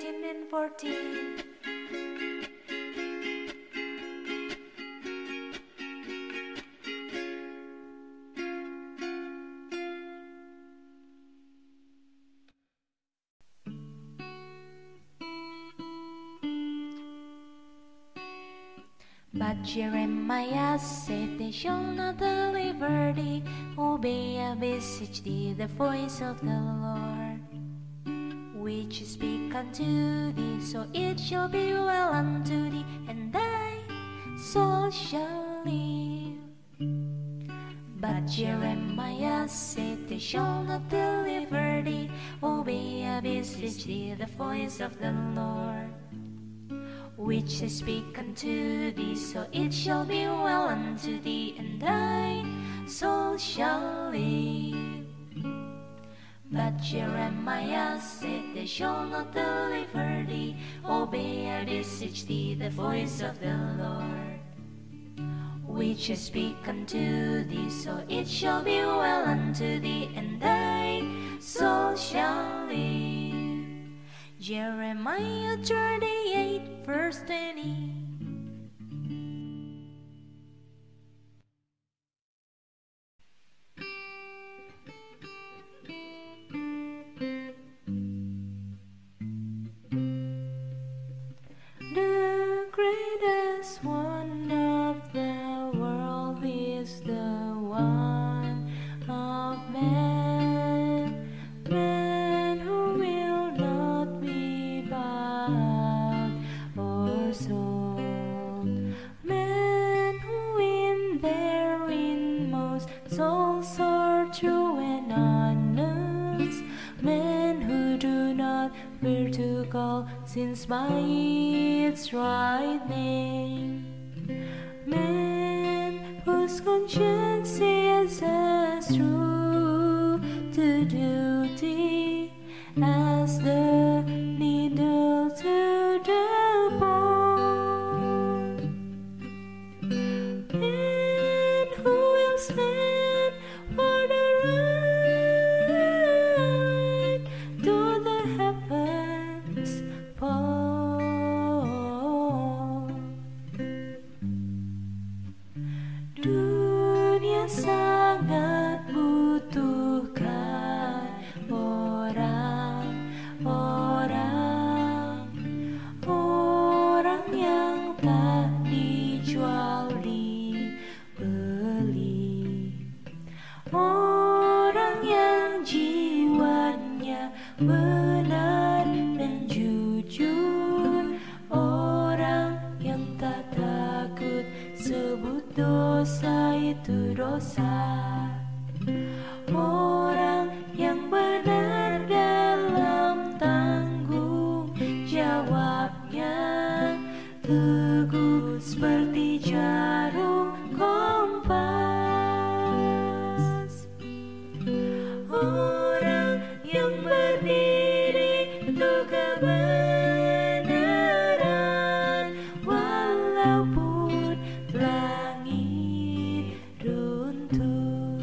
13 and 14. But Jeremiah said, they shall not deliver thee. Obey, I beseech thee, the voice of the Lord, which speak unto thee. So it shall be well unto thee, and thy soul shall live. But Jeremiah said, they shall not deliver thee. Obey, I beseech thee, the voice of the Lord, which I speak unto thee. So it shall be well unto thee, and thy soul shall live. But Jeremiah said, they shall not deliver thee. Obey, I beseech thee, the voice of the Lord, which I speak unto thee. So it shall be well unto thee, and thy soul shall live. Jeremiah 38 verse 20. The greatest one of the world is the one of man, man who will not be bowed or sold, man who in their inmost souls are true and honest, men who do not fear to call sins by its right name, men whose conscience is as true to duty as the needle to the bone, men who will stand for the right to the heavens fall. Dunia sangat butuhkan orang yang tak dijual dibeli, orang yang jiwanya benar dan jujur, orang yang tak takut sebut dosa itu dosa, orang yang benar dalam tanggung jawabnya, teguh seperti jarum kompas, orang yang berdiri untuk kebenaran walaupun langit runtuh.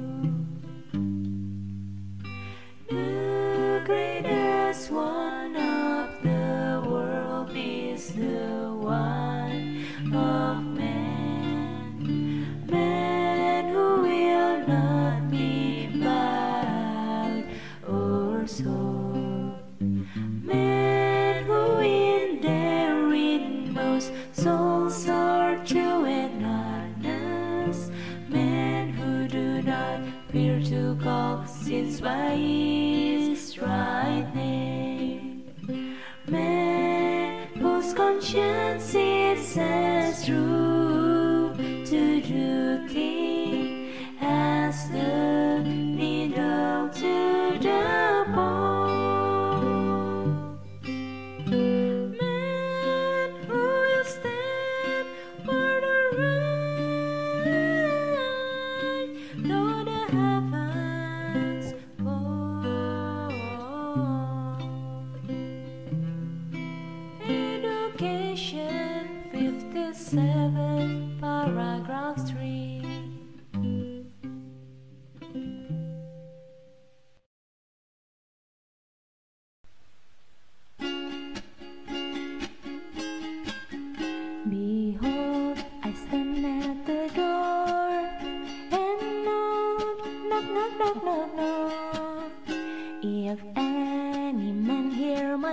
The greatest one of the world is the one of man, man who will not be bowed or sold, men who in their inmost souls are true and honest, men who do not fear to call sins by his right name, men whose conscience is as true to duty as the needle to the bone, men who will stand for the right though the heavens fall. Education 57 paragraph 3.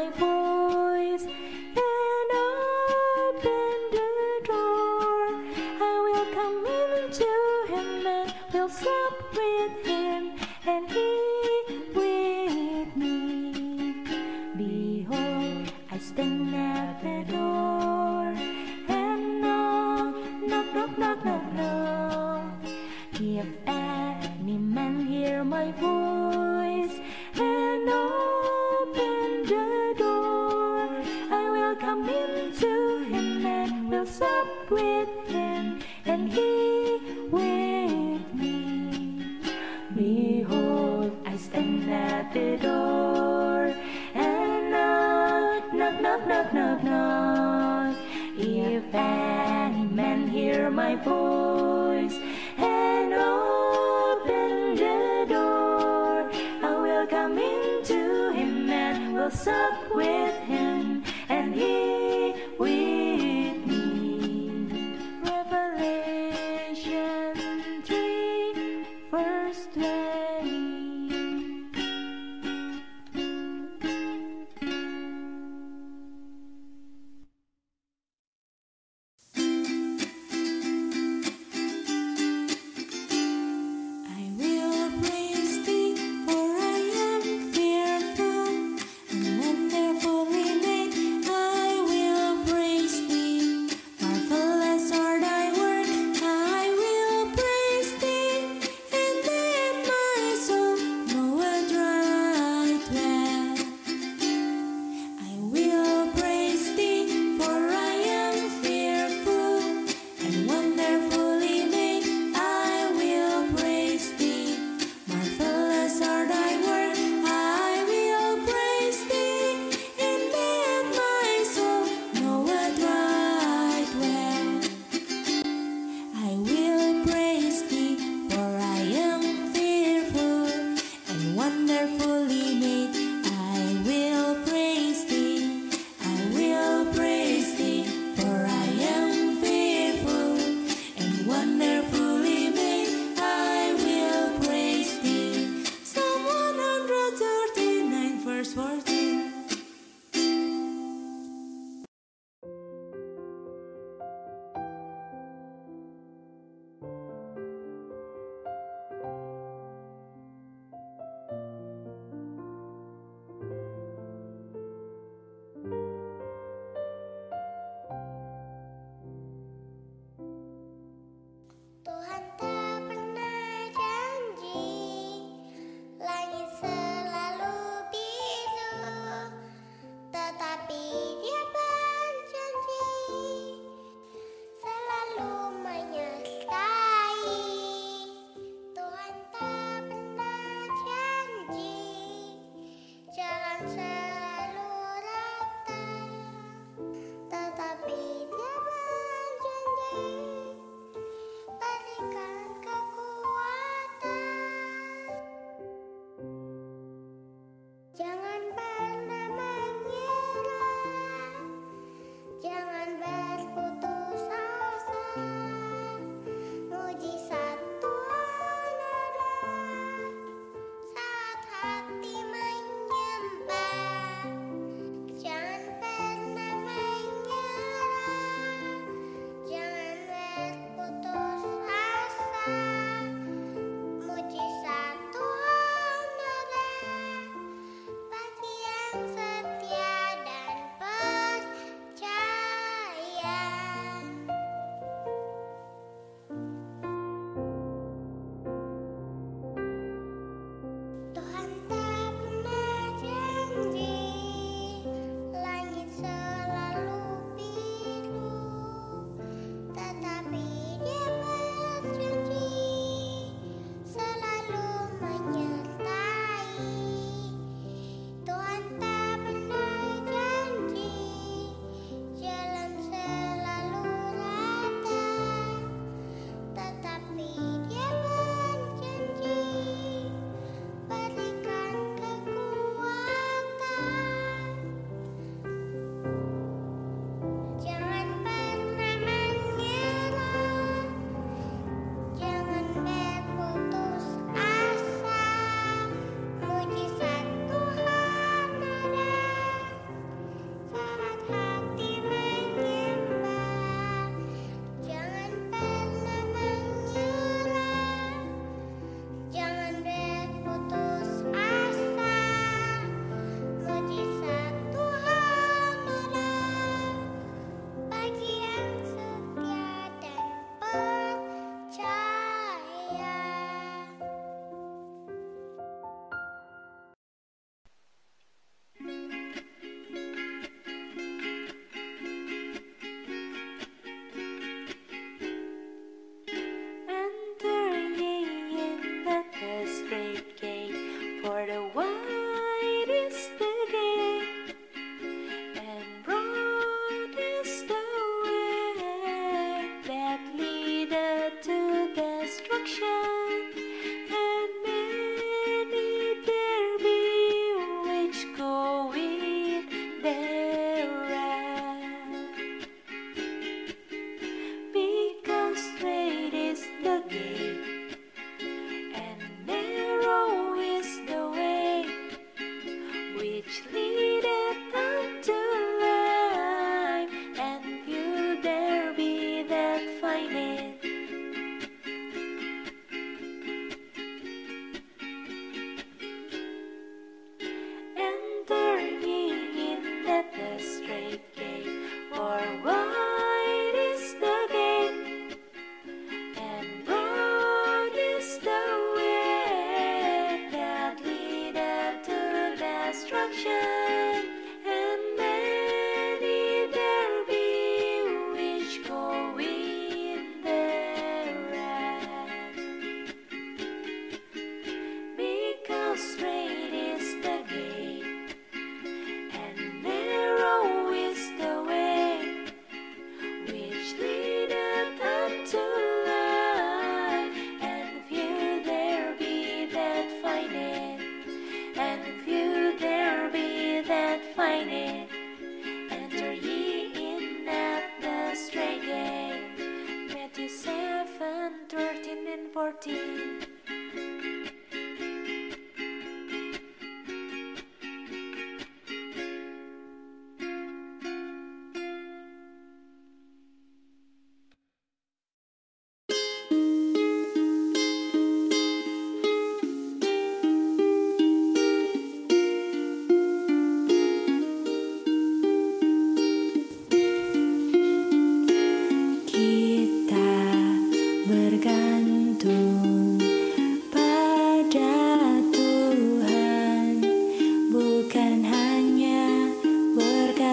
my voice and open the door. I will come into him and will sup with him, and he with me. Behold, I stand at the door and knock, knock, knock, knock, knock, knock. If any man hear my voice and open the door, I will come into him and will sup with him, and he with me. Behold, I stand at the door and knock, knock, knock, knock, knock, knock. If any man hear my voice and open the door, I will come into him and will sup with him, and he with me. Revelation 3 verse 20. I will praise thee, for I am fearful and wonderfully made.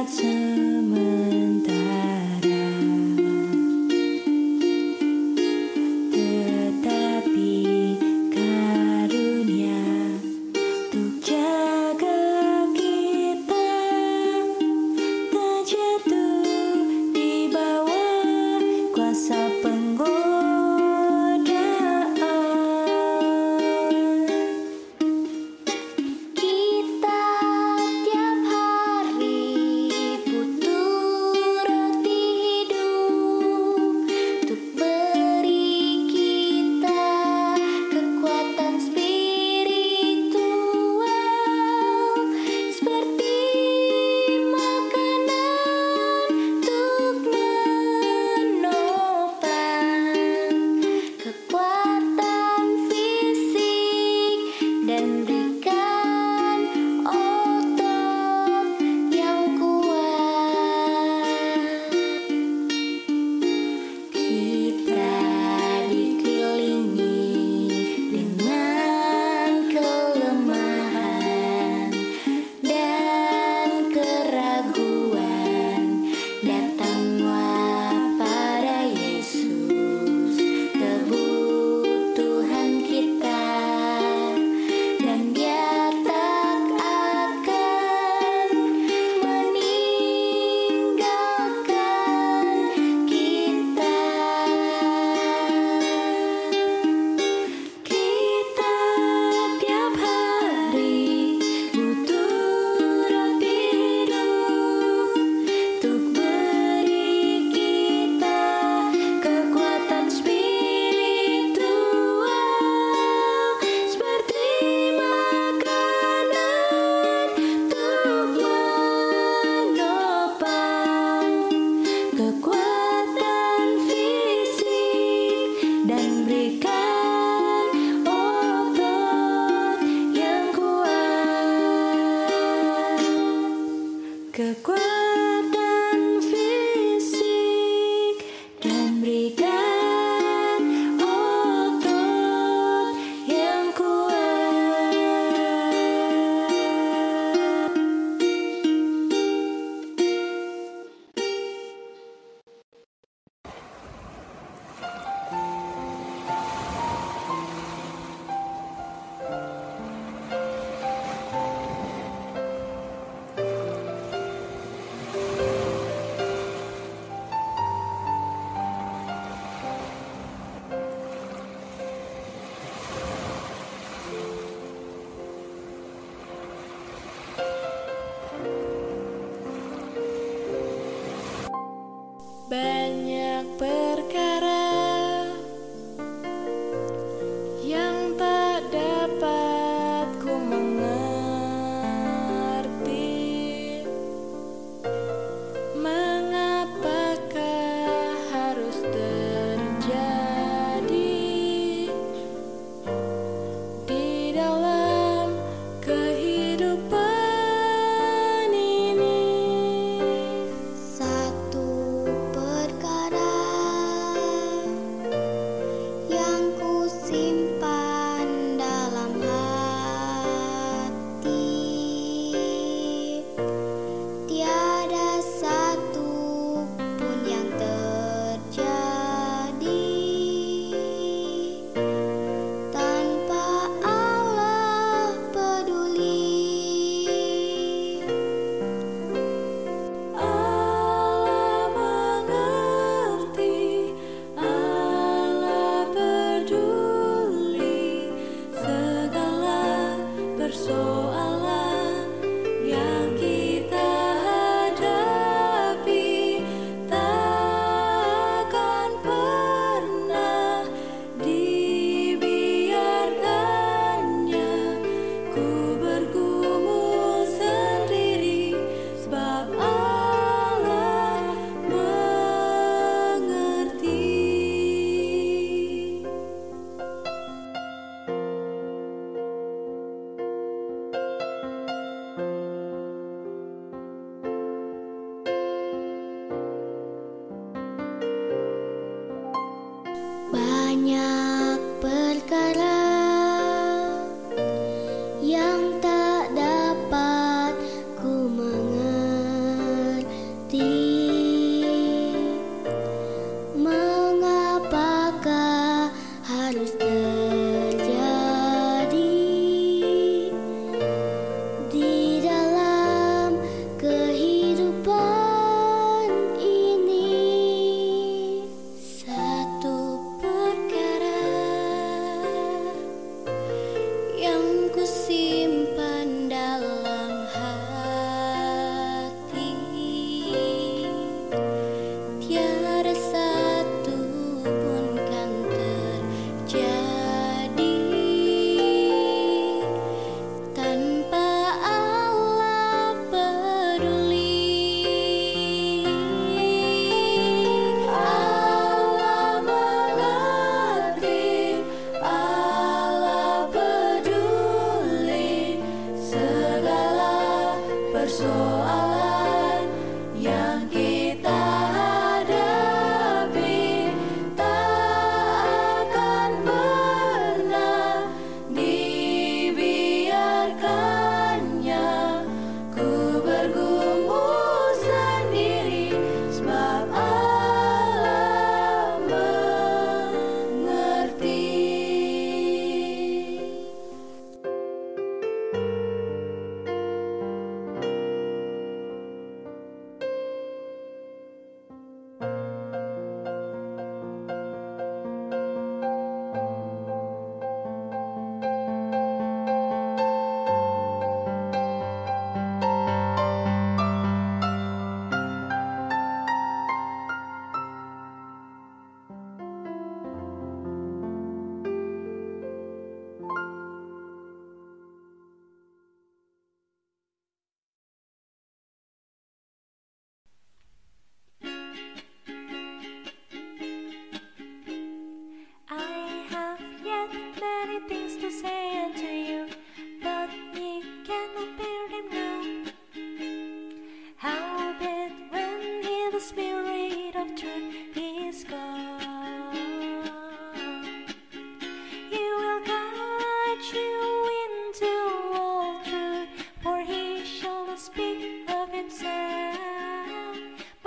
Banyak perkara yang tak dapat ku mengerti. Mengapakah harus terjadi di dalam kehidupan ini? Satu perkara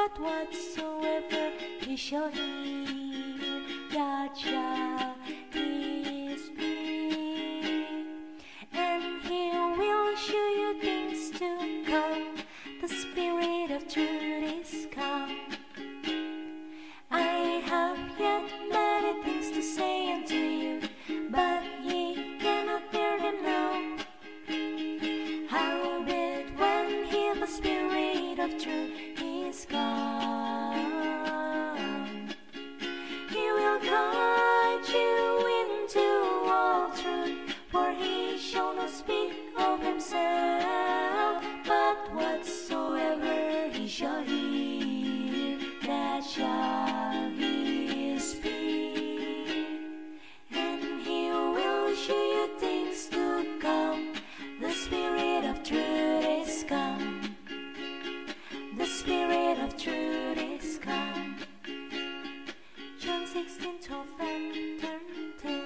But whatsoever he shall hear, that shall he speak. And he will show you things to come. The Spirit of truth is come. I have yet many things to say unto you, but ye cannot bear them now. Howbeit when he, the Spirit of truth, is come, he will guide you into all truth, for he shall not speak of himself, but whatsoever he shall hear, that shall he speak. And he will show you things to come. The Spirit of truth is come. The Spirit of truth is come. John 16:12 and turn 10.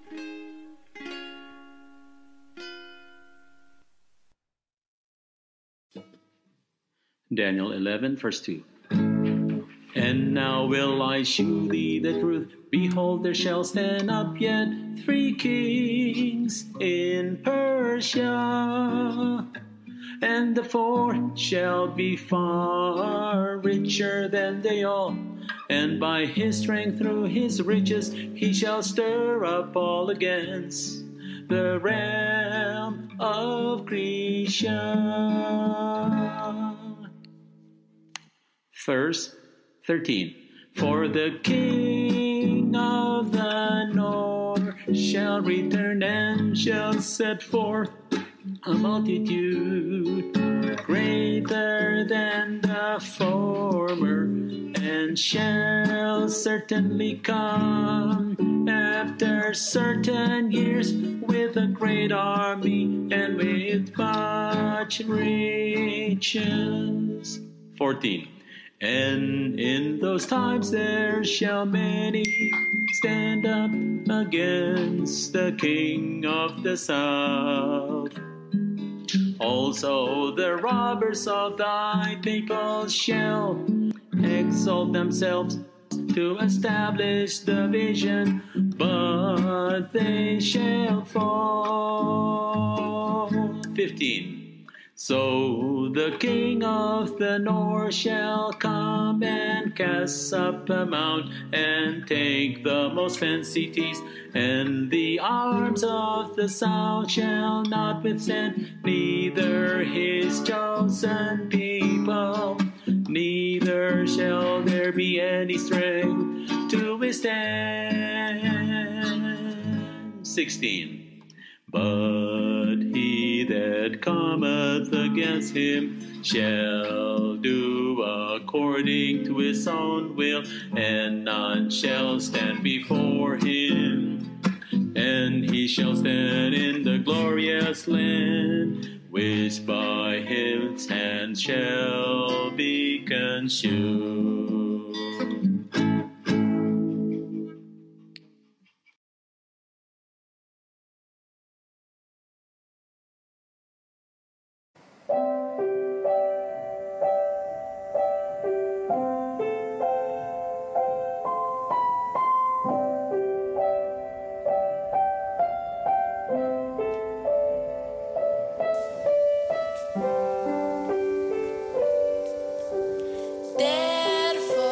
Daniel 11, verse 2. And now will I shew thee the truth. Behold, there shall stand up yet 3 kings in Persia, and the 4th shall be far richer than they all. And by his strength through his riches he shall stir up all against the realm of Grecia. Verse 13. For the king of the north shall return and shall set forth a multitude greater than the former, and shall certainly come after certain years with a great army and with much riches. 14. And in those times there shall many stand up against the king of the south. Also the robbers of thy people shall exalt themselves to establish the vision, but they shall fall. 15. So the king of the north shall come and cast up a mount and take the most fenced cities, and the arms of the south shall not withstand, neither his chosen people, neither shall there be any strength to withstand. 16. But he that cometh against him shall do according to his own will, and none shall stand before him. And he shall stand in the glorious land, which by his hand shall be consumed. Therefore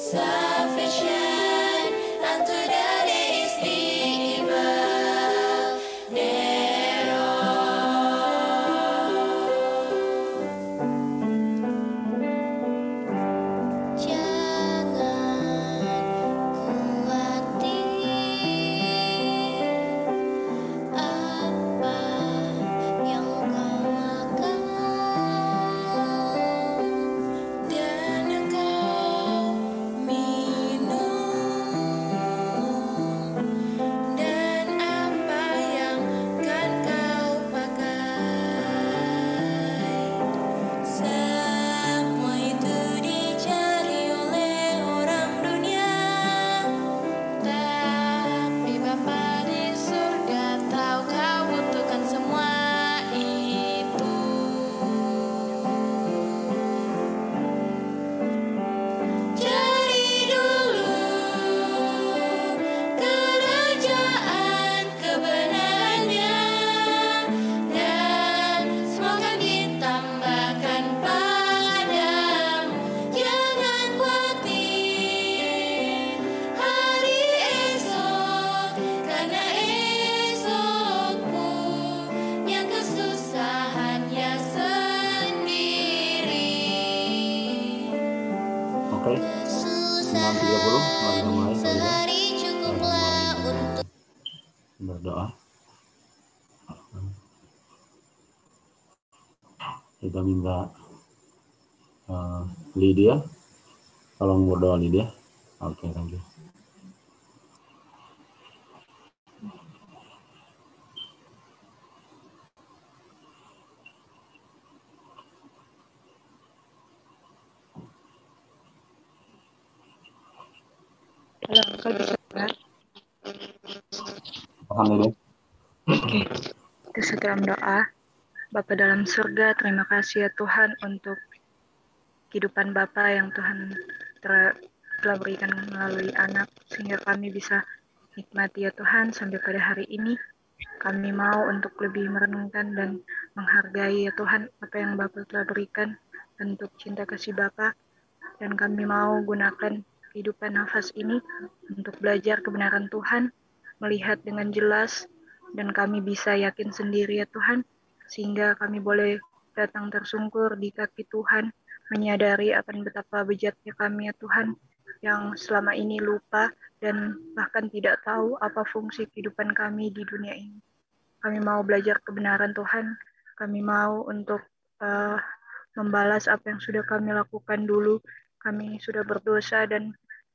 Salvation unto the days the evil thereof. Jangan khawatir apa yang kau makan dan yang kau minum, dan apa yang kan kau pakai. Semua itu dicari oleh orang dunia, tapi Bapa di surga tahu kau butuhkan semua itu. Cari dulu kerajaan kebenarannya, dan semua akan ditambahkan padamu. Jangan khawatir hari esok, karena esok punya kesusahannya sendiri. Oke, 6.30 mari kita mulai Sehari cukuplah untuk berdoa. Kita minta Lydia, tolong berdoa Lydia. Oke, thank you. Halo, Uncle bisa dengar? Paham Lydia? Oke, kita segera berdoa. Bapa dalam surga, terima kasih ya Tuhan untuk kehidupan Bapa yang Tuhan telah berikan melalui anak, sehingga kami bisa nikmati ya Tuhan sampai pada hari ini. Kami mau untuk lebih merenungkan dan menghargai ya Tuhan apa yang Bapa telah berikan, bentuk cinta kasih Bapa, dan kami mau gunakan kehidupan nafas ini untuk belajar kebenaran Tuhan, melihat dengan jelas, dan kami bisa yakin sendiri ya Tuhan, sehingga kami boleh datang tersungkur di kaki Tuhan, menyadari akan betapa bejatnya kami ya Tuhan, yang selama ini lupa dan bahkan tidak tahu apa fungsi kehidupan kami di dunia ini. Kami mau belajar kebenaran Tuhan, kami mau untuk membalas apa yang sudah kami lakukan dulu. Kami sudah berdosa dan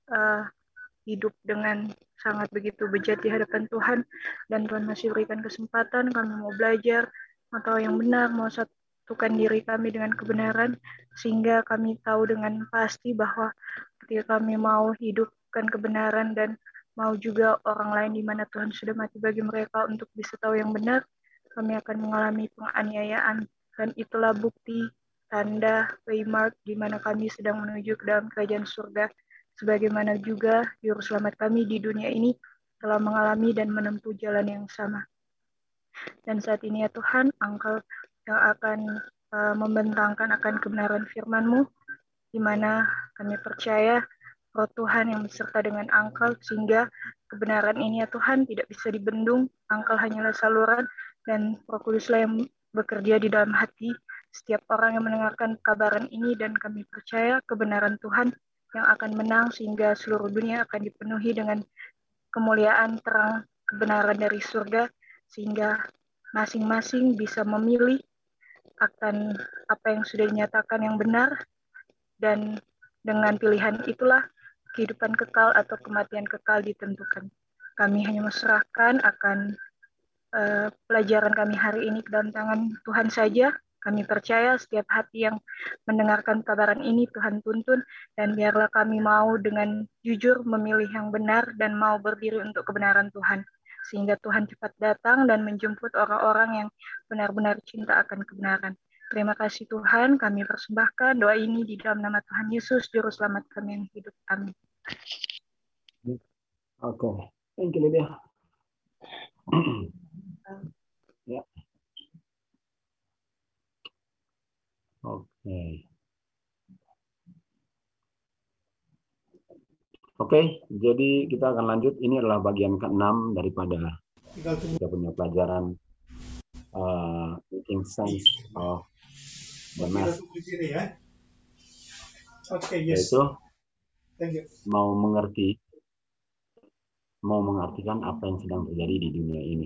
hidup dengan sangat begitu bejat di hadapan Tuhan, dan Tuhan masih berikan kesempatan kami mau belajar atau yang benar, mau satukan diri kami dengan kebenaran, sehingga kami tahu dengan pasti bahwa ketika kami mau hidupkan kebenaran dan mau juga orang lain di mana Tuhan sudah mati bagi mereka untuk bisa tahu yang benar, kami akan mengalami penganiayaan, dan itulah bukti tanda waymark di mana kami sedang menuju ke dalam kerajaan surga, sebagaimana juga juru selamat kami di dunia ini telah mengalami dan menempuh jalan yang sama. Dan saat ini ya Tuhan, Engkau yang akan membentangkan akan kebenaran firman-Mu, di mana kami percaya Roh Tuhan yang beserta dengan Engkau, sehingga kebenaran ini ya Tuhan tidak bisa dibendung. Engkau hanyalah saluran, dan Roh Kuduslah yang bekerja di dalam hati setiap orang yang mendengarkan kabaran ini, dan kami percaya kebenaran Tuhan yang akan menang, sehingga seluruh dunia akan dipenuhi dengan kemuliaan terang kebenaran dari surga, sehingga masing-masing bisa memilih akan apa yang sudah dinyatakan yang benar, dan dengan pilihan itulah kehidupan kekal atau kematian kekal ditentukan. Kami hanya menyerahkan akan pelajaran kami hari ini ke dalam tangan Tuhan saja. Kami percaya setiap hati yang mendengarkan kabaran ini Tuhan tuntun, dan biarlah kami mau dengan jujur memilih yang benar dan mau berdiri untuk kebenaran Tuhan, sehingga Tuhan cepat datang dan menjemput orang-orang yang benar-benar cinta akan kebenaran. Terima kasih Tuhan, kami persembahkan doa ini di dalam nama Tuhan Yesus, Juru Selamat kami yang hidup. Amin. Oke, thank you Lydia. Ya. Oke. Oke, jadi kita akan lanjut. Ini adalah bagian ke-6 daripada kita punya pelajaran making sense of the math. Yaitu mau mengartikan apa yang sedang terjadi di dunia ini.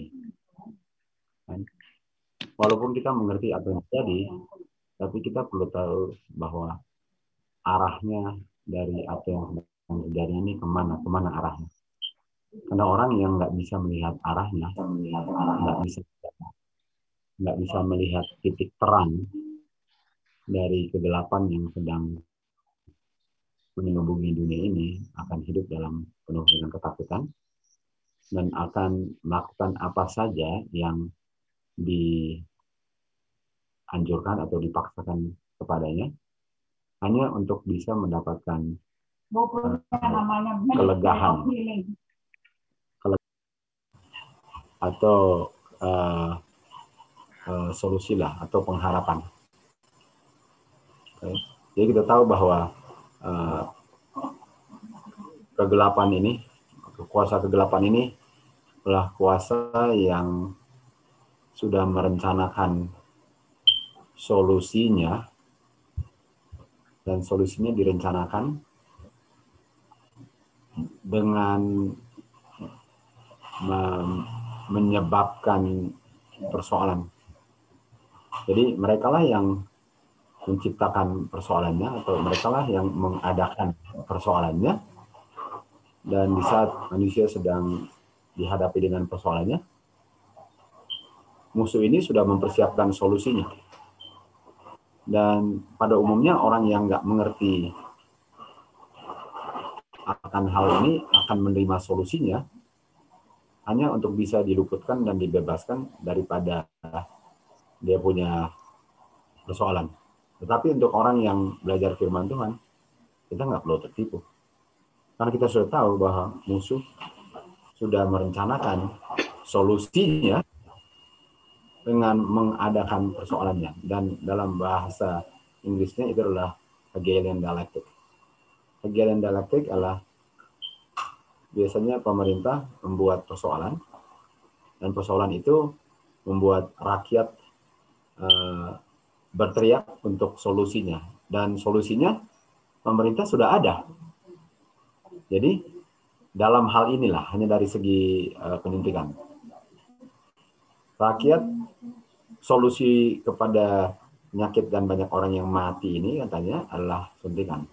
Walaupun kita mengerti apa yang terjadi, tapi kita perlu tahu bahwa arahnya dari apa yang sedang terjadi ini kemana arahnya. Karena orang yang nggak bisa melihat arahnya, nggak bisa melihat titik terang dari kegelapan yang sedang mengelubungi dunia ini, akan hidup dalam penuh dengan ketakutan dan akan melakukan apa saja yang dianjurkan atau dipaksakan kepadanya hanya untuk bisa mendapatkan kelegahan atau solusi lah atau pengharapan. Okay. Jadi kita tahu bahwa kegelapan ini, kuasa kegelapan ini adalah kuasa yang sudah merencanakan solusinya, dan solusinya direncanakan dengan menyebabkan persoalan. Jadi merekalah yang menciptakan persoalannya, atau merekalah yang mengadakan persoalannya, dan di saat manusia sedang dihadapi dengan persoalannya, musuh ini sudah mempersiapkan solusinya. Dan pada umumnya orang yang nggak mengerti akan hal ini akan menerima solusinya hanya untuk bisa diluputkan dan dibebaskan daripada dia punya persoalan. Tetapi untuk orang yang belajar firman Tuhan, kita nggak perlu tertipu. Karena kita sudah tahu bahwa musuh sudah merencanakan solusinya dengan mengadakan persoalannya. Dan dalam bahasa Inggrisnya itu adalah Hegelian dialectic. Hegelian dialectic adalah biasanya pemerintah membuat persoalan, dan persoalan itu membuat rakyat berteriak untuk solusinya, dan solusinya pemerintah sudah ada. Jadi dalam hal inilah, hanya dari segi penyuntikan, rakyat solusi kepada penyakit dan banyak orang yang mati ini katanya adalah suntikan.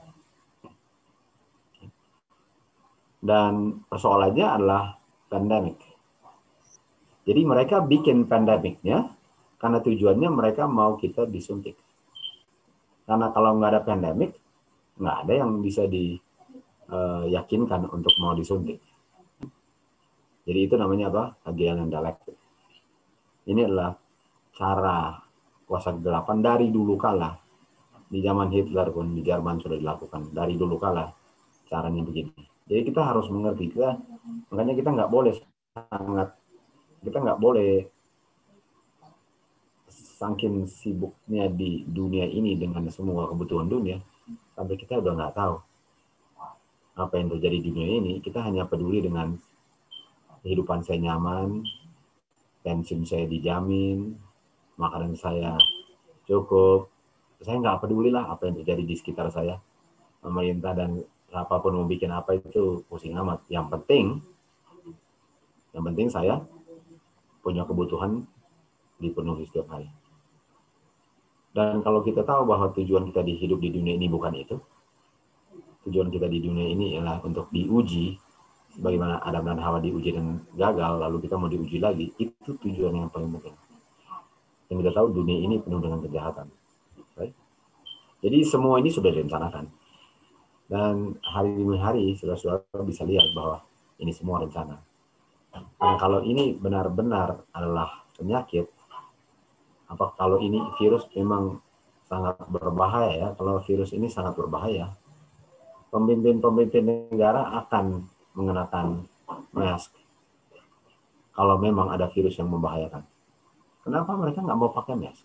Dan persoalannya adalah pandemik. Jadi mereka bikin pandemiknya karena tujuannya mereka mau kita disuntik. Karena kalau nggak ada pandemik, nggak ada yang bisa diyakinkan untuk mau disuntik. Jadi itu namanya apa? Hegelian dialectic. Ini adalah cara kuasa kegelapan dari dulu kala. Di zaman Hitler pun di Jerman sudah dilakukan. Dari dulu kala caranya begini. Jadi kita harus mengerti, makanya kita nggak boleh saking sibuknya di dunia ini dengan semua kebutuhan dunia, sampai kita udah nggak tahu apa yang terjadi di dunia ini. Kita hanya peduli dengan kehidupan saya nyaman, pensiun saya dijamin, makanan saya cukup. Saya nggak peduli lah apa yang terjadi di sekitar saya. Pemerintah dan apapun mau bikin apa itu pusing amat. Yang penting saya punya kebutuhan dipenuhi setiap hari. Dan kalau kita tahu bahwa tujuan kita hidup di dunia ini bukan itu, tujuan kita di dunia ini adalah untuk diuji, bagaimana Adam dan Hawa diuji dan gagal, lalu kita mau diuji lagi, itu tujuan yang paling penting. Yang kita tahu dunia ini penuh dengan kejahatan. Right? Jadi semua ini sudah direncanakan. Dan hari demi hari saudara-saudara bisa lihat bahwa ini semua rencana. Karena kalau ini benar-benar adalah penyakit, apa kalau ini virus memang sangat berbahaya ya, kalau virus ini sangat berbahaya, pemimpin negara akan mengenakan mask kalau memang ada virus yang membahayakan. Kenapa mereka nggak mau pakai mask?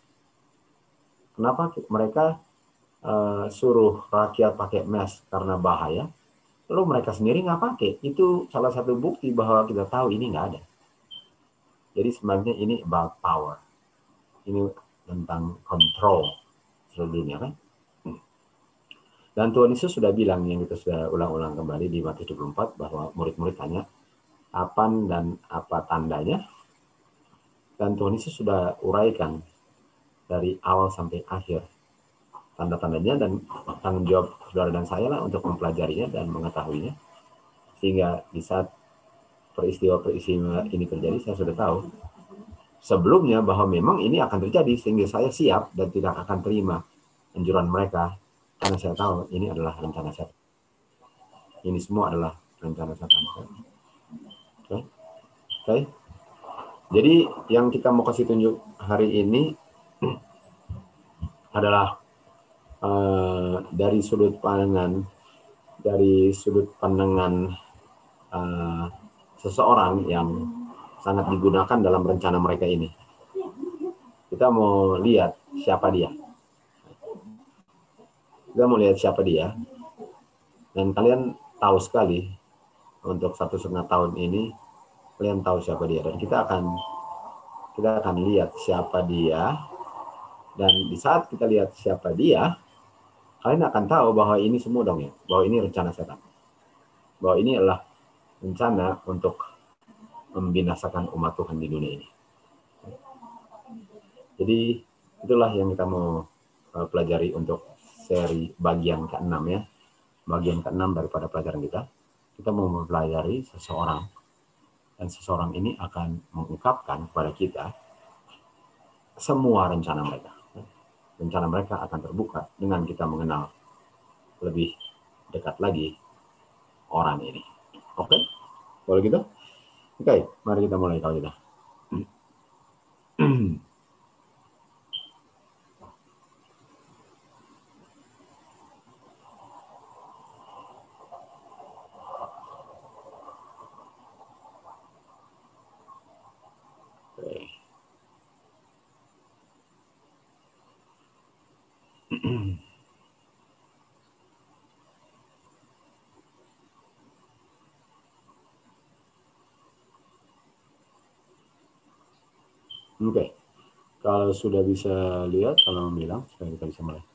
Kenapa mereka suruh rakyat pakai mask karena bahaya, Lalu mereka sendiri nggak pakai. Itu salah satu bukti bahwa kita tahu ini nggak ada. Jadi sebenarnya ini about power. Ini tentang control seluruh dunia kan. Dan Tuhan Yesus sudah bilang, yang kita sudah ulang-ulang kembali di Matius 24, bahwa murid-murid tanya, kapan dan apa tandanya? Dan Tuhan Yesus sudah uraikan dari awal sampai akhir tanda-tandanya, dan tanggung jawab saudara dan saya lah untuk mempelajarinya dan mengetahuinya. Sehingga di saat peristiwa-peristiwa ini terjadi, saya sudah tahu sebelumnya bahwa memang ini akan terjadi, sehingga saya siap dan tidak akan terima anjuran mereka, karena saya tahu ini adalah rencana setan. Ini semua adalah rencana setan. Oke. Jadi yang kita mau kasih tunjuk hari ini adalah dari sudut pandangan seseorang yang sangat digunakan dalam rencana mereka ini. Kita mau lihat siapa dia. Dan kalian tahu sekali untuk 1,5 tahun ini kalian tahu siapa dia, dan kita akan lihat siapa dia. Dan di saat kita lihat siapa dia, kalian akan tahu bahwa ini semua bahwa ini rencana setan, bahwa ini adalah rencana untuk membinasakan umat Tuhan di dunia ini. Jadi itulah yang kita mau pelajari untuk seri bagian ke-6 ya. Bagian ke-6 daripada pelajaran kita. Kita mau mempelajari seseorang, dan seseorang ini akan mengungkapkan kepada kita semua rencana mereka. Rencana mereka akan terbuka dengan kita mengenal lebih dekat lagi orang ini. Oke? Boleh gitu? Oke, mari kita mulai kalau kita. Oke. Kalau sudah bisa lihat, kalau bilang, supaya kita bisa mulai.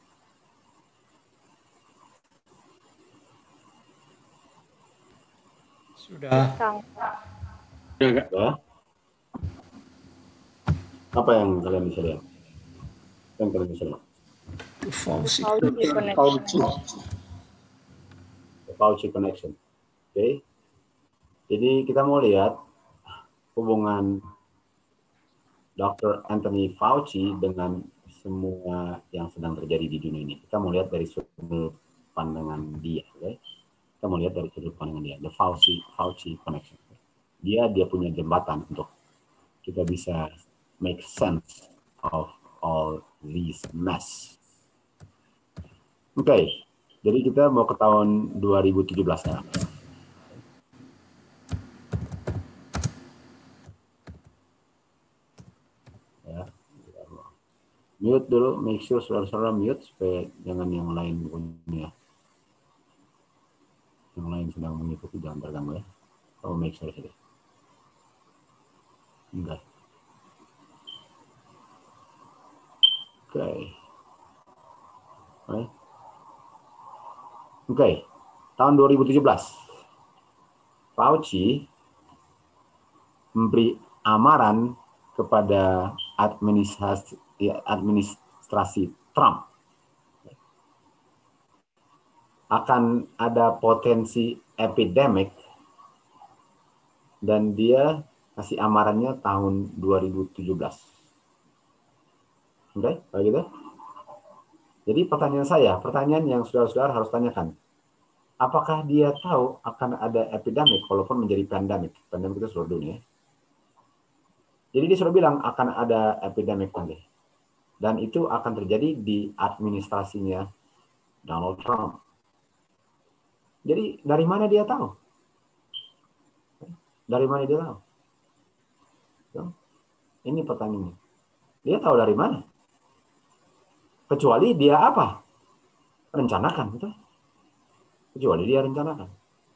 Sudah. Ya. Apa yang kalian bisa lihat? Yang kalian bisa lihat? Fauci connection. Oke. Jadi kita mau lihat hubungan Dr. Anthony Fauci dengan semua yang sedang terjadi di dunia ini. Kita mau lihat dari sudut pandangan dia. Okay? Kita mau lihat dari sudut pandangan dia. The Fauci connection. Dia punya jembatan untuk kita bisa make sense of all these mess. Oke. Jadi kita mau ke tahun 2017 sekarang. Ya. Mute dulu, make sure saudara-saudara mute supaya jangan yang lain punya. Yang lain sedang mengikuti, jangan terganggu ya. Oh, make sure saja. Enggak. Oke. Tahun 2017. Fauci memberi amaran kepada administrasi Trump. Akan ada potensi epidemik, dan dia kasih amarannya tahun 2017. Oke, kayak gitu. Jadi pertanyaan yang saudara-saudara harus tanyakan, apakah dia tahu akan ada epidemik walaupun menjadi pandemik? Pandemik itu seluruh dunia. Jadi dia sudah bilang akan ada epidemik nanti. Dan itu akan terjadi di administrasinya Donald Trump. Jadi dari mana dia tahu? Dari mana dia tahu? Ini pertanyaannya. Dia tahu dari mana? Kecuali dia apa? Rencanakan. Betul? Kecuali dia rencanakan.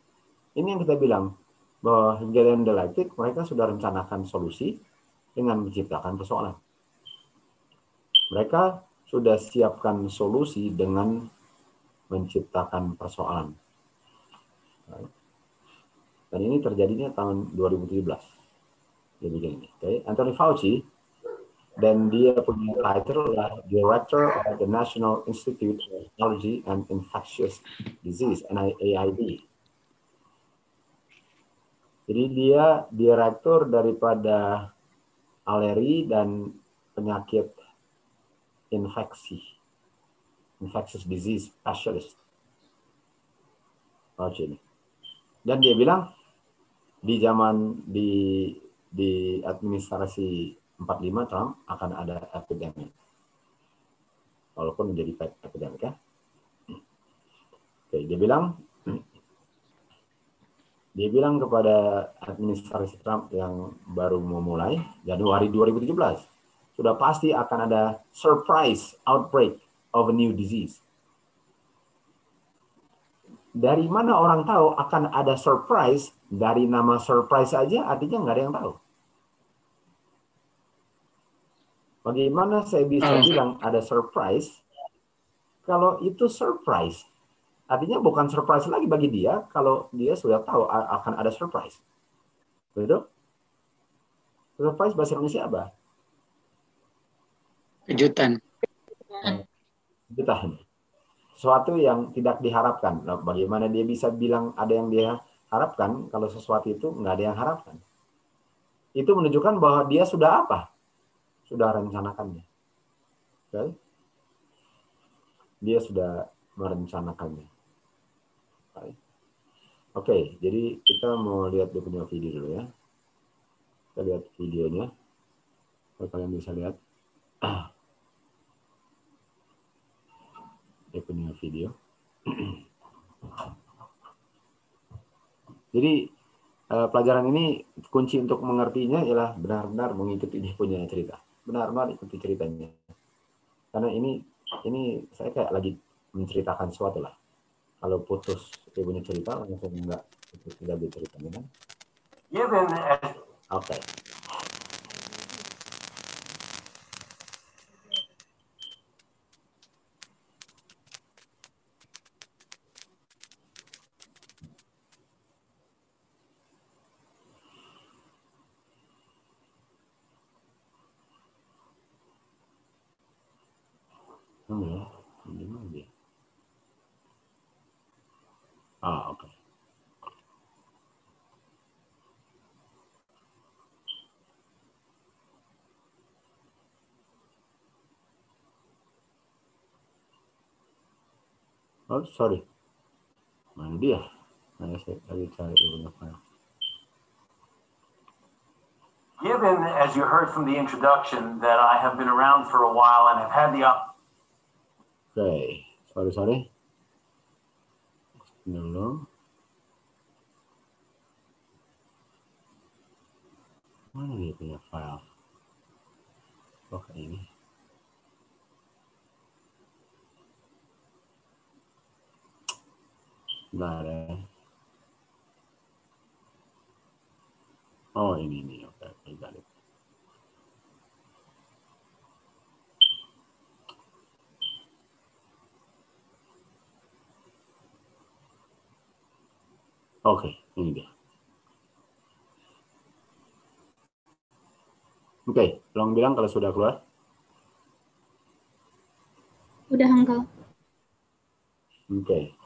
Ini yang kita bilang, bahwa Hegelian dialektik mereka sudah rencanakan solusi dengan menciptakan persoalan. Mereka sudah siapkan solusi dengan menciptakan persoalan. Dan ini terjadinya tahun 2017. Dia bikin ini. Okay. Anthony Fauci, dan dia punya title adalah Director of the National Institute of Allergy and Infectious Disease, NIAID. Jadi dia direktur daripada alergi dan penyakit infectious disease specialist. Fauci ini. Dan dia bilang di zaman di administrasi 45 Trump akan ada epidemi. Walaupun menjadi epidemi ya. Oke, dia bilang kepada administrasi Trump yang baru memulai Januari 2017, sudah pasti akan ada surprise outbreak of a new disease. Dari mana orang tahu akan ada surprise? Dari nama surprise aja artinya nggak ada yang tahu. Bagaimana saya bisa bilang ada surprise kalau itu surprise? Artinya bukan surprise lagi bagi dia kalau dia sudah tahu akan ada surprise. Betul? Surprise bahasa Indonesia apa? Kejutan. Kejutan. Sesuatu yang tidak diharapkan. Nah, bagaimana dia bisa bilang ada yang dia harapkan kalau sesuatu itu nggak ada yang harapkan? Itu menunjukkan bahwa dia sudah apa? Sudah rencanakannya. Okay? Dia sudah merencanakannya. Oke, jadi kita mau lihat dia punya video dulu ya. Kita lihat videonya. Kalau kalian bisa lihat. Dia punya video. Jadi pelajaran ini kunci untuk mengertinya ialah benar-benar mengikuti dia punya cerita. Benar-benar ikuti ceritanya. Karena ini saya kayak lagi menceritakan sesuatu lah. Kalau putus dia punya cerita langsung enggak tidak diceritakan kan? Oke. Gimana dia? Oke. Oh, sorry. Mana dia? Saya lagi cari punya file. Given, as you heard from the introduction, that I have been around for a while and have had the Okay, sorry. Dulu. Mana dia punya file? Oh, ini. Nggak ada. Oh, ini. Oke, got it. Oke, ini dia. Oke, tolong bilang kalau sudah keluar. Udah, Uncle. Oke.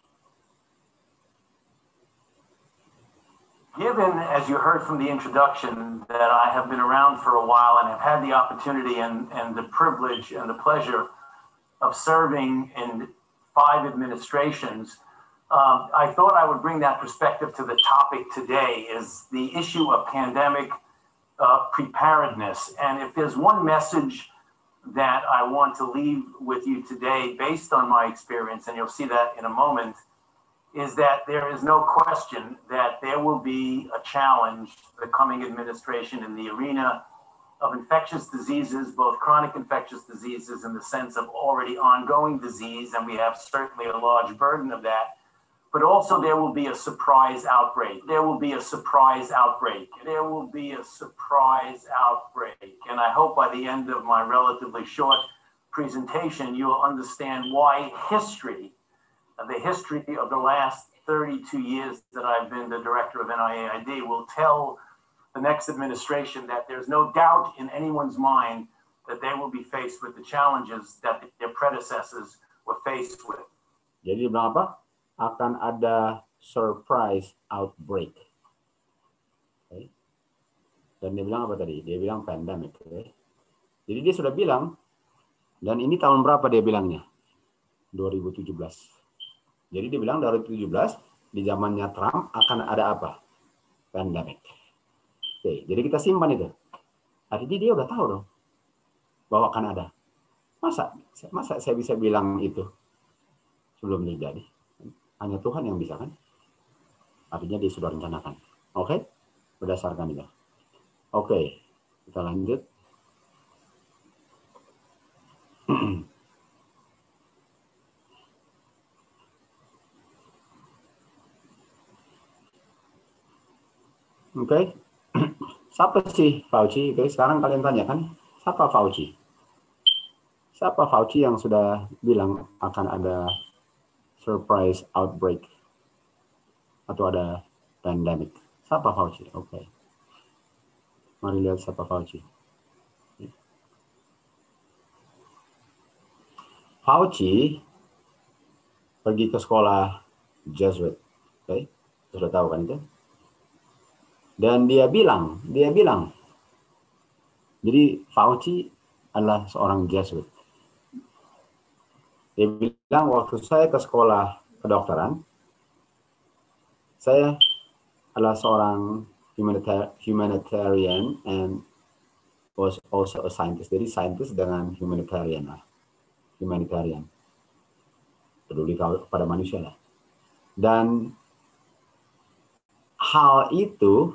Given, as you heard from the introduction, that I have been around for a while and have had the opportunity and the privilege and the pleasure of serving in 5 administrations, I thought I would bring that perspective to the topic today, is the issue of pandemic preparedness. And if there's one message that I want to leave with you today based on my experience, and you'll see that in a moment, is that there is no question that there will be a challenge for the coming administration in the arena of infectious diseases, both chronic infectious diseases in the sense of already ongoing disease, and we have certainly a large burden of that, But also there will be a surprise outbreak. There will be a surprise outbreak. There will be a surprise outbreak. And I hope by the end of my relatively short presentation, you will understand why history, the history of the last 32 years that I've been the director of NIAID, will tell the next administration that there's no doubt in anyone's mind that they will be faced with the challenges that their predecessors were faced with. Jadi bilang apa? Akan ada surprise outbreak. Okay. Dan dia bilang apa tadi? Dia bilang pandemic. Okay. Jadi dia sudah bilang, dan ini tahun berapa dia bilangnya? 2017. Jadi dia bilang 2017, di zamannya Trump akan ada apa? Pandemic. Oke, jadi kita simpan itu. Artinya dia udah tahu dong bahwa akan ada. Masa saya bisa bilang itu sebelum terjadi? Hanya Tuhan yang bisa kan? Artinya dia sudah rencanakan. Oke? Berdasarkan itu. Oke, kita lanjut. Oke. Siapa sih Fauci? Oke, sekarang kalian tanya kan, siapa Fauci? Siapa Fauci yang sudah bilang akan ada surprise outbreak atau ada pandemic? Siapa Fauci? Oke. Mari lihat siapa Fauci. Fauci pergi ke sekolah Jesuit. Oke. Sudah tahu kan itu? Dan dia bilang, jadi Fauci adalah seorang Jesuit. Dia bilang, waktu saya ke sekolah kedokteran, saya adalah seorang humanitarian and was also a scientist. Jadi scientist dengan humanitarian lah. Humanitarian. Peduli kepada manusia lah. Dan hal itu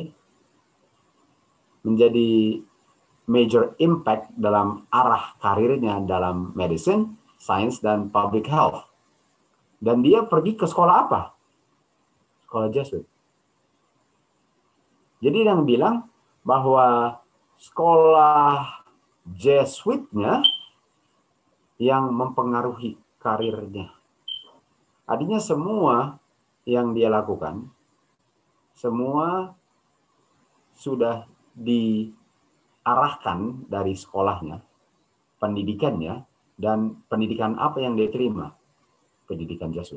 menjadi major impact dalam arah karirnya dalam medicine, science, dan public health. Dan dia pergi ke sekolah apa? Sekolah Jesuit. Jadi yang bilang bahwa sekolah Jesuitnya yang mempengaruhi karirnya. Artinya semua yang dia lakukan, semua sudah diarahkan dari sekolahnya, pendidikannya, dan pendidikan apa yang dia terima. Pendidikan Jesuit.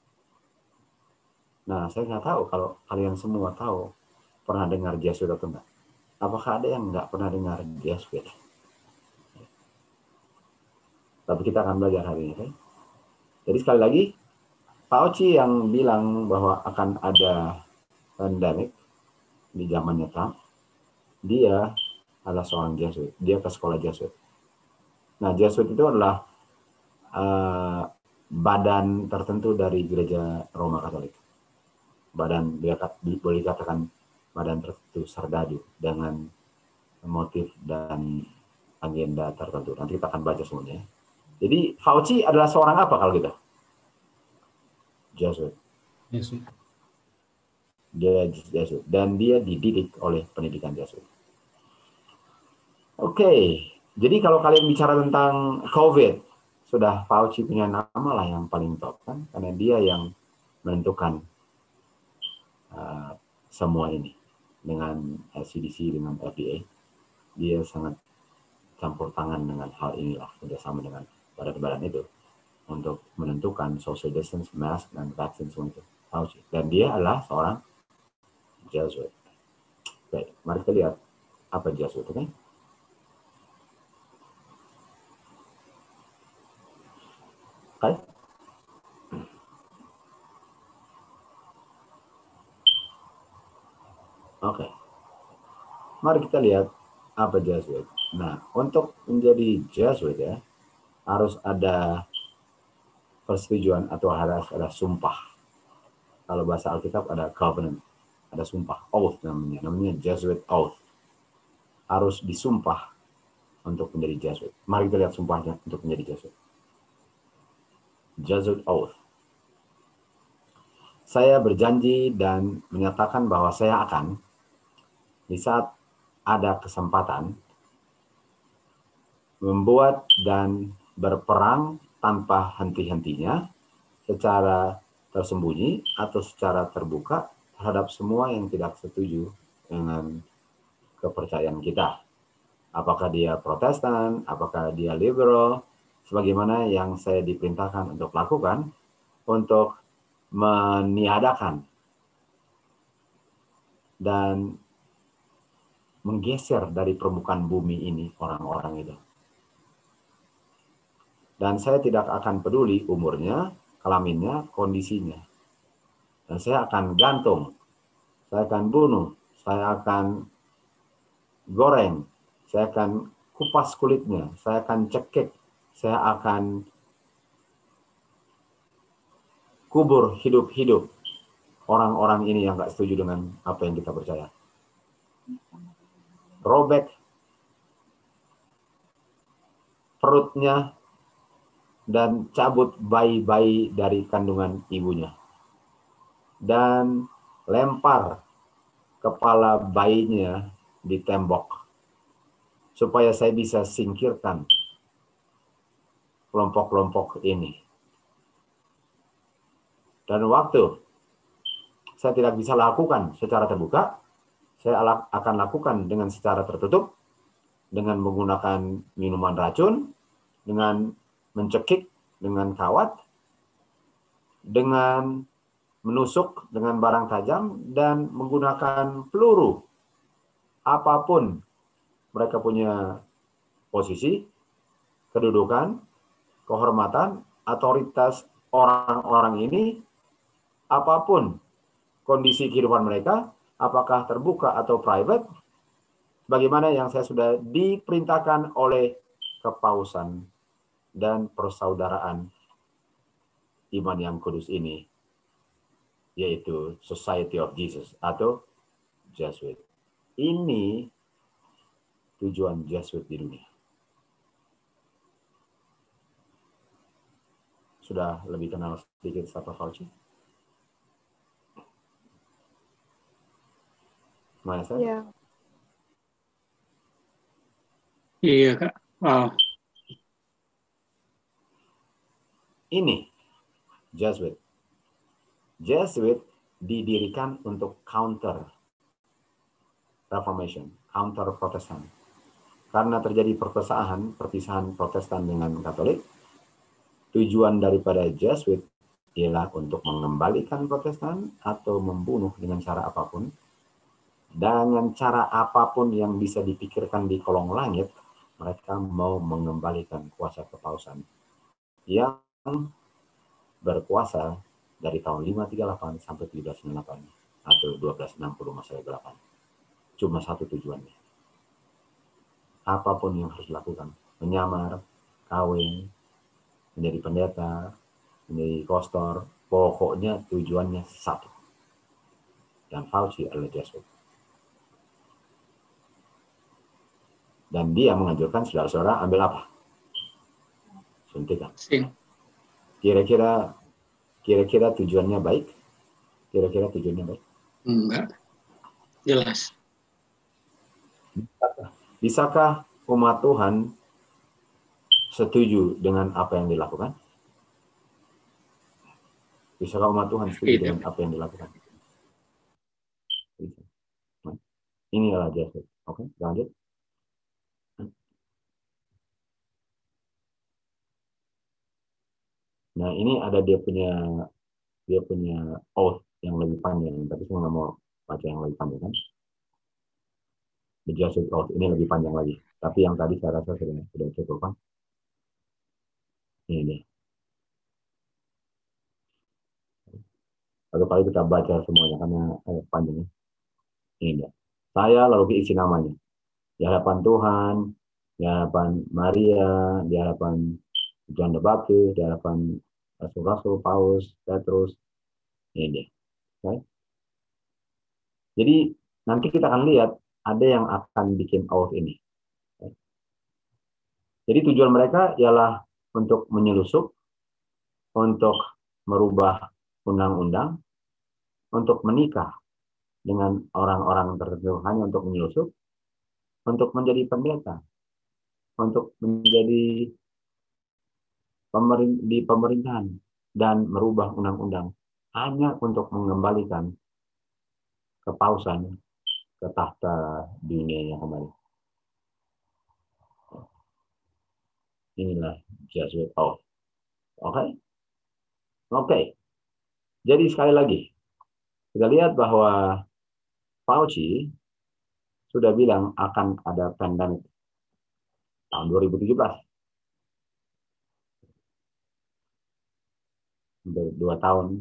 Nah, saya nggak tahu kalau kalian semua tahu, pernah dengar Jesuit atau enggak. Apakah ada yang nggak pernah dengar Jesuit? Tapi kita akan belajar hari ini. Jadi sekali lagi, Fauci yang bilang bahwa akan ada pandemic di zamannya Trump, dia adalah seorang Jesuit. Dia ke sekolah Jesuit. Nah, Jesuit itu adalah badan tertentu dari gereja Roma Katolik. Badan, boleh dikatakan badan tertentu, serdadu, dengan motif dan agenda tertentu. Nanti kita akan baca semuanya. Jadi Fauci adalah seorang apa kalau gitu? Jesuit. Jesuit. Dia Jesuit. Dan dia dididik oleh pendidikan Jesuit. Oke. Jadi kalau kalian bicara tentang COVID, sudah Fauci punya nama lah yang paling top kan? Karena dia yang menentukan semua ini. Dengan CDC, dengan FDA. Dia sangat campur tangan dengan hal inilah. Kerjasama dengan badan-badan itu. Untuk menentukan social distance, mask, dan vaksin semua itu. Fauci. Dan dia adalah seorang Jesuit. Baik, mari kita lihat apa Jesuit, oke? Oke. Oke. Mari kita lihat apa Jesuit. Nah, untuk menjadi Jesuit ya, harus ada persetujuan atau harus ada sumpah. Kalau bahasa Alkitab ada covenant, ada sumpah, oath namanya Jesuit oath. Harus disumpah untuk menjadi Jesuit. Mari kita lihat sumpahnya untuk menjadi Jesuit. Jesuit oath. saya berjanji dan menyatakan bahwa saya akan, di saat ada kesempatan, membuat dan berperang tanpa henti-hentinya, secara tersembunyi atau secara terbuka terhadap semua yang tidak setuju dengan kepercayaan kita. Apakah dia Protestan, apakah dia liberal, sebagaimana yang saya diperintahkan untuk lakukan, untuk meniadakan dan menggeser dari permukaan bumi ini orang-orang itu. Dan saya tidak akan peduli umurnya, kelaminnya, kondisinya. Dan saya akan gantung, saya akan bunuh, saya akan goreng, saya akan kupas kulitnya, saya akan cekik, saya akan kubur hidup-hidup orang-orang ini yang gak setuju dengan apa yang kita percaya. Robek perutnya dan cabut bayi-bayi dari kandungan ibunya. Dan lempar kepala bayinya di tembok supaya saya bisa singkirkan kelompok-kelompok ini. Dan waktu saya tidak bisa lakukan secara terbuka, saya akan lakukan dengan secara tertutup, dengan menggunakan minuman racun, dengan mencekik dengan kawat, dengan menusuk dengan barang tajam, dan menggunakan peluru. Apapun mereka punya posisi, kedudukan, kehormatan, otoritas orang-orang ini, apapun kondisi kehidupan mereka, apakah terbuka atau private, bagaimana yang saya sudah diperintahkan oleh kepausan dan persaudaraan iman yang kudus ini, yaitu Society of Jesus atau Jesuit. Ini tujuan Jesuit di dunia. Sudah lebih kenal sedikit Dr. Fauci? Mana saya? Ya, Iya, Kak. Wow. Ini Jesuit. Jesuit didirikan untuk counter Reformation, counter Protestan. Karena terjadi perpisahan Protestan dengan Katolik, tujuan daripada Jesuit ialah untuk mengembalikan Protestan atau membunuh dengan cara apapun. Dengan cara apapun yang bisa dipikirkan di kolong langit, mereka mau mengembalikan kuasa kepausan yang berkuasa dari tahun 538 sampai 1798 atau 1260 Masehi 8. Cuma satu tujuannya. Apapun yang harus dilakukan, menyamar, kawin, menjadi pendeta, menjadi kostor, pokoknya tujuannya satu. Dan Fauci adalah Jesuit. Dan dia menganjurkan saudara-saudara ambil apa? Suntikan. Kira-kira tujuannya baik? Kira-kira tujuannya baik? Enggak. Jelas. Bisakah umat Tuhan setuju dengan apa yang dilakukan? Bisakah umat Tuhan setuju dengan apa yang dilakukan? Bisa. Nah, ini adalah Jesuit. Oke, lanjut. Nah, ini ada dia punya oath yang lebih panjang, tapi saya nggak mau baca yang lebih panjang kan. The Jesuit oath ini lebih panjang lagi, tapi yang tadi saya rasa sudah cukup kan. Ini dia. Satu kali kita baca semuanya karena panjangnya. Ini dia. Saya lalu isi namanya di hadapan Tuhan, di hadapan Maria, di hadapan John the Baptist, di hadapan Rasul-Rasul, Paus, Petrus. Ini dia. Okay? Jadi nanti kita akan lihat ada yang akan bikin oath ini. Okay? Jadi tujuan mereka ialah untuk menyelusup, untuk merubah undang-undang, untuk menikah dengan orang-orang tertentu hanya untuk menyusup, untuk menjadi pendeta, untuk menjadi di pemerintahan, dan merubah undang-undang hanya untuk mengembalikan kepausan ke tahta dunianya kembali. Inilah Jesuit Oath. Oke. Jadi sekali lagi, kita lihat bahwa Fauci sudah bilang akan ada pandemik tahun 2017. Hampir 2 tahun,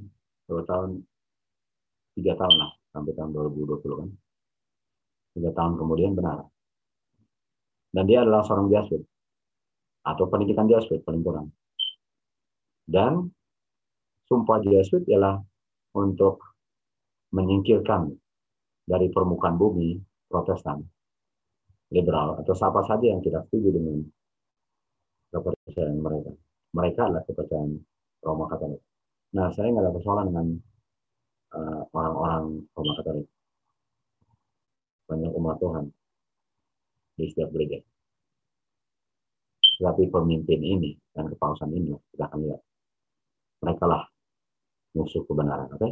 3 tahun lah, sampai tahun 2020 kan. 3 tahun kemudian benar. Dan dia adalah seorang Jesuit, atau pendidikan Jesuit paling kurang. Dan sumpah Jesuit ialah untuk menyingkirkan dari permukaan bumi Protestan, liberal, atau siapa saja yang tidak setuju dengan kepercayaan mereka. Mereka adalah kepercayaan Roma Katolik. Nah, saya nggak ada persoalan dengan orang-orang Roma Katolik. Banyak umat Tuhan di setiap gereja. Tetapi pemimpin ini dan kepausan ini kita akan lihat. Mereka lah musuh kebenaran, oke?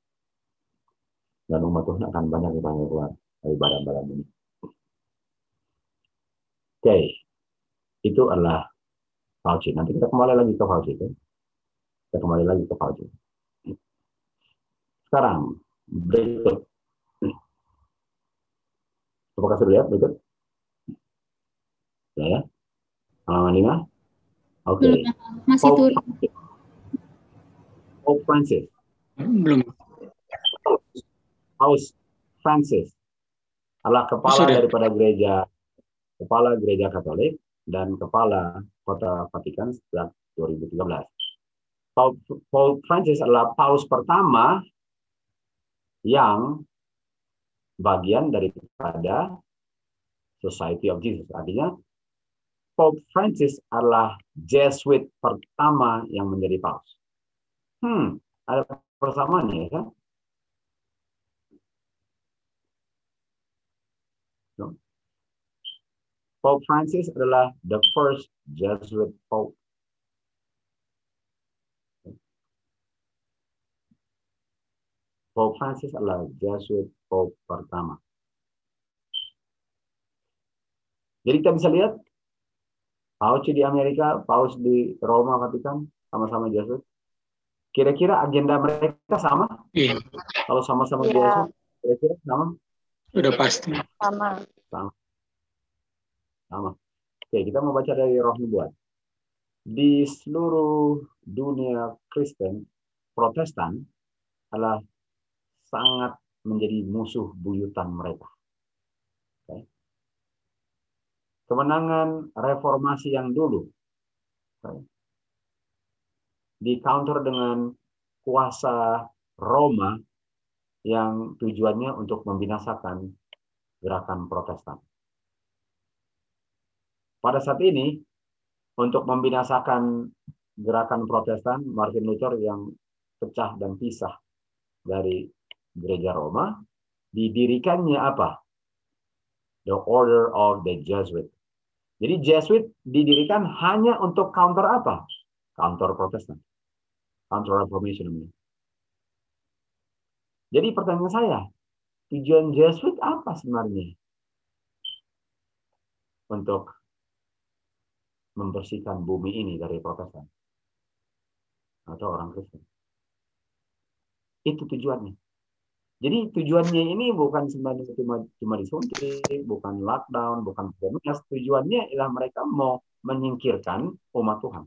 Dan umat Tuhan akan banyak dipanggil keluar dari badan-badan ini. Oke, itu adalah Fauci. Nanti kita kembali lagi ke Fauci. Kita kembali lagi ke Fauci. Sekarang, berikut. Apakah sudah lihat berikut? Ya. Halaman 5. Oke. Masih turun. Pope Francis. Belum. Paus Francis adalah kepala daripada kepala gereja Katolik dan kepala kota Vatikan sejak 2013. Pope Francis adalah paus pertama yang bagian daripada Society of Jesus. Artinya Pope Francis adalah Jesuit pertama yang menjadi paus. Ada persamaannya ya kan? Pope Francis adalah the first Jesuit Pope. Pope Francis adalah Jesuit Pope pertama. Jadi kita bisa lihat, Paus di Amerika, Paus di Roma, Vatikan, sama-sama Jesuit. Kira-kira agenda mereka sama? Iya. Kalau sama-sama Jesuit, kira-kira sama? Sudah pasti. Sama. Oke, kita mau baca dari Roh Nubuat. Di seluruh dunia Kristen, Protestan adalah sangat menjadi musuh buyutan mereka. Okay. Kemenangan reformasi yang dulu di counter dengan kuasa Roma yang tujuannya untuk membinasakan gerakan Protestan. Pada saat ini, untuk membinasakan gerakan Protestan, Martin Luther yang pecah dan pisah dari gereja Roma, didirikannya apa? The Order of the Jesuit. Jadi Jesuit didirikan hanya untuk counter apa? Counter Protestan. Counter Reformation. Jadi pertanyaan saya, tujuan Jesuit apa sebenarnya? Untuk membersihkan bumi ini dari Protestan atau orang Kristen. Itu tujuannya. Jadi tujuannya ini bukan sebenarnya cuma disuntik, bukan lockdown, bukan penugas. Tujuannya adalah mereka mau menyingkirkan umat Tuhan.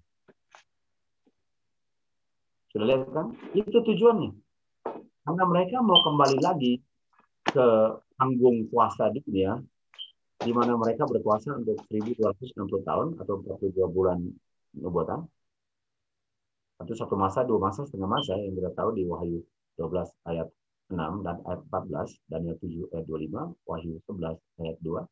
Sudah lihat kan? Itu tujuannya. Karena mereka mau kembali lagi ke panggung kuasa dunia, di mana mereka berkuasa untuk 1260 tahun atau 42 bulan nubuatan. Atau 1 masa, 2 masa, setengah masa yang kita tahu di Wahyu 12 ayat 6 dan ayat 14, Daniel 7 ayat 25, Wahyu 11 ayat 2,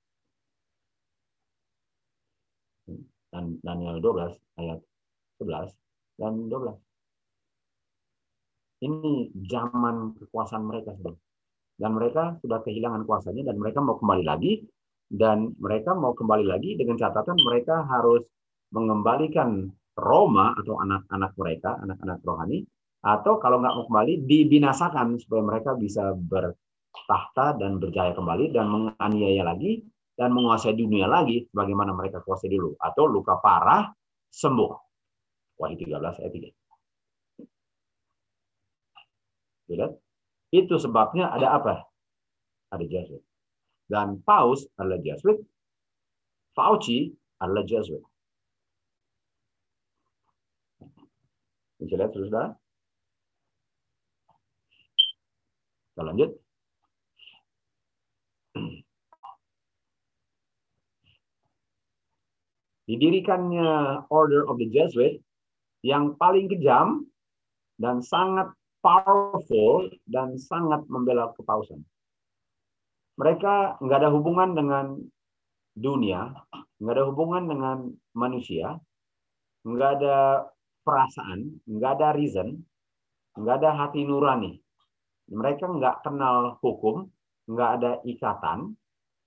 dan Daniel 12 ayat 11 dan 12. Ini zaman kekuasaan mereka sudah. Dan mereka sudah kehilangan kuasanya dan mereka mau kembali lagi. Dan mereka mau kembali lagi dengan catatan mereka harus mengembalikan Roma atau anak-anak mereka, anak-anak rohani. Atau kalau nggak mau kembali, dibinasakan supaya mereka bisa bertahta dan berjaya kembali dan menganiaya lagi dan menguasai dunia lagi sebagaimana mereka kuasai dulu. Atau luka parah, sembuh. Wahyu 13 ayat 3. Lihat? Itu sebabnya ada apa? Ada Jesuit. Dan Paus adalah Jesuit. Fauci adalah Jesuit. Bisa lihat, saudara? Kita lanjut. Didirikannya Order of the Jesuit yang paling kejam dan sangat powerful dan sangat membela kepausan. Mereka nggak ada hubungan dengan dunia, nggak ada hubungan dengan manusia, nggak ada perasaan, nggak ada reason, nggak ada hati nurani. Mereka nggak kenal hukum, nggak ada ikatan.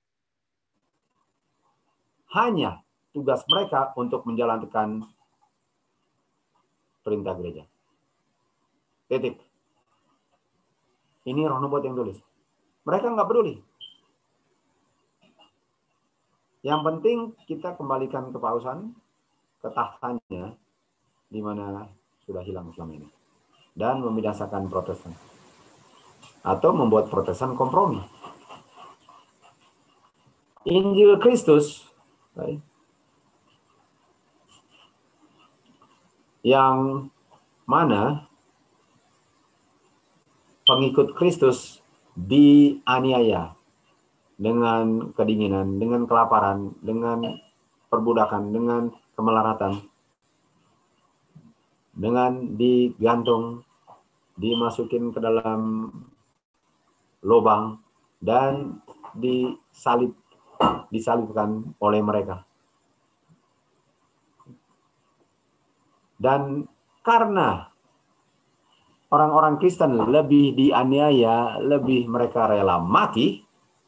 Hanya tugas mereka untuk menjalankan perintah gereja. Titik. Ini Roh Nubuat yang tulis. Mereka nggak peduli. Yang penting kita kembalikan kepausan, ketahtanya, di mana sudah hilang selama ini. Dan membinasakan Protestan. Atau membuat Protestan kompromi. Injil Kristus, yang mana pengikut Kristus dianiaya dengan kedinginan, dengan kelaparan, dengan perbudakan, dengan kemelaratan, dengan digantung, dimasukin ke dalam lubang, dan disalibkan oleh mereka. Dan karena orang-orang Kristen lebih dianiaya, lebih mereka rela mati,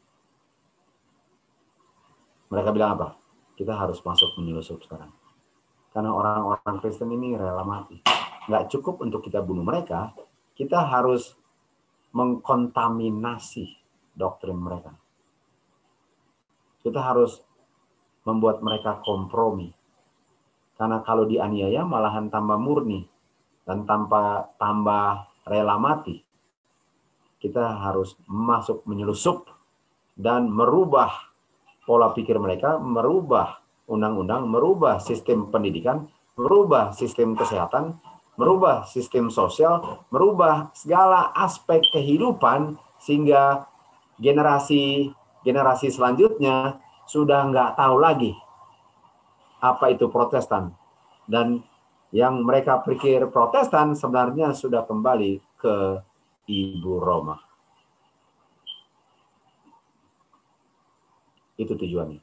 mereka bilang apa? Kita harus masuk menyelusup sekarang. Karena orang-orang Kristen ini rela mati. Nggak cukup untuk kita bunuh mereka, kita harus mengkontaminasi doktrin mereka. Kita harus membuat mereka kompromi. Karena kalau dianiaya malahan tambah murni dan tambah rela mati. Kita harus masuk menyelusup dan merubah pola pikir mereka, merubah undang-undang, merubah sistem pendidikan, merubah sistem kesehatan, merubah sistem sosial, merubah segala aspek kehidupan sehingga generasi selanjutnya sudah nggak tahu lagi apa itu Protestan. Dan yang mereka pikir Protestan sebenarnya sudah kembali ke Ibu Roma. Itu tujuannya.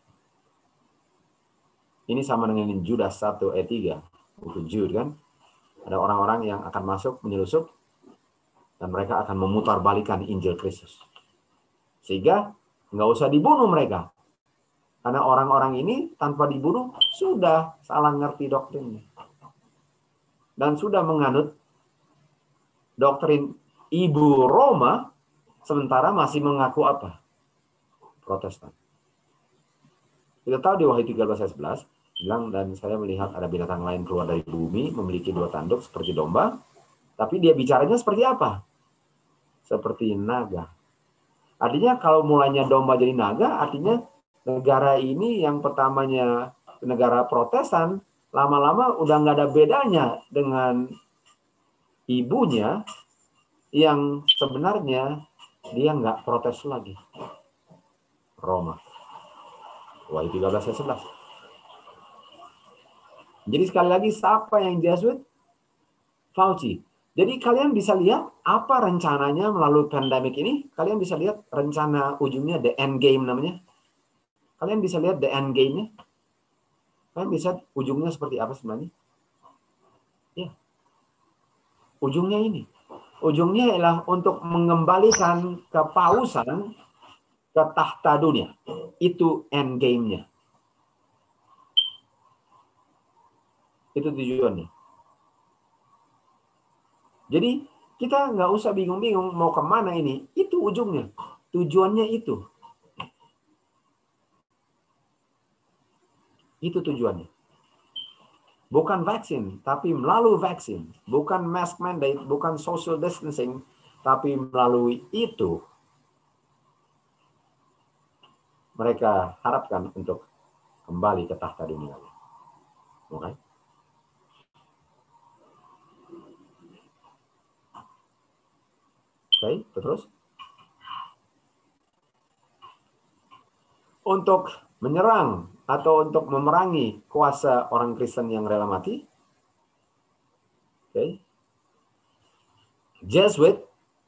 Ini sama dengan Judas 1 ayat 3. Buku Jude kan. Ada orang-orang yang akan masuk menyelusup dan mereka akan memutarbalikkan Injil Kristus. Sehingga nggak usah dibunuh mereka. Karena orang-orang ini tanpa dibunuh sudah salah ngerti doktrinnya. Dan sudah menganut doktrin Ibu Roma sementara masih mengaku apa? Protestan. Kita tahu di Wahyu 13 ayat 11 bilang, dan saya melihat ada binatang lain keluar dari bumi memiliki 2 tanduk seperti domba, tapi dia bicaranya seperti apa? Seperti naga. Artinya kalau mulanya domba jadi naga, artinya negara ini yang pertamanya negara Protestan, lama-lama udah nggak ada bedanya dengan ibunya yang sebenarnya dia nggak protes lagi. Roma. Wahyu 13 ayat 11. Jadi sekali lagi, siapa yang Jesuit? Fauci. Jadi kalian bisa lihat apa rencananya melalui pandemik ini. Kalian bisa lihat rencana ujungnya, the end game namanya. Kalian bisa lihat the end game-nya. Kalian bisa ujungnya seperti apa sebenarnya? Ya. Ujungnya ini. Ujungnya ialah untuk mengembalikan kepausan ke tahta dunia. Itu end game-nya. Itu tujuannya. Jadi kita nggak usah bingung-bingung mau kemana ini. Itu ujungnya. Tujuannya itu. Itu tujuannya. Bukan vaksin, tapi melalui vaksin. Bukan mask mandate, bukan social distancing, tapi melalui itu mereka harapkan untuk kembali ke tahta dunia. Oke? Oke, terus. Untuk menyerang atau untuk memerangi kuasa orang Kristen yang rela mati. Oke. Jesuit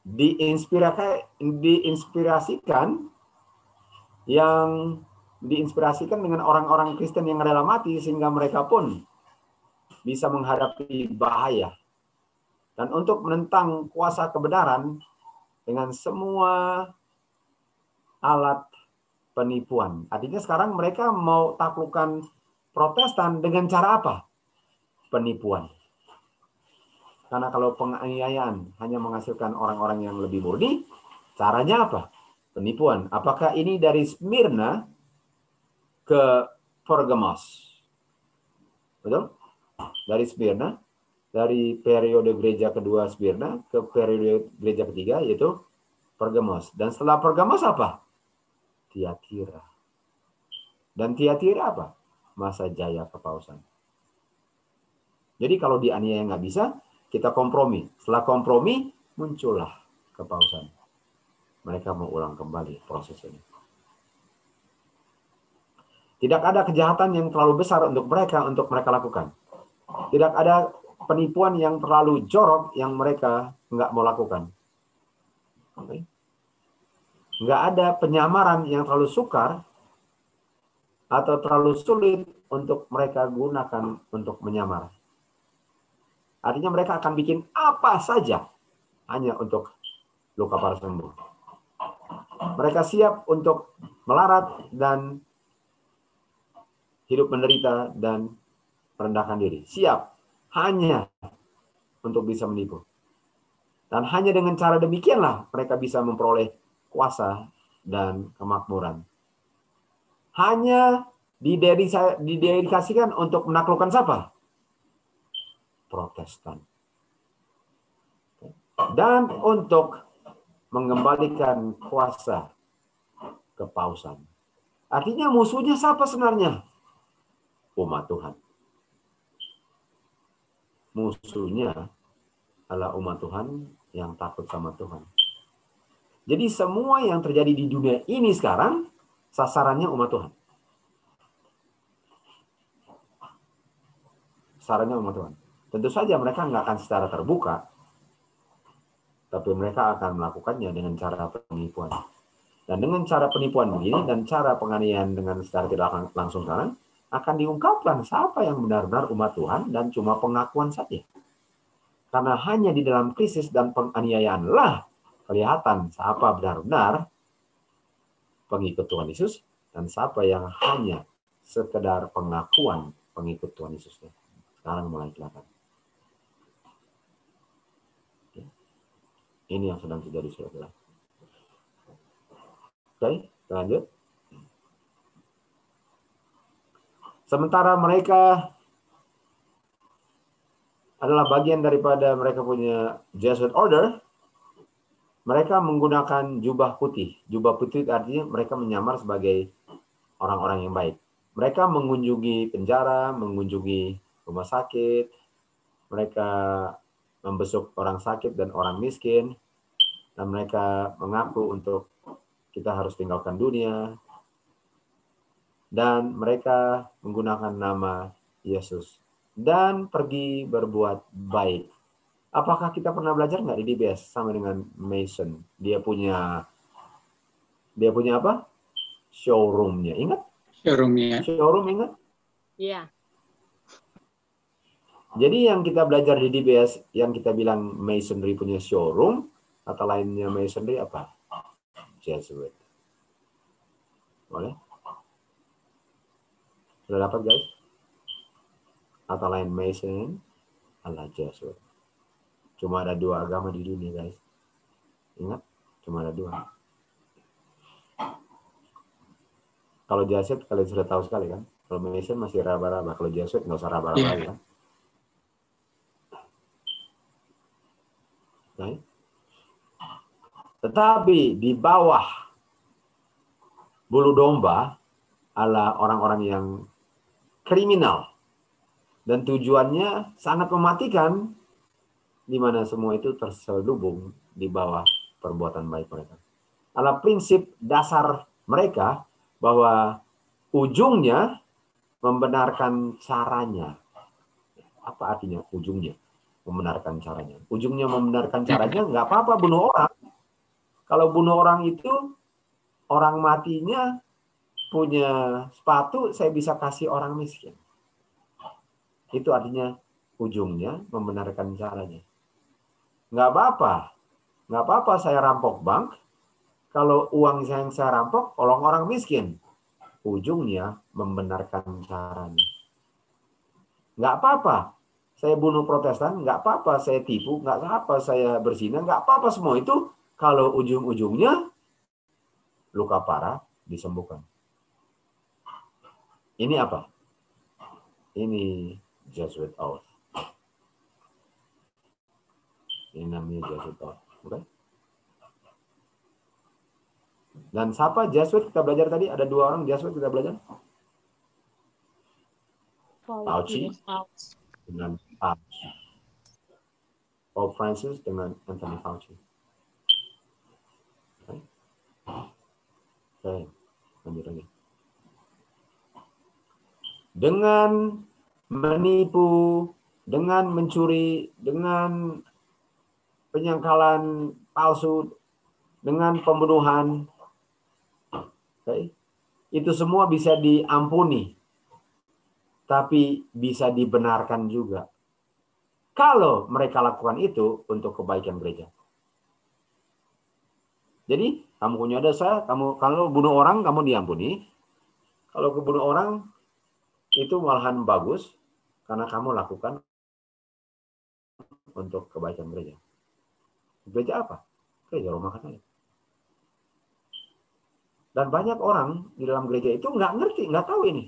diinspirasikan dengan orang-orang Kristen yang rela mati sehingga mereka pun bisa menghadapi bahaya. Dan untuk menentang kuasa kebenaran dengan semua alat penipuan. Artinya sekarang mereka mau taklukkan Protestan dengan cara apa? Penipuan. Karena kalau penganiayaan hanya menghasilkan orang-orang yang lebih murni, caranya apa? Penipuan. Apakah ini dari Smyrna ke Pergamos? Betul? Dari Smyrna, dari periode gereja kedua Smyrna ke periode gereja ketiga, yaitu Pergamos. Dan setelah Pergamos apa? Tiatira. Dan Tiatira apa? Masa jaya kepausan. Jadi kalau dianiaya nggak bisa, kita kompromi. Setelah kompromi, muncullah kepausan. Mereka mau ulang kembali proses ini. Tidak ada kejahatan yang terlalu besar untuk mereka lakukan. Tidak ada penipuan yang terlalu jorok yang mereka nggak mau lakukan. Okay. Nggak ada penyamaran yang terlalu sukar atau terlalu sulit untuk mereka gunakan untuk menyamar. Artinya mereka akan bikin apa saja hanya untuk luka parah sembuh. Mereka siap untuk melarat dan hidup menderita dan merendahkan diri. Siap hanya untuk bisa menipu. Dan hanya dengan cara demikianlah mereka bisa memperoleh kuasa dan kemakmuran. Hanya didedikasikan untuk menaklukkan siapa? Protestan. Dan untuk mengembalikan kuasa kepausan. Artinya musuhnya siapa sebenarnya? Umat Tuhan. Musuhnya adalah umat Tuhan yang takut sama Tuhan. Jadi semua yang terjadi di dunia ini sekarang, sasarannya umat Tuhan. Sasarannya umat Tuhan. Tentu saja mereka nggak akan secara terbuka, tapi mereka akan melakukannya dengan cara penipuan. Dan dengan cara penipuan begini dan cara penganiayaan dengan secara tidak langsung sekarang, akan diungkapkan siapa yang benar-benar umat Tuhan dan cuma pengakuan saja. Karena hanya di dalam krisis dan penganiayaanlah kelihatan siapa benar-benar pengikut Tuhan Yesus dan siapa yang hanya sekedar pengakuan pengikut Tuhan Yesus. Sekarang mulai kelihatan. Ini yang sedang terjadi, saudara. Oke, lanjut. Sementara mereka adalah bagian daripada mereka punya Jesuit Order, mereka menggunakan jubah putih. Jubah putih artinya mereka menyamar sebagai orang-orang yang baik. Mereka mengunjungi penjara, mengunjungi rumah sakit, mereka membesuk orang sakit dan orang miskin, dan mereka mengaku untuk kita harus tinggalkan dunia, dan mereka menggunakan nama Yesus dan pergi berbuat baik. Apakah kita pernah belajar nggak di DBS sama dengan Mason? Dia punya apa? Showroom-nya. Ingat? Showroom-nya. Showroom ingat? Iya. Jadi yang kita belajar di DBS, yang kita bilang Masonry punya showroom, kata lainnya Masonry apa? Jesuit. Boleh? Sudah dapat guys? Kata lain Mason adalah Jesuit. Cuma ada 2 agama di dunia guys. Ingat? Cuma ada 2. Kalau Jesuit kalian sudah tahu sekali kan? Kalau Mason masih raba-raba. Kalau Jesuit nggak usah raba-raba lagi kan? Okay. Tetapi di bawah bulu domba adalah orang-orang yang kriminal dan tujuannya sangat mematikan, di mana semua itu terselubung di bawah perbuatan baik mereka. Adalah prinsip dasar mereka bahwa ujungnya membenarkan caranya. Apa artinya ujungnya? Membenarkan caranya. Ujungnya membenarkan caranya, nggak apa-apa bunuh orang. Kalau bunuh orang itu, orang matinya punya sepatu, saya bisa kasih orang miskin. Itu artinya ujungnya membenarkan caranya. Nggak apa-apa. Nggak apa-apa saya rampok bank. Kalau uang yang saya rampok, tolong orang miskin. Ujungnya membenarkan caranya. Nggak apa-apa. Saya bunuh Protestan, nggak apa-apa saya tipu, nggak apa-apa saya berzina, nggak apa-apa semua itu. Kalau ujung-ujungnya luka parah disembuhkan. Ini apa? Ini Jesuit Oath. Ini namanya Jesuit Oath. Okay? Dan siapa Jesuit kita belajar tadi? Ada 2 orang Jesuit kita belajar. Fauci dengan Fauci. Pope Francis dengan Anthony Fauci. Oke, lanjut lagi. Dengan menipu, dengan mencuri, dengan penyangkalan palsu, dengan pembunuhan, itu semua bisa diampuni, tapi bisa dibenarkan juga. Kalau mereka lakukan itu untuk kebaikan gereja. Jadi, kamu punya dosa, kalau bunuh orang, kamu diampuni. Kalau kebunuh orang, itu malahan bagus, karena kamu lakukan untuk kebaikan gereja. Gereja apa? Gereja Roma Katolik. Dan banyak orang di dalam gereja itu nggak ngerti, nggak tahu ini.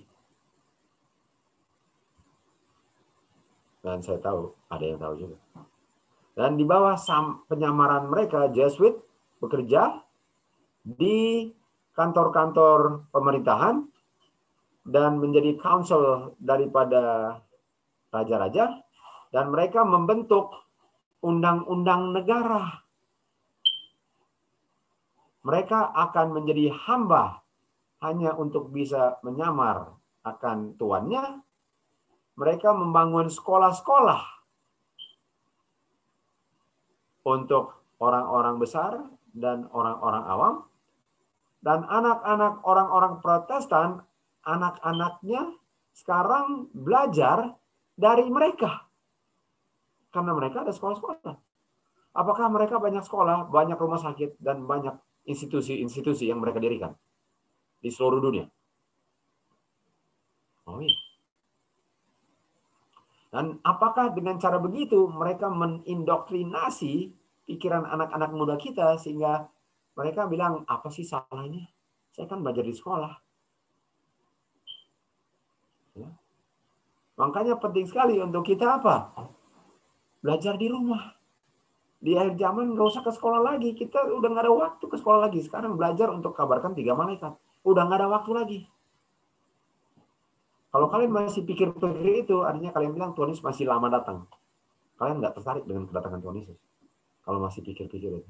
Dan saya tahu, ada yang tahu juga. Dan di bawah penyamaran mereka, Jesuit bekerja di kantor-kantor pemerintahan dan menjadi counsel daripada raja-raja. Dan mereka membentuk undang-undang negara. Mereka akan menjadi hamba hanya untuk bisa menyamar akan tuannya. Mereka membangun sekolah-sekolah untuk orang-orang besar dan orang-orang awam. Dan anak-anak orang-orang Protestan, anak-anaknya sekarang belajar dari mereka. Karena mereka ada sekolah-sekolah. Apakah mereka banyak sekolah, banyak rumah sakit, dan banyak institusi-institusi yang mereka dirikan di seluruh dunia? Oh iya. Dan apakah dengan cara begitu mereka mengindoktrinasi pikiran anak-anak muda kita sehingga mereka bilang, apa sih salahnya? Saya kan belajar di sekolah. Ya. Makanya penting sekali untuk kita apa? Belajar di rumah. Di akhir zaman nggak usah ke sekolah lagi. Kita udah nggak ada waktu ke sekolah lagi. Sekarang belajar untuk kabarkan 3 malaikat. Udah nggak ada waktu lagi. Kalau kalian masih pikir-pikir itu, artinya kalian bilang Tuhan Yesus masih lama datang. Kalian nggak tertarik dengan kedatangan Tuhan Yesus. Kalau masih pikir-pikir itu.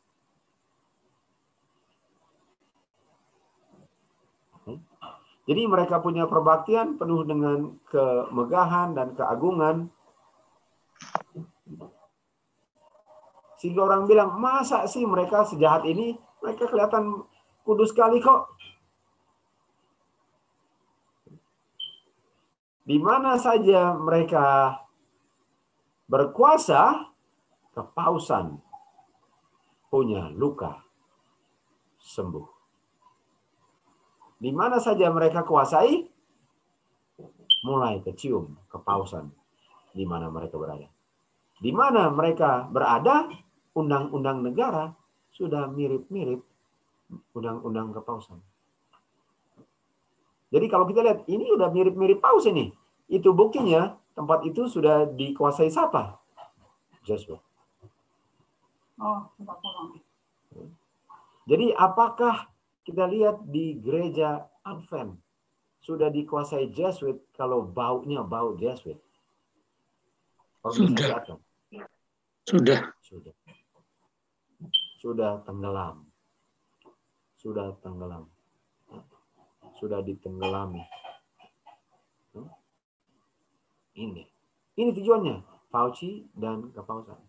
Jadi mereka punya perbaktian penuh dengan kemegahan dan keagungan. Sehingga orang bilang, masa sih mereka sejahat ini? Mereka kelihatan kudus sekali kok. Di mana saja mereka berkuasa kepausan, punya luka sembuh. Di mana saja mereka kuasai, mulai kecium kepausan di mana mereka berada. Di mana mereka berada, undang-undang negara sudah mirip-mirip undang-undang kepausan. Jadi kalau kita lihat, ini udah mirip-mirip paus ini. Itu buktinya, tempat itu sudah dikuasai siapa? Jesuit. Jadi apakah kita lihat di gereja Advent sudah dikuasai Jesuit kalau baunya bau Jesuit? Sudah. Advent. Sudah. Sudah tenggelam. Sudah tenggelam. Sudah ditenggelami. Ini tujuannya, Fauci dan kepausan.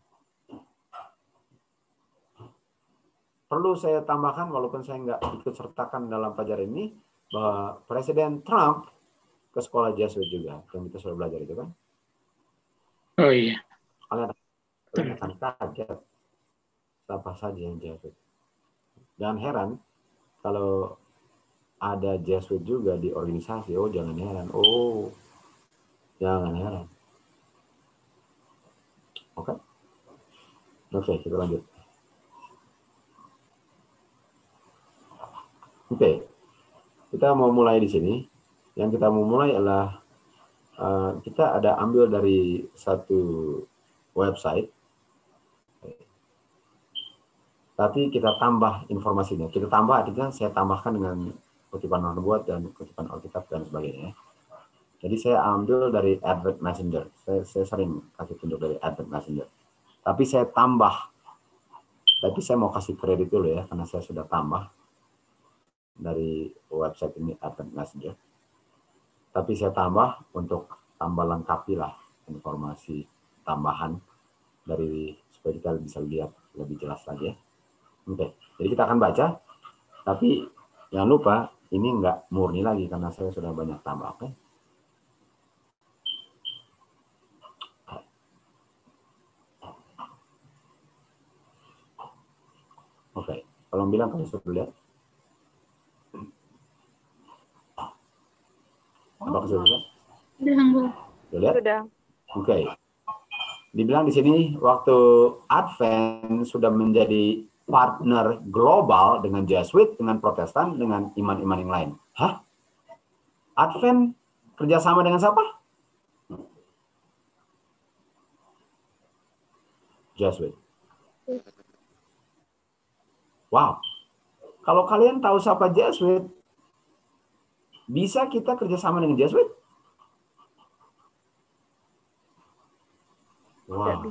Perlu saya tambahkan, walaupun saya nggak ikut sertakan dalam pelajaran ini, bahwa Presiden Trump ke sekolah Jesuit juga, yang kita sudah belajar itu kan. Oh iya. Kalian akan kaget siapa saja yang Jesuit. Jangan heran kalau ada Jesuit juga di organisasi. Oh, jangan heran. Oh, jangan heran. Oke, kita lanjut. Oke, kita mau mulai di sini. Yang kita mau mulai adalah kita ada ambil dari satu website, tapi kita tambah informasinya. Kita tambah artinya saya tambahkan dengan kutipan nubuat dan kutipan Alkitab dan sebagainya. Jadi saya ambil dari Advent Messenger. Saya sering kasih tunjuk dari Advent Messenger. Tapi saya tambah. Tapi saya mau kasih kredit dulu ya, karena saya sudah tambah dari website ini Advent Messenger. Tapi saya tambah untuk tambah lengkapi lah informasi tambahan dari supaya kita bisa lihat lebih jelas lagi ya. Oke, jadi kita akan baca. Tapi jangan lupa ini nggak murni lagi karena saya sudah banyak tambah. Oke. Oke, tolong bilang kalau sudah lihat. Apakah sudah lihat? Sudah lihat? Sudah. Oke. Dibilang di sini waktu Advent sudah menjadi partner global dengan Jesuit, dengan Protestan, dengan iman-iman yang lain. Hah? Advent kerjasama dengan siapa? Jesuit. Wow. Kalau kalian tahu siapa Jesuit, bisa kita kerjasama dengan Jesuit? Wow.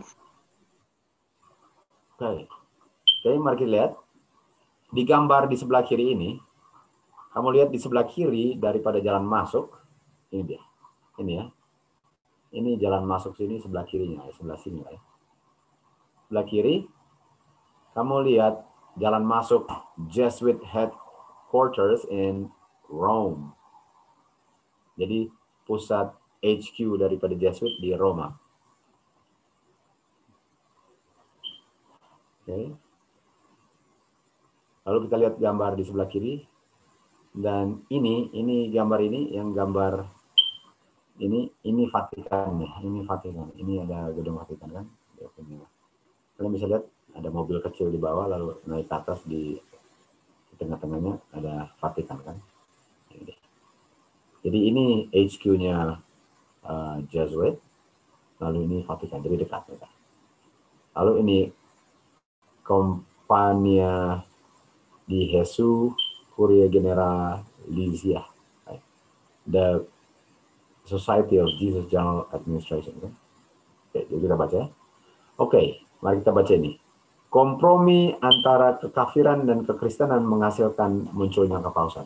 Oke, mari kita lihat. Di gambar di sebelah kiri ini, kamu lihat di sebelah kiri daripada jalan masuk, ini dia. Ini ya. Ini jalan masuk sini sebelah kirinya, sebelah sini ya. Sebelah kiri, kamu lihat jalan masuk Jesuit headquarters in Rome. Jadi pusat HQ daripada Jesuit di Roma. Oke. Lalu kita lihat gambar di sebelah kiri. Dan ini gambar ini, yang gambar ini Vatikan ya. Ini Vatikan. Ini ada gedung Vatikan kan. Kalian bisa lihat ada mobil kecil di bawah, lalu naik ke atas di tengah-tengahnya ada Vatikan kan. Jadi ini HQ-nya Jesuit, lalu ini Vatikan, jadi dekat. Lalu ini Compagnia di Jesu Curia Generalizia, the Society of Jesus General Administration. Oke, jadi kita baca ya. Oke, mari kita baca ini. Kompromi antara kekafiran dan kekristenan menghasilkan munculnya kepausan.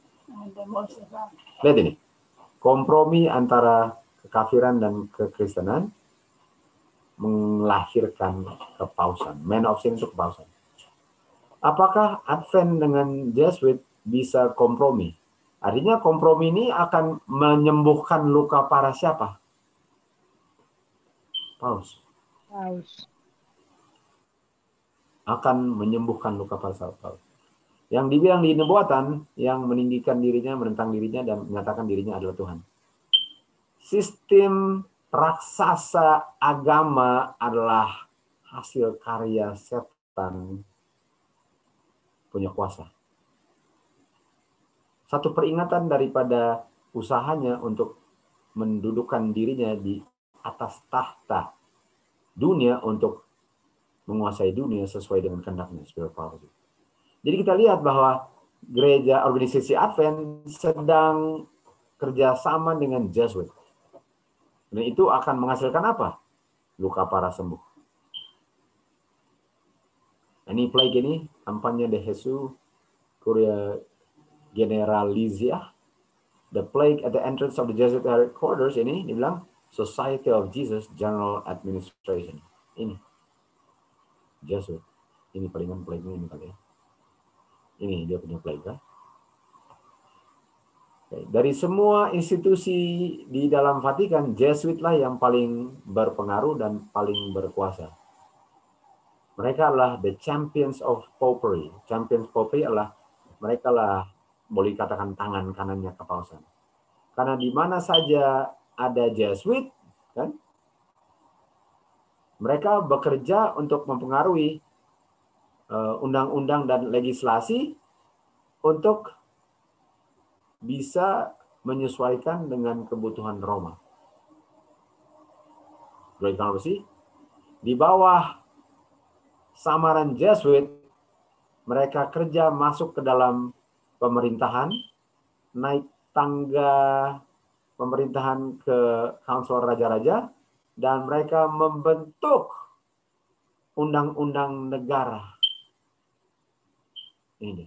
Lihat ini. Kompromi antara kekafiran dan kekristenan melahirkan kepausan. Man of sin itu kepausan. Apakah Advent dengan Jesuit bisa kompromi? Artinya kompromi ini akan menyembuhkan luka parah siapa? Paus. akan menyembuhkan luka parah Paulus. Yang dibilang di nubuatan, yang meninggikan dirinya, menentang dirinya, dan menyatakan dirinya adalah Tuhan. Sistem raksasa agama adalah hasil karya setan punya kuasa. Satu peringatan daripada usahanya untuk mendudukkan dirinya di atas tahta dunia untuk menguasai dunia sesuai dengan kehendaknya, spirit prophecy. Jadi kita lihat bahwa gereja organisasi Advent sedang kerjasama dengan Jesuit. Dan itu akan menghasilkan apa? Luka parah sembuh. Ini plague ini, kampanye de Jesus Curia Generalizia. The plague at the entrance of the Jesuit headquarters ini dibilang Society of Jesus General Administration. Ini Jesuit. Ini palingan plague ini kali ya. Ini dia punya plague kan? Dari semua institusi di dalam Vatikan, Jesuit lah yang paling berpengaruh dan paling berkuasa. Mereka adalah the champions of popery. Champions popery adalah mereka lah boleh dikatakan tangan kanannya kepausan. Karena di mana saja ada Jesuit, kan? Mereka bekerja untuk mempengaruhi undang-undang dan legislasi untuk bisa menyesuaikan dengan kebutuhan Roma. Great Controversy. Di bawah samaran Jesuit, mereka kerja masuk ke dalam pemerintahan, naik tangga pemerintahan ke Council Raja-Raja, dan mereka membentuk undang-undang negara. Ini.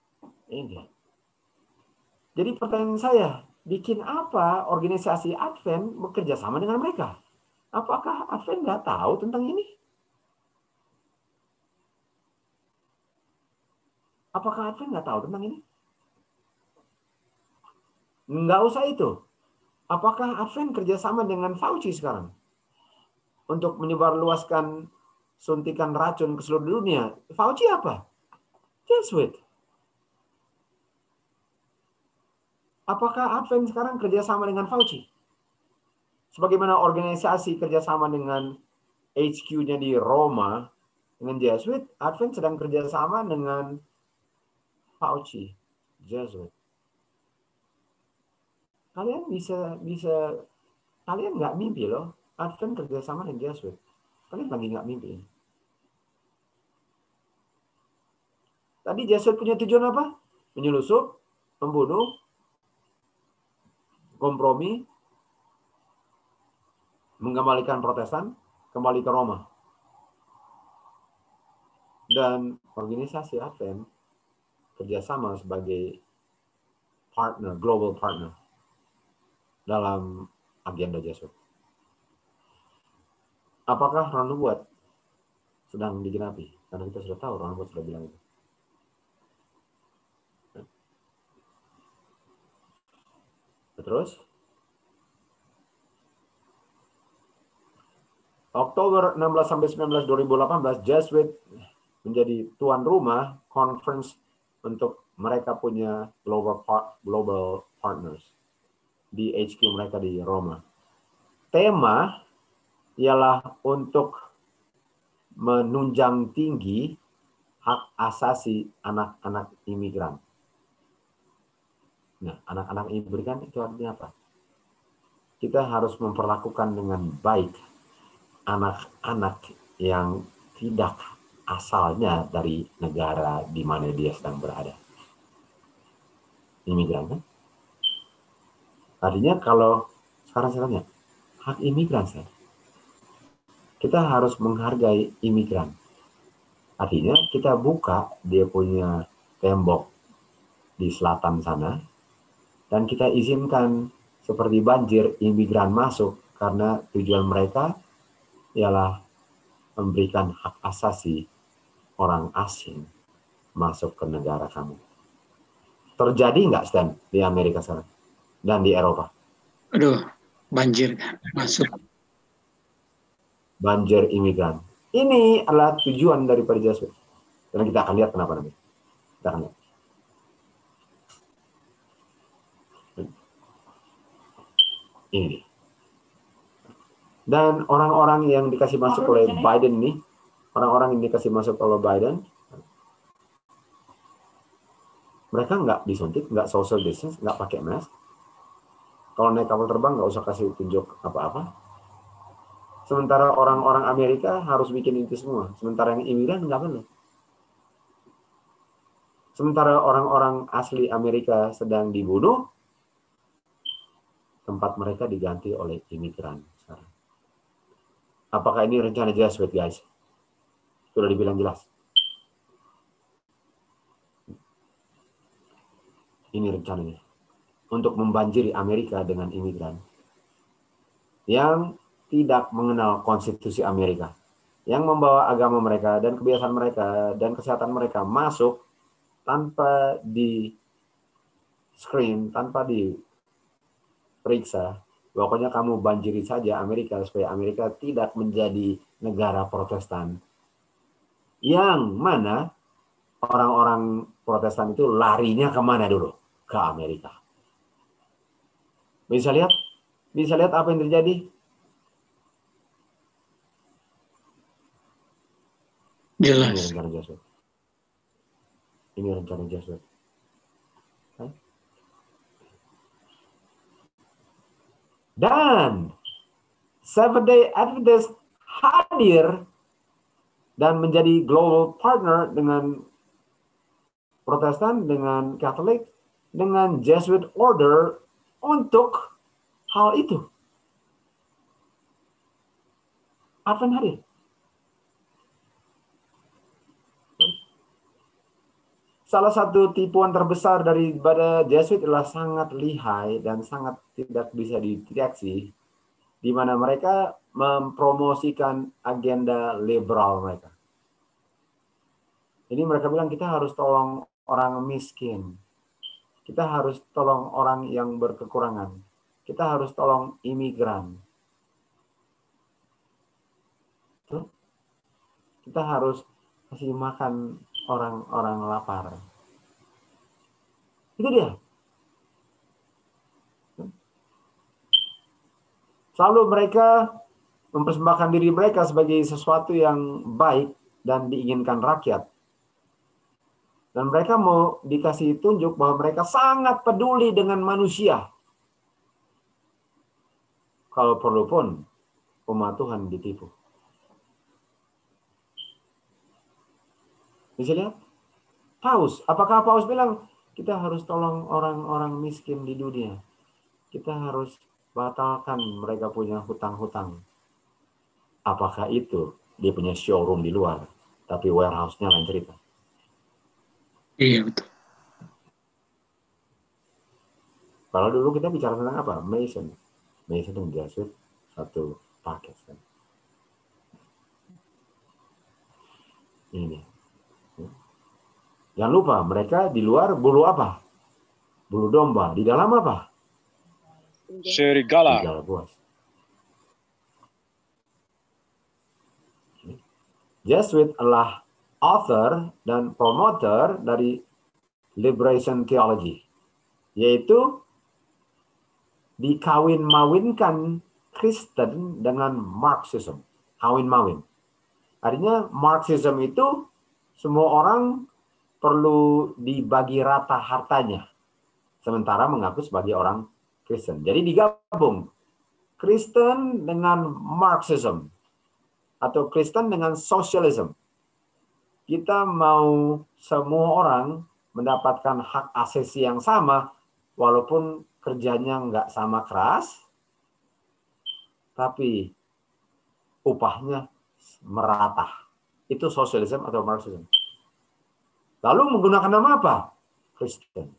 Jadi pertanyaan saya, bikin apa organisasi Advent bekerja sama dengan mereka? Apakah Advent nggak tahu tentang ini? Apakah Advent nggak tahu tentang ini? Nggak usah itu. Apakah Advent kerjasama dengan Fauci sekarang? Untuk menyebarluaskan suntikan racun ke seluruh dunia. Fauci apa? Jesuit. Apakah Advent sekarang kerjasama dengan Fauci? Sebagaimana organisasi kerjasama dengan HQ-nya di Roma, dengan Jesuit, Advent sedang kerjasama dengan Fauci, Jesuit. Kalian kalian nggak mimpi loh, Advent kerjasama dengan Jesuit. Kalian lagi nggak mimpi. Tadi Jesuit punya tujuan apa? Menyelusup, membunuh, kompromi, mengembalikan Protestan kembali ke Roma. Dan organisasi Advent kerjasama sebagai partner, global partner dalam agenda Jesuit. Apakah Roh Nubuat sedang digenapi? Karena kita sudah tahu Roh Nubuat sudah bilang itu. Terus Oktober 16 sampai 19 2018 Jesuit menjadi tuan rumah conference untuk mereka punya global partners di HQ mereka di Roma. Tema ialah untuk menunjang tinggi hak asasi anak-anak imigran. Nah, anak-anak imigran itu artinya apa? Kita harus memperlakukan dengan baik anak-anak yang tidak asalnya dari negara di mana dia sedang berada. Imigran kan? Artinya kalau sekarang saya tanya, hak imigran saya. Kita harus menghargai imigran. Artinya kita buka dia punya tembok di selatan sana, dan kita izinkan seperti banjir imigran masuk karena tujuan mereka ialah memberikan hak asasi orang asing masuk ke negara kamu. Terjadi nggak, Stan, di Amerika sekarang dan di Eropa? Aduh, banjir kan masuk. banjir imigran. Ini adalah tujuan daripada Jesuit. Dan kita akan lihat kenapa nanti. Kita akan lihat. Ini. Dan orang-orang yang dikasih masuk oleh Biden nih, orang-orang yang dikasih masuk oleh Biden, mereka nggak disuntik, nggak social distance, nggak pakai mask. Kalau naik kapal terbang nggak usah kasih tunjuk apa-apa. Sementara orang-orang Amerika harus bikin itu semua. Sementara yang imigran nggak perlu. Sementara orang-orang asli Amerika sedang dibunuh, tempat mereka diganti oleh imigran sekarang. Apakah ini rencana Jesuit, guys? Sudah dibilang jelas. Ini rencananya. Untuk membanjiri Amerika dengan imigran yang tidak mengenal konstitusi Amerika. Yang membawa agama mereka dan kebiasaan mereka dan kesehatan mereka masuk tanpa di screen, tanpa diperiksa. Pokoknya kamu banjiri saja Amerika supaya Amerika tidak menjadi negara Protestan. Yang mana orang-orang Protestan itu larinya kemana dulu? Ke Amerika. Bisa lihat apa yang terjadi? Jelas. Ini rencana Jesuit. Ini rencana Jesuit. Dan Seventh-day Adventist hadir dan menjadi global partner dengan Protestan, dengan Katolik, dengan Jesuit Order untuk hal itu. Advent hadir. Salah satu tipuan terbesar daripada Jesuit adalah sangat lihai dan sangat tidak bisa dideteksi, di mana mereka mempromosikan agenda liberal mereka. Jadi mereka bilang kita harus tolong orang miskin, kita harus tolong orang yang berkekurangan, kita harus tolong imigran, kita harus kasih makan orang-orang lapar. Itu dia. Selalu mereka mempersembahkan diri mereka sebagai sesuatu yang baik dan diinginkan rakyat. Dan mereka mau dikasih tunjuk bahwa mereka sangat peduli dengan manusia. Kalau perlu pun umat Tuhan ditipu. Bisa lihat? Paus, apakah Paus bilang kita harus tolong orang-orang miskin di dunia? Kita harus batalkan mereka punya hutang-hutang. Apakah itu dia punya showroom di luar, tapi warehouse-nya lain cerita? Iya, betul. Kalau dulu kita bicara tentang apa? Mason dan Jesuit satu paket. Ini. Jangan lupa, mereka di luar bulu apa? Bulu domba. Di dalam apa? Serigala. Serigala buas. Jesuit adalah author dan promoter dari liberation theology, yaitu dikawin-mawinkan Kristen dengan Marxism. Kawin-mawin. Artinya Marxism itu semua orang perlu dibagi rata hartanya, sementara mengaku sebagai orang Kristen. Jadi digabung Kristen dengan Marxism atau Kristen dengan Socialism. Kita mau semua orang mendapatkan hak asasi yang sama, walaupun kerjanya nggak sama keras, tapi upahnya merata. Itu Socialism atau Marxism. Lalu menggunakan nama apa? Kristen.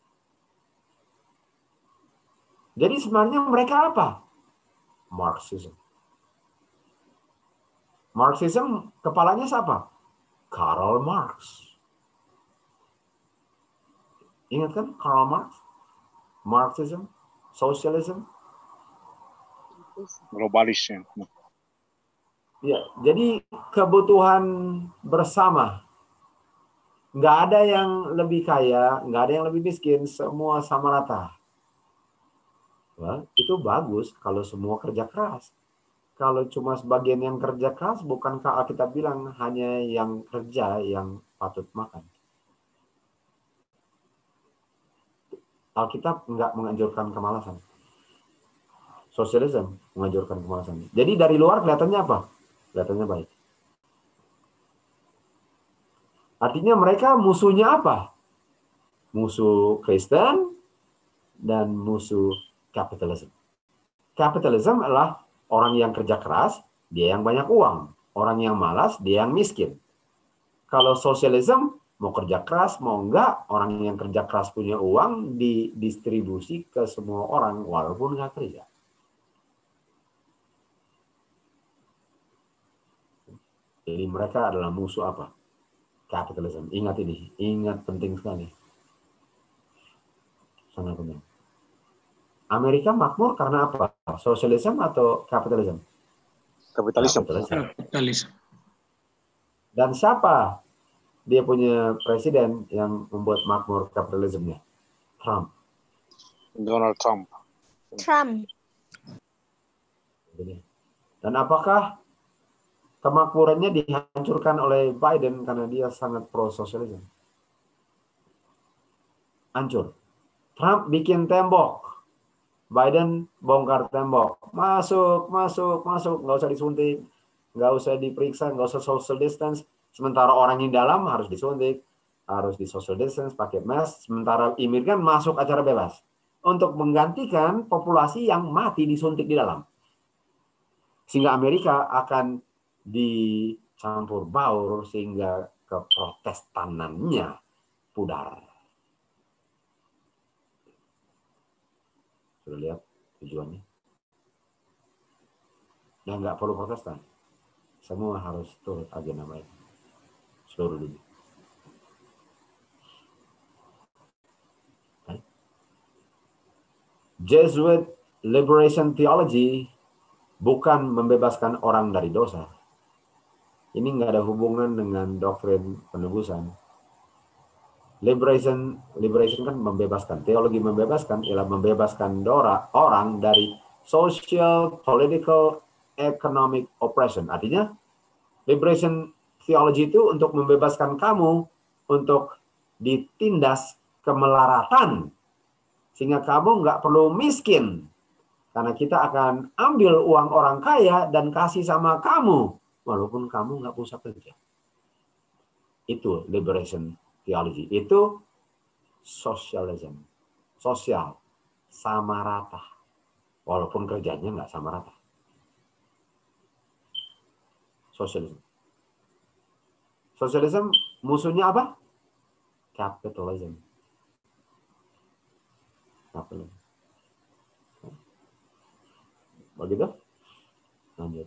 Jadi sebenarnya mereka apa? Marxism. Marxism kepalanya siapa? Karl Marx. Ingat kan Karl Marx? Marxism, Socialism, Globalism. Ya, jadi kebutuhan bersama. Nggak ada yang lebih kaya, nggak ada yang lebih miskin, semua sama rata. Well, itu bagus kalau semua kerja keras. Kalau cuma sebagian yang kerja keras, bukankah Alkitab bilang hanya yang kerja yang patut makan? Alkitab nggak menganjurkan kemalasan. Sosialisme menganjurkan kemalasan. Jadi dari luar kelihatannya apa? Kelihatannya baik. Artinya mereka musuhnya apa? Musuh Kristen dan musuh kapitalisme. Kapitalisme adalah orang yang kerja keras, dia yang banyak uang. Orang yang malas, dia yang miskin. Kalau sosialisme, mau kerja keras, mau enggak, orang yang kerja keras punya uang, didistribusi ke semua orang, walaupun nggak kerja. Jadi mereka adalah musuh apa? Kapitalisme. Ingat ini, ingat penting sekali. Sangat penting. Amerika makmur karena apa? Sosialisme atau kapitalisme? Kapitalisme. Kapitalisme. Dan siapa dia punya presiden yang membuat makmur kapitalismenya? Trump. Donald Trump. Dan apakah kemakmurannya dihancurkan oleh Biden karena dia sangat pro-sosialisme? Hancur. Trump bikin tembok. Biden bongkar tembok. Masuk. Nggak usah disuntik. Nggak usah diperiksa. Nggak usah social distance. Sementara orang yang dalam harus disuntik. Harus di social distance, pakai mask. Sementara imigran masuk acara bebas. Untuk menggantikan populasi yang mati disuntik di dalam. Sehingga Amerika akan dicampur baur sehingga keprotestanannya pudar. Sudah lihat tujuannya? Dan nggak perlu protestan. Semua harus turut agenda baik. Seluruh dunia. Jesuit Liberation Theology bukan membebaskan orang dari dosa. Ini nggak ada hubungan dengan doktrin penebusan. Liberation kan membebaskan. Teologi membebaskan ialah membebaskan orang dari social, political, economic oppression. Artinya, liberation theology itu untuk membebaskan kamu untuk ditindas kemelaratan. Sehingga kamu nggak perlu miskin. Karena kita akan ambil uang orang kaya dan kasih sama kamu. Walaupun kamu nggak usah kerja. Itu liberation theology. Itu socialism. Sosial. Sama rata. Walaupun kerjanya nggak sama rata. Socialism. Socialism musuhnya apa? Capitalism. Capitalism. Begitu? Lanjut.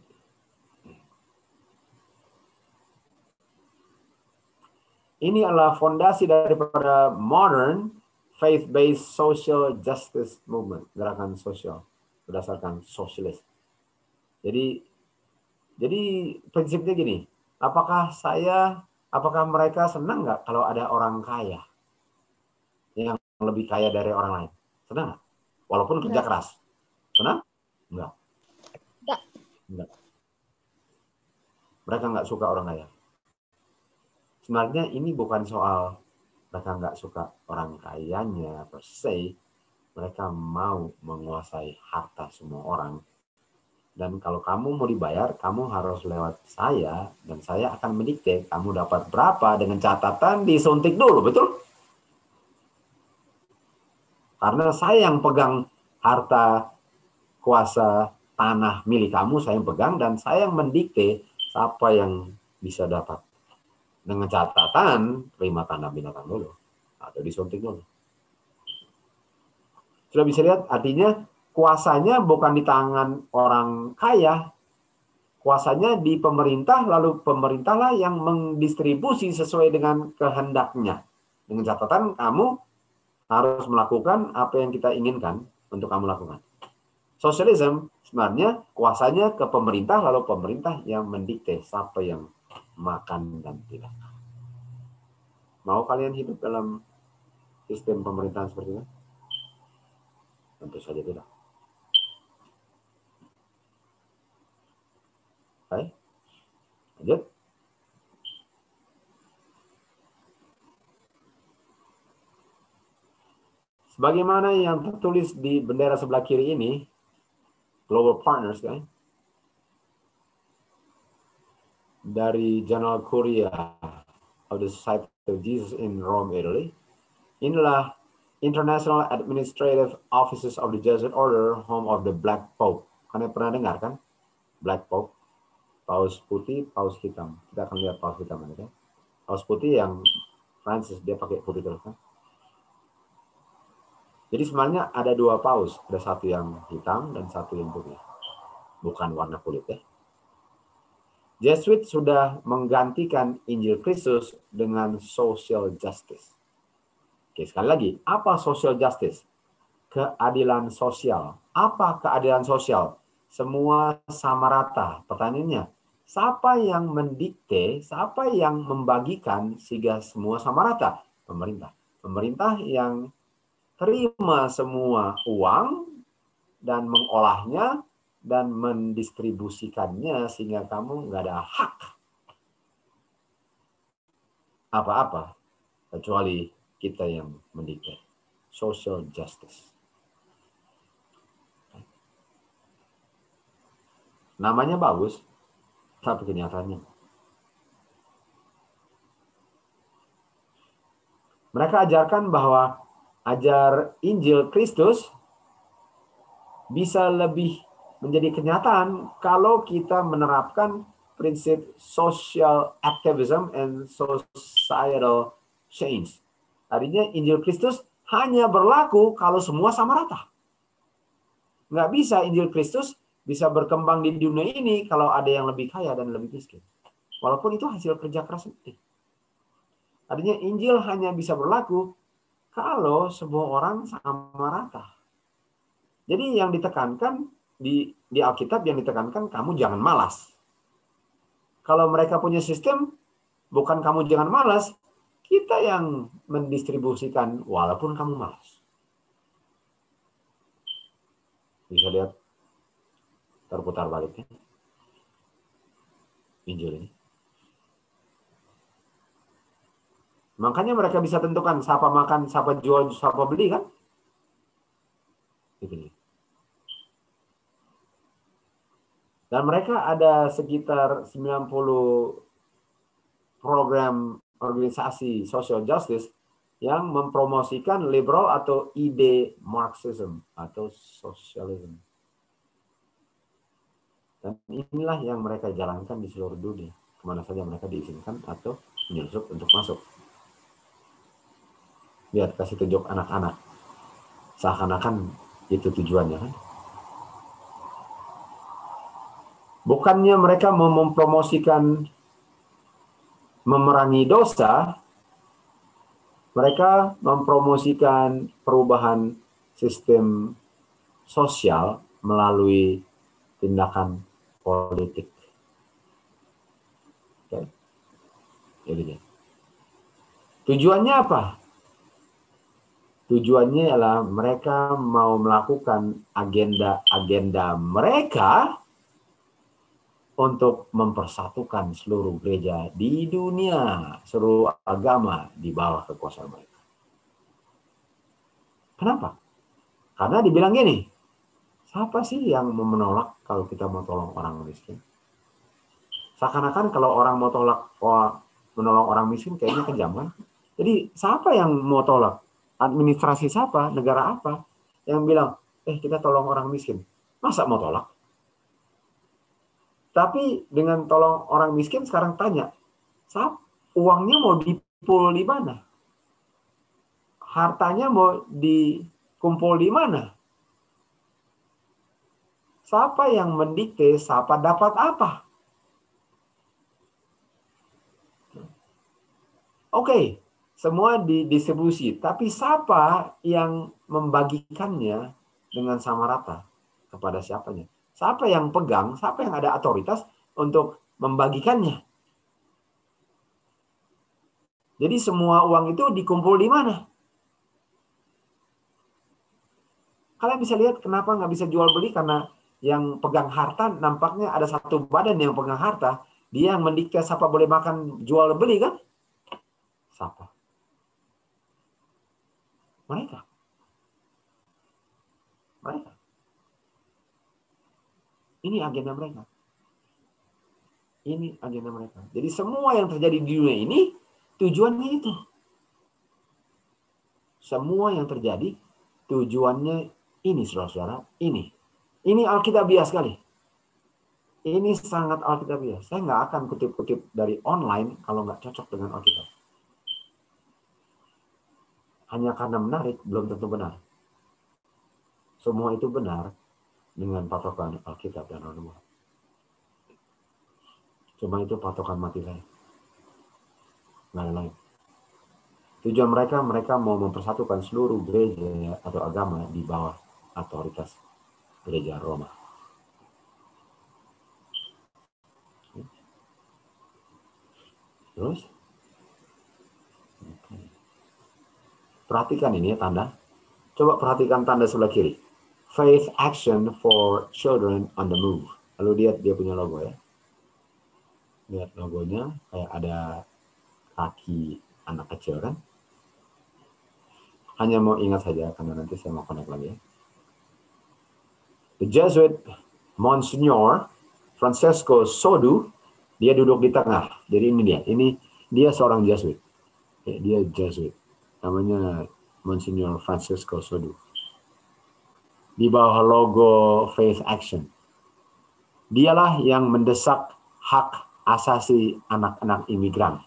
Ini adalah fondasi daripada modern faith-based social justice movement, gerakan sosial berdasarkan sosialis. Jadi prinsipnya gini, apakah mereka senang nggak kalau ada orang kaya yang lebih kaya dari orang lain? Senang nggak? Walaupun kerja keras. Senang? Enggak. Mereka nggak suka orang kaya. Sebenarnya ini bukan soal mereka nggak suka orang kayanya per se. Mereka mau menguasai harta semua orang. Dan kalau kamu mau dibayar, kamu harus lewat saya. Dan saya akan mendikte kamu dapat berapa dengan catatan disuntik dulu, betul? Karena saya yang pegang harta kuasa tanah milik kamu, saya yang pegang. Dan saya yang mendikte siapa yang bisa dapat. Dengan catatan, terima tanda binatang dulu. Atau disuntik dulu. Sudah bisa lihat, artinya kuasanya bukan di tangan orang kaya. Kuasanya di pemerintah, lalu pemerintahlah yang mendistribusi sesuai dengan kehendaknya. Dengan catatan, kamu harus melakukan apa yang kita inginkan untuk kamu lakukan. Sosialisme Sebenarnya kuasanya ke pemerintah, lalu pemerintah yang mendikte siapa yang makan dan tidak. Mau kalian hidup dalam sistem pemerintahan seperti itu? Tentu saja tidak. Baik, lanjut. Sebagaimana yang tertulis di bendera sebelah kiri ini, Global Partners, kan? Dari General Curia of the Society of Jesus in Rome, Italy. Inilah International Administrative Offices of the Jesuit Order, home of the Black Pope. Kalian pernah dengar kan? Black Pope, paus putih, paus hitam. Kita akan lihat paus hitam ini kan? Paus putih yang Francis, dia pakai putih terus kan? Jadi sebenarnya ada dua paus, ada satu yang hitam dan satu yang putih. Bukan warna kulit ya. Jesuit sudah menggantikan Injil Kristus dengan social justice. Oke, sekali lagi, apa social justice? Keadilan sosial. Apa keadilan sosial? Semua sama rata. Pertanyaannya, siapa yang mendikte, siapa yang membagikan sehingga semua sama rata? Pemerintah. Pemerintah yang terima semua uang dan mengolahnya dan mendistribusikannya sehingga kamu nggak ada hak apa-apa kecuali kita yang mendikte. Social justice. Namanya bagus, tapi kenyataannya. Mereka ajarkan bahwa ajar Injil Kristus bisa lebih menjadi kenyataan kalau kita menerapkan prinsip social activism and societal change. Artinya Injil Kristus hanya berlaku kalau semua sama rata. Nggak bisa Injil Kristus bisa berkembang di dunia ini kalau ada yang lebih kaya dan lebih miskin. Walaupun itu hasil kerja keras sendiri. Artinya Injil hanya bisa berlaku kalau semua orang sama rata. Jadi yang ditekankan di Alkitab yang ditekankan kamu jangan malas. Kalau mereka punya sistem, bukan kamu jangan malas, kita yang mendistribusikan walaupun kamu malas. Bisa lihat terputar baliknya Injil ini. Makanya mereka bisa tentukan siapa makan, siapa jual, siapa beli kan? Gitu. Dan mereka ada sekitar 90 program organisasi social justice yang mempromosikan liberal atau ide Marxism atau socialism. Dan inilah yang mereka jalankan di seluruh dunia. Kemana saja mereka diizinkan atau menyusup untuk masuk. Lihat, kasih tunjuk anak-anak. Seakan-akan itu tujuannya kan. Bukannya mereka mempromosikan memerangi dosa, mereka mempromosikan perubahan sistem sosial melalui tindakan politik. Oke. Jadi, tujuannya apa? Tujuannya adalah mereka mau melakukan agenda-agenda mereka untuk mempersatukan seluruh gereja di dunia, seluruh agama di bawah kekuasaan mereka. Kenapa? Karena dibilang gini, siapa sih yang menolak kalau kita mau tolong orang miskin? Seakan-akan kalau orang mau menolong orang miskin kayaknya kejam kan? Jadi siapa yang mau tolak? Administrasi siapa? Negara apa? Yang bilang, kita tolong orang miskin. Masa mau tolak? Tapi dengan tolong orang miskin sekarang tanya, uangnya mau dipul di mana? Hartanya mau dikumpul di mana? Siapa yang mendikte siapa dapat apa? Oke, semua didistribusi, tapi siapa yang membagikannya dengan sama rata kepada siapanya? Siapa yang pegang, siapa yang ada otoritas untuk membagikannya. Jadi semua uang itu dikumpul di mana? Kalian bisa lihat kenapa nggak bisa jual beli, karena yang pegang harta nampaknya ada satu badan yang pegang harta. Dia yang mendikte siapa boleh makan jual beli kan? Siapa? Mereka. Ini agenda mereka. Ini agenda mereka. Jadi semua yang terjadi di dunia ini tujuannya itu. Semua yang terjadi tujuannya ini, saudara-saudara. Ini alkitabiah sekali. Ini sangat alkitabiah. Saya nggak akan kutip-kutip dari online kalau nggak cocok dengan Alkitab. Hanya karena menarik, belum tentu benar. Semua itu benar dengan patokan Alkitab dan Al-Quran. Cuma itu patokan mati saya. Nggak ada lain. Tujuan mereka mau mempersatukan seluruh gereja atau agama di bawah otoritas gereja Roma. Terus? Perhatikan ini ya tanda. Coba perhatikan tanda sebelah kiri. Faith Action for Children on the Move. Lalu lihat dia punya logo ya. Lihat logonya kayak ada kaki anak kecil kan. Hanya mau ingat saja karena nanti saya mau connect lagi ya. The Jesuit Monsignor Francesco Sodu, dia duduk di tengah. Jadi ini dia. Ini dia seorang Jesuit. Dia Jesuit. Namanya Monsignor Francesco Sodu. Di bawah logo Faith Action. Dialah yang mendesak hak asasi anak-anak imigran.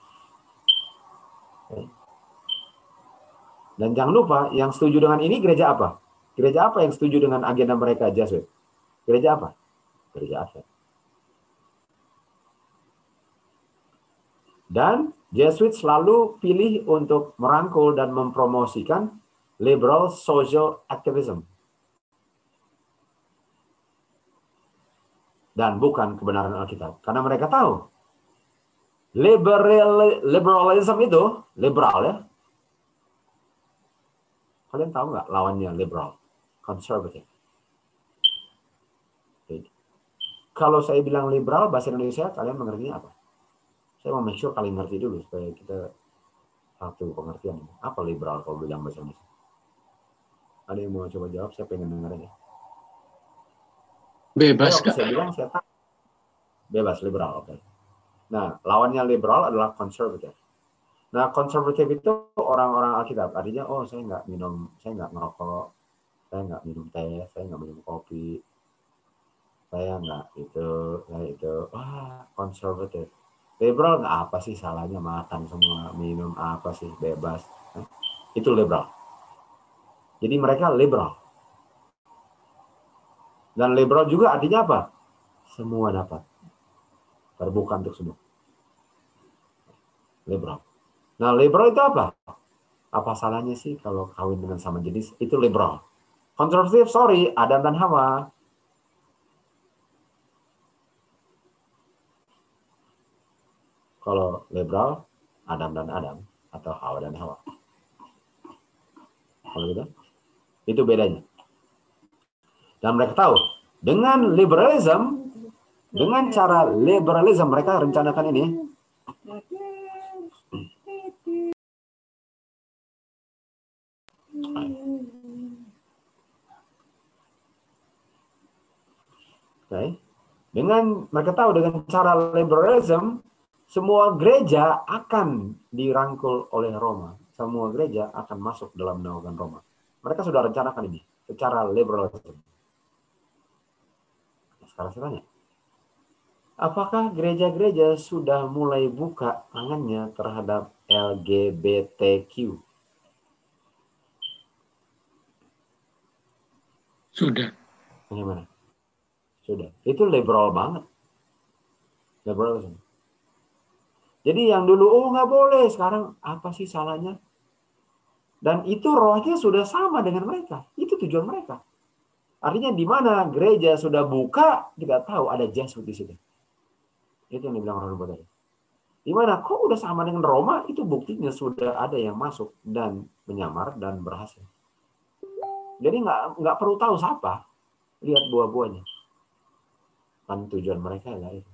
Dan jangan lupa, yang setuju dengan ini gereja apa? Gereja apa yang setuju dengan agenda mereka Jesuit? Gereja apa? Gereja Advent. Dan Jesuit selalu pilih untuk merangkul dan mempromosikan liberal social activism. Dan bukan kebenaran Alkitab. Karena mereka tahu. Liberalism itu, liberal ya. Kalian tahu nggak lawannya liberal? Conservative. Kalau saya bilang liberal, bahasa Indonesia, kalian mengertinya apa? Saya mau make sure kalian ngerti dulu, supaya kita satu pengertian. Apa liberal kalau bilang bahasa Indonesia? Ada yang mau coba jawab? Saya pengen dengerin ya. Bebas, Kak. Saya bilang, saya tahu. Bebas, liberal, oke. Nah, lawannya liberal adalah konservatif. Nah, konservatif itu orang-orang Alkitab. Artinya, saya nggak ngerokok, saya nggak minum teh, saya nggak minum kopi, saya nggak itu. Konservatif. Liberal nggak apa sih salahnya, makan semua, minum apa sih, bebas. Itu liberal. Jadi mereka liberal. Dan liberal juga artinya apa? Semua dapat. Terbuka untuk semua. Liberal. Nah, liberal itu apa? Apa salahnya sih kalau kawin dengan sama jenis? Itu liberal. Konservatif, sorry, Adam dan Hawa. Kalau liberal, Adam dan Adam. Atau Hawa dan Hawa. Kalau gitu, itu bedanya. Dan mereka tahu, dengan liberalism, dengan cara liberalism mereka rencanakan ini. Okay. Dengan mereka tahu dengan cara liberalism, semua gereja akan dirangkul oleh Roma. Semua gereja akan masuk dalam naungan Roma. Mereka sudah rencanakan ini secara liberalism. Sekarang saya tanya, apakah gereja-gereja sudah mulai buka tangannya terhadap LGBTQ? Sudah. Bagaimana? Sudah. Itu liberal banget. Liberalism. Jadi yang dulu, nggak boleh. Sekarang apa sih salahnya? Dan itu rohnya sudah sama dengan mereka. Itu tujuan mereka. Artinya di mana gereja sudah buka, kita tahu ada Jesuit di situ. Itu yang dibilang orang tadi. Di mana kok udah sama dengan Roma, itu buktinya sudah ada yang masuk dan menyamar dan berhasil. Jadi nggak perlu tahu siapa, lihat buah-buahnya. Kan tujuan mereka adalah itu.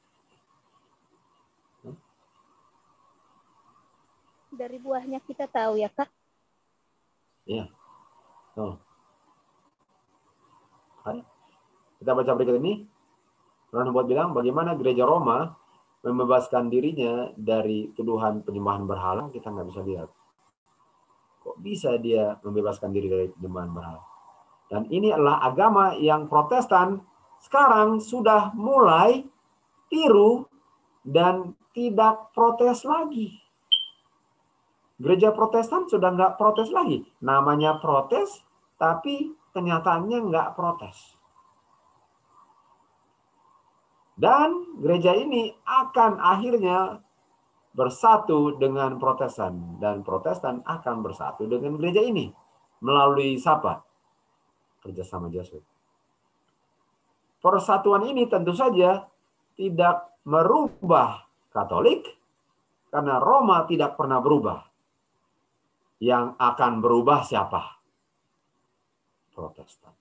Dari buahnya kita tahu ya, Kak? Iya. Oh. Kita baca berikut ini. Roh buat bilang bagaimana gereja Roma membebaskan dirinya dari tuduhan penyembahan berhala, kita nggak bisa lihat. Kok bisa dia membebaskan diri dari penyembahan berhala? Dan ini adalah agama yang Protestan sekarang sudah mulai tiru dan tidak protes lagi. Gereja Protestan sudah nggak protes lagi. Namanya protes, tapi kenyataannya nggak protes. Dan gereja ini akan akhirnya bersatu dengan Protestan. Dan Protestan akan bersatu dengan gereja ini. Melalui siapa? Kerjasama Jesuit. Persatuan ini tentu saja tidak merubah Katolik. Karena Roma tidak pernah berubah. Yang akan berubah siapa? Protestan.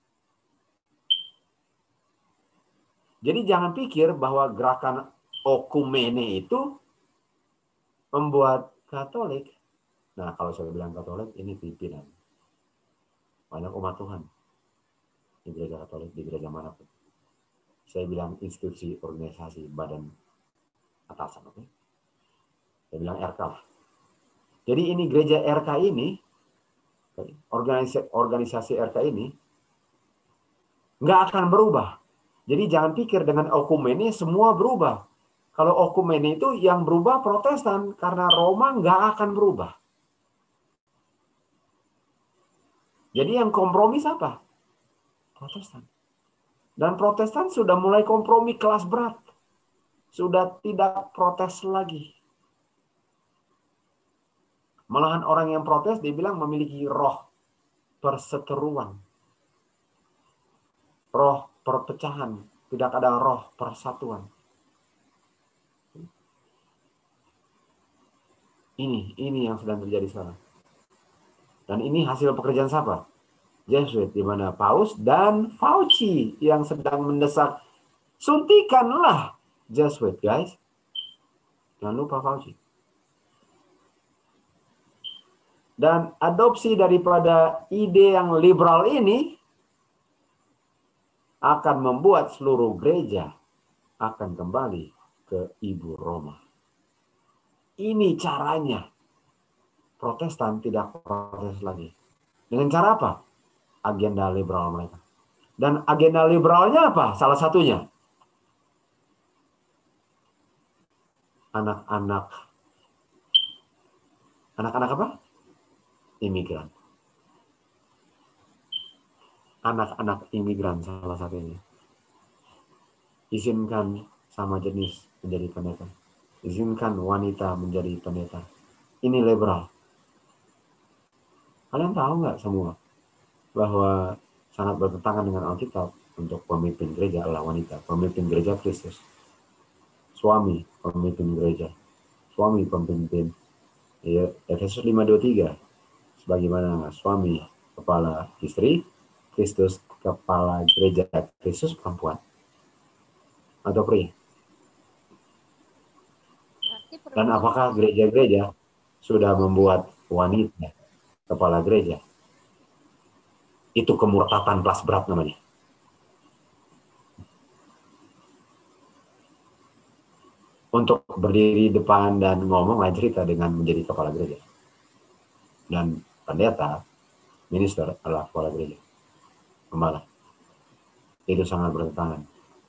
Jadi jangan pikir bahwa gerakan okumene itu membuat Katolik. Nah, kalau saya bilang Katolik, ini pimpinan. Banyak umat Tuhan di gereja Katolik, di gereja manapun. Saya bilang institusi, organisasi, badan atasan. Okay? Saya bilang RK lah. Jadi ini gereja RK ini, organisasi RK ini, nggak akan berubah. Jadi jangan pikir dengan okumene semua berubah. Kalau okumene itu yang berubah Protestan, karena Roma nggak akan berubah. Jadi yang kompromi apa? Protestan. Dan Protestan sudah mulai kompromi kelas berat. Sudah tidak protes lagi. Malahan orang yang protes dibilang memiliki roh perseteruan. Roh perpecahan, tidak ada roh persatuan. Ini yang sedang terjadi sekarang. Dan ini hasil pekerjaan siapa? Jesuit, di mana Paus dan Fauci yang sedang mendesak, suntikanlah Jesuit, guys. Jangan lupa Fauci. Dan adopsi daripada ide yang liberal ini akan membuat seluruh gereja akan kembali ke Ibu Roma. Ini caranya. Protestan tidak protes lagi. Dengan cara apa? Agenda liberal mereka. Dan agenda liberalnya apa? Salah satunya. Anak-anak apa? Imigran. Anak-anak imigran salah satunya. Izinkan sama jenis menjadi pendeta. Izinkan wanita menjadi pendeta. Ini liberal. Kalian tahu nggak semua bahwa sangat bertentangan dengan Alkitab untuk pemimpin gereja adalah wanita. Pemimpin gereja Kristus. Suami pemimpin gereja. Suami pemimpin. Ya, Efesus 5:23. Sebagaimana suami kepala istri, Kristus kepala gereja, Kristus perempuan atau pria. Dan apakah gereja-gereja sudah membuat wanita kepala gereja? Itu kemurtatan kelas berat namanya. Untuk berdiri depan dan ngomong lain cerita dengan menjadi kepala gereja. Dan pendeta, minister adalah kepala gereja. Gembala. Itu sangat bertentangan.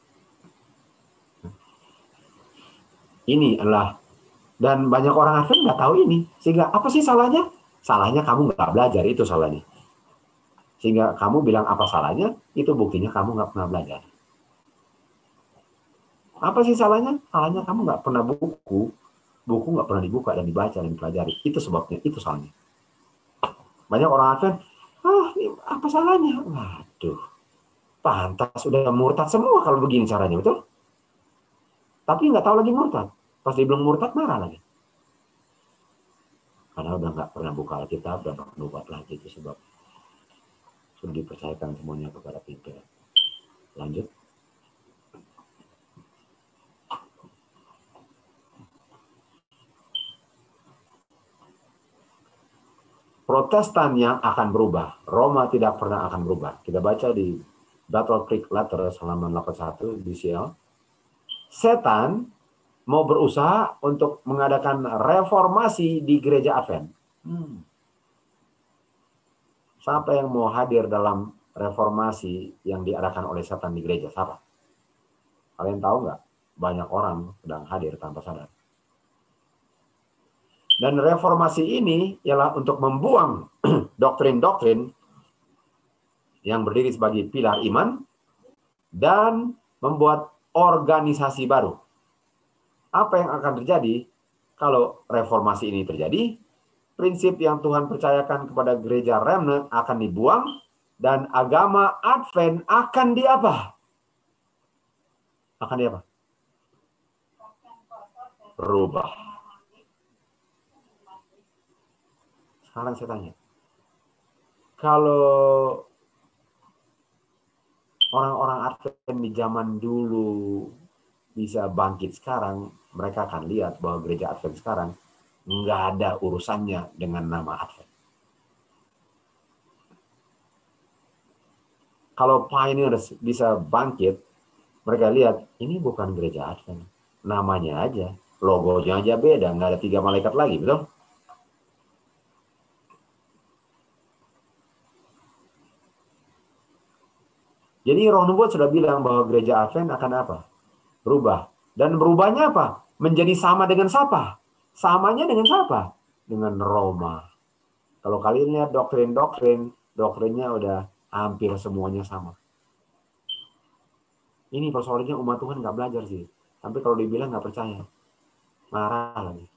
Ini adalah, dan banyak orang Advent nggak tahu ini. Sehingga apa sih salahnya? Salahnya kamu nggak belajar, itu salahnya. Sehingga kamu bilang apa salahnya, itu buktinya kamu nggak pernah belajar. Apa sih salahnya? Salahnya kamu nggak pernah buku nggak pernah dibuka dan dibaca dan dipelajari. Itu sebabnya, itu salahnya. Banyak orang Advent, apa salahnya? Waduh, Pantas udah murtad semua kalau begini caranya, betul? Tapi nggak tahu lagi murtad. Pas dibilang murtad, marah lagi. Karena udah nggak pernah buka Alkitab, udah nggak nubuat lagi. Itu sebab sudah dipercayakan semuanya kepada pimpinan. Lanjut. Protestan yang akan berubah. Roma tidak pernah akan berubah. Kita baca di Battle Creek Letter halaman 81 di CL. Setan mau berusaha untuk mengadakan reformasi di gereja Advent. Siapa yang mau hadir dalam reformasi yang diadakan oleh setan di gereja? Siapa? Kalian tahu nggak? Banyak orang sedang hadir tanpa sadar. Dan reformasi ini ialah untuk membuang doktrin-doktrin yang berdiri sebagai pilar iman dan membuat organisasi baru. Apa yang akan terjadi kalau reformasi ini terjadi? Prinsip yang Tuhan percayakan kepada gereja remnant akan dibuang dan agama Advent akan diapa? Akan diapa? Berubah. Sekarang saya tanya, kalau orang-orang Advent di zaman dulu bisa bangkit sekarang, mereka akan lihat bahwa gereja Advent sekarang nggak ada urusannya dengan nama Advent. Kalau pioneers bisa bangkit, mereka lihat ini bukan gereja Advent, namanya aja, logonya aja beda, nggak ada 3 malaikat lagi, betul? Jadi Roh Nubuat sudah bilang bahwa gereja Advent akan apa? Berubah. Dan berubahnya apa? Menjadi sama dengan siapa? Samanya dengan siapa? Dengan Roma. Kalau kalian lihat doktrinnya udah hampir semuanya sama. Ini persoalannya umat Tuhan nggak belajar sih. Tapi kalau dibilang nggak percaya. Marah lagi.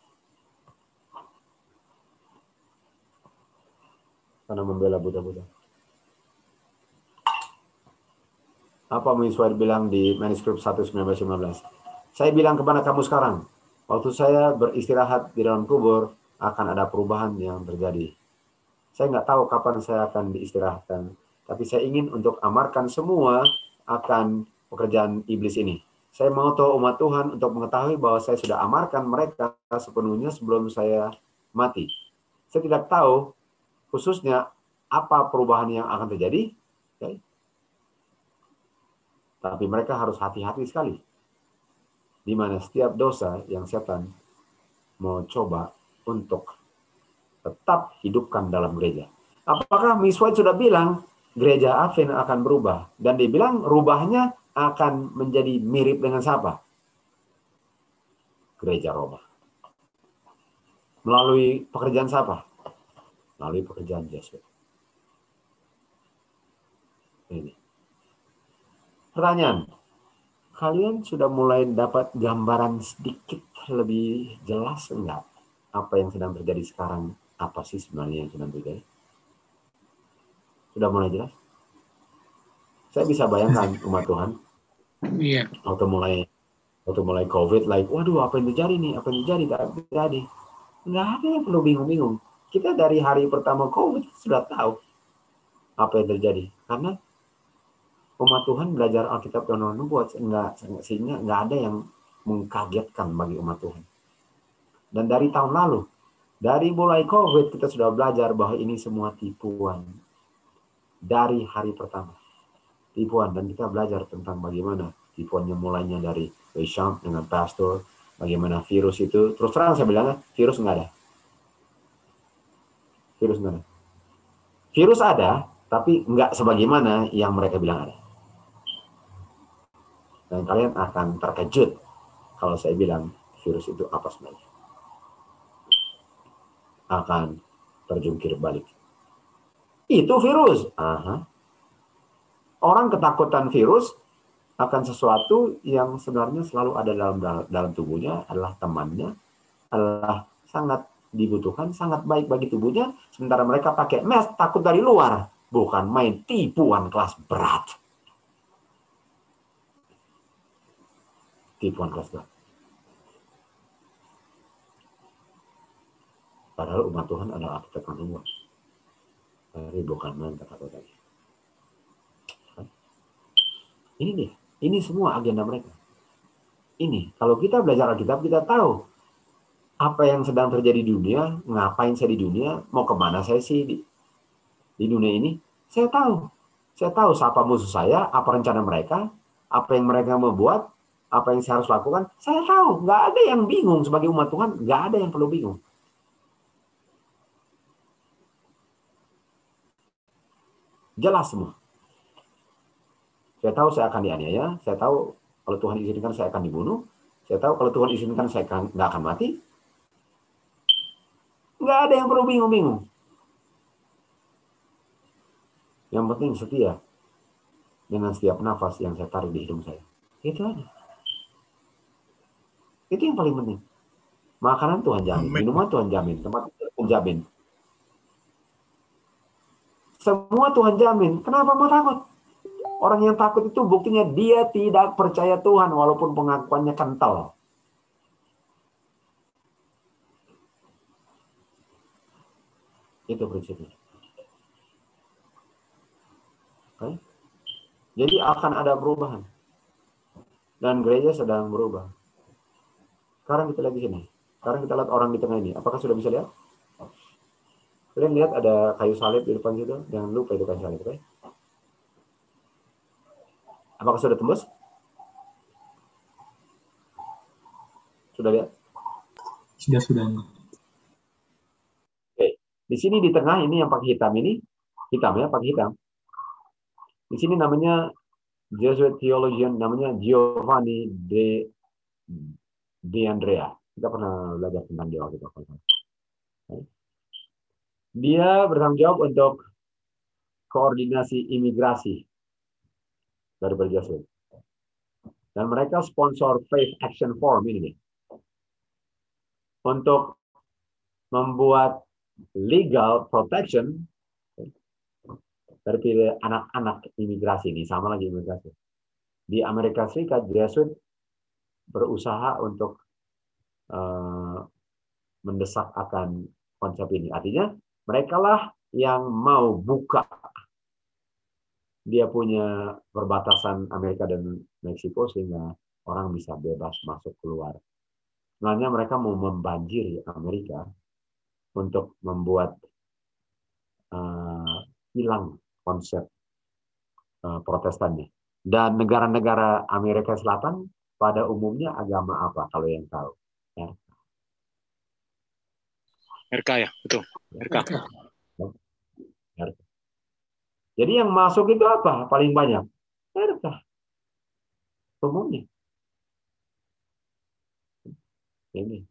Karena membela buta-buta. Apa Miswar bilang di manuskrip 1:19-15? Saya bilang kepada kamu sekarang, waktu saya beristirahat di dalam kubur, akan ada perubahan yang terjadi. Saya nggak tahu kapan saya akan diistirahatkan, tapi saya ingin untuk amarkan semua akan pekerjaan iblis ini. Saya mau tahu umat Tuhan untuk mengetahui bahwa saya sudah amarkan mereka sepenuhnya sebelum saya mati. Saya tidak tahu khususnya apa perubahan yang akan terjadi, okay? Tapi mereka harus hati-hati sekali. Di mana setiap dosa yang setan mau coba untuk tetap hidupkan dalam gereja. Apakah Miss White sudah bilang gereja Advent akan berubah? Dan dibilang rubahnya akan menjadi mirip dengan siapa? Gereja Roma. Melalui pekerjaan siapa? Melalui pekerjaan Yesus. Ini. Pertanyaan, kalian sudah mulai dapat gambaran sedikit lebih jelas enggak? Apa yang sedang terjadi sekarang? Apa sih sebenarnya yang sedang terjadi? Sudah mulai jelas? Saya bisa bayangkan umat Tuhan. Iya. Waktu mulai COVID, waduh apa yang terjadi nih? Apa yang terjadi? Nggak ada yang perlu bingung-bingung. Kita dari hari pertama COVID sudah tahu apa yang terjadi. Karena umat Tuhan belajar Alkitab dan Roh Nubuat sehingga nggak ada yang mengkagetkan bagi umat Tuhan. Dan dari tahun lalu, dari mulai COVID kita sudah belajar bahwa ini semua tipuan. Dari hari pertama. Tipuan, dan kita belajar tentang bagaimana tipuannya mulainya dari Weishaupt dengan pastor, bagaimana virus itu, terus terang saya bilangnya, virus nggak ada. Virus nggak ada. Virus ada, tapi nggak sebagaimana yang mereka bilang ada. Dan kalian akan terkejut kalau saya bilang virus itu apa sebenarnya. Akan terjungkir balik. Itu virus. Aha. Orang ketakutan virus akan sesuatu yang sebenarnya selalu ada dalam tubuhnya, adalah temannya, adalah sangat dibutuhkan, sangat baik bagi tubuhnya, sementara mereka pakai mask takut dari luar. Bukan main tipuan kelas berat. tipuan kelas Tuhan. Padahal umat Tuhan adalah arsitek manusia. Tapi bukan main kata-kata tadi. Ini nih, ini semua agenda mereka. Ini, kalau kita belajar Alkitab, kita tahu apa yang sedang terjadi di dunia, ngapain saya di dunia, mau kemana saya sih di dunia ini. Saya tahu siapa musuh saya, apa rencana mereka, apa yang mereka mau buat, apa yang saya harus lakukan. Saya tahu, nggak ada yang bingung sebagai umat Tuhan, nggak ada yang perlu bingung. Jelas semua. Saya tahu saya akan dianiaya, saya tahu kalau Tuhan izinkan saya akan dibunuh, saya tahu kalau Tuhan izinkan saya nggak akan mati. Nggak ada yang perlu bingung-bingung. Yang penting setia dengan setiap nafas yang saya tarik di hidung saya. Itu aja. Itu yang paling penting. Makanan Tuhan jamin, minuman Tuhan jamin, tempat Tuhan jamin. Semua Tuhan jamin. Kenapa mau takut? Orang yang takut itu buktinya dia tidak percaya Tuhan walaupun pengakuannya kental. Itu prinsipnya. Okay? Jadi akan ada perubahan. Dan gereja sedang berubah. Sekarang kita lihat di sini. Sekarang kita lihat orang di tengah ini. Apakah sudah bisa lihat? Kalian lihat ada kayu salib di depan situ? Jangan lupa itu kayu salib. Okay? Apakah sudah tembus? Sudah lihat? Sudah. Oke. Di sini di tengah ini yang pakai hitam ini, hitam ya, pakai hitam. Di sini namanya Jesuit theologian, namanya Giovanni de Andrea. Kita pernah belajar tentang dia waktu itu. Dia bertanggung jawab untuk koordinasi imigrasi dari Jesuit. Dan mereka sponsor Faith Action Forum ini nih. Untuk membuat legal protection dari anak-anak imigrasi ini, sama lagi imigrasi. Di Amerika Serikat, Jesuit berusaha untuk mendesak akan konsep ini. Artinya, mereka lah yang mau buka. Dia punya perbatasan Amerika dan Meksiko sehingga orang bisa bebas masuk keluar. Sebenarnya mereka mau membanjiri Amerika untuk membuat hilang konsep Protestannya. Dan negara-negara Amerika Selatan pada umumnya agama apa kalau yang tahu? Ya. RK ya, betul. RK. Jadi yang masuk itu apa? Paling banyak RK. Umumnya. Ini.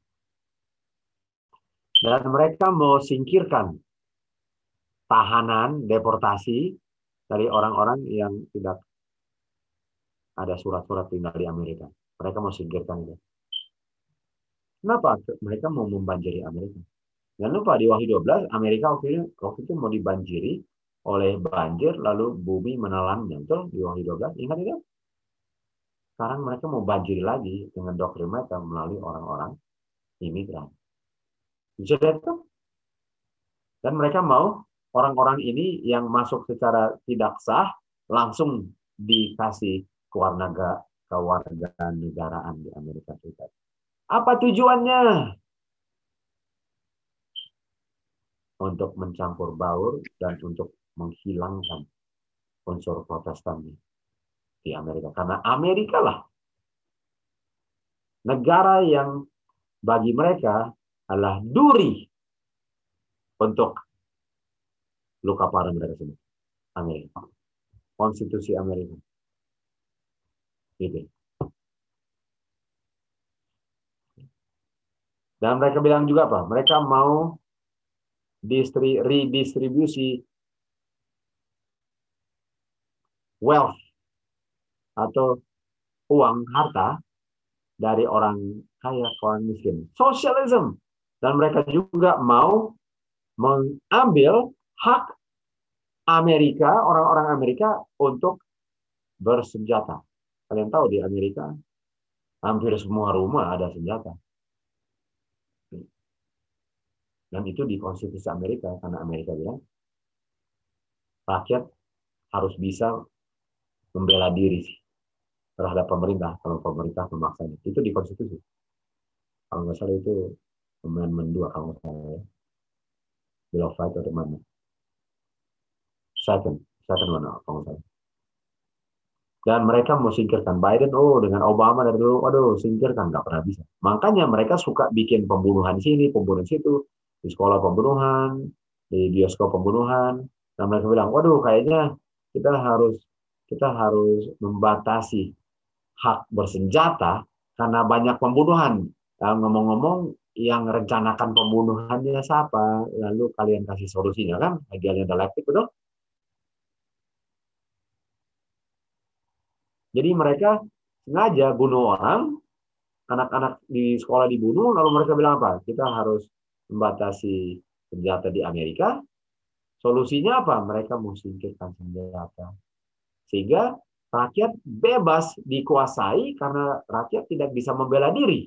Dan mereka mau singkirkan tahanan, deportasi dari orang-orang yang tidak ada surat-surat tinggal di Amerika. Mereka mau singkirkan itu. Kenapa? Mereka mau membanjiri Amerika. Jangan lupa di Wahyu 12, Amerika waktu itu mau dibanjiri oleh banjir, lalu bumi menelannya. Betul? Di Wahyu 12, ingat itu? Sekarang mereka mau banjiri lagi dengan doktrin mereka melalui orang-orang imigran. Bisa lihat itu? Dan mereka mau orang-orang ini yang masuk secara tidak sah langsung dikasih kewarganegaraan di Amerika Serikat. Apa tujuannya? Untuk mencampur baur dan untuk menghilangkan unsur Protestan di Amerika. Karena Amerika lah negara yang bagi mereka adalah duri untuk luka parah mereka sendiri. Amerika. Konstitusi Amerika. Gitu. Dan mereka bilang juga apa? Mereka mau redistribusi wealth atau uang harta dari orang kaya ke orang miskin. Socialism. Dan mereka juga mau mengambil hak Amerika, orang-orang Amerika untuk bersenjata. Kalian tahu di Amerika Hampir semua rumah ada senjata. Dan itu di konstitusi Amerika, karena Amerika bilang rakyat harus bisa membela diri terhadap pemerintah kalau pemerintah memaksanya. Itu di konstitusi. Kalau nggak salah itu Amendment 2 kalau nggak salah ya. Bill of Rights atau mana? Second mana kalau nggak salah. Dan mereka mau singkirkan Biden, dengan Obama dari dulu, singkirkan, nggak pernah bisa. Makanya mereka suka bikin pembunuhan sini, pembunuhan situ, di sekolah pembunuhan, di bioskop pembunuhan. Dan mereka bilang, kayaknya kita harus membatasi hak bersenjata karena banyak pembunuhan. Ngomong-ngomong, yang rencanakan pembunuhannya siapa? Lalu kalian kasih solusinya kan? Bagian dialektik, betul? Jadi mereka sengaja bunuh orang, anak-anak di sekolah dibunuh, lalu mereka bilang apa? Kita harus membatasi senjata di Amerika. Solusinya apa? Mereka mau singkirkan senjata. Sehingga rakyat bebas dikuasai karena rakyat tidak bisa membela diri.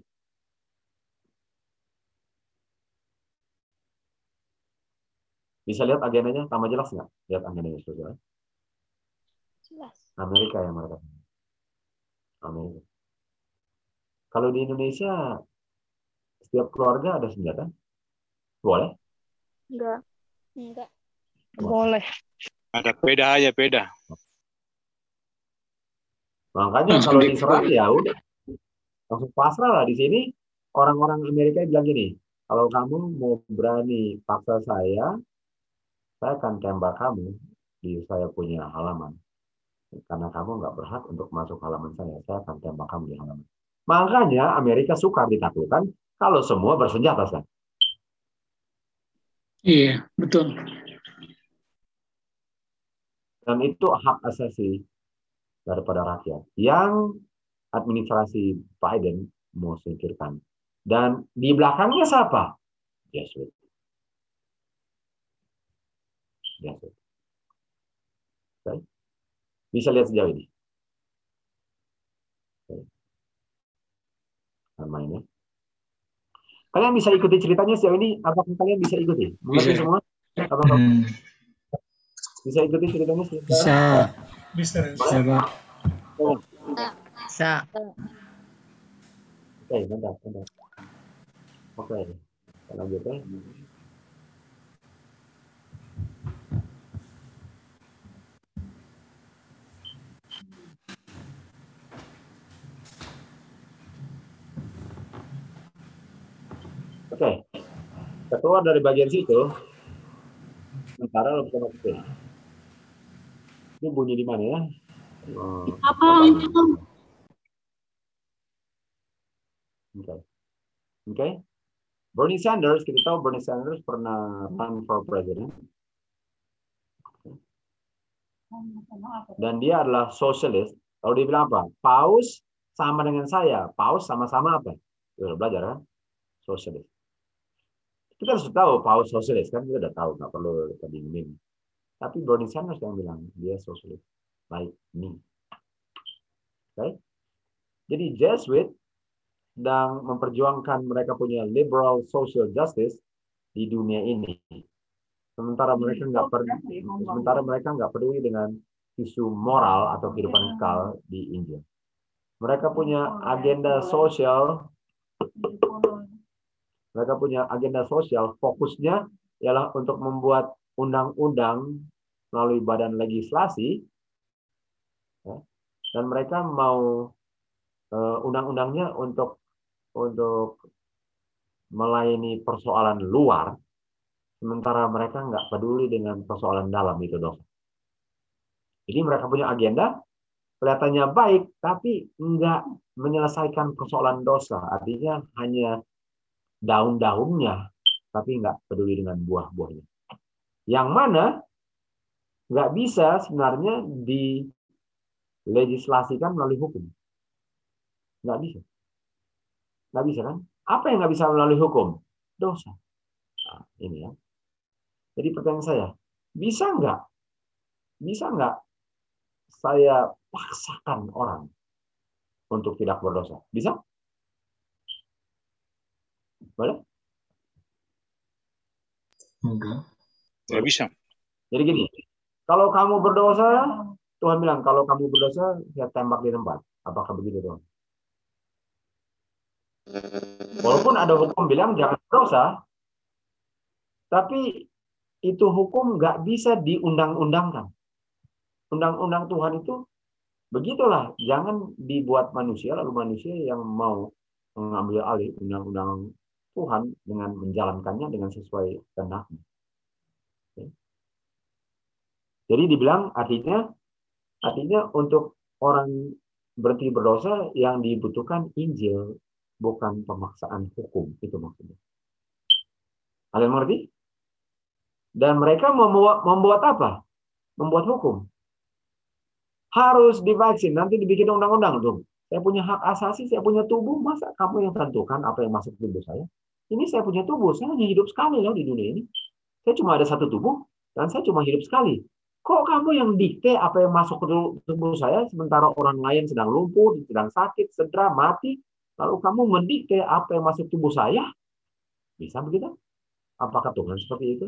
Bisa lihat agendanya, tambah jelas nggak? Lihat agendanya, saudara. Jelas. Amerika yang mereka. Amerika. Kalau di Indonesia, setiap keluarga ada senjata? Boleh? Enggak. Boleh. Ada peda aja, peda. Makanya kalau diserang ya udah langsung pasrah lah. Di sini orang-orang Amerika bilang gini, kalau kamu mau berani paksa saya akan tembak kamu di saya punya halaman. Karena kamu nggak berhak untuk masuk halaman saya akan tembak kamu di halaman. Makanya Amerika suka ditaklukkan kalau semua bersenjata, kan? Iya, betul. Dan itu hak asasi daripada rakyat yang administrasi Biden mau singkirkan. Dan di belakangnya siapa? Jesuit. Okay. Bisa lihat sejauh ini. Mainnya. Kalian bisa ikuti ceritanya sejauh ini? Apakah kalian bisa ikuti? Mengerti semua? Apakah bisa ikuti ceritanya? Bisa. Bisa, Pak. Bisa. Oke, bentar. Oke, kita lanjut ya. Oke, keluar dari bagian situ. Sementara lo bisa masuk. Ini bunyi di mana ya? Apa itu? Oke. Bernie Sanders, kita tahu Bernie Sanders pernah run for president. Dan dia adalah sosialis. Kalau dia bilang apa? Paus sama dengan saya. Paus sama-sama apa? Kita udah belajar kan? Sosialis. Kita harus tahu Paus sosialis kan? Kita udah tahu, nggak perlu kita bingung. Tapi Bernie Sanders yang bilang dia sosialis, like me. Okay? Jadi Jesuit sedang memperjuangkan mereka punya liberal social justice di dunia ini. Sementara mereka nggak peduli dengan isu moral atau kehidupan kekal di India. Mereka punya agenda sosial. Fokusnya ialah untuk membuat undang-undang melalui badan legislasi, ya, dan mereka mau undang-undangnya untuk melayani persoalan luar, sementara mereka nggak peduli dengan persoalan dalam itu, dosa. Jadi mereka punya agenda kelihatannya baik, tapi nggak menyelesaikan persoalan dosa. Artinya hanya daun-daunnya, tapi nggak peduli dengan buah-buahnya. Yang mana nggak bisa sebenarnya dilegislasikan melalui hukum. Nggak bisa. Nggak bisa kan? Apa yang nggak bisa melalui hukum? Dosa. Nah, ini ya. Jadi pertanyaan saya, bisa nggak saya paksakan orang untuk tidak berdosa? Bisa? Boleh? Enggak. Nggak bisa. Jadi gini, kalau kamu berdosa, Tuhan bilang, kalau kamu berdosa, saya tembak di tempat. Apakah begitu, Tuhan? Walaupun ada hukum bilang jangan berdosa, tapi itu hukum nggak bisa diundang-undangkan. Undang-undang Tuhan itu begitulah, jangan dibuat manusia, lalu manusia yang mau mengambil alih undang-undang Tuhan dengan menjalankannya dengan sesuai kehendaknya. Jadi dibilang artinya untuk orang berhenti berdosa yang dibutuhkan Injil, bukan pemaksaan hukum, itu maksudnya. Kalian mengerti? Dan mereka membuat apa? Membuat hukum. Harus divaksin, nanti dibikin undang-undang dong. Saya punya hak asasi, saya punya tubuh, masa kamu yang tentukan apa yang masuk ke tubuh saya? Ini saya punya tubuh, saya hanya hidup sekali loh di dunia ini. Saya cuma ada satu tubuh, dan saya cuma hidup sekali. Kok kamu yang dikte apa yang masuk ke tubuh saya, sementara orang lain sedang lumpuh, sedang sakit, cedera, mati, lalu kamu mendikte apa yang masuk tubuh saya? Bisa begitu? Apakah Tuhan seperti itu?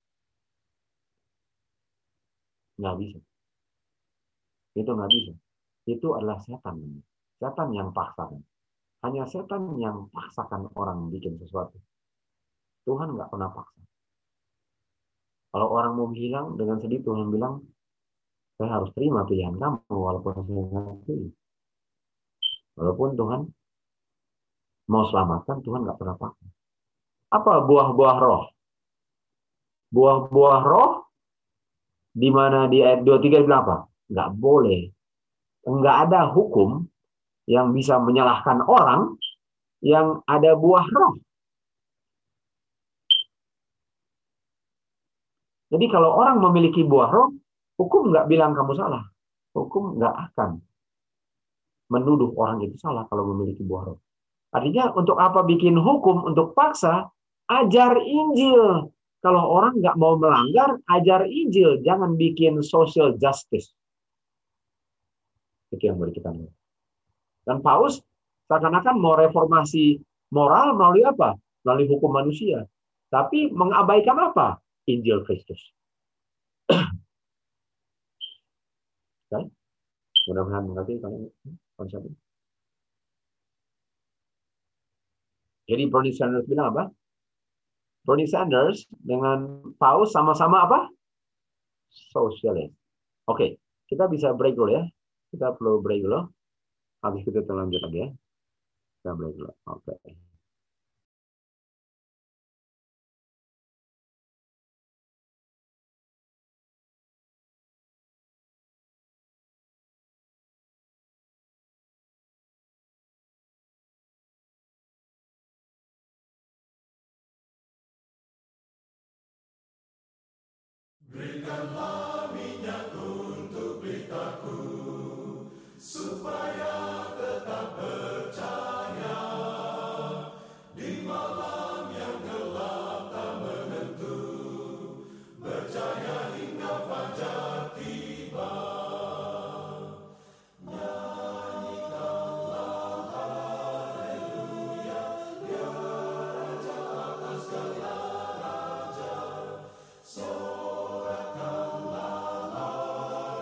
Nggak bisa. Itu nggak bisa. Itu adalah setan. Setan yang paksakan. Hanya setan yang paksakan orang bikin sesuatu. Tuhan nggak pernah paksa. Kalau orang mau hilang dengan sedih, Tuhan bilang, saya harus terima pilihan kamu walaupun saya nggak pilih. Walaupun Tuhan mau selamatkan, Tuhan nggak pernah paksa. Apa buah-buah roh? Buah-buah roh di mana di ayat 23 bilang apa? Nggak boleh. Nggak ada hukum yang bisa menyalahkan orang yang ada buah roh. Jadi kalau orang memiliki buah roh, hukum nggak bilang kamu salah. Hukum nggak akan menuduh orang itu salah kalau memiliki buah roh. Artinya untuk apa bikin hukum untuk paksa? Ajar Injil. Kalau orang nggak mau melanggar, ajar Injil. Jangan bikin social justice. Itu yang boleh kita lihat. Dan Paus seakan-akan mau reformasi moral melalui apa? Melalui hukum manusia. Tapi mengabaikan apa? Injil Kristus. Okay? Mudah-mudahan mengerti konsep ini. Jadi Bernie Sanders bilang apa? Bernie Sanders dengan Paus sama-sama apa? Sosialis. Oke, kita bisa break dulu ya. Kita perlu break dulu. Habis kita lanjut lagi ya. Kita break dulu. Oke. Berikanlah minyak untuk beritaku, supaya tetap percaya di malam yang gelap tak menentu, berjaya hingga fajar tiba. Nyanyikanlah haleluya, dia Raja atas segala raja.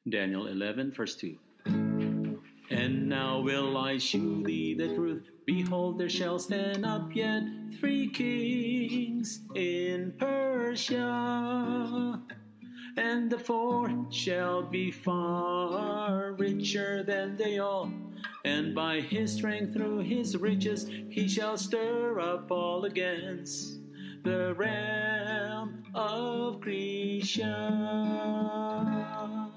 Daniel 11, verse 2. And now will I shew thee the truth. Behold, there shall stand up yet 3 kings in Persia, and the 4th shall be far richer than they all. And by his strength through his riches he shall stir up all against the realm of Grecian.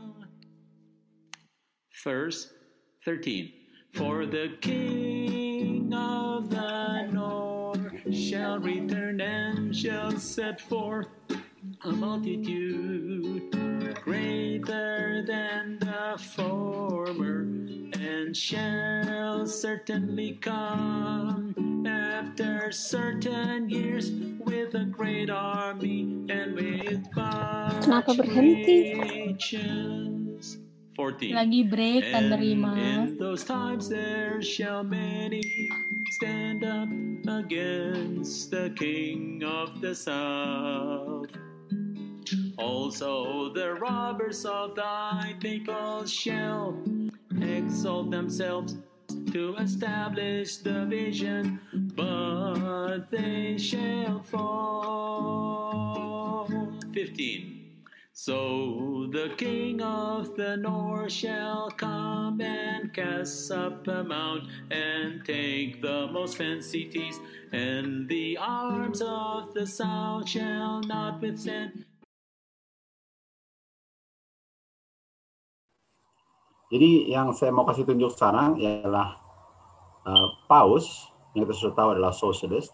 Verse 13. For the king of the north shall return and shall set forth a multitude greater than the former, and shall certainly come after certain years with a great army and with much riches. 14. Lagi break, And penerima. in those times there shall many stand up against the king of the south. Also the robbers of thy people shall exalt themselves to establish the vision, but they shall fall. 15. So the king of the north shall come and cast up a mount and take the most fenced cities, and the arms of the south shall not withstand. Jadi yang saya mau kasih tunjuk sekarang ialah Paus, yang kita sudah tahu adalah sosialis.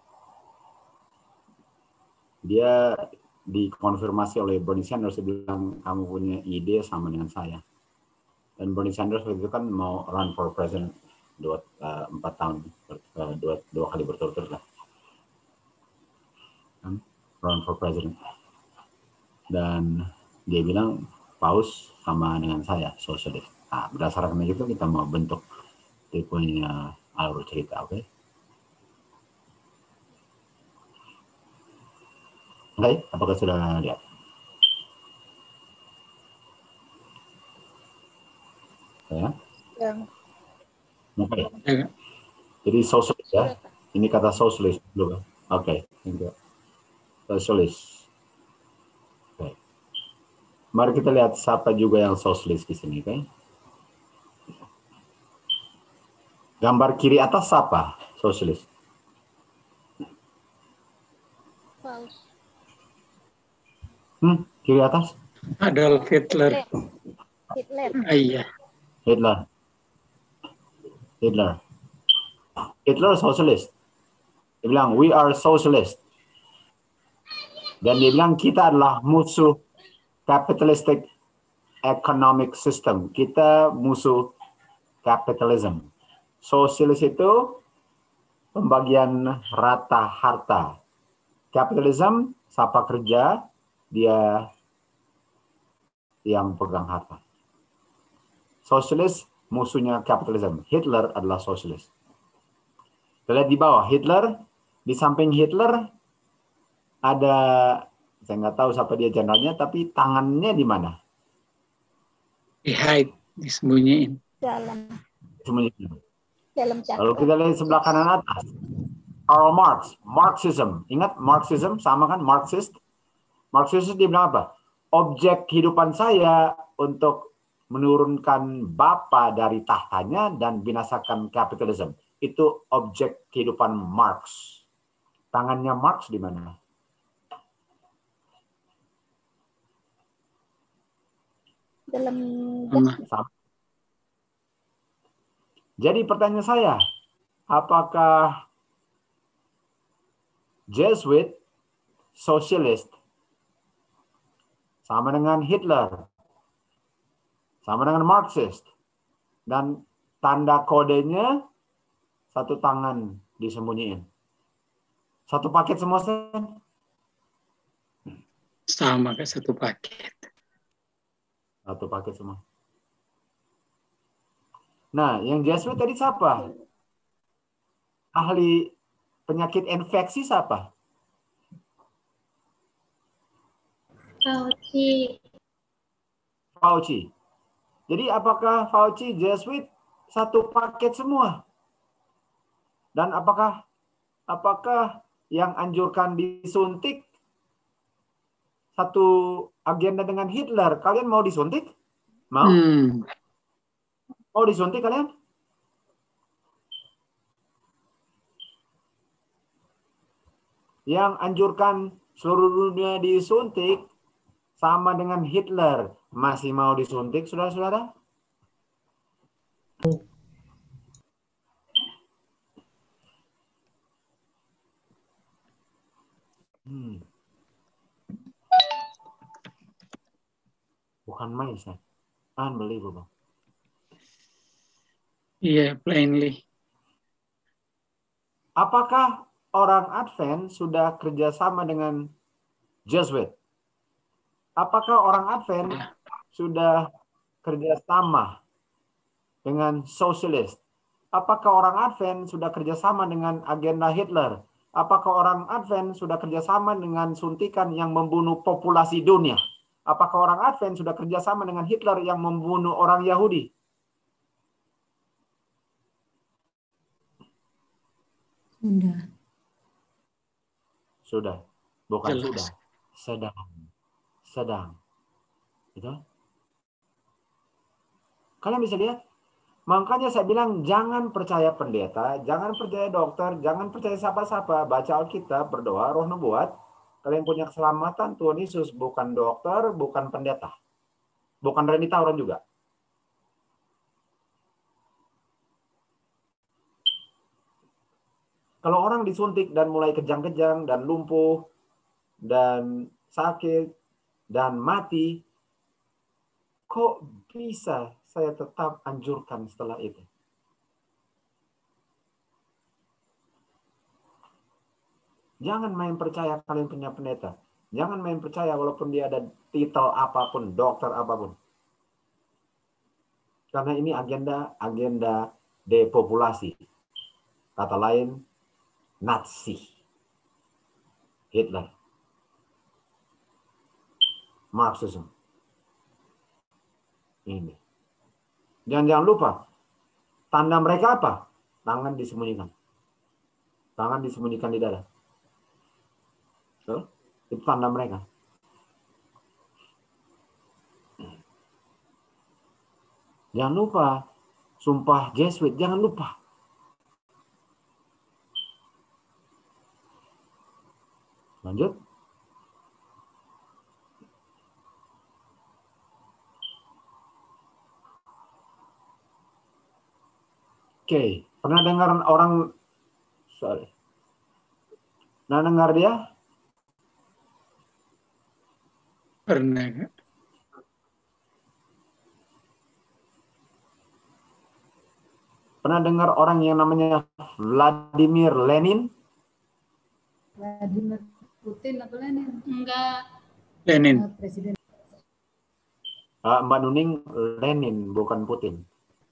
Dia dikonfirmasi oleh Bernie Sanders, dia bilang kamu punya ide sama dengan saya. Dan Bernie Sanders waktu itu kan mau run for president 4 tahun, dua kali berturut-turut lah. Run for president. Dan dia bilang Paus sama dengan saya, sosialis. Nah, berdasarkan itu kita mau bentuk tipenya alur cerita, oke? Oke, apakah sudah lihat? Ya. Oke. Jadi sosialis ya. Ini kata sosialis dulu. Oke, thank you. Sosialis. Oke. Mari kita lihat siapa juga yang sosialis di sini, oke? Gambar kiri atas siapa sosialis? Paus. Kiri atas? Adolf Hitler. Hitler. Iya. Hitler. Hitler sosialis. Dia bilang, we are socialist. Dan dia bilang, kita adalah musuh capitalistic economic system. Kita musuh capitalism. Sosialis itu pembagian rata harta. Capitalism, siapa kerja, dia yang pegang harta. Sosialis musuhnya kapitalisme. Hitler adalah sosialis. Kita lihat di bawah, Hitler, di samping Hitler ada, saya nggak tahu siapa dia jenderalnya, tapi tangannya di mana? Di hide, disembunyiin. Dalam. Disembunyiin. Dalam cakra. Lalu kita lihat sebelah kanan atas, Karl Marx, Marxism. Ingat Marxism sama kan Marxist? Marxism dia bilang apa? Objek kehidupan saya untuk menurunkan Bapa dari tahtanya dan binasakan kapitalisme. Itu objek kehidupan Marx. Tangannya Marx di mana? Dalam. Jadi pertanyaan saya, apakah Jesuit sosialis sama dengan Hitler, sama dengan Marxist, dan tanda kodenya satu tangan disembunyiin. Satu paket semua, Sen? Sama kayak satu paket. Satu paket semua. Nah, yang Jesuit tadi siapa? Ahli penyakit infeksi siapa? Fauci. Fauci. Jadi apakah Fauci, Jesuit satu paket semua? Dan apakah yang anjurkan disuntik satu agenda dengan Hitler? Kalian mau disuntik? Mau? Mau disuntik kalian? Yang anjurkan seluruh dunia disuntik sama dengan Hitler. Masih mau disuntik, saudara-saudara? Bukan main, Seth. Unbelievable. Yeah, plainly. Apakah orang Advent sudah kerjasama dengan Jesuit? Apakah orang Advent sudah kerjasama dengan sosialis? Apakah orang Advent sudah kerjasama dengan agenda Hitler? Apakah orang Advent sudah kerjasama dengan suntikan yang membunuh populasi dunia? Apakah orang Advent sudah kerjasama dengan Hitler yang membunuh orang Yahudi? Sudah. Bukan Jelas. sudah. Sedang. Gitu? Kalian bisa lihat? Makanya saya bilang jangan percaya pendeta, jangan percaya dokter, jangan percaya siapa-siapa. Baca Alkitab, berdoa, roh nubuat. Kalian punya keselamatan, Tuhan Yesus. Bukan dokter, bukan pendeta. Bukan Randy Tauran juga. Kalau orang disuntik dan mulai kejang-kejang dan lumpuh dan sakit dan mati, kok bisa saya tetap anjurkan setelah itu? Jangan main percaya kalian punya pendeta. Jangan main percaya walaupun dia ada titel apapun, dokter apapun. Karena ini agenda depopulasi. Kata lain, Nazi. Hitler. Marxism. Ini. Jangan lupa, tanda mereka apa? Tangan disembunyikan. Tangan disembunyikan di dada. So, itu tanda mereka. Jangan lupa, sumpah Jesuit, jangan lupa. Lanjut. Oke, pernah dengar orang, pernah dengar dia? Pernah. Pernah dengar orang yang namanya Vladimir Lenin? Vladimir Putin atau Lenin? Enggak. Lenin. Presiden. Mbak Nuning, Lenin, bukan Putin.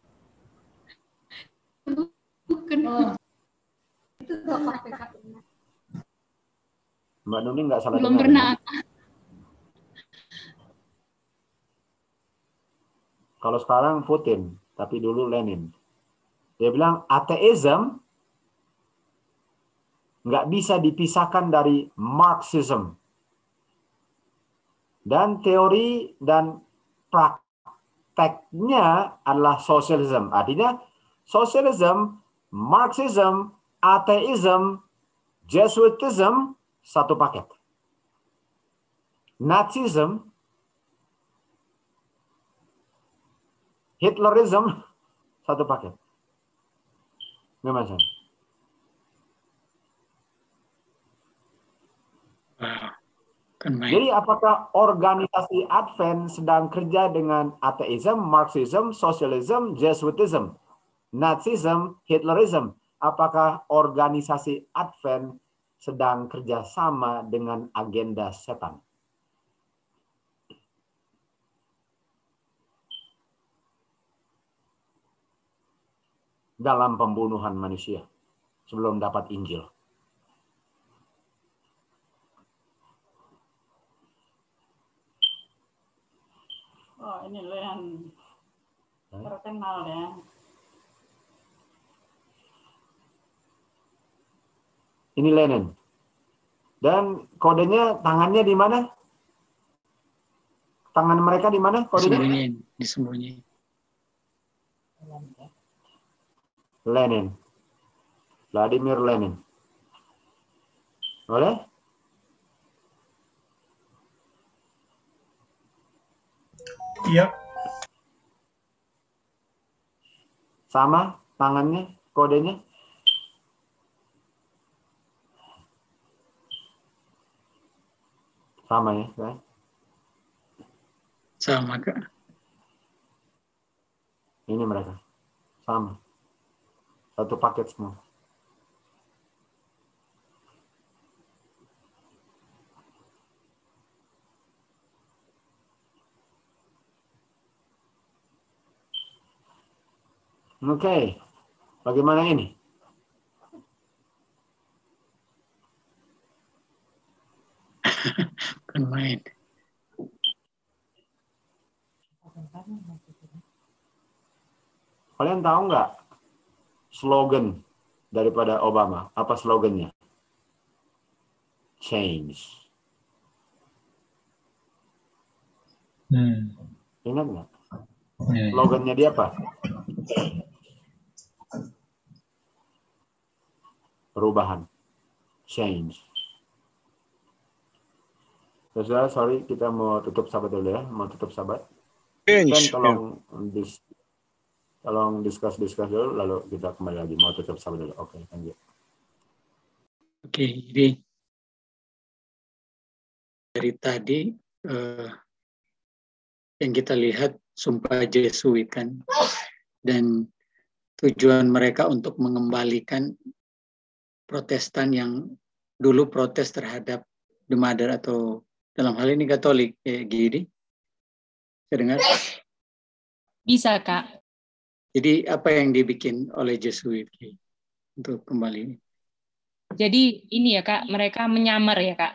Bukan. Oh. Itu tokoh PKI. Mbak Nuning nggak salah Belum dengar. pernah. Ya? Kalau sekarang Putin, tapi dulu Lenin. Dia bilang ateism nggak bisa dipisahkan dari Marxism. Dan teori dan prakteknya adalah sosialisme. Artinya sosialisme, Marxism, ateism, Jesuitism satu paket. Nazism, Hitlerism satu paket. Gimana? Jadi apakah organisasi Advent sedang kerja dengan ateism, Marxism, sosialisme, Jesuitism, Nazism, Hitlerism? Apakah organisasi Advent sedang kerjasama dengan agenda setan? Dalam pembunuhan manusia sebelum dapat Injil. Oh, ini Leon. Terkenal ya. Ini Lenin. Dan kodenya tangannya di mana? Tangan mereka di mana kodenya? Disembunyiin. Lenin. Vladimir Lenin. Boleh? Iya. Sama tangannya, kodenya? Sama ya, kan? Sama, Kak. Ini mereka. Sama. Satu paket semua. Oke. Bagaimana ini? Bukan main. Kalian tahu nggak slogan daripada Obama? Apa slogannya? Change. Ingat nggak? Slogannya dia apa? Perubahan. Change. Saudara, sorry, kita mau tutup sahabat dulu ya. Mau tutup sahabat. Dan tolong discuss dulu, lalu kita kembali lagi. Mau tutup sahabat dulu. Oke, lanjut. Oke, jadi dari tadi yang kita lihat sumpah Jesuit kan, dan tujuan mereka untuk mengembalikan Protestan yang dulu protes terhadap the mother atau dalam hal ini Katolik, Gidi. Saya dengar? Bisa, Kak. Jadi apa yang dibikin oleh Jesuit untuk kembali? Jadi ini ya Kak, mereka menyamar ya Kak.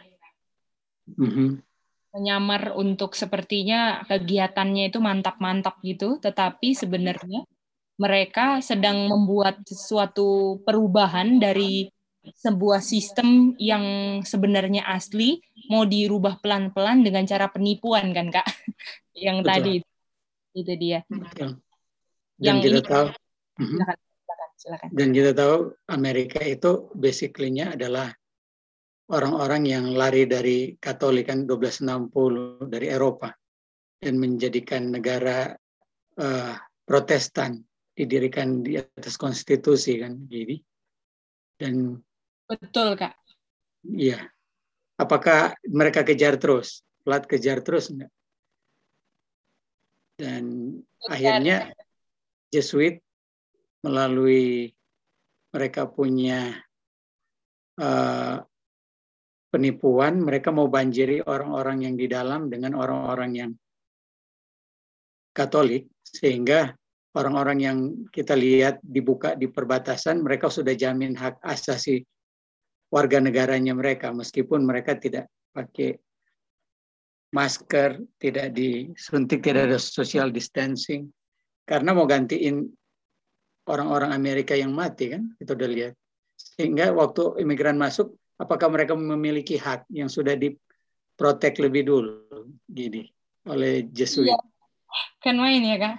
Menyamar untuk sepertinya kegiatannya itu mantap-mantap gitu, tetapi sebenarnya mereka sedang membuat sesuatu perubahan dari sebuah sistem yang sebenarnya asli mau dirubah pelan-pelan dengan cara penipuan kan Kak? Yang Betul. tadi itu dia. Betul. Dan Yang kita ini, tahu, silakan. Dan kita tahu Amerika itu basically-nya adalah orang-orang yang lari dari Katolik kan 1260 dari Eropa dan menjadikan negara Protestan, didirikan di atas konstitusi kan, jadi. Dan betul Kak. Iya. Apakah mereka kejar terus? Plat kejar terus enggak? Dan akhirnya Jesuit melalui mereka punya penipuan, mereka mau banjiri orang-orang yang di dalam dengan orang-orang yang Katolik, sehingga orang-orang yang kita lihat dibuka di perbatasan, mereka sudah jamin hak asasi warga negaranya mereka, meskipun mereka tidak pakai masker, tidak disuntik, tidak ada social distancing, karena mau gantiin orang-orang Amerika yang mati kan, kita udah lihat. Sehingga waktu imigran masuk, apakah mereka memiliki hak yang sudah diprotek lebih dulu, gini, oleh Jesuit? Iya. Kan main ya Kak?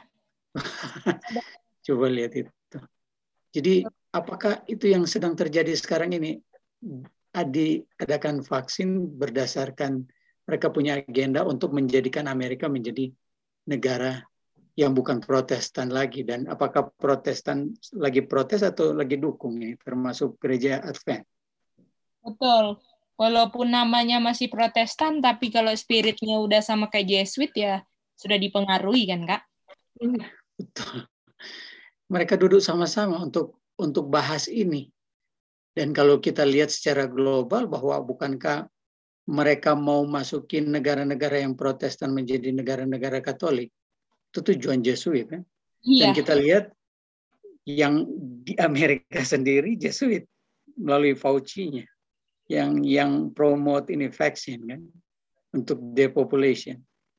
Coba lihat itu. Jadi apakah itu yang sedang terjadi sekarang ini? Adakan vaksin berdasarkan mereka punya agenda untuk menjadikan Amerika menjadi negara yang bukan Protestan lagi, dan apakah Protestan lagi protes atau lagi dukung ini, termasuk gereja Advent? Betul. Walaupun namanya masih Protestan, tapi kalau spiritnya udah sama kayak Jesuit ya sudah dipengaruhi kan Kak? Betul. Mereka duduk sama-sama untuk bahas ini. Dan kalau kita lihat secara global bahwa bukankah mereka mau masukin negara-negara yang Protestan menjadi negara-negara Katolik, itu tujuan Jesuit kan? Iya. Dan kita lihat yang di Amerika sendiri Jesuit melalui Fauci-nya yang promote ini vaksin kan untuk depopulation.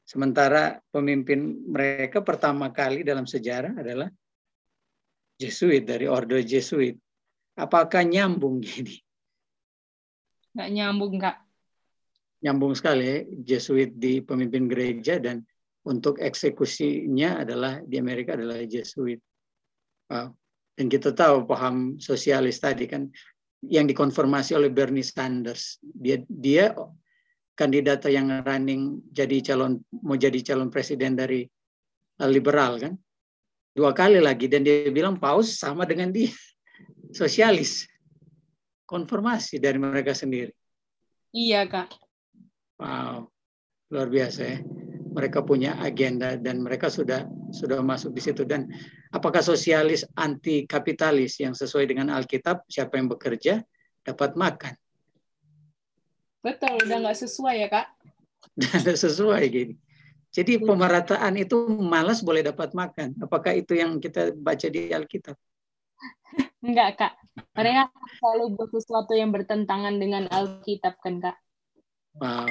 Sementara pemimpin mereka pertama kali dalam sejarah adalah Jesuit, dari Orde Jesuit. Apakah nyambung gini? Nggak nyambung, Kak. Nyambung sekali, Jesuit di pemimpin gereja, dan untuk eksekusinya adalah di Amerika adalah Jesuit. Wow. Dan kita tahu paham sosialis tadi kan yang dikonfirmasi oleh Bernie Sanders. Dia kandidat yang running mau jadi calon presiden dari liberal kan. 2 kali lagi, dan dia bilang paus sama dengan dia. Sosialis. Konfirmasi dari mereka sendiri. Iya, Kak. Wow. Luar biasa ya. Mereka punya agenda dan mereka sudah masuk di situ. Dan apakah sosialis anti kapitalis yang sesuai dengan Alkitab, siapa yang bekerja dapat makan. Betul, udah nggak sesuai ya, Kak? Udah sesuai gini. Jadi pemerataan itu malas boleh dapat makan. Apakah itu yang kita baca di Alkitab? Enggak, Kak. Mereka selalu buat sesuatu yang bertentangan dengan Alkitab kan, Kak? Wow.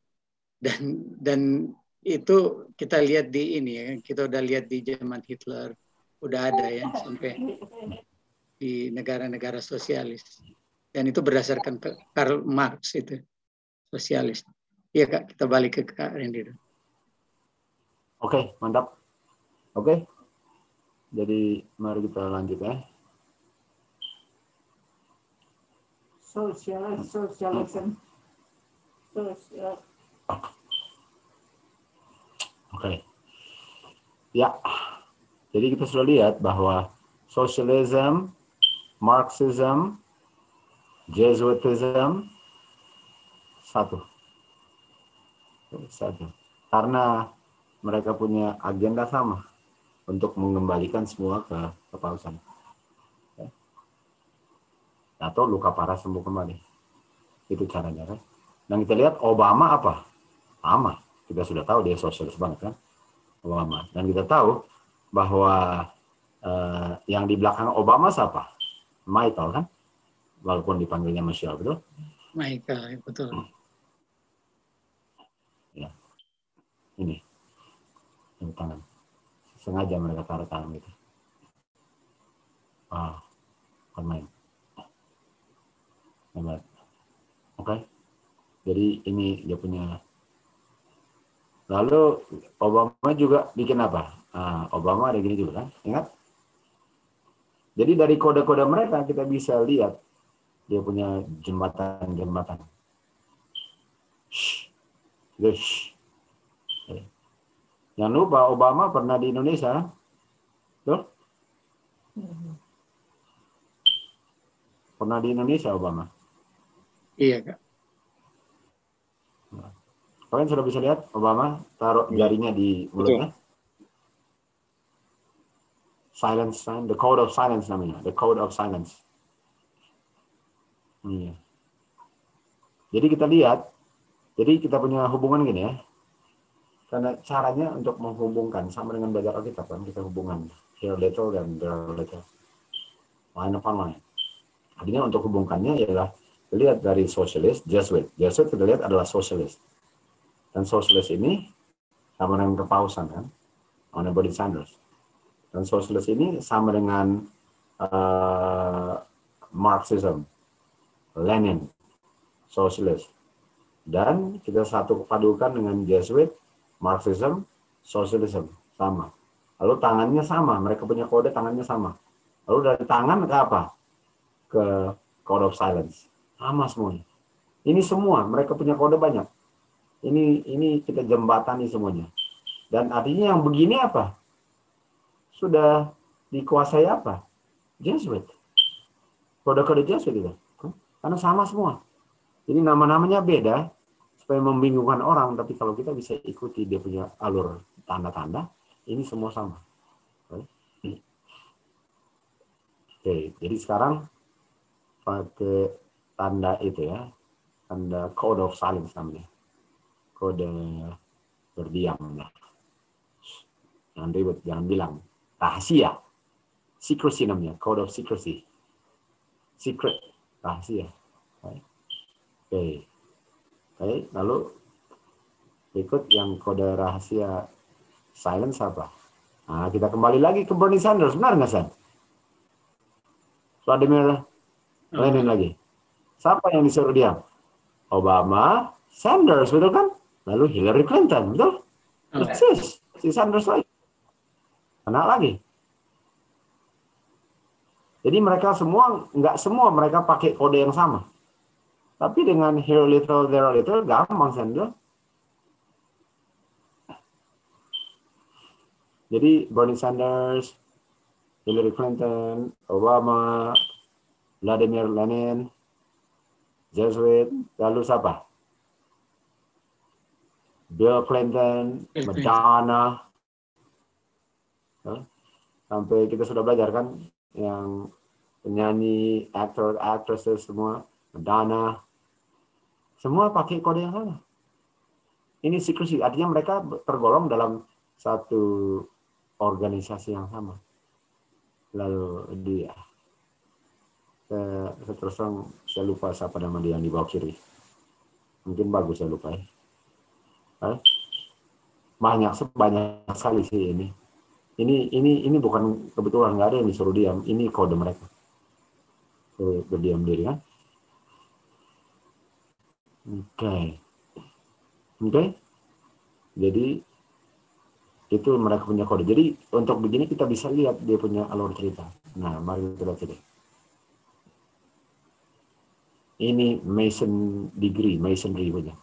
Dan itu kita lihat di ini ya, kita udah lihat di zaman Hitler, udah ada ya sampai di negara-negara sosialis. Dan itu berdasarkan Karl Marx itu, sosialis. Iya Kak, kita balik ke Kak Randy. Oke, mantap. Oke, jadi mari kita lanjut ya. Socialism. Oke. Ya. Jadi kita sudah lihat bahwa socialism, Marxism, Jesuitism satu. Karena mereka punya agenda sama untuk mengembalikan semua ke kepausan. Atau luka parah sembuh kembali. Itu caranya kan. Dan kita lihat Obama apa? Sama. Kita sudah tahu dia sosialis banget kan. Obama. Dan kita tahu bahwa yang di belakang Obama siapa? Michael kan? Walaupun dipanggilnya Michelle, betul? Michael, betul. Ya. Ini. Ini tangan. Sengaja mereka taruh tangan gitu. Bukan main. Oke. Jadi ini dia punya. Lalu Obama juga bikin apa? Obama ada gini juga kan? Ingat? Jadi dari kode-kode mereka kita bisa lihat dia punya jembatan-jembatan. Jangan lupa Obama pernah di Indonesia. Tuh? Pernah di Indonesia Obama? Iya, Kak. Kalian sudah bisa lihat Obama taruh jarinya di mulutnya? Silence sign, the code of silence namanya, the code of silence. Iya. Jadi kita lihat, jadi kita punya hubungan gini ya. Karena caranya untuk menghubungkan sama dengan belajar Alkitab kan, kita hubungan here little dan there little, line upon line. Artinya untuk hubungkannya ialah lihat dari sosialis, Jesuit. Jesuit kita lihat adalah sosialis. Dan sosialis ini sama dengan kepausan kan, on Bernie Sanders. Dan sosialis ini sama dengan Marxism, Lenin, sosialis. Dan kita satu padukan dengan Jesuit, Marxism, sosialism, sama. Lalu tangannya sama, mereka punya kode tangannya sama. Lalu dari tangan ke apa? Ke code of silence. Sama semuanya. Ini semua, mereka punya kode banyak. Ini kita jembatani semuanya. Dan artinya yang begini apa? Sudah dikuasai apa? Jesuit. Kode-kode Jesuit itu. Karena sama semua. Jadi nama-namanya beda supaya membingungkan orang, tapi kalau kita bisa ikuti dia punya alur tanda-tanda, ini semua sama. Oke, jadi sekarang pakai tanda itu ya. Tanda code of silence namanya. Kode berdiam lah. Jangan ribet, jangan bilang. Rahasia. Secrecy namanya, code of secrecy. Secret, rahasia. Oke. Oke, lalu Berikut yang kode rahasia silence apa? Nah, kita kembali lagi ke Bernie Sanders. Benar nggak, San? Vladimir Lenin lagi. Siapa yang disuruh diam? Obama, Sanders, betul kan? Lalu Hillary Clinton, betul? Persis, si Sanders lagi. Kena lagi. Jadi mereka semua, nggak semua mereka pakai kode yang sama. Tapi dengan here little, there little, gampang, Sanders. Jadi Bernie Sanders, Hillary Clinton, Obama, Vladimir Lenin, Jesuit, lalu siapa? Bill Clinton, Madonna. Sampai kita sudah belajar kan yang penyanyi, aktor, actresses semua, Madonna. Semua pakai kode yang sama. Ini secrecy, artinya mereka tergolong dalam satu organisasi yang sama. Lalu dia, saya terus terang saya lupa siapa nama dia yang di bawah kiri. Mungkin bagus saya lupa ya. Banyak sekali sih ini. Ini bukan kebetulan, nggak ada yang disuruh diam. Ini kode mereka. Suruh berdiam diri kan. Oke. Jadi itu mereka punya kode. Jadi untuk begini kita bisa lihat dia punya alur cerita. Nah, mari kita lihat sini. Ini Masonry punya.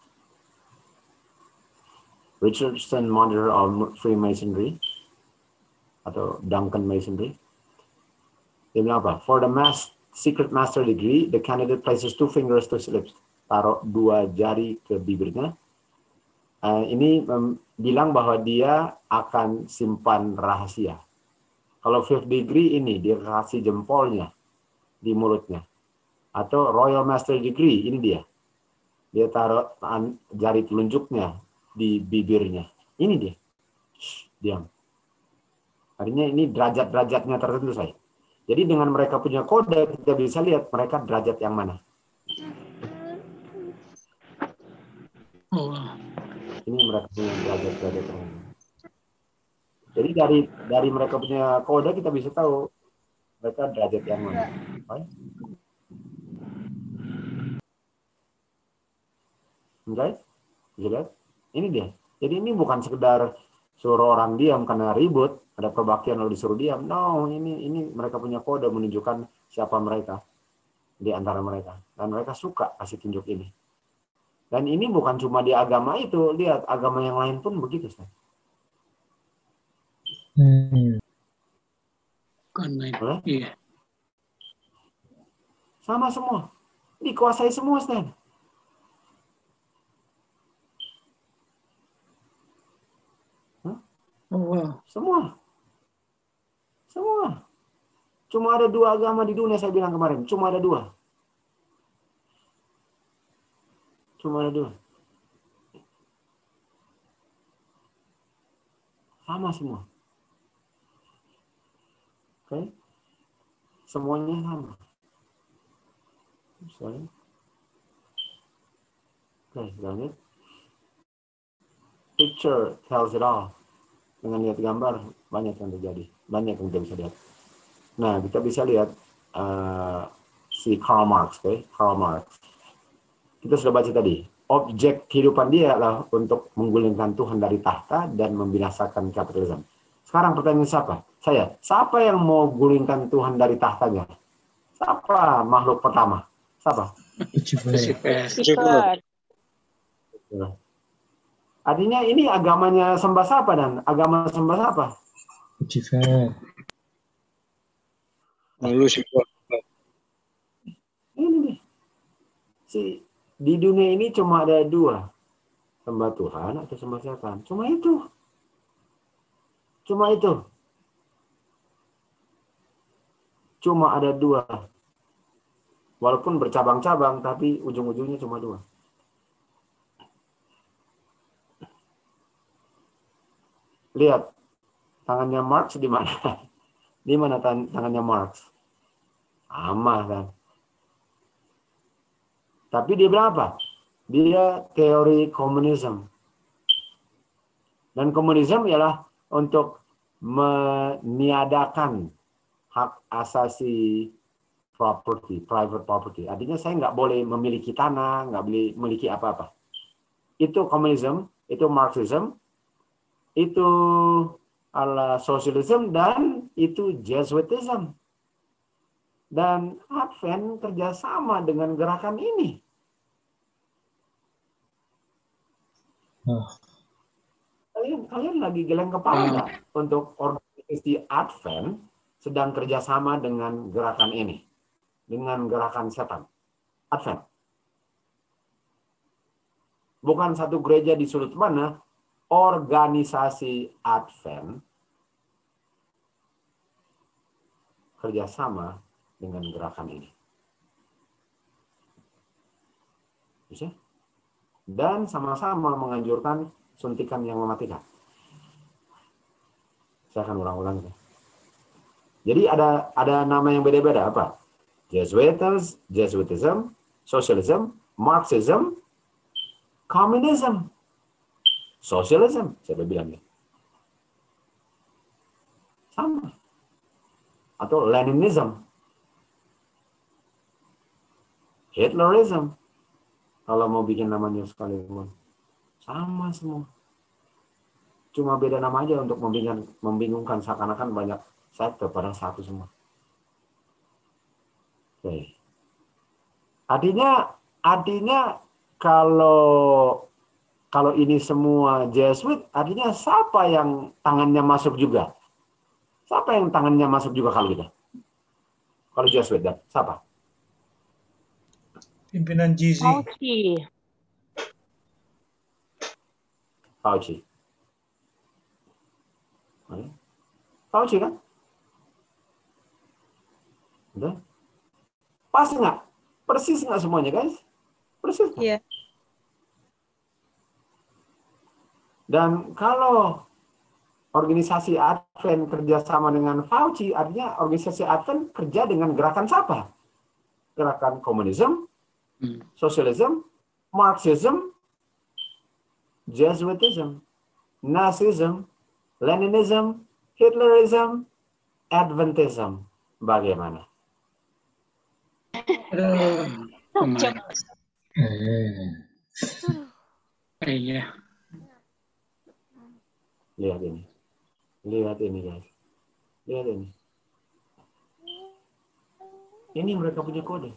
Richardson Model of Freemasonry atau Duncan Masonry. Dia bilang apa? For the secret master degree, the candidate places 2 fingers to his lips. Taruh 2 jari ke bibirnya. Ini bilang bahwa dia akan simpan rahasia. Kalau 5th degree ini dia kasih jempolnya di mulutnya. Atau Royal Master Degree, ini dia. Dia taruh jari telunjuknya di bibirnya. Ini dia. Diam. Artinya ini derajat-derajatnya tertentu saya. Jadi dengan mereka punya kode, kita bisa lihat mereka derajat yang mana. Ini mereka punya derajat-derajat yang mana. Jadi dari mereka punya kode, kita bisa tahu mereka derajat yang mana. Oke? Bisa lihat? Ini dia. Jadi ini bukan sekedar suruh orang diam karena ribut, ada perbaktian lalu disuruh diam. No, ini mereka punya kode menunjukkan siapa mereka di antara mereka. Dan mereka suka kasih tunjuk ini. Dan ini bukan cuma di agama itu, lihat agama yang lain pun begitu. Iya. Sama semua. Dikuasai semua, Stan. Semua. Cuma ada 2 agama di dunia, saya bilang kemarin. Cuma ada 2. Sama semua. Oke? Semuanya sama. Sorry. Oke, lanjut. Picture tells it all. Dengan lihat gambar, banyak yang terjadi. Banyak yang kita bisa lihat. Nah, kita bisa lihat si Karl Marx. Okay? Karl Marx. Kita sudah baca tadi. Objek kehidupan dia adalah untuk menggulingkan Tuhan dari tahta dan membinasakan kapitalisme. Sekarang pertanyaan siapa? Saya. Siapa yang mau gulingkan Tuhan dari tahtanya? Siapa makhluk pertama? Siapa? Lucifer. Artinya ini agamanya sembah siapa dan agama sembah siapa? Lucifer. Ini nih. Di dunia ini cuma ada 2. Sembah Tuhan atau sembah setan. Cuma itu. Cuma ada 2. Walaupun bercabang-cabang, tapi ujung-ujungnya cuma 2. Lihat, tangannya Marx di mana? Di mana tangannya Marx? Sama kan? Tapi dia bilang apa? Dia teori komunisme. Dan komunisme ialah untuk meniadakan hak asasi property, private property. Artinya saya nggak boleh memiliki tanah, nggak boleh memiliki apa-apa. Itu komunisme, itu Marxism, itu ala sosialisme, dan itu Jesuitism. Dan Advent kerjasama dengan gerakan ini. Kalian lagi geleng kepala nggak untuk organisasi Advent sedang kerjasama dengan gerakan ini, dengan gerakan setan Advent. Bukan satu gereja di sudut mana, organisasi Advent kerjasama dengan gerakan ini. Bisa? Dan sama-sama menganjurkan suntikan yang mematikan. Saya akan ulang-ulang. Jadi ada nama yang beda-beda apa? Jesuitism, Socialism, Marxism, Communism, Socialism. Saya bilang ya. Sama. Atau Leninism, Hitlerism. Kalau mau bikin namanya sekalipun. Sama semua. Cuma beda nama aja untuk membingungkan, seakan-akan banyak sekte pada satu semua. Oke. Artinya kalau ini semua Jesuit, artinya siapa yang tangannya masuk juga? Siapa yang tangannya masuk juga kalau gitu? Kalau Jesuit, dan siapa? Pimpinan GZ. Fauci. Fauci kan? Udah? Pas nggak? Persis nggak semuanya, guys? Persis nggak? Iya. Dan kalau organisasi Advent kerjasama dengan Fauci, artinya organisasi Advent kerja dengan gerakan siapa? Gerakan komunisme, sosialisme, Marxism, Jesuitism, Nazism, Leninism, Hitlerism, Adventism. Bagaimana? Iya. Lihat ini. Lihat ini, guys. Lihat ini. Ini mereka punya kode.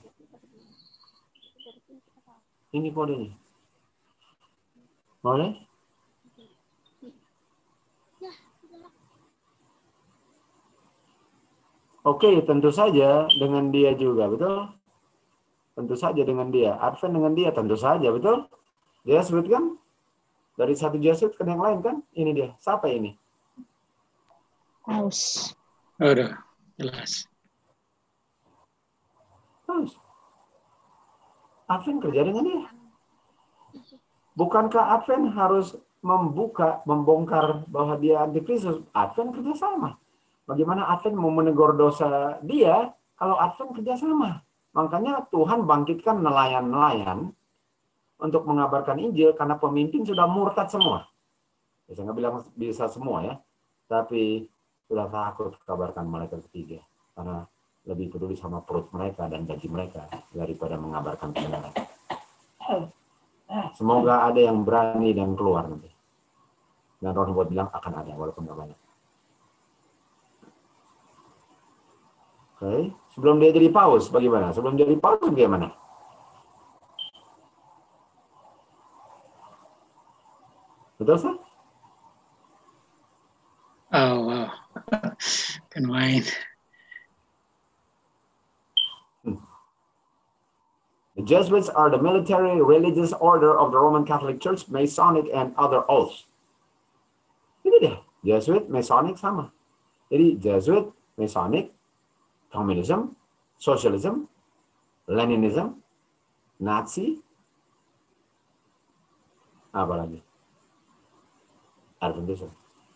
Ini kodenya. Boleh? Oke, tentu saja dengan dia juga, betul? Tentu saja dengan dia. Advent dengan dia, tentu saja, betul? Jesuit kan? Dari satu Jesuit ke yang lain kan? Ini dia. Siapa ini? Paus. Udah, jelas. Paus. Advent kerja dengan dia. Bukankah Advent harus membongkar bahwa dia antikristus? Advent kerjasama. Bagaimana Advent mau menegur dosa dia kalau Advent kerjasama? Makanya Tuhan bangkitkan nelayan-nelayan untuk mengabarkan Injil karena pemimpin sudah murtad semua. Saya nggak bilang bisa semua ya, tapi sudah takut kabarkan malaikat ketiga karena lebih peduli sama perut mereka dan gaji mereka daripada mengabarkan kebenaran. Semoga ada yang berani dan keluar nanti. Dan Roh buat bilang akan ada walaupun nggak banyak. Oke, sebelum dia jadi paus bagaimana? Sebelum jadi paus bagaimana? Betul sih? Oh wow, kan main. The Jesuits are the military religious order of the Roman Catholic Church, Masonic and other oaths. Ini dia, Jesuit, Masonic sama. Jadi Jesuit, Masonic, Communism, Socialism, Leninism, Nazi, apa lagi? Adventism.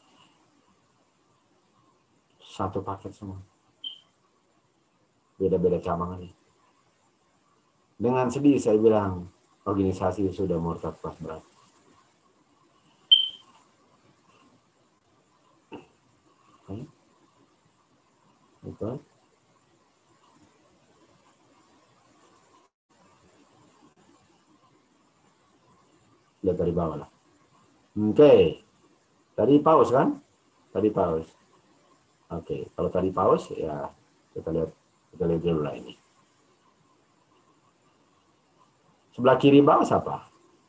Satu paket semua. Beda-beda cabang aja. Dengan sedih saya bilang, organisasi sudah murtad pas berat. Betul? Lihat dari bawah lah. Oke. Tadi paus kan? Tadi paus. Oke, kalau tadi paus ya kita lihat dulu lah ini. Sebelah kiri bawah siapa?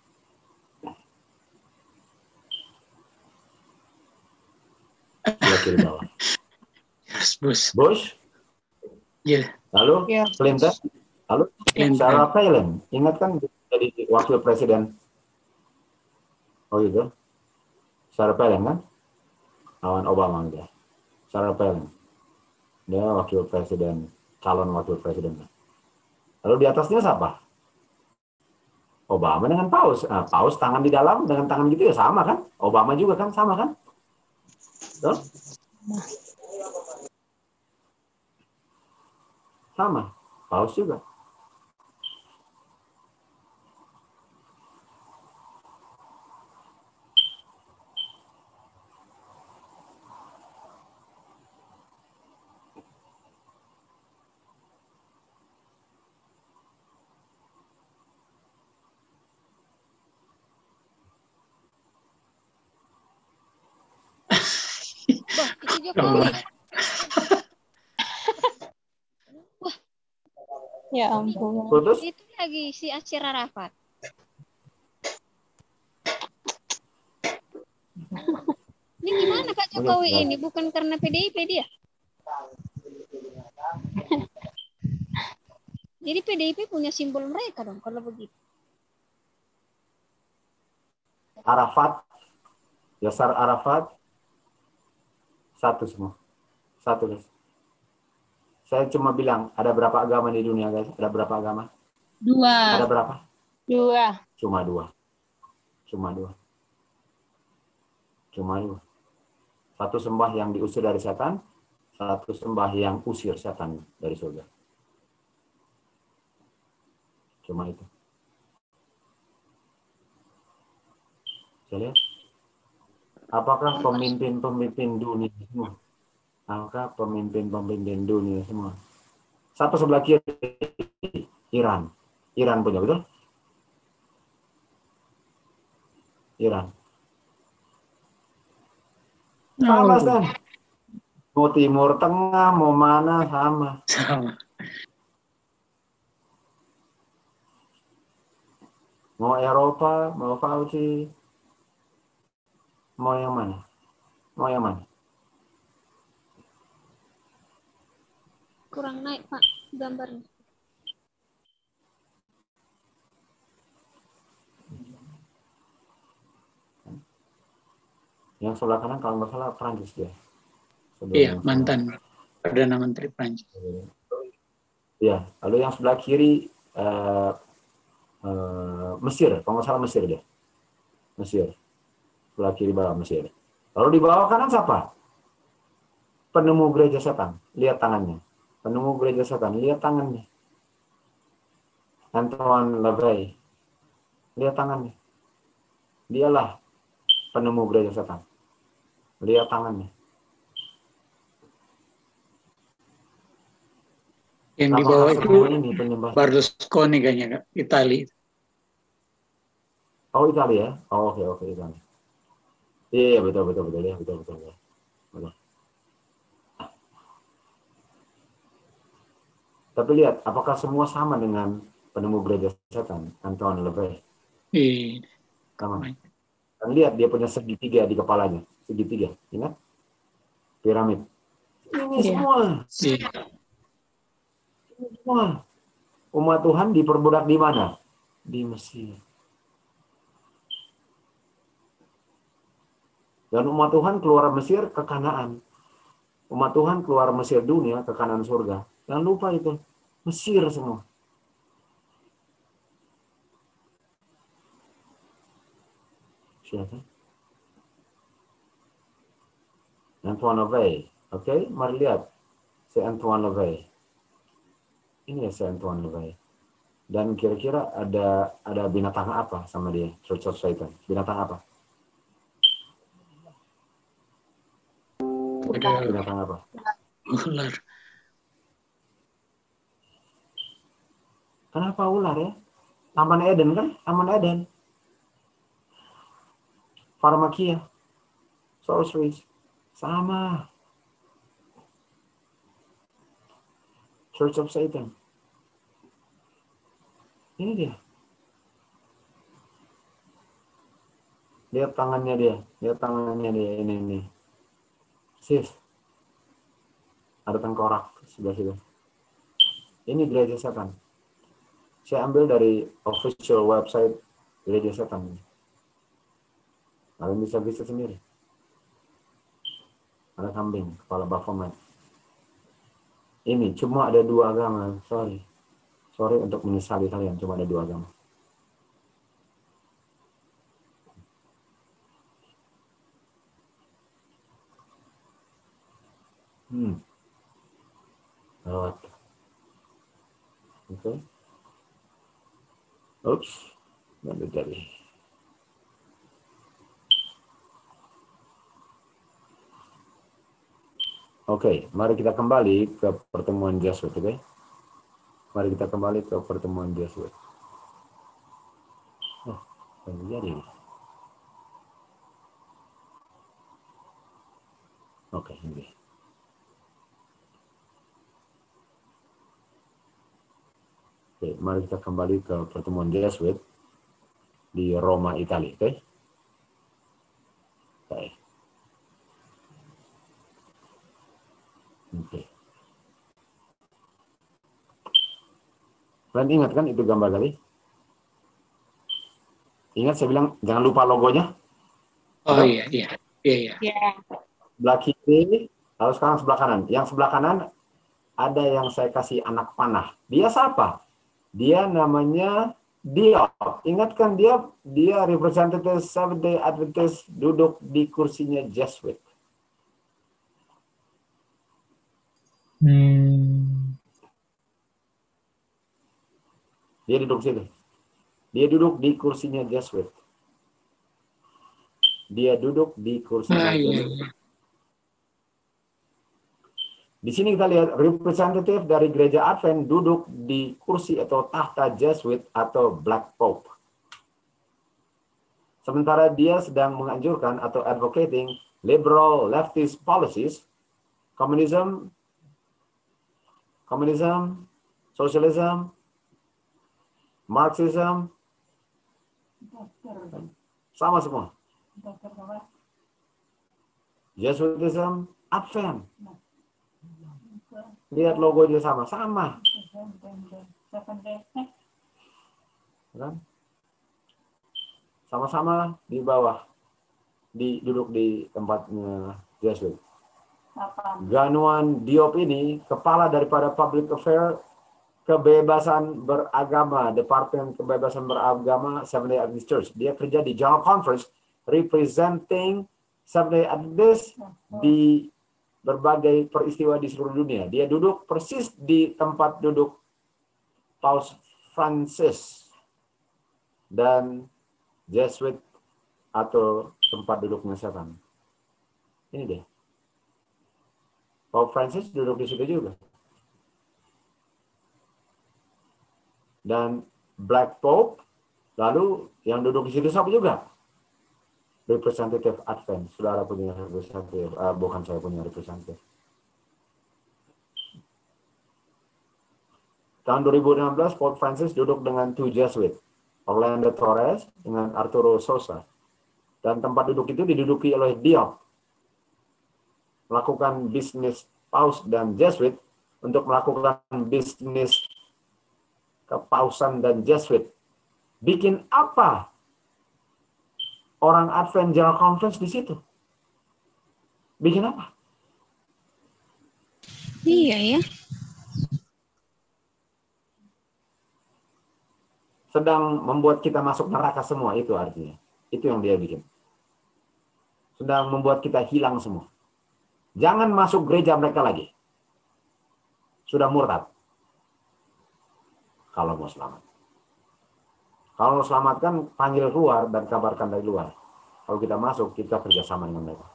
Sebelah kiri bawah. Bush. Yeah. Lalu Clinton. Lalu Sarah Palin. Ingat kan jadi wakil presiden? Oh gitu. Sarah Palin kan? Lawan Obama dia. Sarah Palin. Dia wakil presiden, calon wakil presiden. Lalu di atasnya siapa? Obama dengan paus. Nah, paus tangan di dalam dengan tangan gitu ya sama kan? Obama juga kan sama kan? Tuh? Sama. Paus juga. Bah, itu Jokowi. Wah. Ya ampun. Putus? Itu lagi si Asyir Arafat. Ini gimana Pak Jokowi ini? Bukan karena PDIP dia? Jadi PDIP punya simbol mereka dong kalau begitu. Arafat. Yasar Arafat. Satu semua. Satu guys. Saya cuma bilang, ada berapa agama di dunia guys? Ada berapa agama? 2. Ada berapa? 2. Cuma 2. Cuma 2. Cuma 2. Satu sembah yang diusir dari setan, satu sembah yang usir setan dari surga. Cuma itu. Saya lihat. Apakah pemimpin-pemimpin dunia semua? Apakah pemimpin-pemimpin dunia semua? Satu sebelah kiri, Iran. Iran punya, betul? Iran. Sama, Stan. Mau Timur Tengah, mau mana, sama. Sama. Mau Eropa, mau Fauci. Mau yang mana? Mau yang mana? Kurang naik Pak gambarnya. Yang sebelah kanan kalau nggak salah Prancis dia. Iya, mantan Perdana Menteri Prancis. Iya, lalu yang sebelah kiri Mesir, kalau nggak salah Mesir dia. Mesir. Sebelah kiri bawah Mesir. Lalu di bawah kanan siapa? Penemu gereja setan. Lihat tangannya. Penemu gereja setan. Lihat tangannya. Antoine LaVey. Lihat tangannya. Dialah penemu gereja setan. Lihat tangannya. Yang di bawah itu Berlusconi kayaknya, Italia. Oh, Italia ya? Oh, oke, Italia. Iya, betul ya, betul. Tapi lihat, apakah semua sama dengan penemu gereja setan, Antoine LaVey? Iya. Sama. Dan lihat, dia punya segitiga di kepalanya. Segitiga, ingat? Piramid. Ini semua. Semua. Umat Tuhan diperbudak di mana? Di Mesir. Dan umat Tuhan keluar Mesir ke Kanaan. Umat Tuhan keluar Mesir dunia ke Kanaan surga. Jangan lupa itu. Mesir semua. Siapa? Antoine LaVey. Oke, mari lihat. Si Antoine LaVey. Ini ya si Antoine LaVey. Dan kira-kira ada binatang apa sama dia? Church of Satan. Binatang apa? Binatang apa? Ular. Kenapa ular ya? Taman Eden kan? Taman Eden. Pharmakia. Sorceries. Sama. Church of Satan. Ini dia. Lihat tangannya dia. Lihat tangannya dia. Ini. Sis. Ada tengkorak sebelah situ. Ini gereja setan. Saya ambil dari official website gereja setan. Kalian bisa visit sendiri. Ada kambing, kepala Baphomet. Ini cuma ada 2 agama. Sorry untuk menyesali kalian. Cuma ada 2 agama. Lewat. Oke. Oops. Nggak jadi. Oke, mari kita kembali ke pertemuan Jesuit, oke? Mari kita kembali ke pertemuan Jesuit. Oh, apa jadi? Oke, ini. Oke, mari kita kembali ke pertemuan Jesuit di Roma, Italia, oke? Oke. Kalian ingat kan itu gambar tadi? Ingat saya bilang jangan lupa logonya? Oh iya. Sebelah kiri, lalu sekarang sebelah kanan. Yang sebelah kanan ada yang saya kasih anak panah. Dia siapa? Dia namanya Diop. Ingat kan dia representative Seventh-day Adventist duduk di kursinya Jesuit. Dia duduk situ. Dia duduk di kursinya Jesuit. Dia duduk di kursinya Jesuit. Di sini kita lihat representatif dari gereja Advent duduk di kursi atau tahta Jesuit atau Black Pope. Sementara dia sedang menganjurkan atau advocating liberal leftist policies, communism, socialism, Marxism, sama semua. Jesuitism, Advent. Lihat logo dia sama. Kan? Sama-sama di bawah. Duduk di tempatnya Jesuit. Ganuan Diop ini kepala daripada Public Affairs Kebebasan Beragama, Departemen Kebebasan Beragama Seventh-day Adventist Church. Dia kerja di General Conference representing Seventh-day Adventist di berbagai peristiwa di seluruh dunia. Dia duduk persis di tempat duduk Paus Francis dan Jesuit atau tempat duduknya setan. Ini dia. Paus Francis duduk di situ juga. Dan Black Pope, lalu yang duduk di situ siapa juga? Representative Advent. Saudara punya representative, bukan saya punya representative. Tahun 2016, Pope Francis duduk dengan 2 Jesuit. Orlando Torres dengan Arturo Sosa. Dan tempat duduk itu diduduki oleh Diop. Melakukan bisnis Paus dan Jesuit untuk melakukan bisnis kepausan dan Jesuit. Bikin apa orang Advent General Conference di situ? Bikin apa? Iya ya. Sedang membuat kita masuk neraka semua, itu artinya. Itu yang dia bikin. Sedang membuat kita hilang semua. Jangan masuk gereja mereka lagi. Sudah murtad. Kalau mau selamat. Kalau mau selamatkan, panggil keluar dan kabarkan dari luar. Kalau kita masuk, kita kerjasama dengan mereka.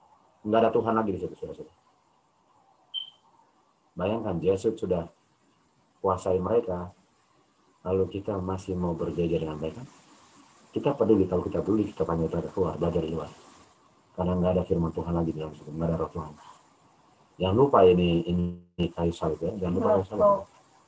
Nggak ada Tuhan lagi di situ. Bayangkan, Jesuit sudah kuasai mereka, lalu kita masih mau berjajar dengan mereka. Kita peduli, kalau kita peduli, kita panggil mereka keluar, belajar di luar. Karena nggak ada firman Tuhan lagi di dalam situ, nggak ada roh Tuhan. Jangan lupa ini kayu salib ya, jangan lupa kayu salib.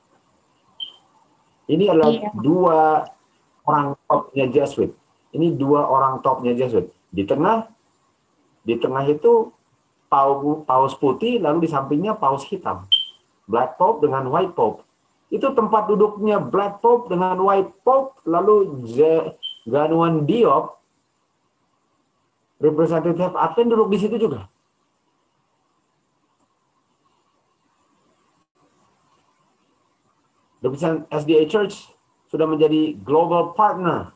Ini adalah dua orang topnya Jesuit. Ini dua orang topnya Jesuit. Di tengah itu paus putih, lalu di sampingnya paus hitam. Black Pope dengan White Pope. Itu tempat duduknya Black Pope dengan White Pope, lalu Ganuan Diop, representatif Advent, duduk di situ juga. Representatif SDA Church sudah menjadi global partner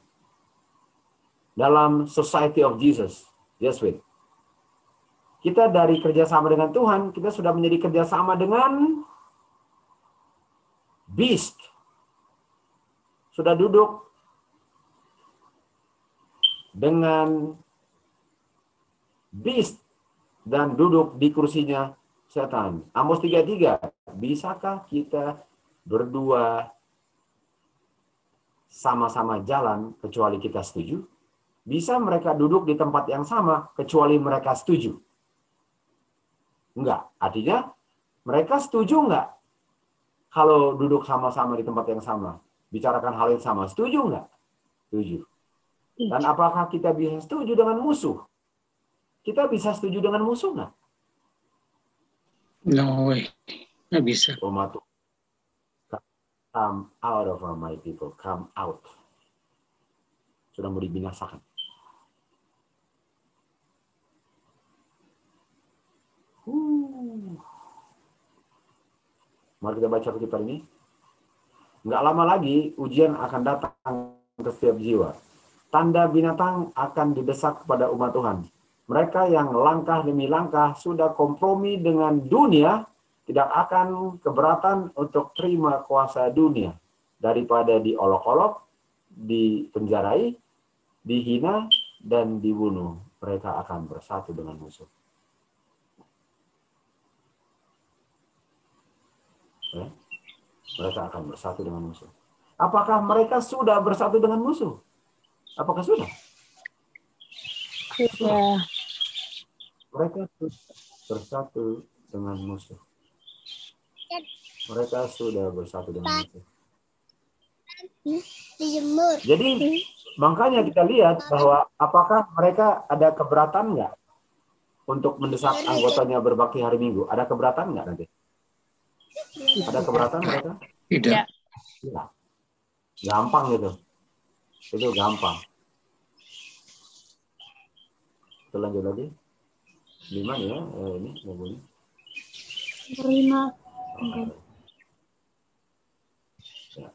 dalam Society of Jesus, Jesuit. Kita dari kerjasama dengan Tuhan, kita sudah menjadi kerjasama dengan Beast. Sudah duduk dengan Beast dan duduk di kursinya setan. Amos 3:3, bisakah kita berdua sama-sama jalan kecuali kita setuju? Bisa mereka duduk di tempat yang sama kecuali mereka setuju? Enggak. Artinya mereka setuju enggak kalau duduk sama-sama di tempat yang sama? Bicarakan hal yang sama. Setuju enggak? Setuju. Dan apakah kita bisa setuju dengan musuh? Kita bisa setuju dengan musuh enggak? No way. Nggak bisa. Umat, come out of my people. Come out. Sudah mau dibinasakan. Mari kita baca kutipan ini. Nggak lama lagi ujian akan datang ke setiap jiwa. Tanda binatang akan didesak kepada umat Tuhan. Mereka yang langkah demi langkah sudah kompromi dengan dunia tidak akan keberatan untuk terima kuasa dunia. Daripada diolok-olok, dipenjarai, dihina, dan dibunuh. Mereka akan bersatu dengan musuh. Ya? Mereka akan bersatu dengan musuh. Apakah mereka sudah bersatu dengan musuh? Apakah sudah? Sudah. Mereka sudah bersatu dengan musuh. Mereka sudah bersatu dengan musuh. Jadi makanya kita lihat bahwa apakah mereka ada keberatan nggak untuk mendesak anggotanya berbakti hari Minggu? Ada keberatan nggak nanti? Ada keberatan mereka? Tidak. Tidak. Gampang gitu. Itu gampang. Kita lanjut lagi. 5 ya, ini mobilnya. 5. Ya.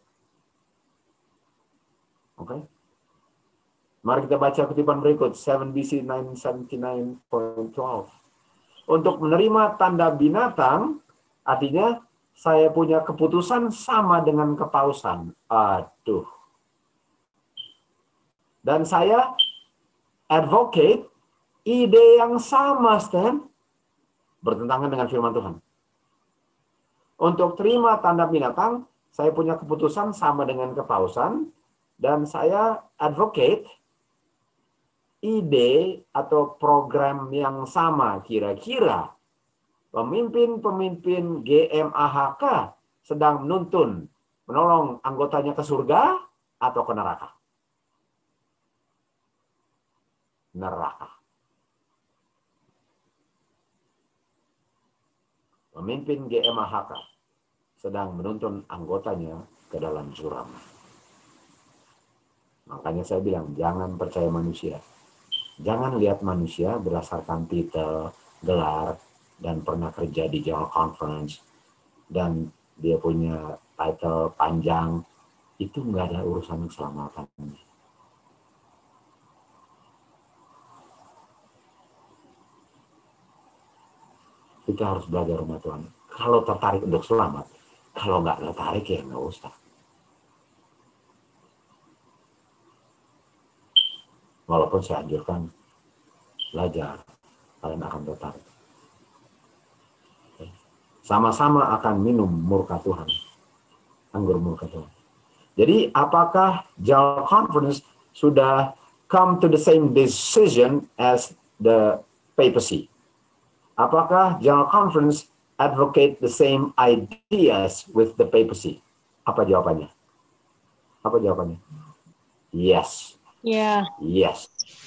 Oke. Mari kita baca kutipan berikut 7 BC 979.12. Untuk menerima tanda binatang, artinya saya punya keputusan sama dengan kepausan. Aduh. Dan saya advocate ide yang sama, Stan, bertentangan dengan firman Tuhan. Untuk terima tanda binatang, saya punya keputusan sama dengan kepausan, dan saya advocate ide atau program yang sama. Kira-kira pemimpin-pemimpin GMAHK sedang menolong anggotanya ke surga atau ke neraka? Neraka. Pemimpin GMAHK sedang menuntun anggotanya ke dalam jurang. Makanya saya bilang, jangan percaya manusia. Jangan lihat manusia berdasarkan titel, gelar, dan pernah kerja di General Conference, dan dia punya title panjang. Itu nggak ada urusan keselamatannya. Kita harus belajar umat Tuhan. Kalau tertarik untuk selamat, kalau nggak tertarik ya nggak usah. Walaupun saya anjurkan belajar, kalian akan tertarik. Sama-sama akan minum murka Tuhan. Anggur murka Tuhan. Jadi apakah General Conference sudah come to the same decision as the papacy? Apakah General Conference advocate the same ideas with the papacy? Apa jawabannya? Apa jawabannya? Yes. Yeah. Yes.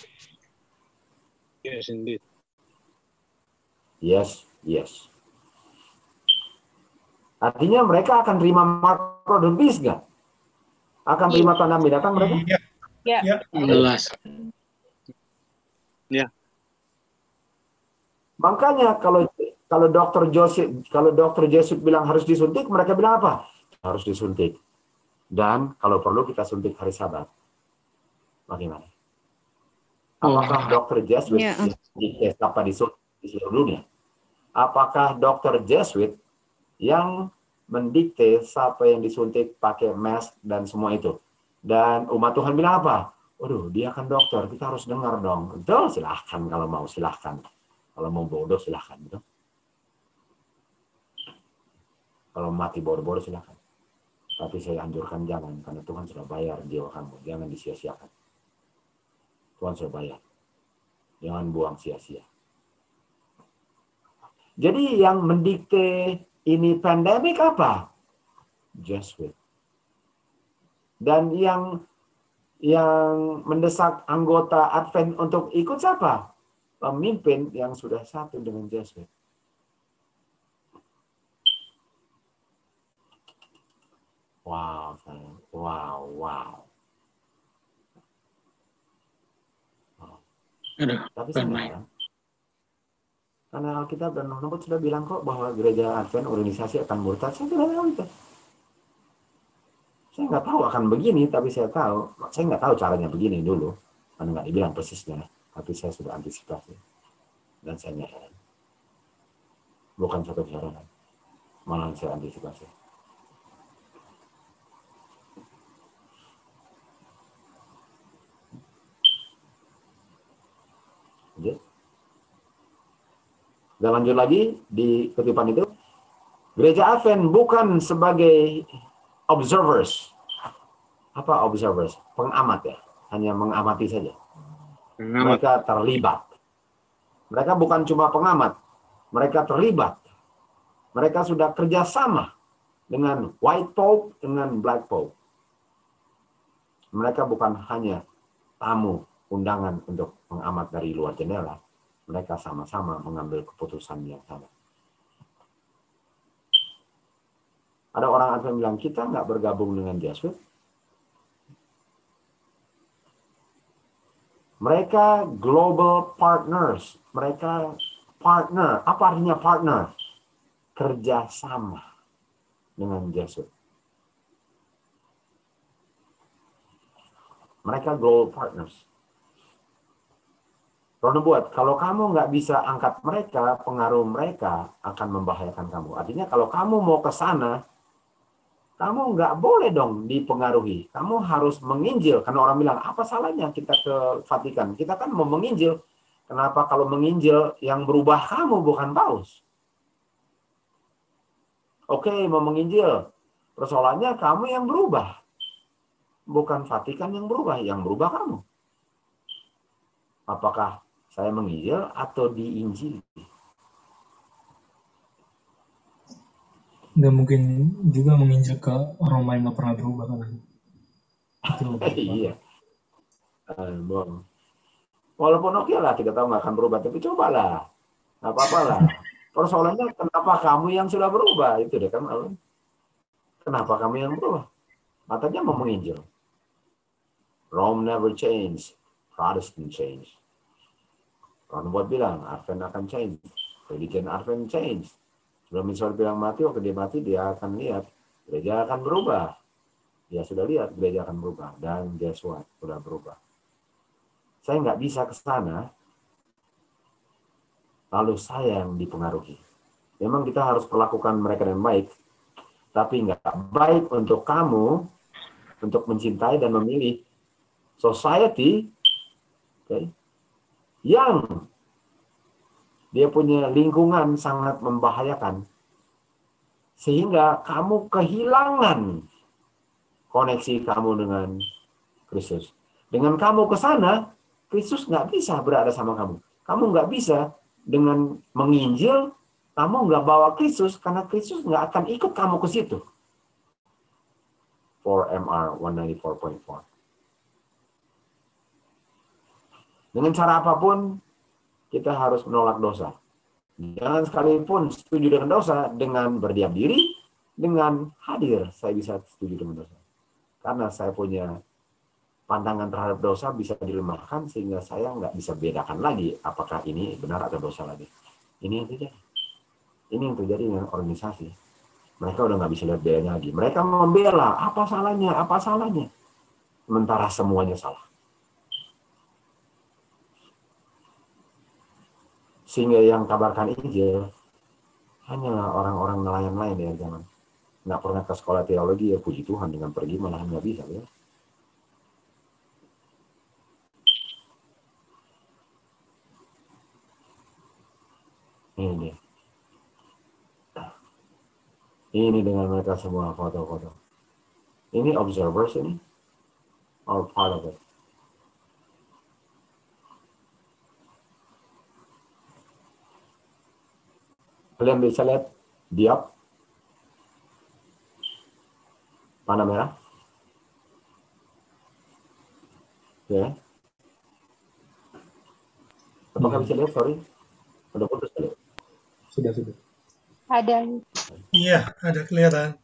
Yes, indeed. Yes. Yes. Artinya mereka akan terima mark of the beast nggak? Akan terima tanda binatang mereka? Ya. Jelas. Ya. Makanya kalau dokter Jesuit bilang harus disuntik, mereka bilang apa? Harus disuntik. Dan kalau perlu kita suntik hari Sabat. Bagaimana? Apakah dokter Jesuit disuntik di seluruh dunia? Apakah dokter Jesuit yang mendikte siapa yang disuntik pakai mask dan semua itu? Dan umat Tuhan bilang apa? Waduh, dia kan dokter, kita harus dengar dong. Betul, silahkan kalau mau, silahkan. Kalau mau bodoh, silahkan. Betul? Kalau mati bodoh-bodoh, silahkan. Tapi saya anjurkan jangan, karena Tuhan sudah bayar jiwa kamu. Jangan disia-siakan. Tuhan sudah bayar. Jangan buang sia-sia. Jadi yang mendikte ini pandemik apa? Jesuit. Dan yang mendesak anggota Advent untuk ikut siapa? Pemimpin yang sudah satu dengan Jesuit. Wow, sayang. Wow. Tapi sebenarnya, karena Alkitab dan Nuh sudah bilang kok bahwa gereja Advent organisasi akan murtad, saya tidak tahu itu. Saya nggak tahu akan begini, tapi saya nggak tahu caranya begini dulu, karena nggak dibilang persisnya, tapi saya sudah antisipasi dan saya heran. Bukan satu keheranan, malah saya antisipasi. Dan lanjut lagi di kutipan itu, gereja Advent bukan sebagai observers. Apa observers? Pengamat ya, hanya mengamati saja. Mereka terlibat. Mereka bukan cuma pengamat, mereka terlibat. Mereka sudah kerjasama dengan White Pope, dengan Black Pope. Mereka bukan hanya tamu undangan untuk mengamat dari luar jendela. Mereka sama-sama mengambil keputusan yang sama. Ada orang Advent bilang, kita nggak bergabung dengan Jesuit. Mereka global partners. Mereka partner. Apa artinya partner? Kerjasama dengan Jesuit. Mereka global partners. Roh Nubuat, kalau kamu nggak bisa angkat mereka, pengaruh mereka akan membahayakan kamu. Artinya kalau kamu mau ke sana, kamu nggak boleh dong dipengaruhi. Kamu harus menginjil. Karena orang bilang, apa salahnya kita ke Vatikan? Kita kan mau menginjil. Kenapa kalau menginjil yang berubah kamu bukan paus? Oke, mau menginjil. Persoalannya kamu yang berubah. Bukan Vatikan yang berubah kamu. Apakah saya menginjil atau diinjili? Nggak mungkin juga menginjil ke Roma yang nggak pernah berubah kan? Iya. Walaupun oke lah, kita tahu nggak akan berubah, tapi cobalah. Nggak apa-apa lah. Persoalannya kenapa kamu yang sudah berubah? Itu deh kan. Kenapa kamu yang berubah? Katanya mau menginjil. Rome never change. Protestant change. Orang buat bilang, Advent akan change. Religion Advent change. Sebelum Yesus bilang mati, waktu dia mati, dia akan lihat. Gereja akan berubah. Dia sudah lihat, gereja akan berubah. Dan guess what? Sudah berubah. Saya nggak bisa ke sana, lalu saya yang dipengaruhi. Memang kita harus perlakukan mereka dengan baik, tapi nggak baik untuk kamu, untuk mencintai dan memilih society, yang dia punya lingkungan sangat membahayakan. Sehingga kamu kehilangan koneksi kamu dengan Kristus. Dengan kamu ke sana, Kristus nggak bisa berada sama kamu. Kamu nggak bisa dengan menginjil, kamu nggak bawa Kristus, karena Kristus nggak akan ikut kamu ke situ. 4MR 194.4. Dengan cara apapun, kita harus menolak dosa. Jangan sekalipun setuju dengan dosa, dengan berdiam diri, dengan hadir, saya bisa setuju dengan dosa. Karena saya punya pandangan terhadap dosa bisa dilemahkan, sehingga saya nggak bisa bedakan lagi apakah ini benar atau dosa lagi. Ini yang terjadi. Ini yang terjadi dengan organisasi. Mereka udah nggak bisa lihat bedanya lagi. Mereka membela, apa salahnya, apa salahnya. Sementara semuanya salah. Sehingga yang kabarkan Injil hanyalah orang-orang nelayan lain ya, jangan nggak pernah ke sekolah teologi ya, puji Tuhan, dengan pergi malah nggak bisa ya. Ini dia. Ini dengan mereka semua foto-foto. Ini observers ini, or part of it. Kalian bisa lihat Diop, panah merah, ya. Apakah bisa lihat? Sorry, udah putus kali. Sudah. Ada. Iya, ada kelihatan.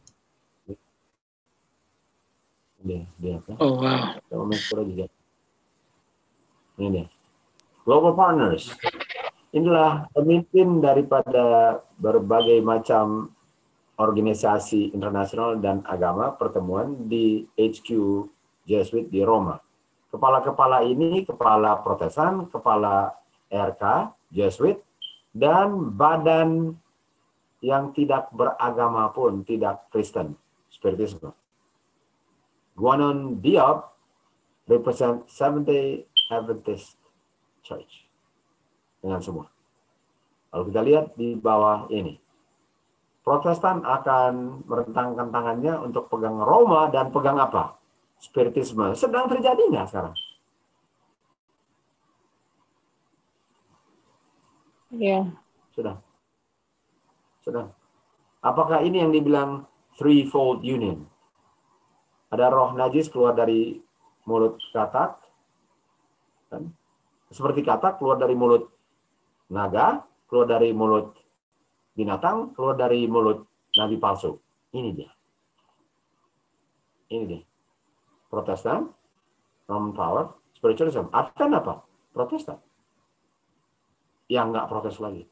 Dia kan? Oh wow. Coba make sure aja. Ini dia. Global Partners. Inilah pemimpin daripada berbagai macam organisasi internasional dan agama pertemuan di HQ Jesuit di Roma. Kepala-kepala ini kepala Protestan, kepala RK Jesuit, dan badan yang tidak beragama pun, tidak Kristen, Spiritisme. Guanon Diop represent Seventh-day Adventist Church. Dengan semua. Kalau kita lihat di bawah ini, Protestan akan merentangkan tangannya untuk pegang Roma dan pegang apa? Spiritisme. Sedang terjadi nggak sekarang? Iya. Sedang. Apakah ini yang dibilang threefold union? Ada roh najis keluar dari mulut katak, kan? Seperti katak keluar dari mulut naga, keluar dari mulut binatang, keluar dari mulut nabi palsu. Ini dia. Protestan, Roman power, spiritualism. Advent apa? Protestan. Yang nggak protes lagi.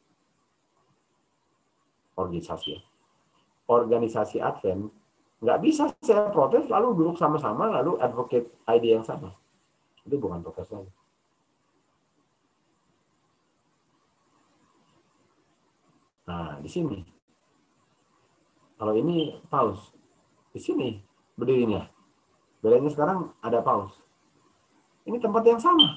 Organisasi Advent nggak bisa saya protes lalu duduk sama-sama lalu advocate ide yang sama. Itu bukan protes lagi. Nah, di sini. Kalau ini paus. Di sini berdirinya. Bedanya sekarang ada paus. Ini tempat yang sama.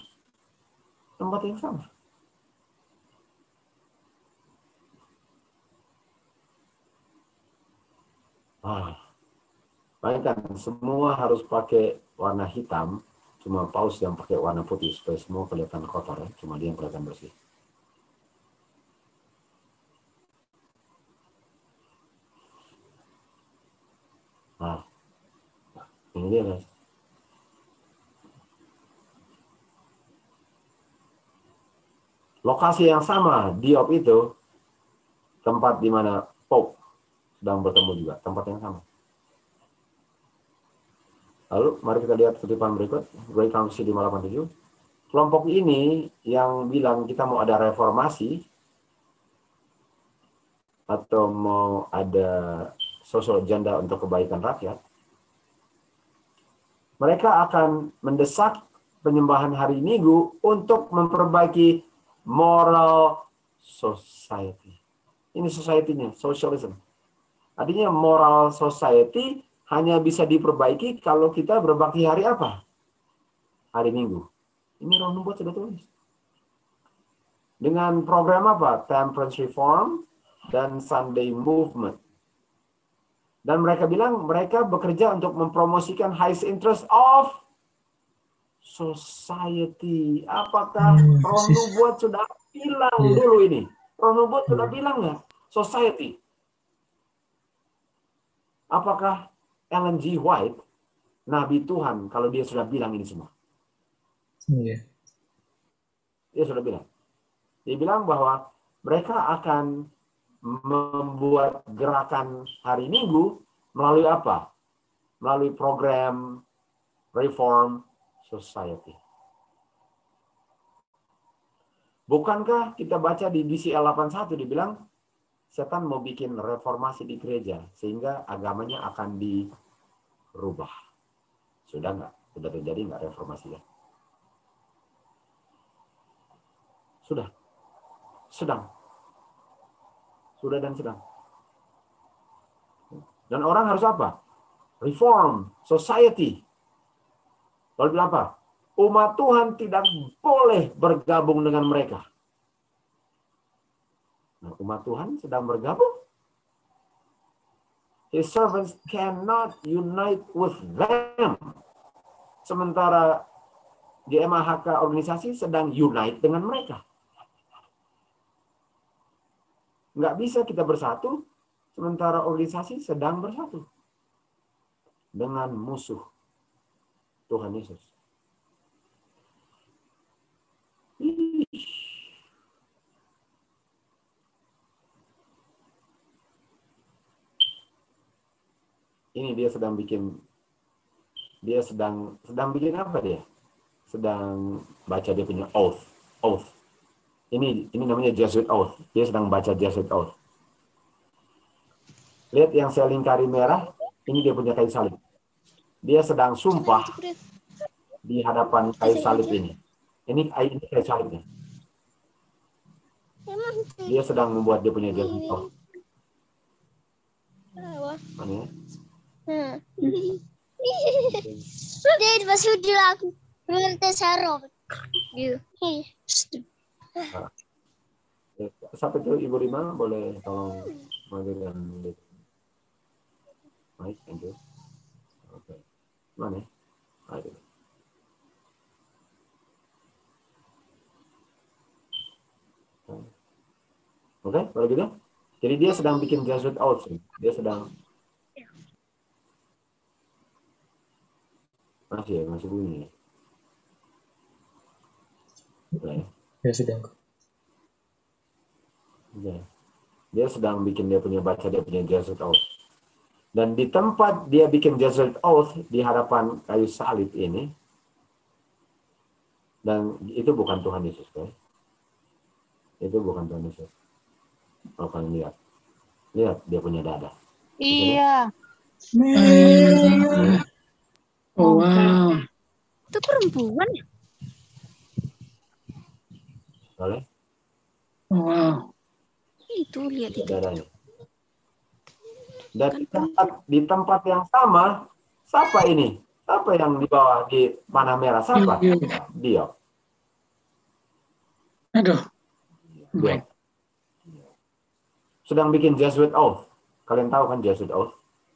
Bayangkan, semua harus pakai warna hitam. Cuma paus yang pakai warna putih. Supaya semua kelihatan kotor. Ya. Cuma dia yang kelihatan bersih. Nah, ini dia guys. Lokasi yang sama, Diop itu tempat di mana Pope sedang bertemu juga, tempat yang sama. Lalu mari kita lihat kutipan berikut, Great Council 587. Kelompok ini yang bilang kita mau ada reformasi atau mau ada social agenda untuk kebaikan rakyat, mereka akan mendesak penyembahan hari Minggu untuk memperbaiki moral society. Ini society-nya, socialism. Artinya moral society hanya bisa diperbaiki kalau kita berbakti hari apa? Hari Minggu. Ini Ron Hubbard sudah tulis. Dengan program apa? Temperance Reform dan Sunday Movement. Dan mereka bilang mereka bekerja untuk mempromosikan highest interest of society. Apakah roh nubuat sudah bilang dulu ini? Roh nubuat sudah bilang nggak? Society. Apakah Ellen G. White, Nabi Tuhan, kalau dia sudah bilang ini semua? Iya. Dia sudah bilang. Dia bilang bahwa mereka akan membuat gerakan hari Minggu melalui apa? Melalui program Reform Society. Bukankah kita baca di DCL 81 dibilang setan mau bikin reformasi di gereja sehingga agamanya akan dirubah. Sudah nggak? Sudah terjadi nggak reformasi ya? Sudah. Sedang. Sudah dan sedang. Dan orang harus apa? Reform Society. Lalu bilang apa? Umat Tuhan tidak boleh bergabung dengan mereka. Nah, umat Tuhan sedang bergabung. His servants cannot unite with them. Sementara GMAHK organisasi sedang unite dengan mereka. Nggak bisa kita bersatu, sementara organisasi sedang bersatu dengan musuh Tuhan Yesus. Ini dia sedang bikin bikin apa dia? Sedang baca dia punya oath. Ini namanya Jesuit oath. Dia sedang baca Jesuit oath. Lihat yang saya lingkari merah, ini dia punya kayu salib. Dia sedang sumpah di hadapan kayu salib ini. Ini kayu salibnya. Dia sedang membuat dia punya Jesuit oath. Mana ya? Dit, was udah aku sarong. Sampai itu Ibu Rima boleh tolong menggunakan mic, thank you. Oke. Mana? Ayo. Oke, kalau gitu. Jadi dia sedang bikin Jesuit oath. Dia sedang masih bunyi. Ya sedang. Dia sedang bikin dia punya Jesuit oath. Dan di tempat dia bikin Jesuit oath di hadapan kayu salib ini, dan itu bukan Tuhan Yesus, kan? Itu bukan Tuhan Yesus. Kalau kalian lihat dia punya dada. Iya. Oh, wow. Itu perempuan ya? Boleh? Wow. Itu lihat itu. Dadanya. Dan di tempat yang sama, siapa ini? Siapa yang di bawah di panah merah? Siapa? Dia. Aduh. Dia. Sedang bikin Jesuit oath. Kalian tahu kan Jesuit oath?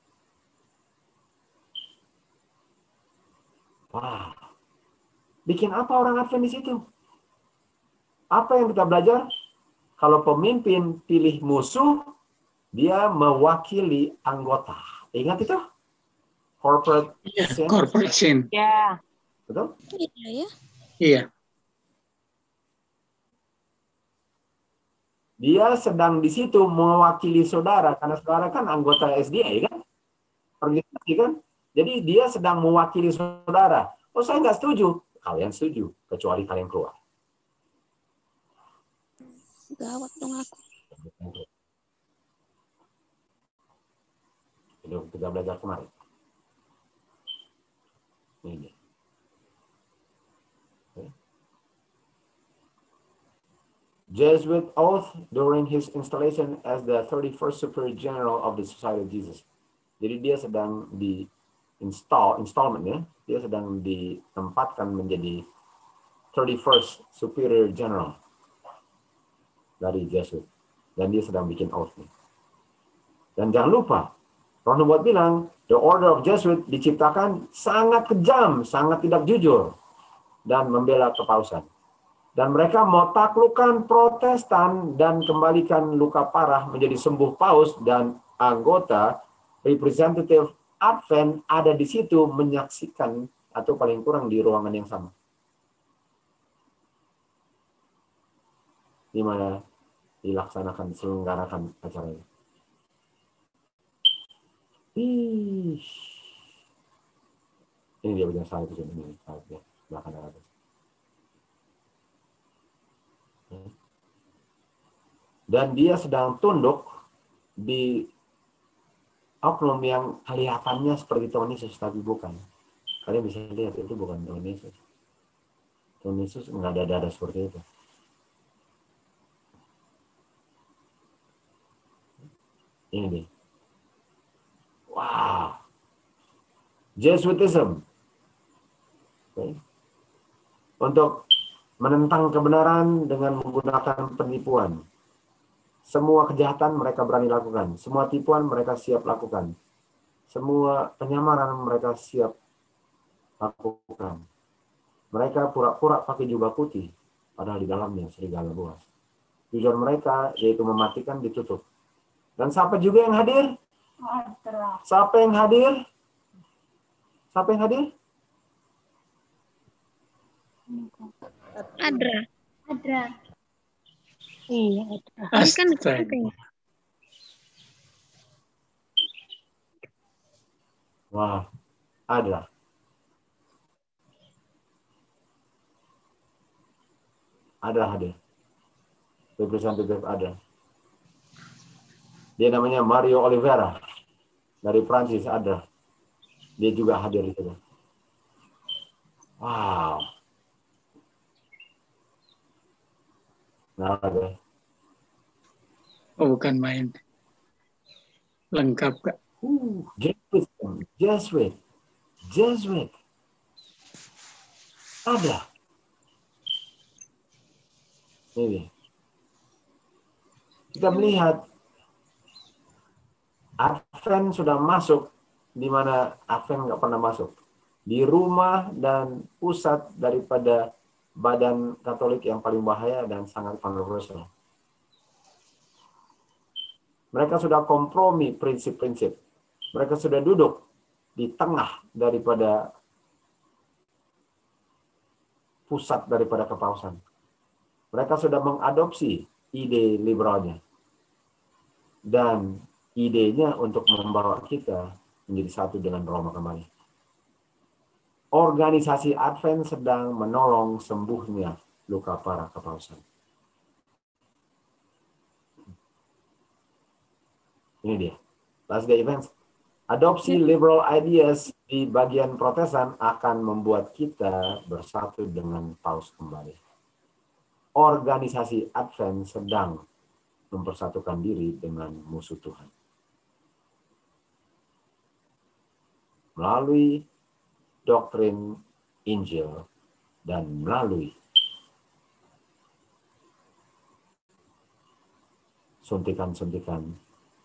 Wah. Bikin apa orang Advent di situ? Apa yang kita belajar? Kalau pemimpin pilih musuh, dia mewakili anggota. Ingat itu? Corporate sin. Corporate sin. Ya. Betul? Iya ya. Iya. Dia sedang di situ mewakili saudara, karena saudara kan anggota SDA kan? Organisasi kan? Jadi dia sedang mewakili saudara. Oh, saya nggak setuju. Kalian setuju, kecuali kalian keluar. Gawat dong aku. Itu kita belajar kemarin. Ini. Jesuit oath during his installation as the 31st Superior General of the Society of Jesus. Jadi dia sedang installment ya. Dia sedang ditempatkan menjadi 31st Superior General dari Jesuit. Dan dia sedang bikin oath nih. Dan jangan lupa, Roh nubuat bilang, the order of Jesuit diciptakan sangat kejam, sangat tidak jujur, dan membela kepausan. Dan mereka mau taklukkan Protestan dan kembalikan luka parah menjadi sembuh paus, dan anggota representative Advent ada di situ menyaksikan atau paling kurang di ruangan yang sama. Di mana dilaksanakan, diselenggarakan acara ini. Ini dia bagian salib di sini, salibnya belakang atas. Dan dia sedang tunduk di oknum yang kelihatannya seperti Tuhan Yesus, tapi bukan. Kalian bisa lihat itu bukan Tuhan Yesus. Tuhan Yesus nggak ada dada seperti itu. Ini nih. Wow. Jesuitism. Okay. Untuk menentang kebenaran dengan menggunakan penipuan. Semua kejahatan mereka berani lakukan. Semua tipuan mereka siap lakukan. Semua penyamaran mereka siap lakukan. Mereka pura-pura pakai jubah putih, padahal di dalamnya serigala buas. Tujuan mereka yaitu mematikan, ditutup. Dan siapa juga yang hadir? Siapa yang hadir? Siapa yang hadir? Adra. Iya, Adra. Ini kan penting. Wah, Adra. Adra hadir. Representative Adra. Dia namanya Mario Oliveira dari Prancis, Adra. Dia juga hadir di situ. Wow. Nah, ada. Oh, bukan main. Lengkap, Kak. Jesuit. Ada. Ini. Kita melihat Advent sudah masuk di mana Advent nggak pernah masuk. Di rumah dan pusat daripada badan Katolik yang paling bahaya dan sangat kontroversial. Mereka sudah kompromi prinsip-prinsip. Mereka sudah duduk di tengah daripada pusat daripada kepausan. Mereka sudah mengadopsi ide liberalnya. Dan idenya untuk membawa kita menjadi satu dengan Roma kembali. Organisasi Advent sedang menolong sembuhnya luka parah kepausan. Ini dia. Last Day Events. Adopsi liberal ideas di bagian Protestan akan membuat kita bersatu dengan Paus kembali. Organisasi Advent sedang mempersatukan diri dengan musuh Tuhan. Melalui doktrin Injil dan melalui suntikan-suntikan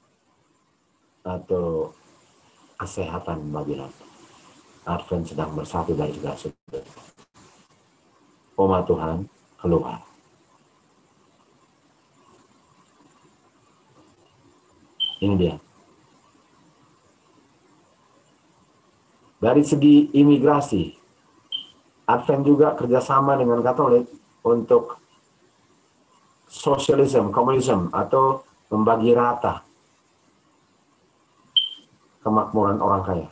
atau kesehatan Babilan. Advent sedang bersatu dari segala sudut. Umat Tuhan keluar. Ini dia. Dari segi imigrasi, Advent juga kerjasama dengan Katolik untuk sosialisme, komunisme, atau membagi rata kemakmuran orang kaya.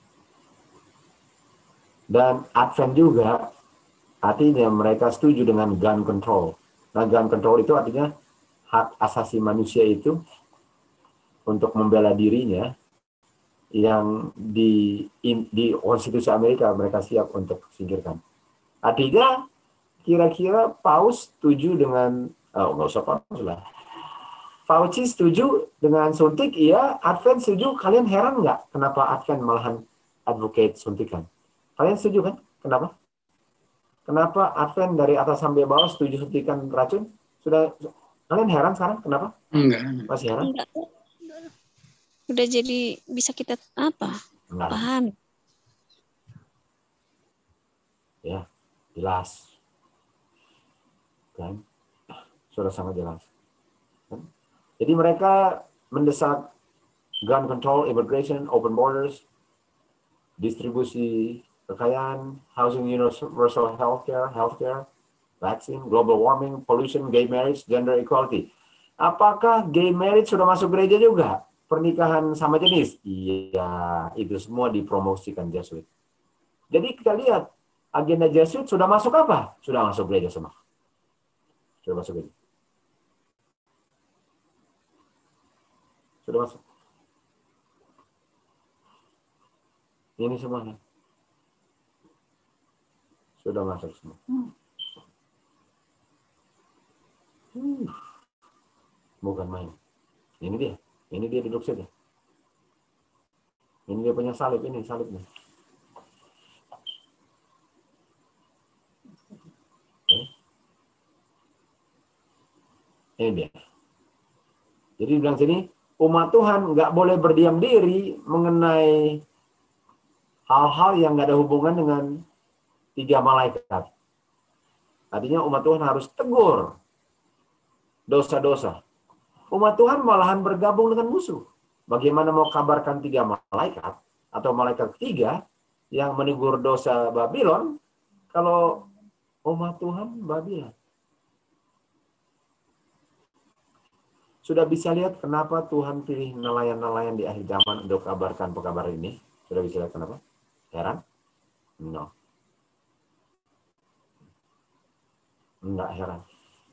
Dan Advent juga artinya mereka setuju dengan gun control. Nah, gun control itu artinya hak asasi manusia itu untuk membela dirinya yang di konstitusi Amerika mereka siap untuk singkirkan. Artinya kira-kira Paus setuju dengan nggak usah Paus lah. Fauci setuju dengan suntik, iya. Advent setuju. Kalian heran nggak kenapa Advent malahan advocate suntikan? Kalian setuju kan? Kenapa? Kenapa Advent dari atas sampai bawah setuju suntikan racun? Sudah, kalian heran sekarang? Kenapa? Enggak. Masih heran? Udah jadi bisa kita apa? Enggak. Paham. Ya, jelas. Kan? Sudah sangat jelas. Kan? Jadi mereka mendesak gun control, immigration, open borders, distribusi kekayaan, housing universal healthcare, vaccine, global warming, pollution, gay marriage, gender equality. Apakah gay marriage sudah masuk gereja juga? Pernikahan sama jenis? Iya, itu semua dipromosikan Jesuit. Jadi kita lihat, agenda Jesuit sudah masuk apa? Sudah masuk gereja semua. Sudah masuk gereja. Sudah masuk. Ini semuanya. Sudah masuk semua. Bukan main. Ini dia. Ini dia duduk saja. Ini dia punya salib. Ini salibnya. Ini dia. Jadi bilang sini, umat Tuhan nggak boleh berdiam diri mengenai hal-hal yang nggak ada hubungan dengan 3 malaikat. Artinya umat Tuhan harus tegur dosa-dosa. Umat Tuhan malahan bergabung dengan musuh. Bagaimana mau kabarkan 3 malaikat atau malaikat ketiga yang menegur dosa Babylon kalau umat Tuhan Babylon? Sudah bisa lihat kenapa Tuhan pilih nelayan-nelayan di akhir zaman untuk kabarkan pekabar ini? Sudah bisa lihat kenapa? Heran? No. Enggak heran.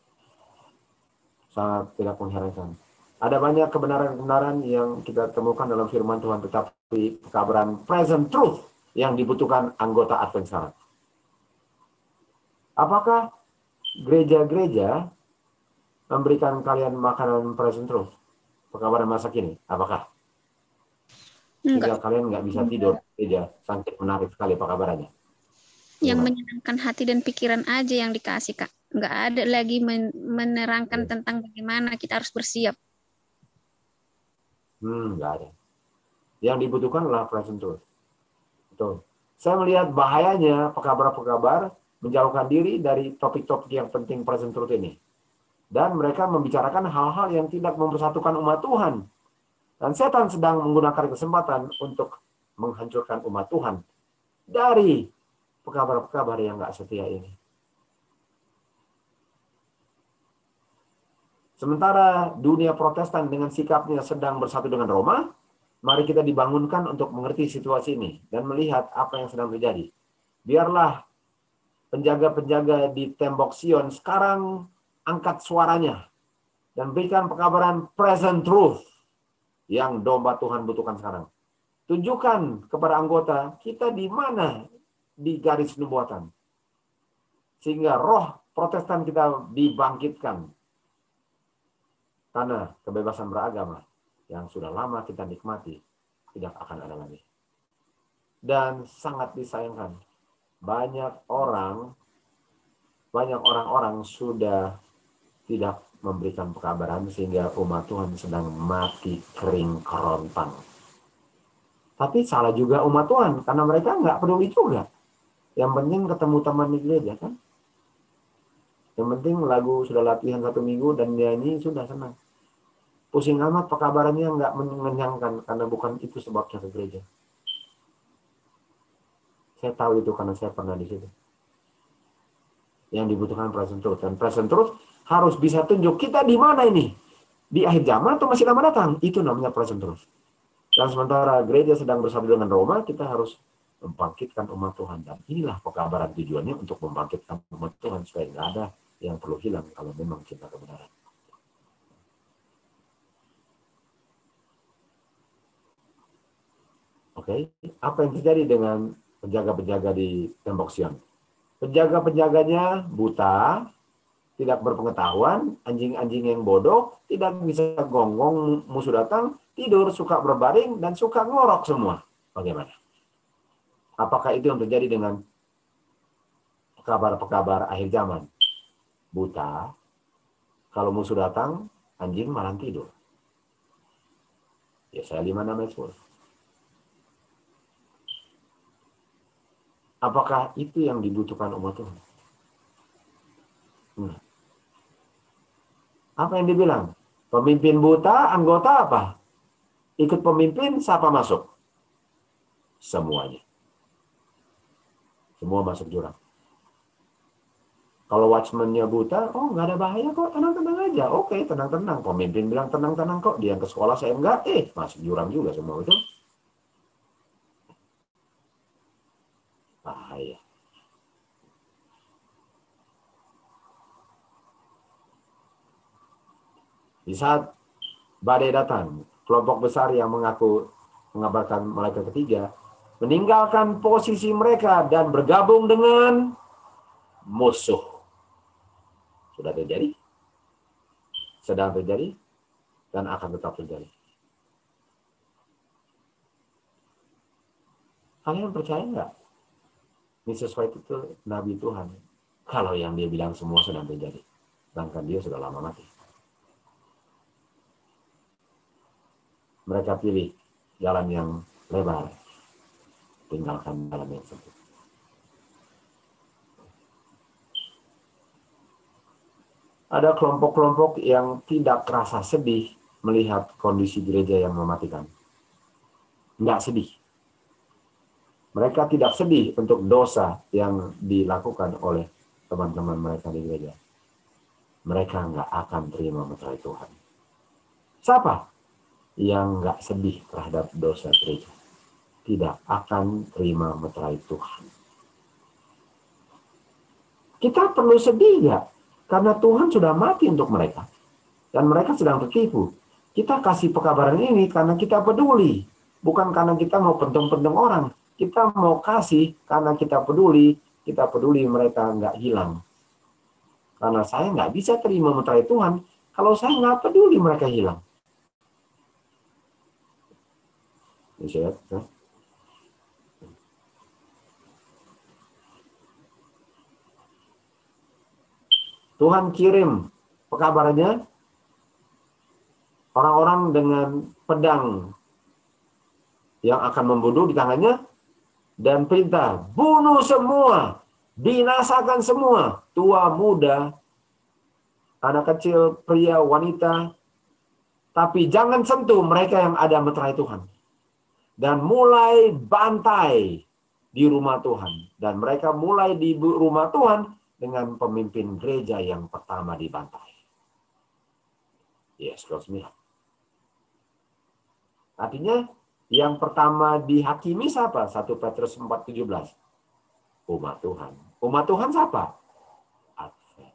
Sangat tidak mengherankan. Ada banyak kebenaran-kebenaran yang kita temukan dalam firman Tuhan, tetapi pekabaran present truth yang dibutuhkan anggota Advent sekarang. Apakah gereja-gereja memberikan kalian makanan present truth? Pekabaran masa kini? Apakah? Sehingga kalian nggak bisa tidur gereja, sangat menarik sekali pekabarannya. Yang menyenangkan hati dan pikiran aja yang dikasih, Kak. Nggak ada lagi menerangkan tentang bagaimana kita harus bersiap. Nggak ada. Yang dibutuhkan adalah present truth. Betul. Saya melihat bahayanya pekabar-pekabar menjauhkan diri dari topik-topik yang penting present truth ini. Dan mereka membicarakan hal-hal yang tidak mempersatukan umat Tuhan. Dan setan sedang menggunakan kesempatan untuk menghancurkan umat Tuhan dari pekabar-pekabar yang nggak setia ini. Sementara dunia Protestan dengan sikapnya sedang bersatu dengan Roma, mari kita dibangunkan untuk mengerti situasi ini dan melihat apa yang sedang terjadi. Biarlah penjaga-penjaga di tembok Sion sekarang angkat suaranya dan berikan pekabaran present truth yang domba Tuhan butuhkan sekarang. Tunjukkan kepada anggota kita di mana di garis nubuatan. Sehingga roh Protestan kita dibangkitkan. Karena kebebasan beragama yang sudah lama kita nikmati tidak akan ada lagi. Dan sangat disayangkan, banyak orang-orang sudah tidak memberikan pekabaran sehingga umat Tuhan sedang mati kering kerontang. Tapi salah juga umat Tuhan karena mereka nggak peduli juga. Yang penting ketemu teman di gereja kan. Yang penting lagu sudah latihan 1 minggu dan nyanyi sudah senang. Pusing amat pekabarannya nggak mengenyangkan karena bukan itu sebabnya ke gereja. Saya tahu itu karena saya pernah di situ. Yang dibutuhkan present truth. Dan present truth harus bisa tunjuk kita di mana ini. Di akhir zaman atau masih lama datang. Itu namanya present truth. Dan sementara gereja sedang bersatu dengan Roma, kita harus membangkitkan umat Tuhan. Dan inilah pekabaran tujuannya untuk membangkitkan umat Tuhan. Supaya nggak ada yang perlu hilang kalau memang cinta kebenaran. Oke, apa yang terjadi dengan penjaga-penjaga di tembok Sion? Penjaga-penjaganya buta, tidak berpengetahuan, anjing-anjing yang bodoh, tidak bisa gonggong, musuh datang, tidur, suka berbaring, dan suka ngorok semua. Bagaimana? Apakah itu yang terjadi dengan pekabar-pekabar akhir zaman? Buta, kalau musuh datang, anjing malah tidur. Yesaya 5:6 ayat 10. Apakah itu yang dibutuhkan umat Tuhan? Apa yang dibilang? Pemimpin buta, anggota apa? Ikut pemimpin, siapa masuk? Semuanya. Semua masuk jurang. Kalau watchman-nya buta, oh nggak ada bahaya kok, tenang-tenang aja. Oke, tenang-tenang. Pemimpin bilang tenang-tenang kok. Dia ke sekolah, saya enggak. Masuk jurang juga semua itu. Bahaya. Di saat badai datang, kelompok besar yang mengabarkan malaikat ketiga, meninggalkan posisi mereka dan bergabung dengan musuh. Sudah terjadi, sedang terjadi, dan akan tetap terjadi. Kalian percaya nggak? Mrs. White itu Nabi Tuhan. Kalau yang dia bilang semua sedang terjadi. Sedangkan dia sudah lama mati. Mereka pilih jalan yang lebar. Tinggalkan jalan yang sempit. Ada kelompok-kelompok yang tidak terasa sedih melihat kondisi gereja yang mematikan. Nggak sedih. Mereka tidak sedih untuk dosa yang dilakukan oleh teman-teman mereka di gereja. Mereka nggak akan terima meterai Tuhan. Siapa yang nggak sedih terhadap dosa gereja? Tidak akan terima meterai Tuhan. Kita perlu sedih nggak? Karena Tuhan sudah mati untuk mereka. Dan mereka sedang tertipu. Kita kasih pekabaran ini karena kita peduli. Bukan karena kita mau pentung-pentung orang. Kita mau kasih karena kita peduli mereka nggak hilang. Karena saya nggak bisa terima meterai Tuhan kalau saya nggak peduli mereka hilang. Bisa ya? Tuhan kirim pekabarannya orang-orang dengan pedang yang akan membunuh di tangannya dan perintah bunuh semua, binasakan semua, tua, muda, anak kecil, pria, wanita, tapi jangan sentuh mereka yang ada meterai Tuhan. Dan mulai bantai di rumah Tuhan. Dan mereka mulai di rumah Tuhan dengan pemimpin gereja yang pertama dibantai. Yes, Lord Smith. Artinya, yang pertama dihakimi siapa? 1 Petrus 4:17. Umat Tuhan. Umat Tuhan siapa? Advent.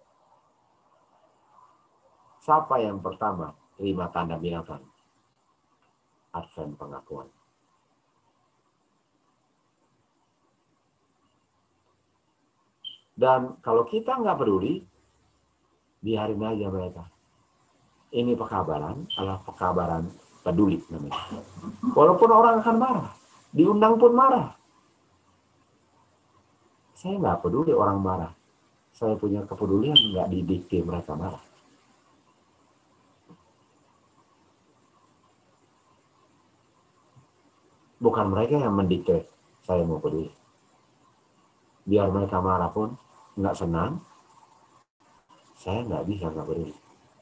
Siapa yang pertama terima tanda binatang? Advent pengakuan. Dan kalau kita nggak peduli, biarin aja mereka. Ini pekabaran adalah pekabaran peduli namanya. Walaupun orang akan marah, diundang pun marah. Saya nggak peduli orang marah. Saya punya kepedulian nggak didikte mereka marah. Bukan mereka yang mendikte saya mau peduli. Biar mereka marah pun nggak senang, saya nggak bisa nggak peduli.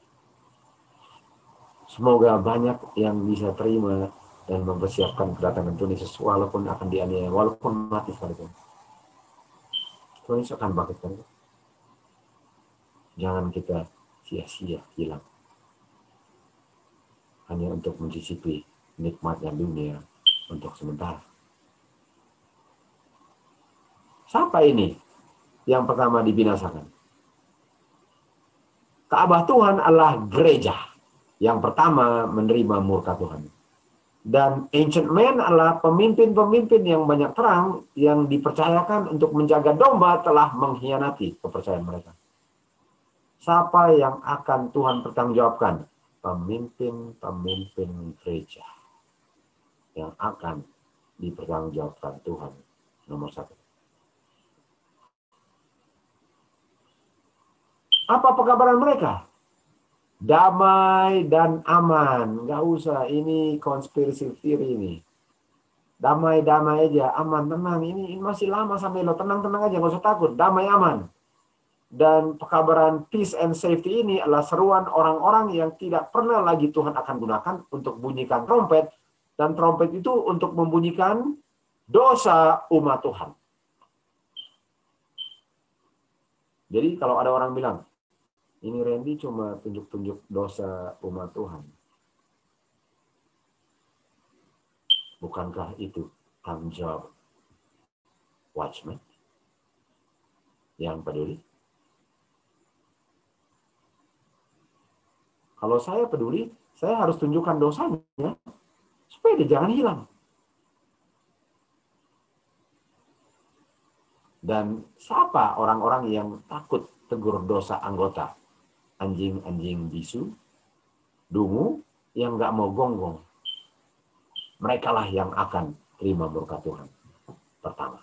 Semoga banyak yang bisa terima dan mempersiapkan kedatangan Tuhan Yesus walaupun akan dianiaya, walaupun mati sekalipun. Tuhan Yesus akan bangkitkan. Jangan kita sia-sia hilang hanya untuk mencicipi nikmatnya dunia untuk sementara. Siapa ini yang pertama dibinasakan? Ka'bah Tuhan adalah gereja yang pertama menerima murka Tuhan. Dan ancient man adalah pemimpin-pemimpin yang banyak terang yang dipercayakan untuk menjaga domba telah mengkhianati kepercayaan mereka. Siapa yang akan Tuhan pertanggungjawabkan? Pemimpin-pemimpin gereja yang akan dipertanggungjawabkan Tuhan nomor 1. Apa pekabaran mereka? Damai dan aman. Nggak usah, ini konspirasi theory ini. Damai-damai aja, aman, tenang. Ini masih lama sampai lo tenang-tenang aja, nggak usah takut. Damai, aman. Dan pekabaran peace and safety ini adalah seruan orang-orang yang tidak pernah lagi Tuhan akan gunakan untuk bunyikan trompet. Dan trompet itu untuk membunyikan dosa umat Tuhan. Jadi kalau ada orang bilang, ini Randy cuma tunjuk-tunjuk dosa umat Tuhan. Bukankah itu tanggung jawab watchman yang peduli? Kalau saya peduli, saya harus tunjukkan dosanya supaya dia jangan hilang. Dan siapa orang-orang yang takut tegur dosa anggota? Anjing-anjing bisu, dungu yang nggak mau gonggong. Mereka lah yang akan terima murka Tuhan pertama.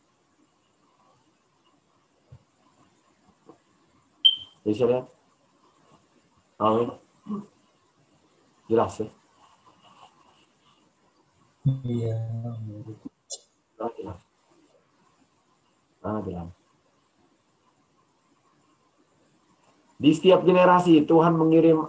Bisa lihat? Oh, jelas ya? Iya. Jelas. Jelas. Di setiap generasi Tuhan mengirim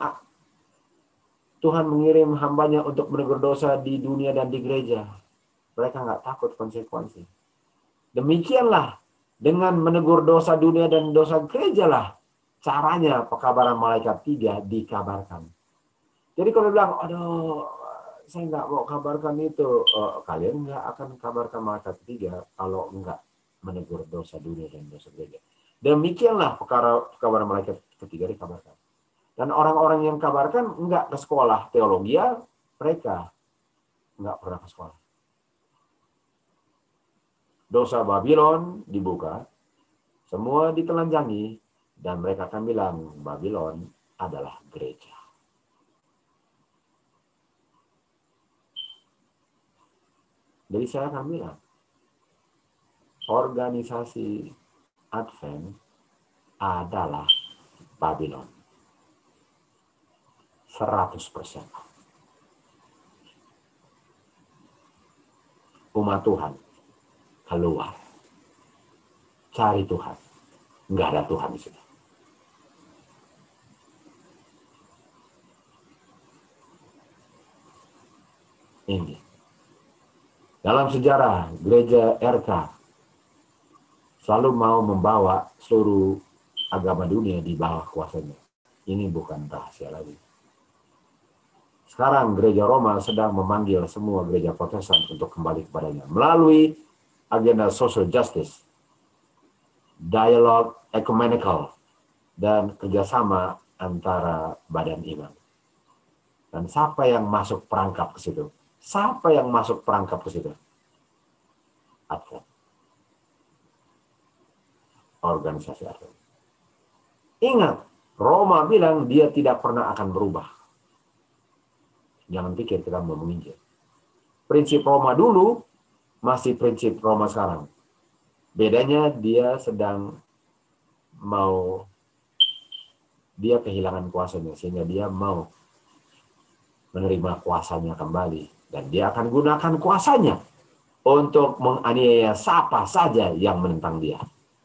hambanya untuk menegur dosa di dunia dan di gereja. Mereka nggak takut konsekuensi. Demikianlah dengan menegur dosa dunia dan dosa gereja lah caranya pekabaran malaikat 3 dikabarkan. Jadi kalau bilang, aduh, saya nggak mau kabarkan itu, kalian nggak akan kabarkan malaikat 3 kalau nggak menegur dosa dunia dan dosa gereja. Demikianlah pekabaran malaikat ketiga dikabarkan. Dan orang-orang yang kabarkan nggak ke sekolah teologi, mereka nggak pernah ke sekolah. Dosa Babylon dibuka, semua ditelanjangi, dan mereka akan bilang Babylon adalah gereja. Jadi saya akan bilang, organisasi Advent adalah Babylon. 100%. Umat Tuhan keluar. Cari Tuhan. Nggak ada Tuhan di sini. Ini. Dalam sejarah gereja RK selalu mau membawa seluruh agama dunia di bawah kuasanya. Ini bukan rahasia lagi. Sekarang gereja Roma sedang memanggil semua gereja Protestan untuk kembali kepadanya melalui agenda social justice, dialog ecumenical, dan kerjasama antara badan iman. Dan siapa yang masuk perangkap ke situ? Siapa yang masuk perangkap ke situ? Advent. Organisasi Advent. Ingat, Roma bilang dia tidak pernah akan berubah. Jangan pikir kita mau menginjil. Prinsip Roma dulu masih prinsip Roma sekarang. Bedanya dia kehilangan kuasanya sehingga dia mau menerima kuasanya kembali. Dan dia akan gunakan kuasanya untuk menganiaya siapa saja yang menentang dia.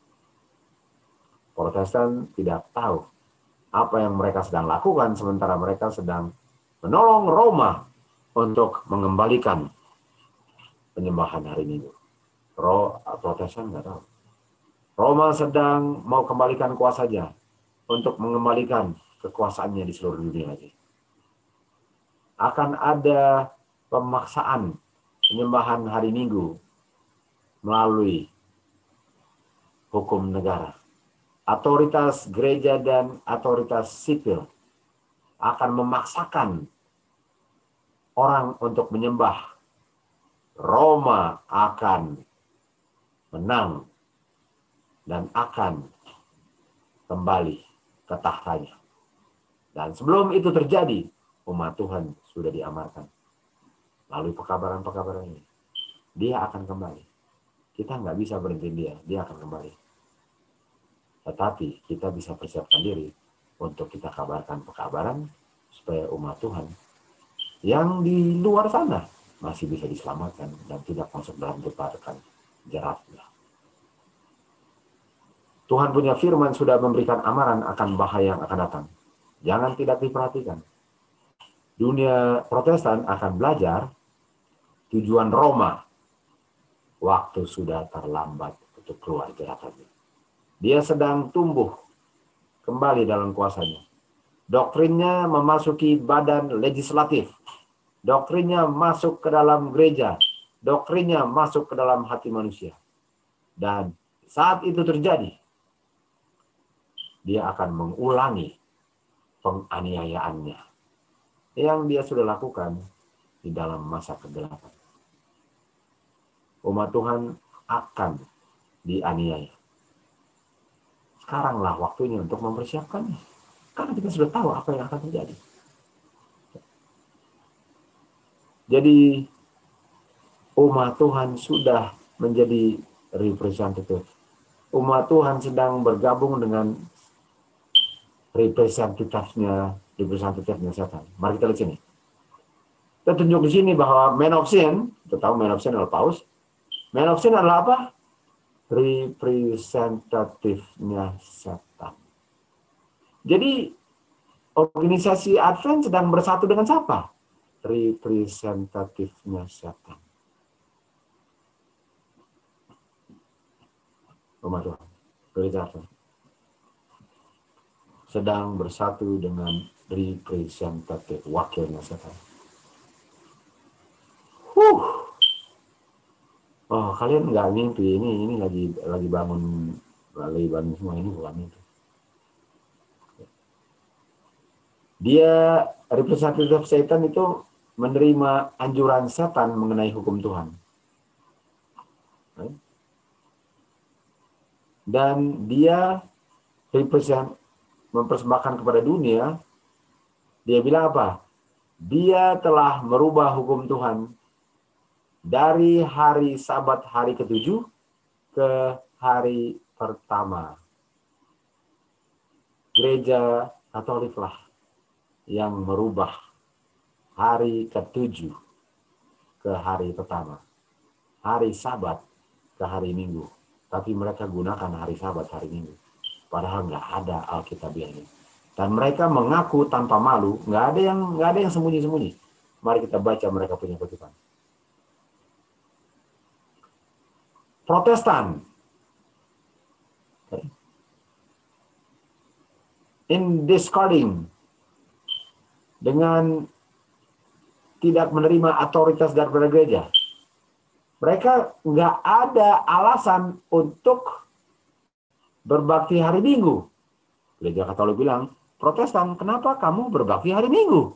Protestan tidak tahu apa yang mereka sedang lakukan sementara mereka sedang menolong Roma untuk mengembalikan penyembahan hari Minggu. Protestan nggak tahu. Roma sedang mau kembalikan kuasanya untuk mengembalikan kekuasaannya di seluruh dunia lagi. Akan ada pemaksaan penyembahan hari Minggu melalui hukum negara. Otoritas gereja dan otoritas sipil akan memaksakan orang untuk menyembah. Roma akan menang dan akan kembali ke tahtanya. Dan sebelum itu terjadi, umat Tuhan sudah diamarkan melalui pekabaran-pekabaran ini. Dia akan kembali. Kita nggak bisa berhenti dia akan kembali. Tetapi kita bisa persiapkan diri untuk kita kabarkan pekabaran supaya umat Tuhan yang di luar sana masih bisa diselamatkan dan tidak masuk dalam jebakan jeratnya. Tuhan punya firman sudah memberikan amaran akan bahaya yang akan datang. Jangan tidak diperhatikan. Dunia Protestan akan belajar tujuan Roma waktu sudah terlambat untuk keluar jeratannya. Dia sedang tumbuh kembali dalam kuasanya. Doktrinnya memasuki badan legislatif. Doktrinnya masuk ke dalam gereja. Doktrinnya masuk ke dalam hati manusia. Dan saat itu terjadi, dia akan mengulangi penganiayaannya yang dia sudah lakukan di dalam masa kegelapan. Umat Tuhan akan dianiaya. Sekaranglah waktunya untuk mempersiapkannya. Karena kita sudah tahu apa yang akan terjadi. Jadi umat Tuhan sudah menjadi representatif. Umat Tuhan sedang bergabung dengan representatifnya setan. Mari kita lihat sini. Kita tunjuk di sini bahwa man of sin, kita tahu man of sin adalah Paus. Man of sin adalah apa? Representatifnya setan. Jadi organisasi Advent sedang bersatu dengan siapa? Representatifnya setan. Umat Tuhan, gereja Advent sedang bersatu dengan representatif wakilnya setan. Oh, kalian nggak mimpi, ini lagi bangun semua, ini bukan mimpi. Dia representatif setan itu menerima anjuran setan mengenai hukum Tuhan. Dan dia mempersembahkan kepada dunia, dia bilang apa? Dia telah merubah hukum Tuhan dari hari Sabat hari ke-7 ke hari pertama. Gereja Katoliklah yang merubah hari ke-7 ke hari pertama. Hari Sabat ke hari Minggu. Tapi mereka gunakan hari Sabat hari Minggu. Padahal nggak ada Alkitabiahnya. Dan mereka mengaku tanpa malu, nggak ada yang sembunyi-sembunyi. Mari kita baca mereka punya kutipan. Protestan. In discarding, dengan tidak menerima otoritas daripada gereja. Mereka nggak ada alasan untuk berbakti hari Minggu. Gereja Katolik bilang, Protestan, kenapa kamu berbakti hari Minggu?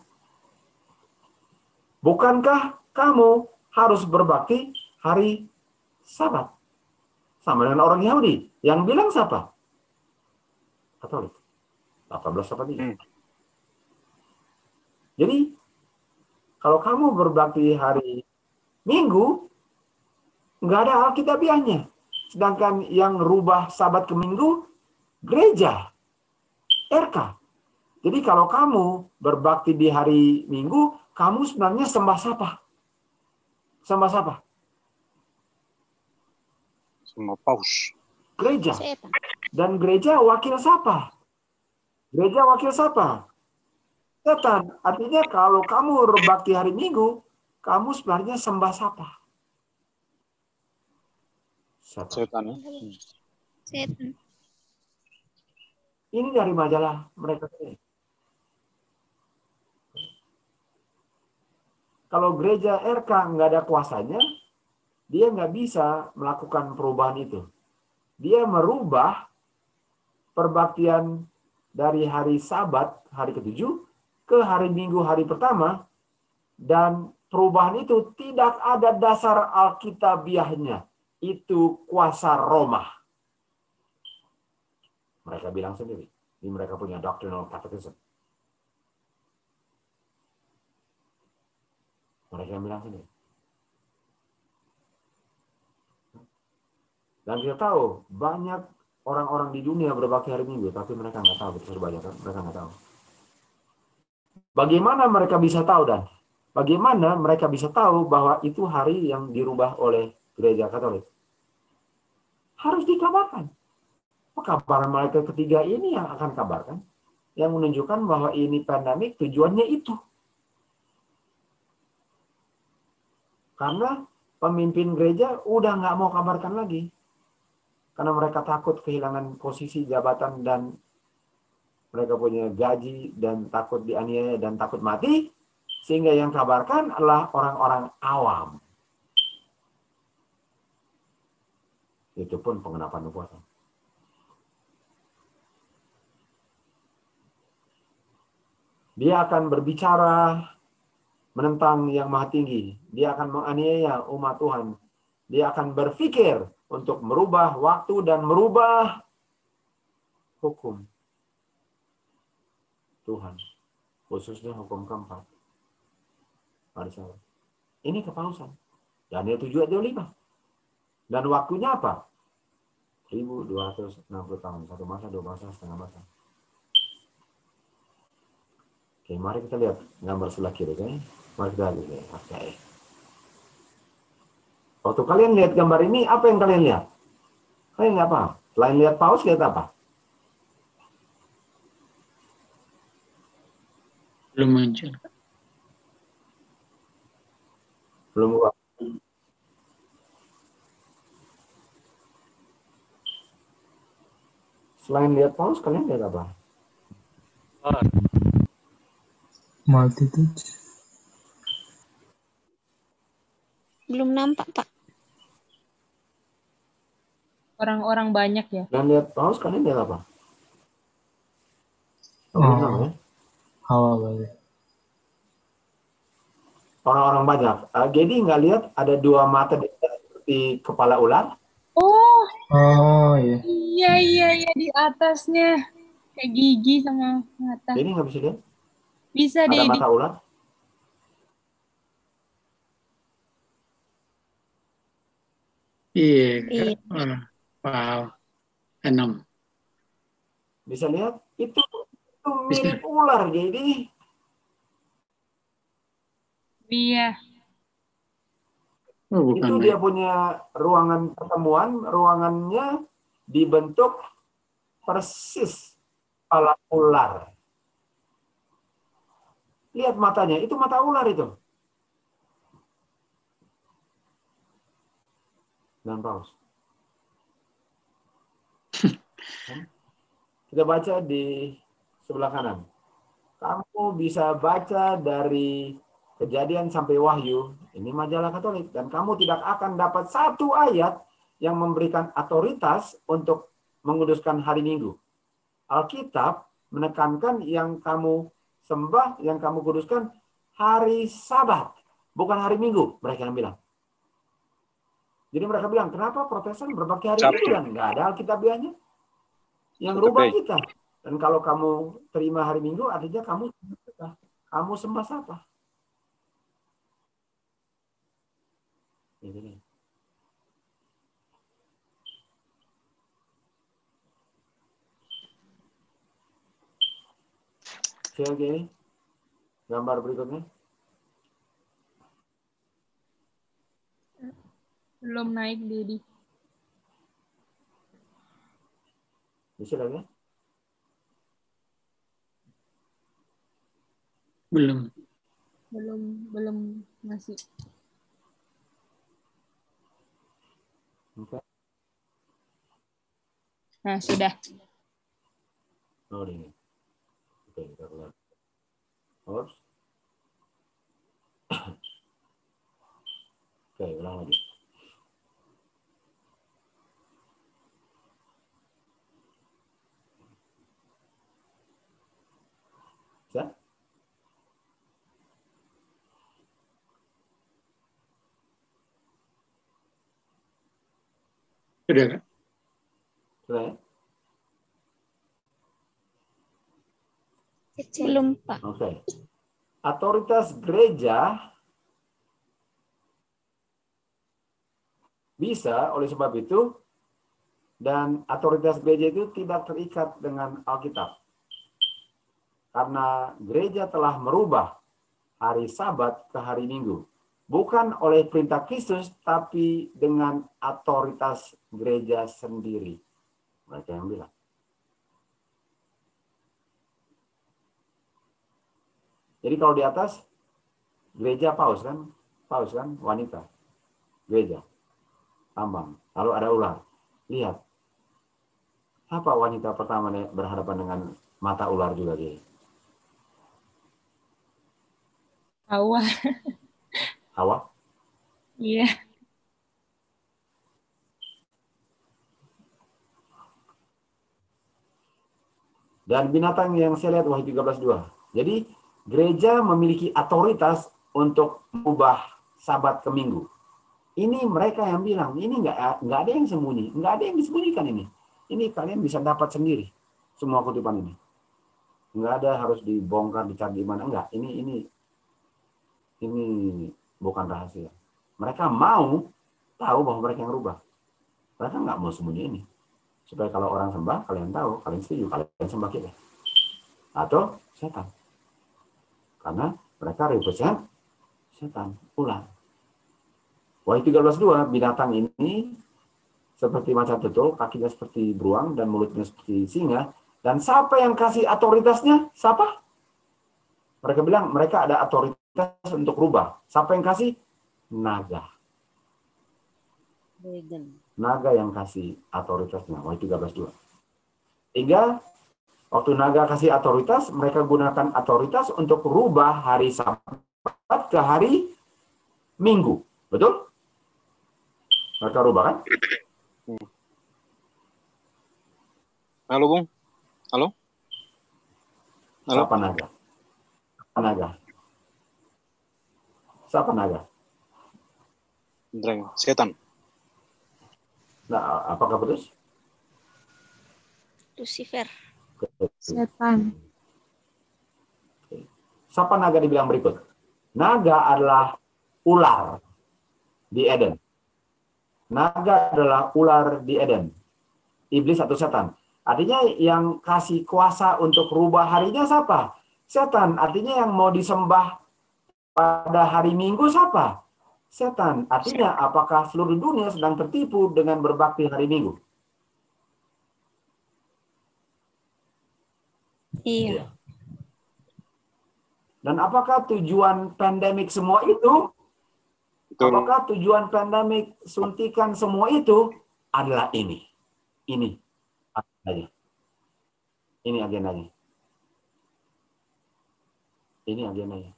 Bukankah kamu harus berbakti hari Sabat? Sama dengan orang Yahudi. Yang bilang siapa? Katolik. 1883. Jadi, kalau kamu berbakti hari Minggu, nggak ada Alkitabiahnya. Sedangkan yang rubah Sabat ke Minggu, gereja, RK. Jadi kalau kamu berbakti di hari Minggu, kamu sebenarnya sembah siapa? Sembah siapa? Sembah Paus. Gereja. Dan gereja wakil siapa? Gereja wakil siapa? Setan. Artinya kalau kamu berbakti hari Minggu, kamu sebenarnya sembah siapa? Setan. Setan. Ini dari majalah mereka. Kalau gereja RK nggak ada kuasanya, dia nggak bisa melakukan perubahan itu. Dia merubah perbaktian dari hari Sabat, hari ke-7, ke hari Minggu, hari pertama, dan perubahan itu tidak ada dasar Alkitabiahnya. Itu kuasa Roma. Mereka bilang sendiri. Ini mereka punya doctrinal catechism. Mereka bilang sendiri. Dan kita tahu banyak orang-orang di dunia berbakti hari Minggu, tapi mereka nggak tahu betul banyak kan? Mereka nggak tahu. Bagaimana mereka bisa tahu dan bagaimana mereka bisa tahu bahwa itu hari yang dirubah oleh gereja Katolik? Harus dikabarkan. Kabaran malaikat ketiga ini yang akan kabarkan, yang menunjukkan bahwa ini pandemik tujuannya itu. Karena pemimpin gereja udah nggak mau kabarkan lagi. Karena mereka takut kehilangan posisi jabatan dan mereka punya gaji dan takut dianiaya dan takut mati. Sehingga yang kabarkan adalah orang-orang awam. Itu pun pengenapan nubuatan. Dia akan berbicara menentang yang maha tinggi. Dia akan menganiaya umat Tuhan. Dia akan berpikir untuk merubah waktu dan merubah hukum Tuhan. Khususnya hukum keempat. Ini kepausan. Daniel 7:25. Dan waktunya apa? 1260 tahun. Satu masa, dua masa, setengah masa. Oke, mari kita lihat gambar sebelah kiri. Okay? Mari kita lihat. Okay. Waktu kalian lihat gambar ini, apa yang kalian lihat? Kalian nggak paham. Selain lihat paus, lihat apa? Belum muncul. Belum buat. Selain lihat paus, kalian lihat apa? Multitude. Belum nampak, Pak. Orang-orang banyak ya. Dan lihat paus, kalian lihat apa? Belum tahu ya? Hawa banyak. Orang-orang banyak. Jadi nggak lihat ada dua mata seperti kepala ular? Oh iya. Iya di atasnya kayak gigi sama mata. Jadi nggak bisa lihat? Bisa ada mata ular? Iya. Wow. 6. Bisa lihat? Itu mirip ular, jadi. Iya. Itu dia punya ruangan pertemuan, ruangannya dibentuk persis kepala ular. Lihat matanya, itu mata ular itu. Dan paus. Kita baca di sebelah kanan. Kamu bisa baca dari Kejadian sampai Wahyu, ini majalah Katolik, dan kamu tidak akan dapat satu ayat yang memberikan otoritas untuk menguduskan hari Minggu. Alkitab menekankan yang kamu sembah, yang kamu kuduskan hari Sabat, bukan hari Minggu, mereka yang bilang. Jadi mereka bilang, kenapa Protestan berbakti hari Minggu dan nggak ada Alkitabiahnya? Yang rubah kita. Dan kalau kamu terima hari Minggu, artinya kamu sembah siapa? Ini. Oke. Gambar berikutnya. Belum naik, Dedi. Bisa lagi? Belum masih. Okay. Nah, sudah. Oh, ini. Oke, kita lihat. Oops. Oke, ulang lagi. Bisa? Sudah kan? Sudah ya? Belum, Pak. Oke. Otoritas gereja bisa oleh sebab itu Dan otoritas gereja itu tidak terikat dengan Alkitab. Karena gereja telah merubah hari Sabat ke hari Minggu. Bukan oleh perintah Kristus, tapi dengan otoritas gereja sendiri. Mereka yang bilang. Jadi kalau di atas, gereja paus kan? Paus kan? Wanita. Gereja. Tambang. Lalu ada ular. Lihat. Apa wanita pertama berhadapan dengan mata ular juga dia? Hawa. Hawa? Iya. Dan binatang yang saya lihat Wahyu 13:2. Jadi gereja memiliki otoritas untuk mengubah Sabat ke Minggu. Ini mereka yang bilang, ini nggak ada yang sembunyi, nggak ada yang disembunyikan ini. Ini kalian bisa dapat sendiri semua kutipan ini. Nggak ada harus dibongkar, dicari di mana, enggak. Ini bukan rahasia. Mereka mau tahu bahwa mereka yang rubah. Mereka nggak mau sembunyi ini. Supaya kalau orang sembah, kalian tahu, kalian setuju, kalian sembah kita. Atau setan. Karena mereka represent setan, ular. Wahyu 13:2, binatang ini seperti macan tutul, kakinya seperti beruang, dan mulutnya seperti singa. Dan siapa yang kasih otoritasnya? Siapa? Mereka bilang mereka ada otoritas untuk rubah. Siapa yang kasih? Naga. Naga yang kasih otoritasnya. Wahyu 13:2. Sehingga waktu naga kasih otoritas, mereka gunakan otoritas untuk rubah hari Sabat ke hari Minggu. Betul? Mereka rubah kan? Halo, Bung. Halo? Halo? Siapa naga? Naga. Siapa naga? Setan. Nah, apakah putus? Lucifer. Setan. Siapa naga dibilang berikut? Naga adalah ular di Eden. Naga adalah ular di Eden. Iblis atau setan. Artinya yang kasih kuasa untuk rubah harinya siapa? Setan. Artinya yang mau disembah pada hari Minggu siapa? Setan. Artinya apakah seluruh dunia sedang tertipu dengan berbakti hari Minggu? Iya. Dan apakah tujuan pandemik semua itu? Apakah tujuan pandemik suntikan semua itu adalah ini? Ini agendanya. Ini agendanya. Ini agendanya.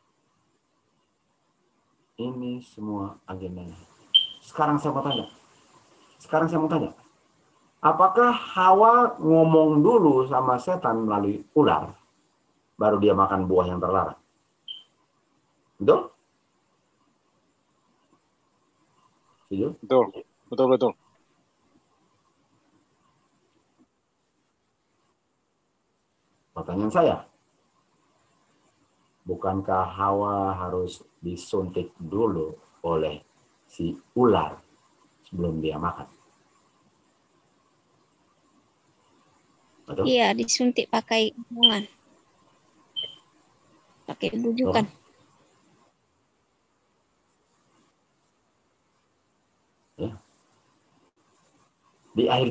Ini semua agendanya. Sekarang saya mau tanya. Apakah Hawa ngomong dulu sama setan melalui ular, baru dia makan buah yang terlarang? Betul? Betul. Pertanyaan saya, bukankah Hawa harus disuntik dulu oleh si ular sebelum dia makan? Betul? Iya, disuntik pakai omongan. Pakai bujukan. Ya. Di akhir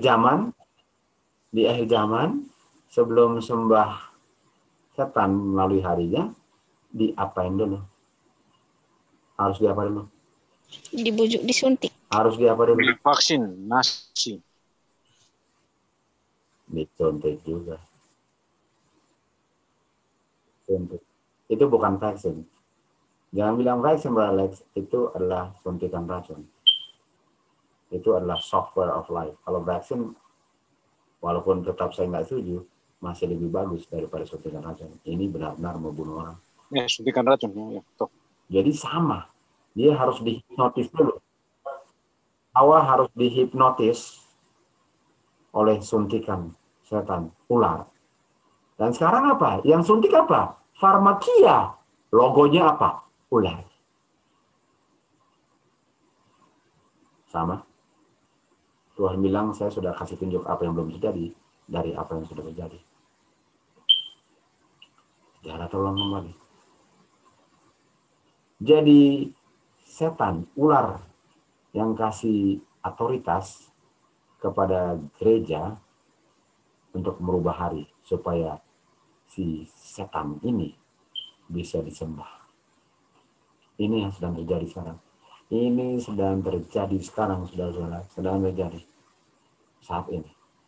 zaman sebelum sembah setan melalui harinya, diapain dulu? Harus diapa dulu? Dibujuk, disuntik. Harus diapa dulu? Vaksin, nasi. Disuntik juga. Suntik. Itu bukan vaksin. Jangan bilang vaksin, Brother Alex. Itu adalah suntikan racun. Itu adalah software of life. Kalau vaksin, walaupun tetap saya nggak setuju, masih lebih bagus daripada suntikan racun. Ini benar-benar membunuh orang. Ya, suntikan racun. Ya, betul. Jadi sama. Dia harus dihipnotis dulu. Hawa harus dihipnotis oleh suntikan setan, ular. Dan sekarang apa? Yang suntik apa? Farmakia. Logonya apa? Ular. Sama. Tuhan bilang, saya sudah kasih tunjuk apa yang belum terjadi dari apa yang sudah terjadi. Jangan terulang kembali. Jadi setan, ular yang kasih otoritas kepada gereja untuk merubah hari supaya si setan ini bisa disembah. Ini yang sedang terjadi sekarang. Ini sedang terjadi sekarang, saudara-saudara. Sedang terjadi saat ini.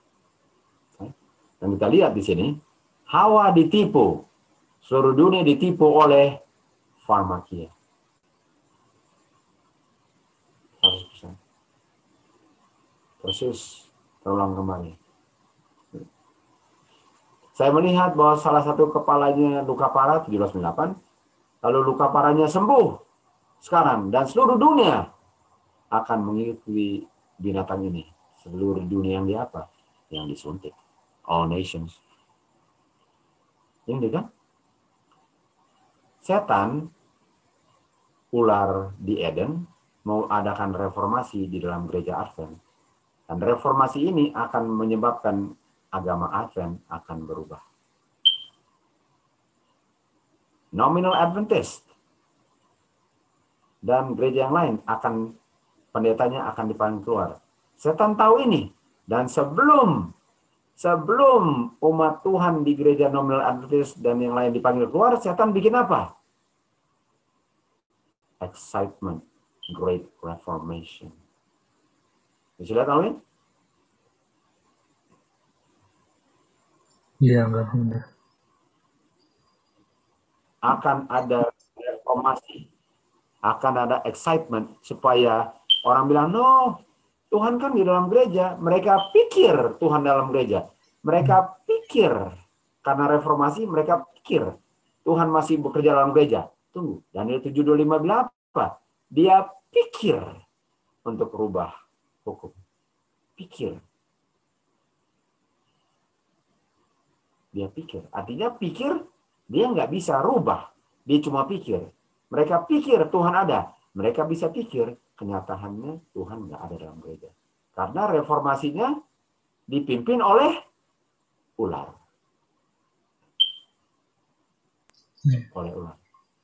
Dan kita lihat di sini, Hawa ditipu. Seluruh dunia ditipu oleh farmakia. 100%. Persis terulang kembali. Saya melihat bahwa salah satu kepalanya luka parah, 17:8. Lalu luka parahnya sembuh sekarang. Dan seluruh dunia akan mengikuti binatang ini. Seluruh dunia yang diapa? Yang disuntik. All nations. Ini kan? Setan, ular di Eden, mau adakan reformasi di dalam gereja Advent. Dan reformasi ini akan menyebabkan agama Advent akan berubah. Nominal Adventist dan gereja yang lain akan, pendetanya akan dipanggil keluar. Setan tahu ini. Dan sebelum umat Tuhan di gereja nominal Adventist dan yang lain dipanggil keluar, setan bikin apa? Excitement, Great Reformation. Bisa lihat, Alwin? Iya, enggak benar. Akan ada reformasi, akan ada excitement supaya orang bilang, no, Tuhan kan di dalam gereja. Mereka pikir Tuhan dalam gereja. Mereka pikir, karena reformasi mereka pikir Tuhan masih bekerja dalam gereja. Tunggu, Daniel 7:25 bilang apa? Dia pikir untuk rubah hukum. Pikir. Dia pikir. Artinya pikir, dia nggak bisa rubah. Dia cuma pikir. Mereka pikir Tuhan ada. Mereka bisa pikir, kenyataannya Tuhan nggak ada dalam gereja. Karena reformasinya dipimpin oleh ular. Oleh ular.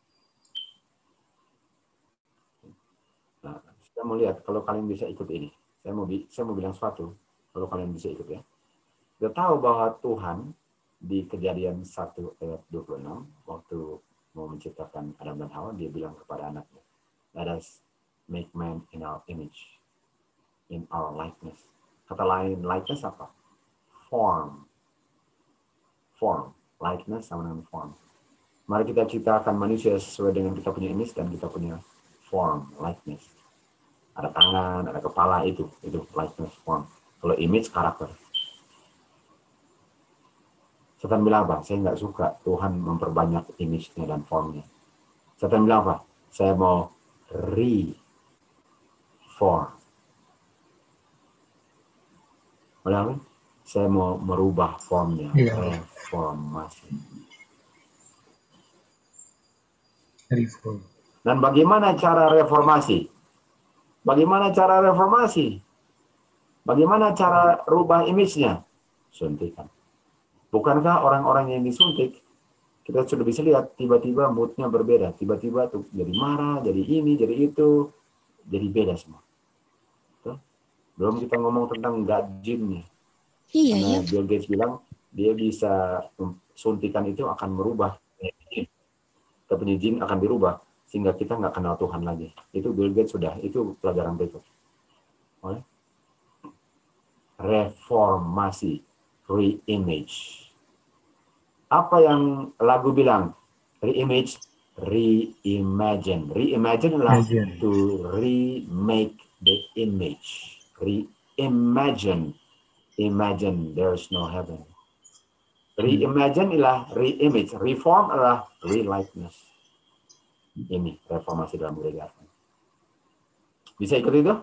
Nah, saya mau lihat kalau kalian bisa ikut ini. Saya mau bilang sesuatu kalau kalian bisa ikut ya. Kita tahu bahwa Tuhan di Kejadian 1 ayat 26 waktu mau menciptakan Adam dan Hawa, dia bilang kepada anaknya, let us make man in our image, in our likeness. Kata lain likeness apa? Form. Likeness sama dengan form. Mari kita ciptakan manusia sesuai dengan kita punya image dan kita punya form, likeness. Ada tangan, ada kepala, itu likeness, form. Kalau image, karakter. Setan bilang apa? Saya nggak suka Tuhan memperbanyak image-nya dan formnya. Setan bilang apa? Saya mau reform. Boleh? Saya mau merubah formnya. Reformasi. Reform. Dan bagaimana cara reformasi? Bagaimana cara reformasi? Bagaimana cara rubah image-nya? Suntikan. Bukankah orang-orang yang disuntik, kita sudah bisa lihat tiba-tiba moodnya berbeda. Tiba-tiba tuh jadi marah, jadi ini, jadi itu. Jadi beda semua. Tuh. Belum kita ngomong tentang God Gene-nya. Karena Bill Gates bilang, dia bisa suntikan itu akan merubah. Kita punya jin akan dirubah. Sehingga kita nggak kenal Tuhan lagi. Itu Bill Gates sudah. Itu pelajaran berikut. Oleh? Reformasi. Re-image. Apa yang lagu bilang? Re-image, reimagine. Reimagine adalah to remake the image. Reimagine. Imagine there's no heaven. Reimagine adalah re-image. Reform adalah re-likeness. Ini reformasi dalam gereja. Bisa ikut itu?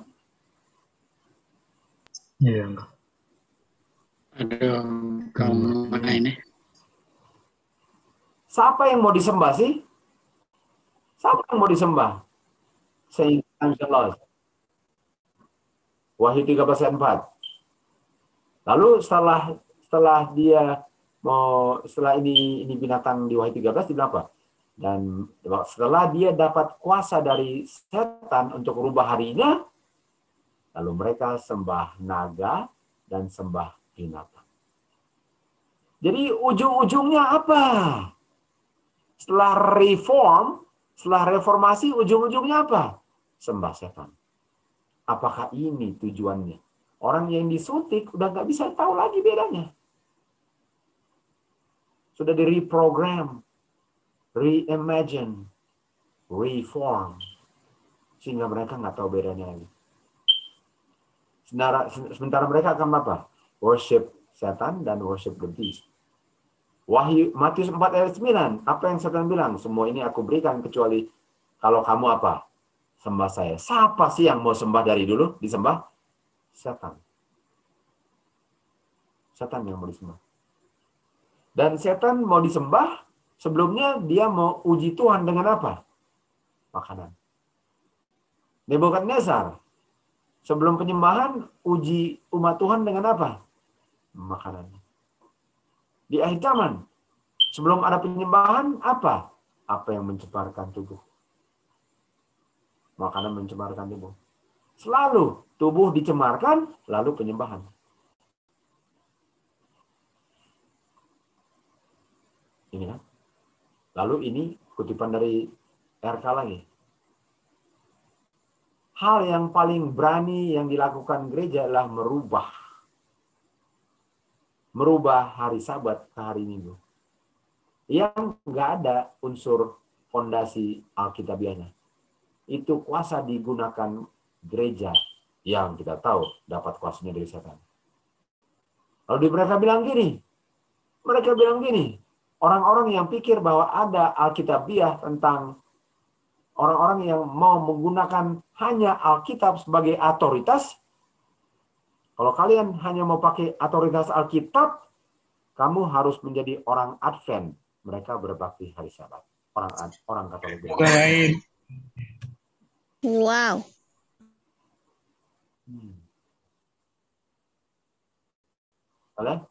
Iya, enggak. Ada kamu mana ini? Siapa yang mau disembah sih? Siapa yang mau disembah? Saint Angelos. Wahyu 13 ayat 4. Lalu setelah dia setelah ini binatang di Wahyu 13 dibilang apa? Dan setelah dia dapat kuasa dari setan untuk rubah harinya, lalu mereka sembah naga dan sembah binatang. Jadi ujung-ujungnya apa? Setelah reformasi, ujung-ujungnya apa? Sembah setan. Apakah ini tujuannya? Orang yang disuntik udah nggak bisa tahu lagi bedanya. Sudah di-reprogram, reimagine, reform. Sehingga mereka nggak tahu bedanya lagi. Sementara mereka akan apa? Worship setan dan worship the beast. Wahyu Matius 4 ayat 9. Apa yang setan bilang? Semua ini aku berikan kecuali kalau kamu apa? Sembah saya. Siapa sih yang mau sembah dari dulu? Disembah? Setan. Setan yang mau disembah. Dan setan mau disembah, sebelumnya dia mau uji Tuhan dengan apa? Makanan. Nebukadnezar, sebelum penyembahan, uji umat Tuhan dengan apa? Makanan. Di akhir zaman, sebelum ada penyembahan, apa? Apa yang mencemarkan tubuh? Makanan mencemarkan tubuh. Selalu tubuh dicemarkan, lalu penyembahan. Ini kan? Lalu ini kutipan dari RK lagi. Hal yang paling berani yang dilakukan gereja adalah merubah hari Sabat ke hari Minggu. Yang nggak ada unsur fondasi Alkitabiahnya. Itu kuasa digunakan gereja yang kita tahu dapat kuasanya dari setan. Lalu mereka bilang gini, orang-orang yang pikir bahwa ada Alkitabiah tentang orang-orang yang mau menggunakan hanya Alkitab sebagai otoritas. Kalau kalian hanya mau pakai otoritas Alkitab, kamu harus menjadi orang Advent. Mereka berbakti hari Sabat. Orang Katolik. Wow. Kalian?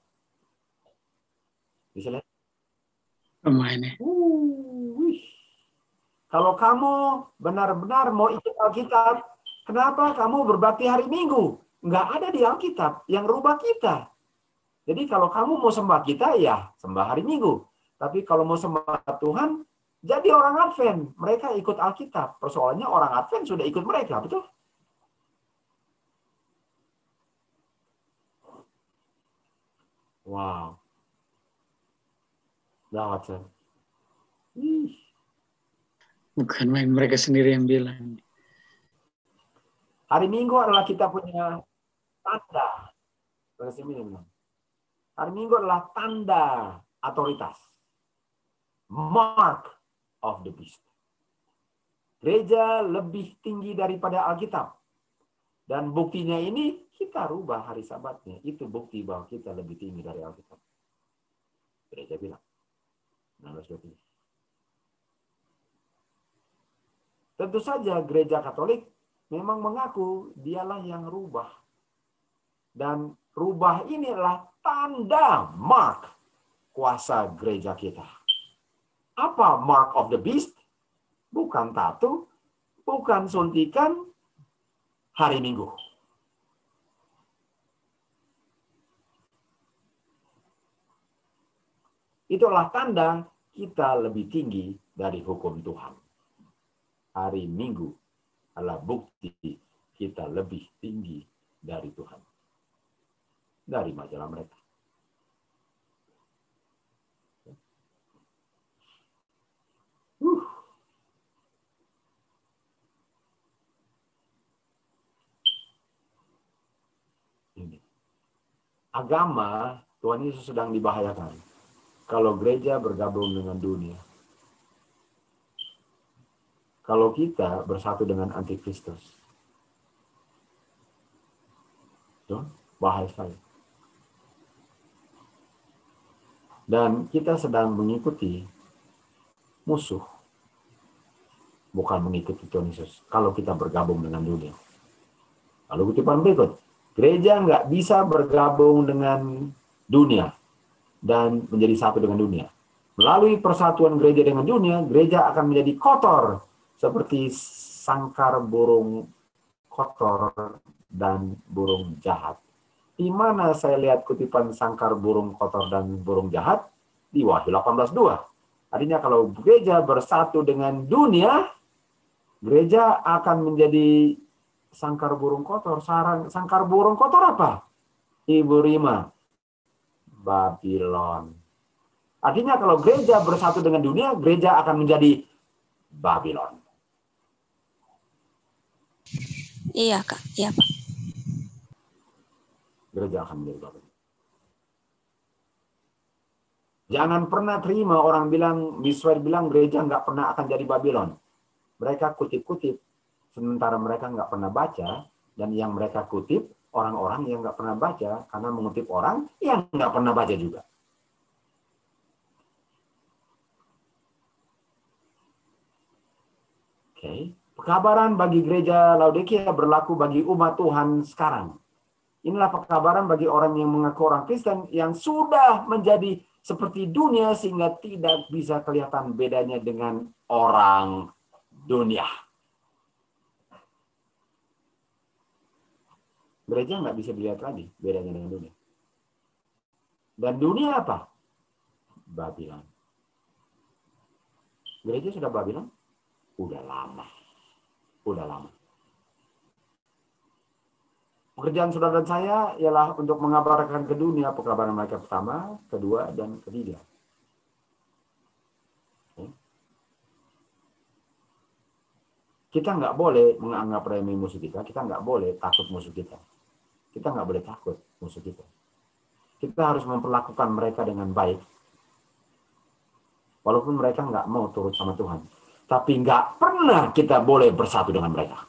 Bisa lihat? Lumayan ya. Kalau kamu benar-benar mau ikut Alkitab, kenapa kamu berbakti hari Minggu? Nggak ada di Alkitab yang rubah kita. Jadi kalau kamu mau sembah kita, ya sembah hari Minggu. Tapi kalau mau sembah Tuhan, jadi orang Advent. Mereka ikut Alkitab. Persoalannya orang Advent sudah ikut mereka, betul? Wow. Gawat, Sir. Bukan main, mereka sendiri yang bilang. Hari Minggu adalah kita punya tanda. Hari Minggu adalah tanda otoritas. Mark of the beast. Gereja lebih tinggi daripada Alkitab. Dan buktinya ini, kita rubah hari Sabatnya. Itu bukti bahwa kita lebih tinggi dari Alkitab. Gereja bilang. Tentu saja gereja Katolik memang mengaku dialah yang rubah. Dan rubah ini adalah tanda mark kuasa gereja kita. Apa mark of the beast? Bukan tato, bukan suntikan hari Minggu. Itulah tanda kita lebih tinggi dari hukum Tuhan. Hari Minggu adalah bukti kita lebih tinggi dari Tuhan. Dari majalah mereka. Ini. Agama Tuhan Yesus sedang dibahayakan. Kalau gereja bergabung dengan dunia. Kalau kita bersatu dengan antikristus. Bahaya sekali. Dan kita sedang mengikuti musuh. Bukan mengikuti Tuhan Yesus. Kalau kita bergabung dengan dunia. Lalu kutipan berikut, gereja nggak bisa bergabung dengan dunia dan menjadi satu dengan dunia. Melalui persatuan gereja dengan dunia, gereja akan menjadi kotor seperti sangkar burung kotor dan burung jahat. Di mana saya lihat kutipan sangkar burung kotor dan burung jahat? Di Wahyu 18:2. Artinya kalau gereja bersatu dengan dunia, gereja akan menjadi sangkar burung kotor. Sangkar burung kotor apa? Ibu Rima, Babylon. Artinya kalau gereja bersatu dengan dunia, gereja akan menjadi Babylon. Iya, Kak. Iya, Pak. Gereja akan menjadi Babylon. Jangan pernah terima orang bilang, Israel bilang gereja nggak pernah akan jadi Babylon. Mereka kutip-kutip, sementara mereka nggak pernah baca, dan yang mereka kutip, orang-orang yang nggak pernah baca, karena mengutip orang yang nggak pernah baca juga. Oke. Pekabaran bagi gereja Laodikia berlaku bagi umat Tuhan sekarang. Inilah pekabaran bagi orang yang mengaku orang Kristen yang sudah menjadi seperti dunia sehingga tidak bisa kelihatan bedanya dengan orang dunia. Gereja nggak bisa dilihat lagi bedanya dengan dunia. Dan dunia apa? Babylon. Gereja sudah Babylon? Udah lama. Udah lama. Pekerjaan saudara dan saya ialah untuk mengabarkan ke dunia pekabaran mereka pertama, kedua, dan ketiga. Oke. Kita nggak boleh menganggap remeh musuh kita nggak boleh takut musuh kita. Kita nggak boleh takut musuh kita. Kita harus memperlakukan mereka dengan baik. Walaupun mereka nggak mau turut sama Tuhan. Tapi nggak pernah kita boleh bersatu dengan mereka.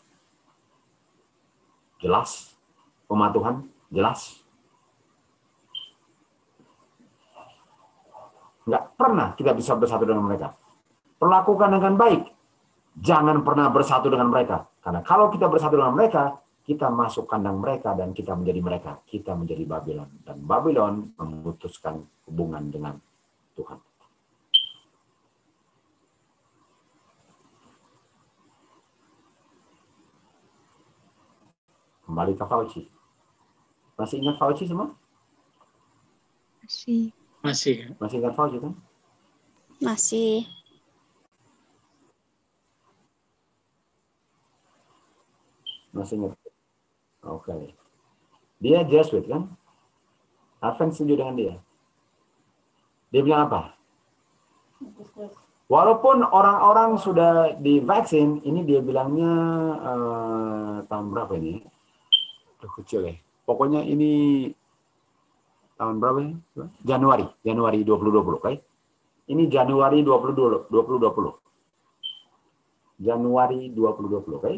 Jelas? Umat Tuhan, jelas. Nggak pernah kita bisa bersatu dengan mereka. Perlakukan dengan baik. Jangan pernah bersatu dengan mereka. Karena kalau kita bersatu dengan mereka, kita masuk kandang mereka dan kita menjadi mereka. Kita menjadi Babylon. Dan Babylon memutuskan hubungan dengan Tuhan. Kembali ke Fauci. Masih ingat Fauci semua? Masih. Masih ingat Fauci kan? Masih. Masih ingat? Oke. Dia Jesuit kan? Advent setuju dengan dia. Dia bilang apa? Walaupun orang-orang sudah divaksin, ini dia bilangnya tahun berapa ini? Kecil ya. Pokoknya ini tahun berapa ya? Januari 2020, okay? Ini Januari 2020. Januari 2020, okay?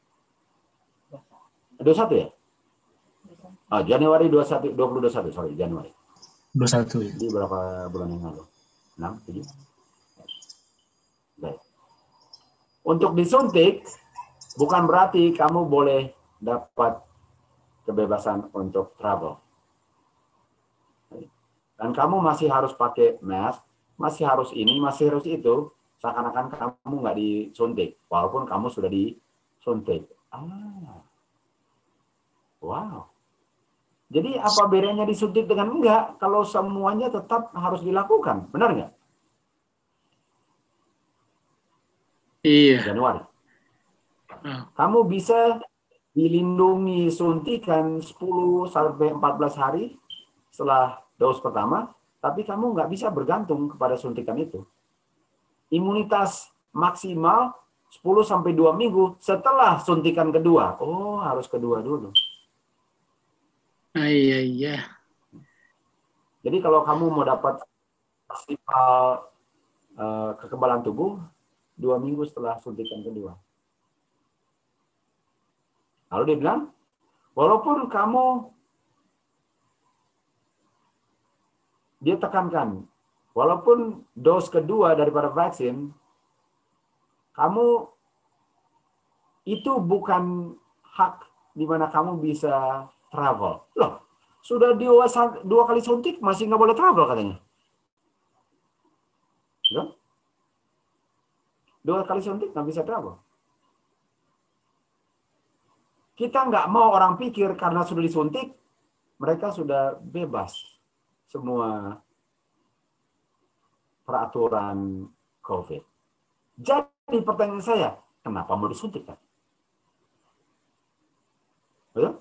21 ya? Oh, Januari 2021, sorry, Januari. 21 ya. Jadi berapa bulan yang lalu? 6, 7? Baik. Untuk disuntik, bukan berarti kamu boleh dapat kebebasan untuk travel. Dan kamu masih harus pakai mask, masih harus ini, masih harus itu, seakan-akan kamu nggak disuntik, walaupun kamu sudah disuntik. Wow. Jadi apa bedanya disuntik dengan enggak, kalau semuanya tetap harus dilakukan, benar nggak? Iya. Januari. Kamu bisa dilindungi suntikan 10 sampai 14 hari setelah dos pertama, tapi kamu nggak bisa bergantung kepada suntikan itu. Imunitas maksimal 10 sampai 2 minggu setelah suntikan kedua. Oh, harus kedua dulu. Iya. Jadi kalau kamu mau dapat maksimal kekebalan tubuh 2 minggu setelah suntikan kedua. Lalu dia bilang, walaupun kamu, dia tekankan, walaupun dos kedua daripada vaksin, kamu itu bukan hak di mana kamu bisa travel. Loh, sudah 2 kali suntik masih nggak boleh travel katanya. Ya? 2 kali suntik nggak bisa travel. Kita nggak mau orang pikir karena sudah disuntik, mereka sudah bebas semua peraturan COVID. Jadi pertanyaan saya, kenapa mau disuntik kan? Betul?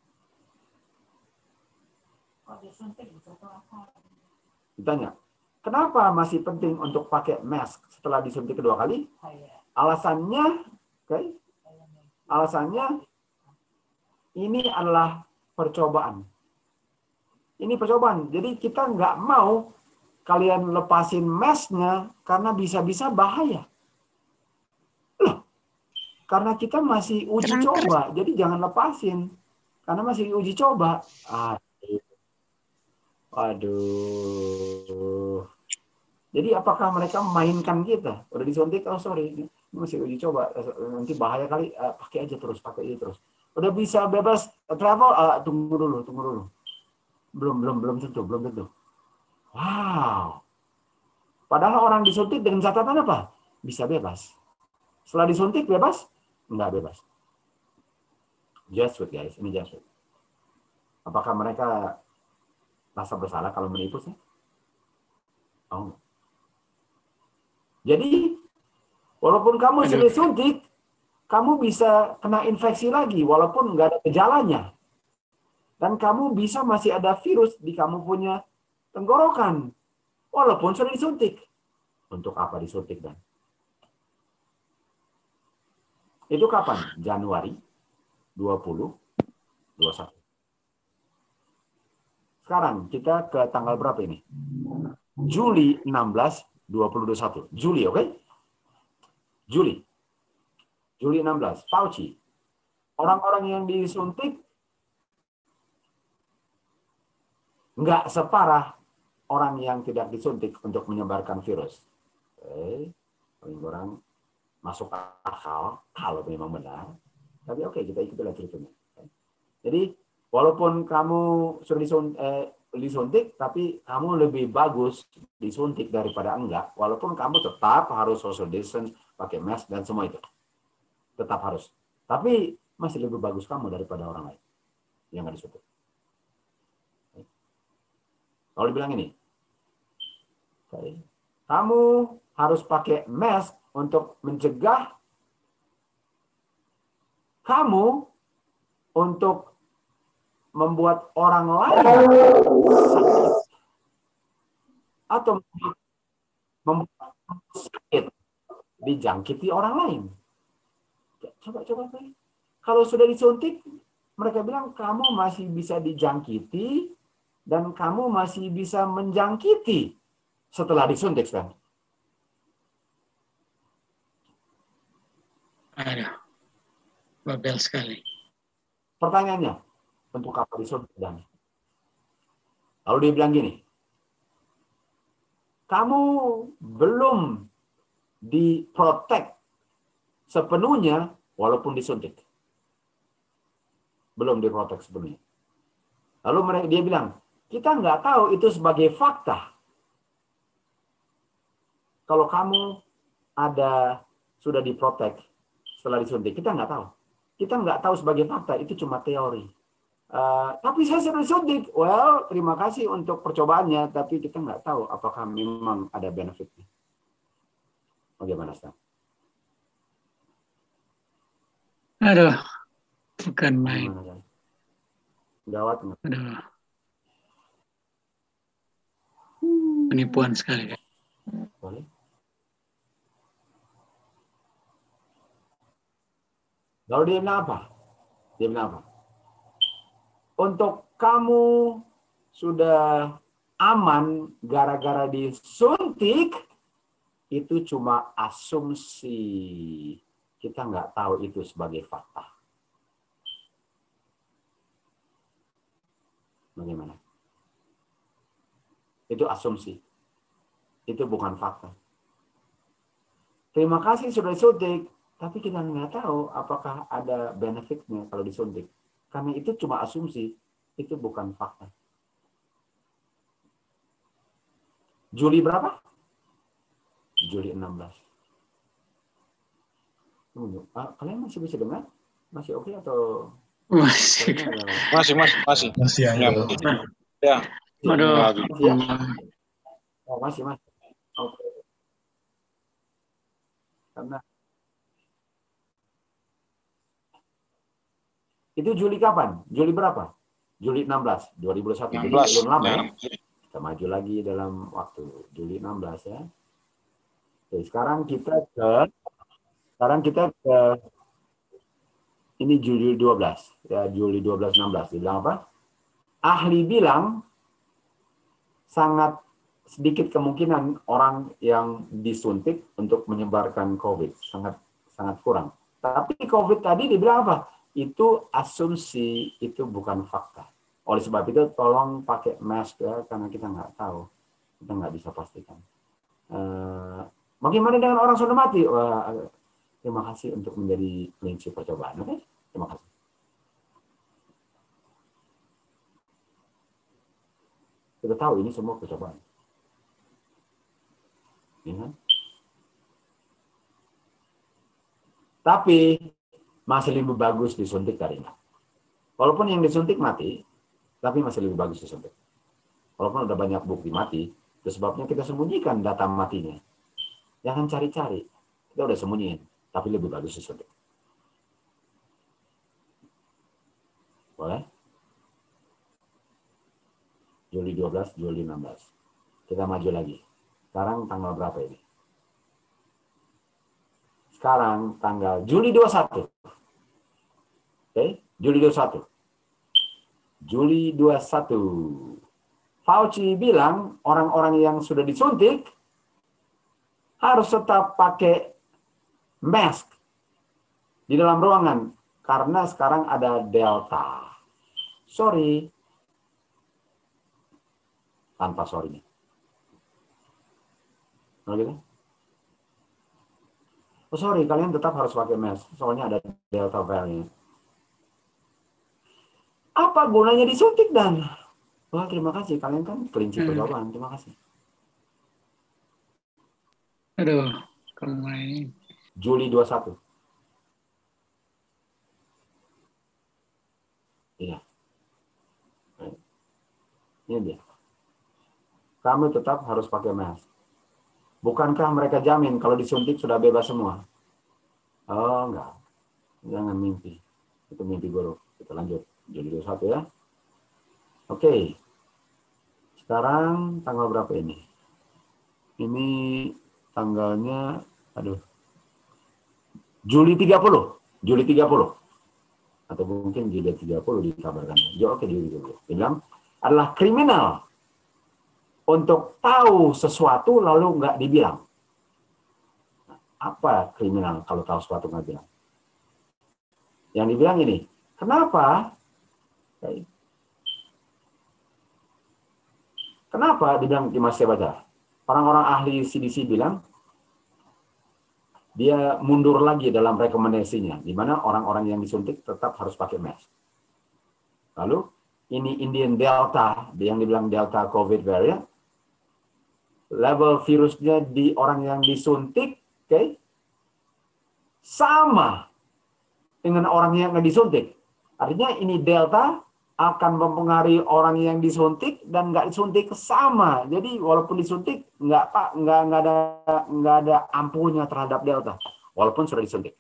Ditanya, kenapa masih penting untuk pakai mask setelah disuntik kedua kali? Alasannya, alasannya ini adalah percobaan. Ini percobaan. Jadi kita nggak mau kalian lepasin masknya karena bisa-bisa bahaya. Loh, karena kita masih uji coba, jadi jangan lepasin. Karena masih uji coba. Aduh. Jadi apakah mereka mainkan kita? Udah disuntik, oh sorry, ini masih uji coba. Nanti bahaya kali, pakai aja terus, pakai aja terus. Udah bisa bebas travel, tunggu dulu. Belum tentu. Wow. Padahal orang disuntik dengan catatan apa? Bisa bebas. Setelah disuntik bebas? Enggak bebas. Jesuit guys, ini Jesuit. Apakah mereka rasa bersalah kalau menipu sih? Oh. Jadi, walaupun kamu sudah disuntik, kamu bisa kena infeksi lagi walaupun nggak ada gejalanya. Dan kamu bisa masih ada virus di kamu punya tenggorokan. Walaupun sudah disuntik. Untuk apa disuntik dan? Itu kapan? Januari 2021. Sekarang kita ke tanggal berapa ini? Juli 16, 2021. Juli, oke? Juli 16, Fauci. Orang-orang yang disuntik nggak separah orang yang tidak disuntik untuk menyebarkan virus. Paling kurang masuk akal kalau memang benar. Tapi oke, kita ikutilah ceritanya. Jadi, walaupun kamu sudah disuntik, tapi kamu lebih bagus disuntik daripada enggak. Walaupun kamu tetap harus social distance, pakai mask, dan semua itu. Tetap harus. Tapi masih lebih bagus kamu daripada orang lain yang nggak disuntik. Kalau dibilang ini, kamu harus pakai mask untuk mencegah kamu untuk membuat orang lain sakit atau membuat sakit dijangkiti orang lain. Coba. Kalau sudah disuntik, mereka bilang kamu masih bisa dijangkiti dan kamu masih bisa menjangkiti setelah disuntik, kan? Aduh, babel sekali. Pertanyaannya, untuk apa disuntik dan? Lalu dia bilang gini, kamu belum diprotek sepenuhnya walaupun disuntik. Belum diprotek sepenuhnya. Lalu dia bilang, kita nggak tahu itu sebagai fakta. Kalau kamu sudah diprotek setelah disuntik, kita nggak tahu. Kita nggak tahu sebagai fakta, itu cuma teori. Tapi saya sudah disuntik. Well, terima kasih untuk percobaannya, tapi kita nggak tahu apakah memang ada benefitnya. Bagaimana, Stan? Aduh, bukan main. Gawat. Aduh. Penipuan sekali. Boleh. Lalu dia bilang apa? Untuk kamu sudah aman gara-gara disuntik, itu cuma asumsi. Kita nggak tahu itu sebagai fakta. Bagaimana? Itu asumsi. Itu bukan fakta. Terima kasih sudah disuntik, tapi kita nggak tahu apakah ada benefitnya kalau disuntik. Karena itu cuma asumsi, itu bukan fakta. Juli berapa? Juli 16. Kalian masih bisa dengar? Masih oke atau? Masih. Masih. Ya. Aduh. Ya? Oh, masih. Oke. Karena itu Juli kapan? Juli berapa? Juli 16, 2021. Jadi belum lama ya. Kita maju lagi dalam waktu Juli 16 ya. Oke, sekarang kita ke ini Juli 12 ya, Juli 12 16 dibilang apa? Ahli bilang sangat sedikit kemungkinan orang yang disuntik untuk menyebarkan COVID, sangat kurang. Tapi COVID tadi dibilang apa? Itu asumsi, itu bukan fakta. Oleh sebab itu tolong pakai mask ya, karena kita nggak tahu, kita nggak bisa pastikan. Bagaimana dengan orang sudah mati? Terima kasih untuk menjadi kelinci percobaan. Oke? Terima kasih. Kita tahu ini semua percobaan. Ya. Tapi masih lebih bagus disuntik dari ini. Walaupun yang disuntik mati, tapi masih lebih bagus disuntik. Walaupun udah banyak bukti mati, itu sebabnya kita sembunyikan data matinya. Jangan cari-cari. Kita udah sembunyiin, tapi lebih bagus disuntik. Boleh? Juli 12, Juli 16. Kita maju lagi. Sekarang tanggal berapa ini? Sekarang tanggal Juli 21. Oke, Juli 21. Juli 21. Fauci bilang orang-orang yang sudah disuntik harus tetap pakai mask di dalam ruangan karena sekarang ada Delta. Sorry. Tanpa sorry. Gitu? Oh, sorry, kalian tetap harus pakai mask soalnya ada Delta variant. Apa gunanya disuntik dan? Wah, terima kasih. Kalian kan kelinci percobaan. Terima kasih. Aduh, kemarin. Juli 21. Iya. Ini dia. Kami tetap harus pakai mask. Bukankah mereka jamin kalau disuntik sudah bebas semua? Oh, enggak. Jangan mimpi. Itu mimpi buruk. Kita lanjut. Juli 21 ya. Oke. Sekarang tanggal berapa ini? Ini tanggalnya, Juli 30. Juli 30. Atau mungkin Juli 30 dikabarkan. Oke, Juli 30. Bilang adalah kriminal untuk tahu sesuatu lalu nggak dibilang. Apa kriminal kalau tahu sesuatu nggak bilang? Yang dibilang ini, kenapa? Kenapa dibilang di Mas saya baca? Orang-orang ahli CDC bilang dia mundur lagi dalam rekomendasinya, di mana orang-orang yang disuntik tetap harus pakai mask. Lalu ini Indian Delta, yang dibilang Delta COVID variant, level virusnya di orang yang disuntik, sama dengan orang yang nggak disuntik. Artinya ini Delta akan mempengaruhi orang yang disuntik dan nggak disuntik sama. Jadi walaupun disuntik nggak ada ampuhnya terhadap Delta, walaupun sudah disuntik.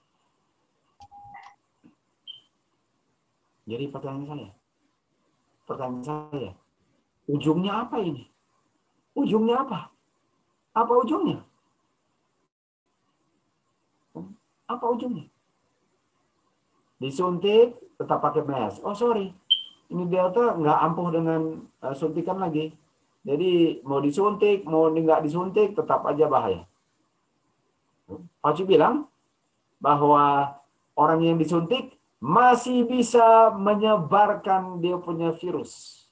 Jadi pertanyaan saya, ujungnya apa ini? Ujungnya apa? Apa ujungnya? Apa ujungnya? Disuntik tetap pakai mask. Oh sorry, ini Delta nggak ampuh dengan suntikan lagi. Jadi mau disuntik, mau nggak disuntik, tetap aja bahaya. Fauci bilang bahwa orang yang disuntik masih bisa menyebarkan dia punya virus.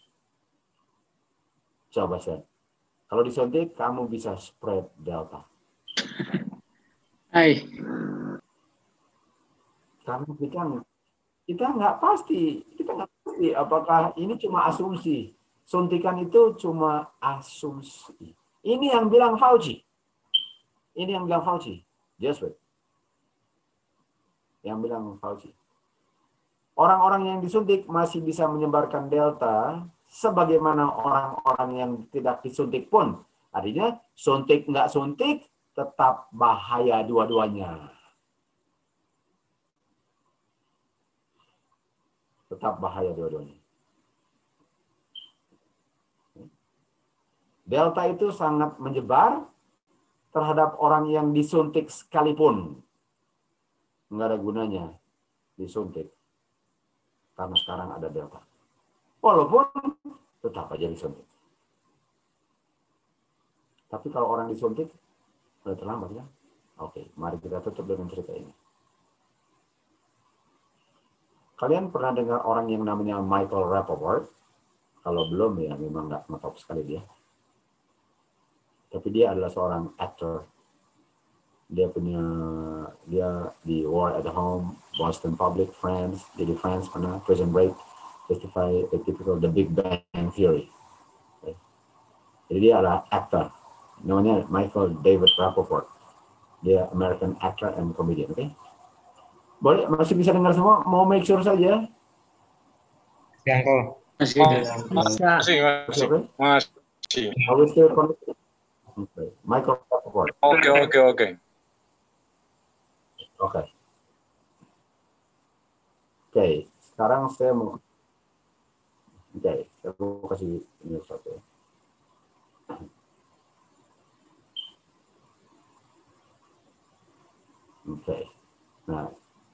Coba saya, kalau disuntik kamu bisa spread Delta. Hai. Karena kita kita nggak pasti apakah ini cuma asumsi. Suntikan itu cuma asumsi. Ini yang bilang Fauci. Just wait. Yang bilang Fauci. Orang-orang yang disuntik masih bisa menyebarkan Delta sebagaimana orang-orang yang tidak disuntik pun. Artinya suntik nggak suntik tetap bahaya dua-duanya. Tetap bahaya dua-duanya. Delta itu sangat menyebar terhadap orang yang disuntik sekalipun. Nggak ada gunanya disuntik. Karena sekarang ada Delta. Walaupun tetap aja disuntik. Tapi kalau orang disuntik, sudah terlambat ya? Oke, mari kita tutup dengan cerita ini. Kalian pernah dengar orang yang namanya Michael Rapaport? Kalau belum ya memang nggak ngetop sekali dia. Tapi dia adalah seorang aktor. Dia di War at Home, Boston Public, Friends, jadi Friends pernah, Prison Break, Testify, the typical The Big Bang Theory. Okay. Jadi dia adalah aktor. Namanya Michael David Rapaport. Dia American actor and comedian. Oke. Okay? Boleh, masih bisa dengar semua? Mau make sure saja. Masih. Always still connected. Okay. Michael Rapaport. Oke. Oke, sekarang saya mau kasih ini satu. Oke. Nah,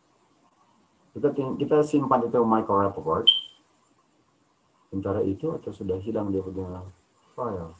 kita simpan itu Michael Rapaport. Sementara itu atau sudah hilang dia punya file.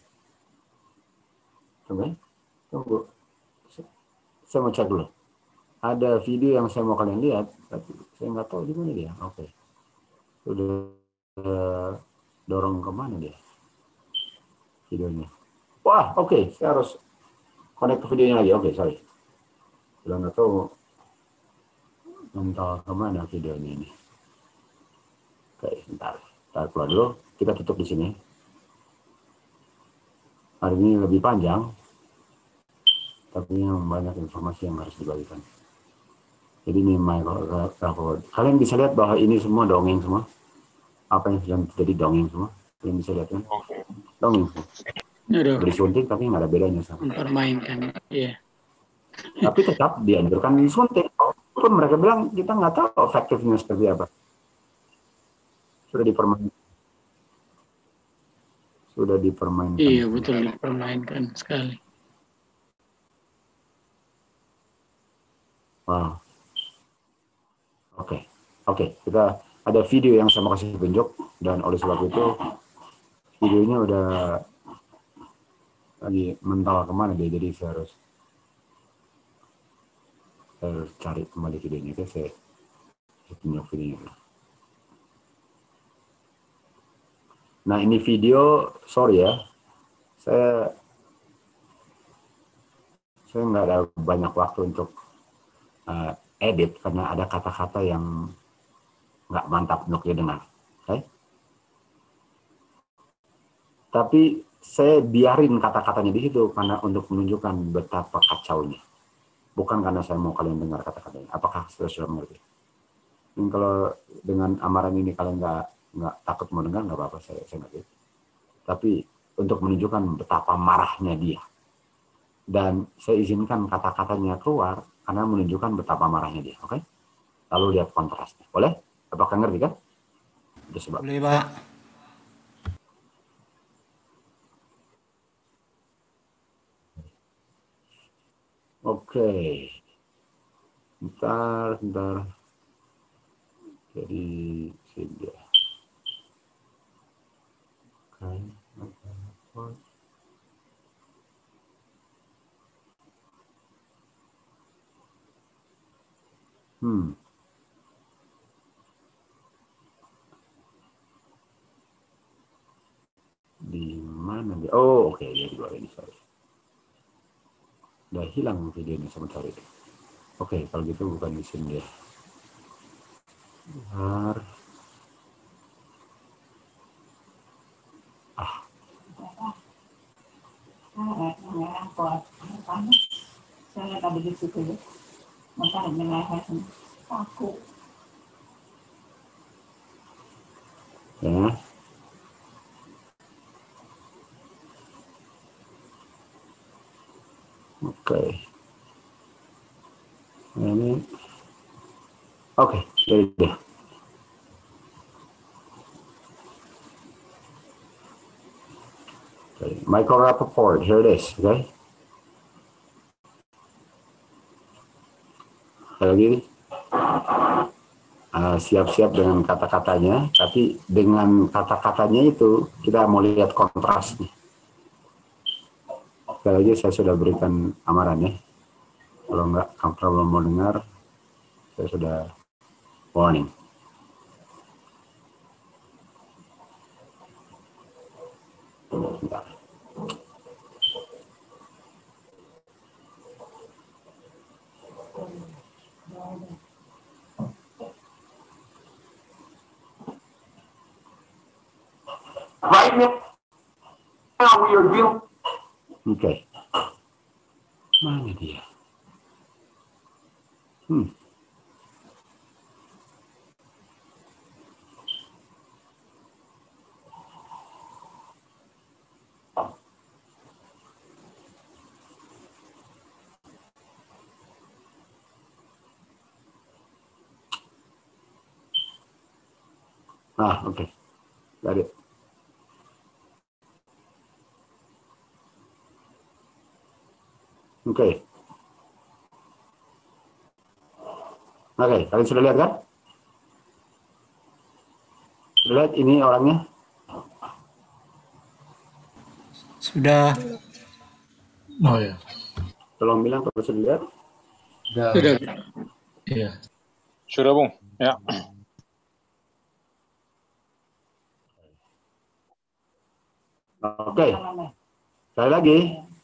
Tunggu. Saya mau cek dulu. Ada video yang saya mau kalian lihat, tapi saya nggak tahu di mana dia. Oke. Sudah dorong kemana dia videonya? Wah, oke. Saya harus connect ke videonya lagi. Oke, sorry. Sudah nggak tahu mental kemana videonya ini. Oke, bentar. Kita keluar dulu. Kita tutup di sini. Hari ini lebih panjang. Tapi yang banyak informasi yang harus dibagikan. Jadi ini Michael Rapaport. Kalian bisa lihat bahwa ini semua dongeng semua. Apa yang sedang terjadi dongeng semua. Kalian bisa lihat kan? Dongeng semua. Disuntik tapi nggak ada bedanya sama. Mempermainkan, iya. Tapi tetap dianjurkan disuntik. Walaupun mereka bilang kita nggak tahu efektifnya seperti apa. Sudah dipermainkan. Iya, betul, dipermainkan sekali. Wow. Oke. Kita ada video yang saya mau kasih tunjuk dan oleh sebab itu videonya udah lagi mental kemana dia, jadi saya harus cari kembali videonya. Oke, saya tunjuk videonya. Nah ini video, sorry ya, saya nggak ada banyak waktu untuk edit karena ada kata-kata yang nggak mantap untuk didengar. Okay? Tapi saya biarin kata-katanya di situ karena untuk menunjukkan betapa kacaunya. Bukan karena saya mau kalian dengar kata-katanya. Apakah sudah mengerti? Dan kalau dengan amaran ini kalian nggak takut mau dengar, nggak apa-apa, saya ngerti. Tapi untuk menunjukkan betapa marahnya dia. Dan saya izinkan kata-katanya keluar karena menunjukkan betapa marahnya dia. Oke? Lalu lihat kontrasnya. Boleh? Apakah ngerti kan? Boleh, Pak. Oke. Bentar. Jadi sini dia. Di mana dia? Oh, oke, dia di luar ini, sorry. Udah hilang videonya sementara itu. Oke, kalau gitu bukan di sini ya. Bentar. Saya tadi di situ ya. Maka menahan aku. Ya. Oke. Ini. Oke, jadi deh. Okay. Michael Rappaport, here it is, okay? Lagi siap-siap dengan kata-katanya, tapi dengan kata-katanya itu kita mau lihat kontrasnya. Sekali lagi saya sudah berikan amaran ya. Kalau nggak comfortable mau dengar, saya sudah warning. Bentar. Right now we are dealing. Oke. Mana dia? Oke. Got it. Oke. Oke, kalian sudah lihat kan? Sudah lihat ini orangnya? Sudah. Oh ya. Tolong bilang kalau sudah lihat. Sudah. Iya. Sudah, Bung. Ya. Oke. Sekali lagi.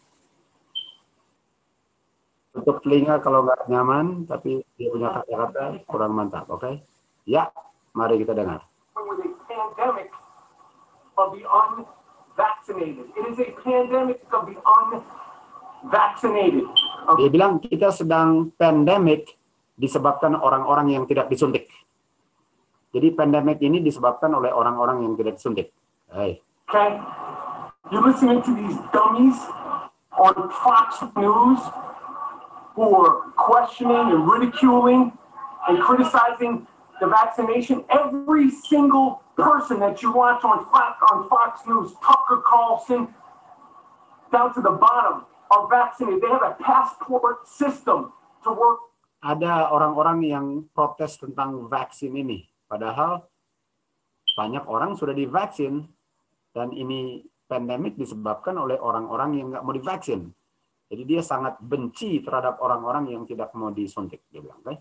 Tutup telinga kalau nggak nyaman, tapi dia punya kata-kata kurang mantap, oke? Ya, mari kita dengar. With a pandemic of the unvaccinated. It is a pandemic of the unvaccinated. Dia bilang kita sedang pandemic disebabkan orang-orang yang tidak disuntik. Jadi pandemic ini disebabkan oleh orang-orang yang tidak disuntik. Hey. Okay, you're listening to these dummies on Fox News who are questioning and ridiculing and criticizing the vaccination. Every single person that you watch on Fox News, Tucker Carlson, down to the bottom, are vaccinated. They have a passport system to work. Ada orang-orang yang protes tentang vaksin ini. Padahal banyak orang sudah divaksin. Dan ini pandemik disebabkan oleh orang-orang yang nggak mau divaksin. Jadi dia sangat benci terhadap orang-orang yang tidak mau disuntik. Dia bilang, okay?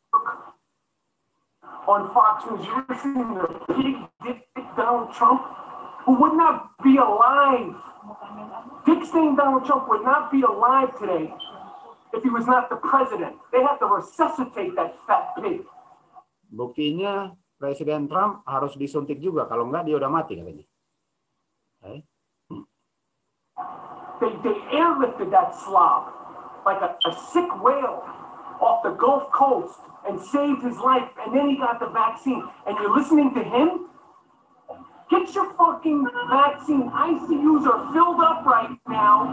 On Fox News, you're listening to big dick Donald Trump, who would not be alive. Dick-stained Donald Trump would not be alive today if he was not the president. They have to resuscitate that fat pig. Buktinya Presiden Trump harus disuntik juga. Kalau enggak dia udah mati katanya. Okay. They airlifted that slob like a sick whale off the Gulf Coast and saved his life, and then he got the vaccine. And you're listening to him? Get your fucking vaccine. ICUs are filled up right now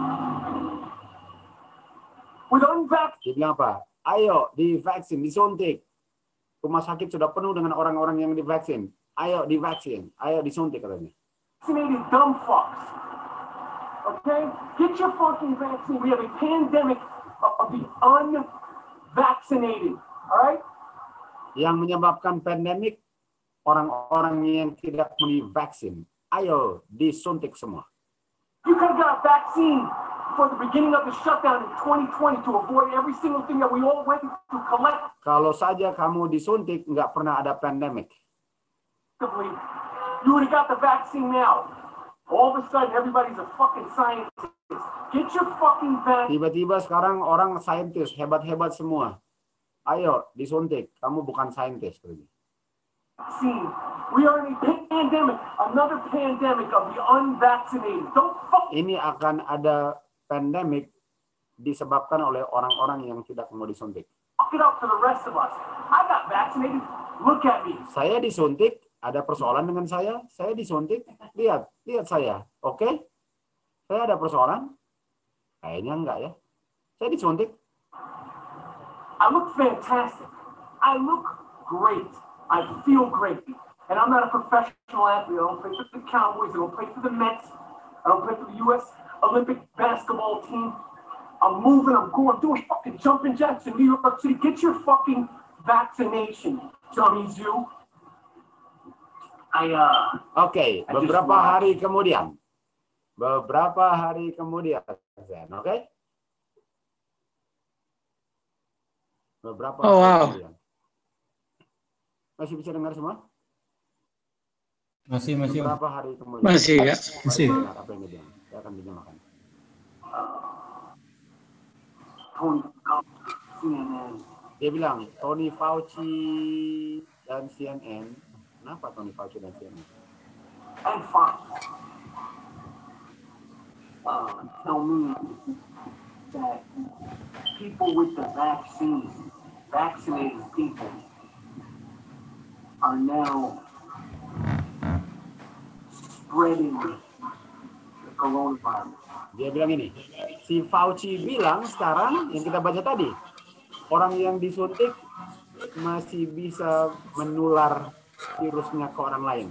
with unvaccinated. Dia bilang apa? Ayo divaksin, disuntik. Rumah sakit sudah penuh dengan orang-orang yang divaksin. Ayo divaksin, ayo disuntik katanya. Vaccinated dumb fucks. Okay? Get your fucking vaccine. We have a pandemic of the unvaccinated. All right? Yang menyebabkan pandemik orang-orang yang tidak divaksin. Ayo disuntik semua. You could have got a vaccine for the beginning of the shutdown in 2020 to avoid every single thing that we all went to collect. Kalau saja kamu disuntik, nggak pernah ada pandemik. You would have got the vaccine now. All of a sudden, everybody's a fucking scientist. Get your fucking vaccine. Tiba-tiba sekarang orang saintis, hebat-hebat semua. Ayo disuntik, kamu bukan saintis. vaccine. We are in a pandemic, another pandemic of the unvaccinated. Don't fuck. Ini akan ada pandemik disebabkan oleh orang-orang yang tidak mau disuntik. Fuck it up for the rest of us. I got vaccinated. Look at me. Saya disuntik, ada persoalan dengan saya disuntik, lihat saya, oke? Saya ada persoalan? Kayaknya enggak ya. Saya disuntik. I look fantastic. I look great. I feel great. And I'm not a professional athlete. I don't play for the Cowboys. I don't play for the Mets. I don't play for the U.S. Olympic basketball team. I'm moving, I'm going, I'm doing fucking jumping jacks in New York City. Get your fucking vaccination, dummies, you. Oke, beberapa hari kemudian, Zen, oke? Beberapa hari kemudian. Masih bisa dengar semua? Masih. Beberapa hari kemudian. Masih ya. Masih. Apa yang dia bilang? Saya akan dinyamakan. Dia bilang Tony Fauci dan CNN. Kenapa Tony Fauci dan CNN? And Fox tell me that people with the vaccine, vaccinated people, are now spreading the coronavirus. Dia bilang ini, si Fauci bilang sekarang yang kita baca tadi, orang yang disuntik masih bisa menular virusnya ke orang lain.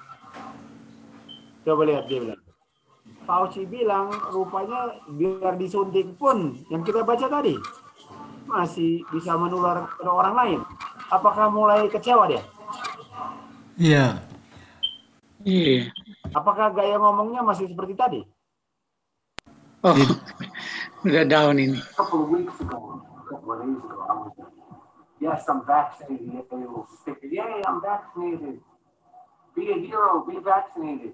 Coba lihat dia bilang. Fauci bilang rupanya biar disuntik pun yang kita baca tadi masih bisa menular ke orang lain. Apakah mulai kecewa dia? Iya. Iya. Apakah gaya ngomongnya masih seperti tadi? Oh, udah down ini. A couple of days ago, I was like, yes, I'm vaccinated. Yeah, a little sticker. Yay, I'm vaccinated. Be a hero. Be vaccinated.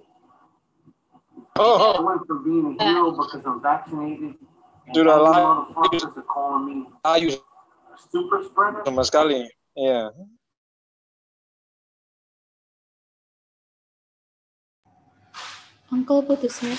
I went from being a hero because I'm vaccinated. Sudah lah. Motherfuckers are calling me Ayu a super spreader. sama sekali. Iya. Uncle putus ya.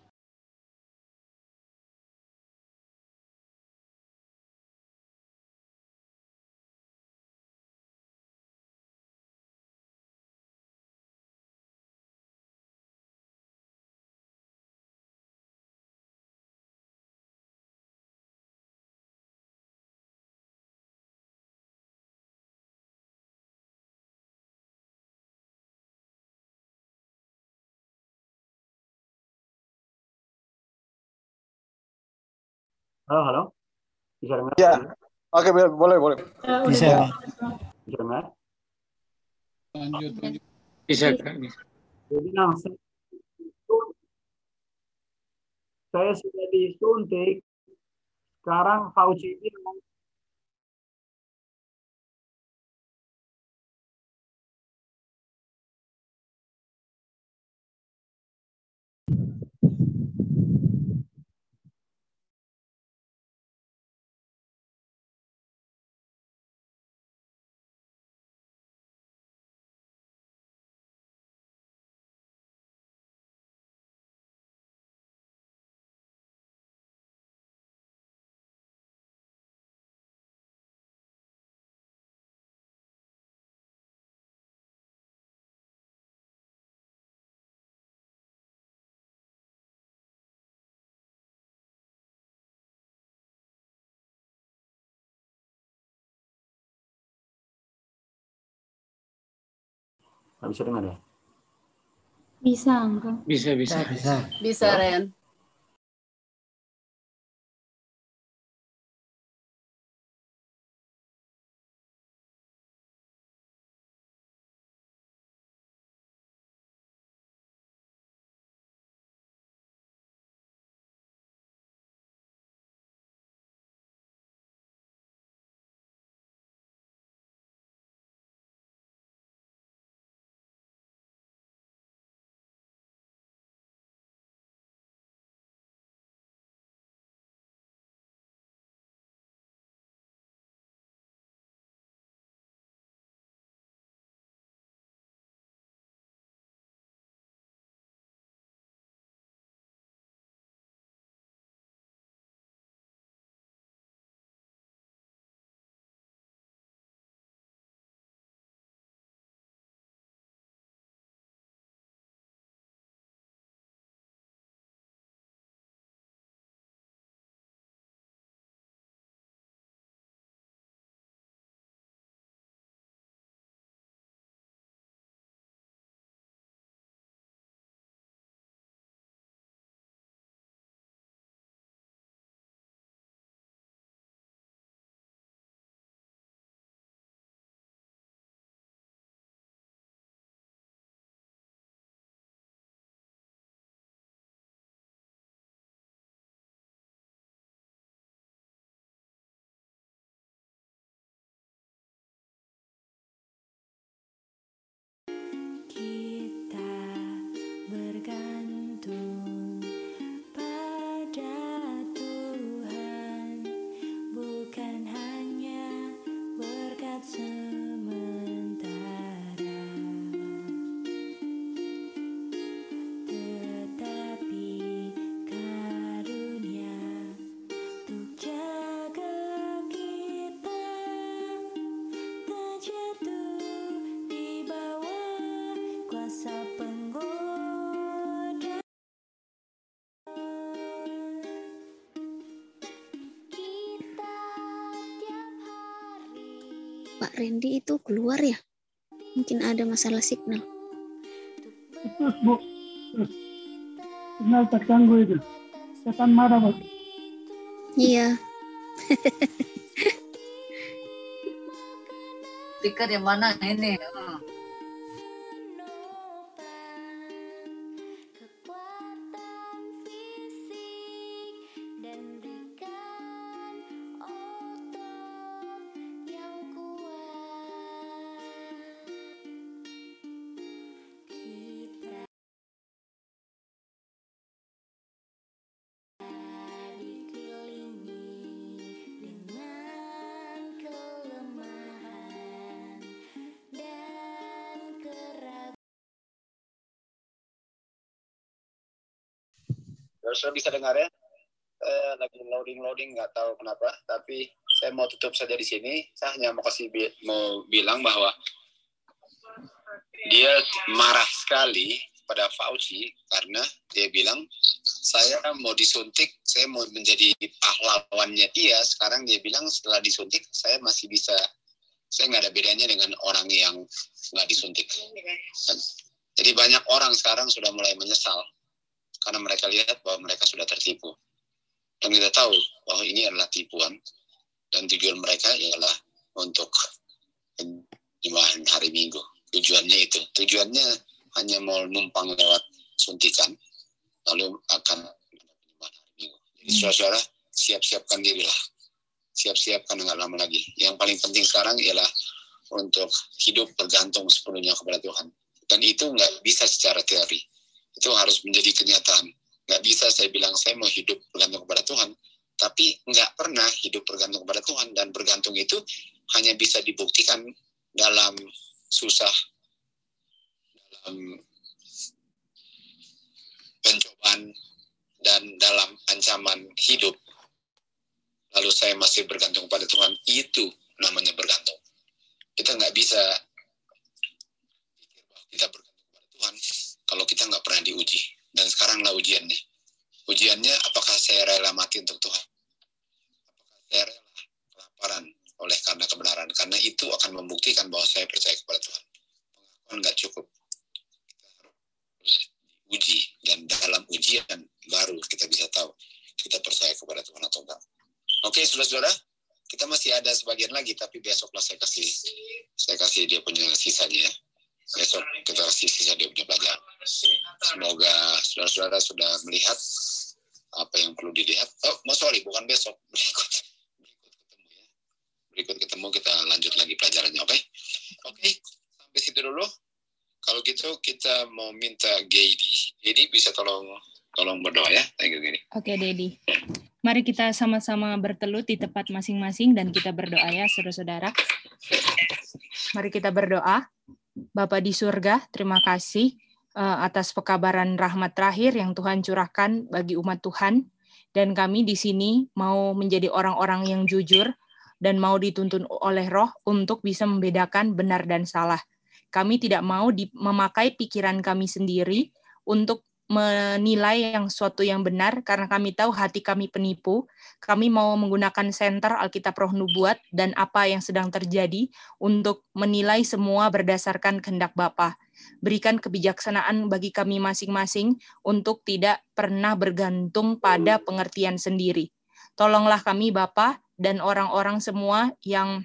Halo. Bisa dengar? Ya. Oke, boleh. Bisa. Bisa dengar? Lanjut. Bisa Kak. Dia bilang, saya sudah disuntik. Sekarang Fauci bilang nggak bisa dengar ya? Bisa, Uncle. Bisa. Ren. Pak Randy itu keluar ya? Mungkin ada masalah signal. Terus Bu, terus signal terganggu itu. Setan marah Bu. Iya. Speaker yang mana ini? Sudah bisa dengar ya? Lagi loading nggak tahu kenapa, tapi saya mau tutup saja di sini. Saya hanya mau bilang bahwa dia marah sekali pada Fauci karena dia bilang saya mau disuntik, saya mau menjadi pahlawannya dia. Sekarang dia bilang setelah disuntik saya masih bisa, saya nggak ada bedanya dengan orang yang nggak disuntik. Jadi banyak orang sekarang sudah mulai menyesal karena mereka lihat bahwa mereka sudah tertipu. Dan kita tahu bahwa ini adalah tipuan dan tujuan mereka ialah untuk penyembahan hari Minggu. Tujuannya itu. Tujuannya hanya mau numpang lewat suntikan lalu akan penyembahan hari Minggu. Jadi saudara-saudara, siap-siapkan dirilah. Siap-siapkan nggak lama lagi. Yang paling penting sekarang ialah untuk hidup bergantung sepenuhnya kepada Tuhan. Dan itu nggak bisa secara teori. Itu harus menjadi kenyataan. Nggak bisa saya bilang saya mau hidup bergantung kepada Tuhan, tapi nggak pernah hidup bergantung kepada Tuhan. Dan bergantung itu hanya bisa dibuktikan dalam susah, dalam pencobaan, dan dalam ancaman hidup. Lalu saya masih bergantung kepada Tuhan, itu namanya bergantung. Kita nggak bisa pikir bahwa kita bergantung kepada Tuhan kalau kita nggak pernah diuji. Dan sekaranglah ujiannya. Ujiannya, apakah saya rela mati untuk Tuhan? Apakah saya rela kelaparan oleh karena kebenaran? Karena itu akan membuktikan bahwa saya percaya kepada Tuhan. Pengakuan nggak cukup. Kita harus diuji. Dan dalam ujian baru kita bisa tahu kita percaya kepada Tuhan atau enggak. Oke, saudara-saudara, kita masih ada sebagian lagi, tapi besoklah saya kasih dia punya sisanya ya. Besok kita kasih sisa dia punya pelajaran. Semoga saudara-saudara sudah melihat apa yang perlu dilihat. Bukan besok, berikut ketemu kita lanjut lagi pelajarannya. Oke, sampai situ dulu. Kalau gitu kita mau minta Dedi bisa tolong berdoa ya. Thank you, Dedi. Oke, Dedi. Mari kita sama-sama bertelut di tempat masing-masing dan kita berdoa ya, saudara-saudara. Mari kita berdoa. Bapa di surga, terima kasih atas pekabaran rahmat terakhir yang Tuhan curahkan bagi umat Tuhan. Dan kami di sini mau menjadi orang-orang yang jujur dan mau dituntun oleh Roh untuk bisa membedakan benar dan salah. Kami tidak mau memakai pikiran kami sendiri untuk menilai yang suatu yang benar, karena kami tahu hati kami penipu. Kami mau menggunakan senter Alkitab Roh Nubuat dan apa yang sedang terjadi untuk menilai semua berdasarkan kehendak Bapa. Berikan kebijaksanaan bagi kami masing-masing untuk tidak pernah bergantung pada pengertian sendiri. Tolonglah kami Bapa dan orang-orang semua yang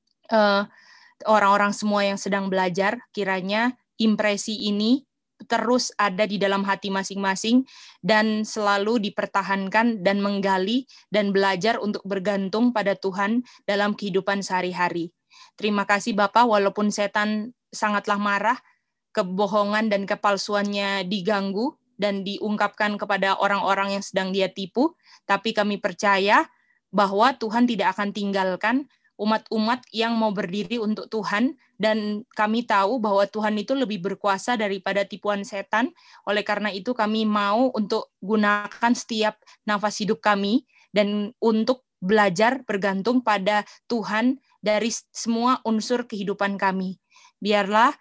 sedang belajar, kiranya impresi ini terus ada di dalam hati masing-masing dan selalu dipertahankan dan menggali dan belajar untuk bergantung pada Tuhan dalam kehidupan sehari-hari. Terima kasih Bapak, walaupun setan sangatlah marah, kebohongan dan kepalsuannya diganggu dan diungkapkan kepada orang-orang yang sedang dia tipu, tapi kami percaya bahwa Tuhan tidak akan tinggalkan umat-umat yang mau berdiri untuk Tuhan, dan kami tahu bahwa Tuhan itu lebih berkuasa daripada tipuan setan. Oleh karena itu kami mau untuk gunakan setiap nafas hidup kami dan untuk belajar bergantung pada Tuhan dari semua unsur kehidupan kami. Biarlah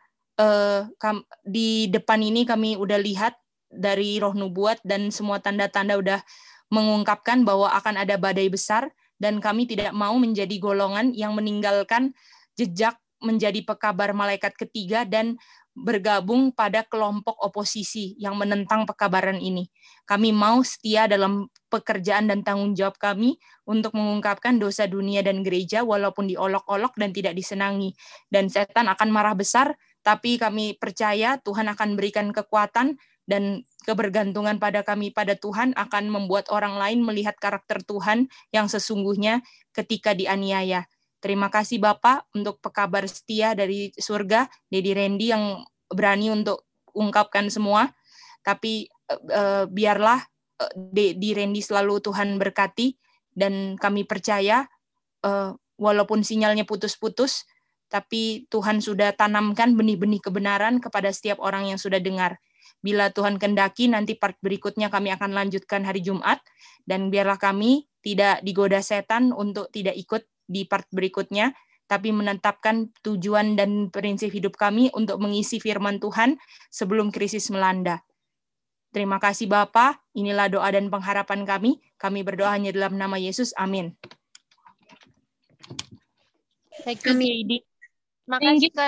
di depan ini kami udah lihat dari Roh Nubuat dan semua tanda-tanda udah mengungkapkan bahwa akan ada badai besar, dan kami tidak mau menjadi golongan yang meninggalkan jejak menjadi pekabar malaikat ketiga dan bergabung pada kelompok oposisi yang menentang pekabaran ini. Kami mau setia dalam pekerjaan dan tanggung jawab kami untuk mengungkapkan dosa dunia dan gereja walaupun diolok-olok dan tidak disenangi. Dan setan akan marah besar, tapi kami percaya Tuhan akan berikan kekuatan dan kebergantungan pada kami pada Tuhan akan membuat orang lain melihat karakter Tuhan yang sesungguhnya ketika dianiaya. Terima kasih Bapak untuk pekabar setia dari surga, Dedi Randy yang berani untuk ungkapkan semua. Tapi biarlah Dedi Randy selalu Tuhan berkati, dan kami percaya walaupun sinyalnya putus-putus, tapi Tuhan sudah tanamkan benih-benih kebenaran kepada setiap orang yang sudah dengar. Bila Tuhan kehendaki, nanti part berikutnya kami akan lanjutkan hari Jumat, dan biarlah kami tidak digoda setan untuk tidak ikut di part berikutnya, tapi menetapkan tujuan dan prinsip hidup kami untuk mengisi firman Tuhan sebelum krisis melanda. Terima kasih Bapa, inilah doa dan pengharapan kami. Kami berdoa hanya dalam nama Yesus, amin. Makasih.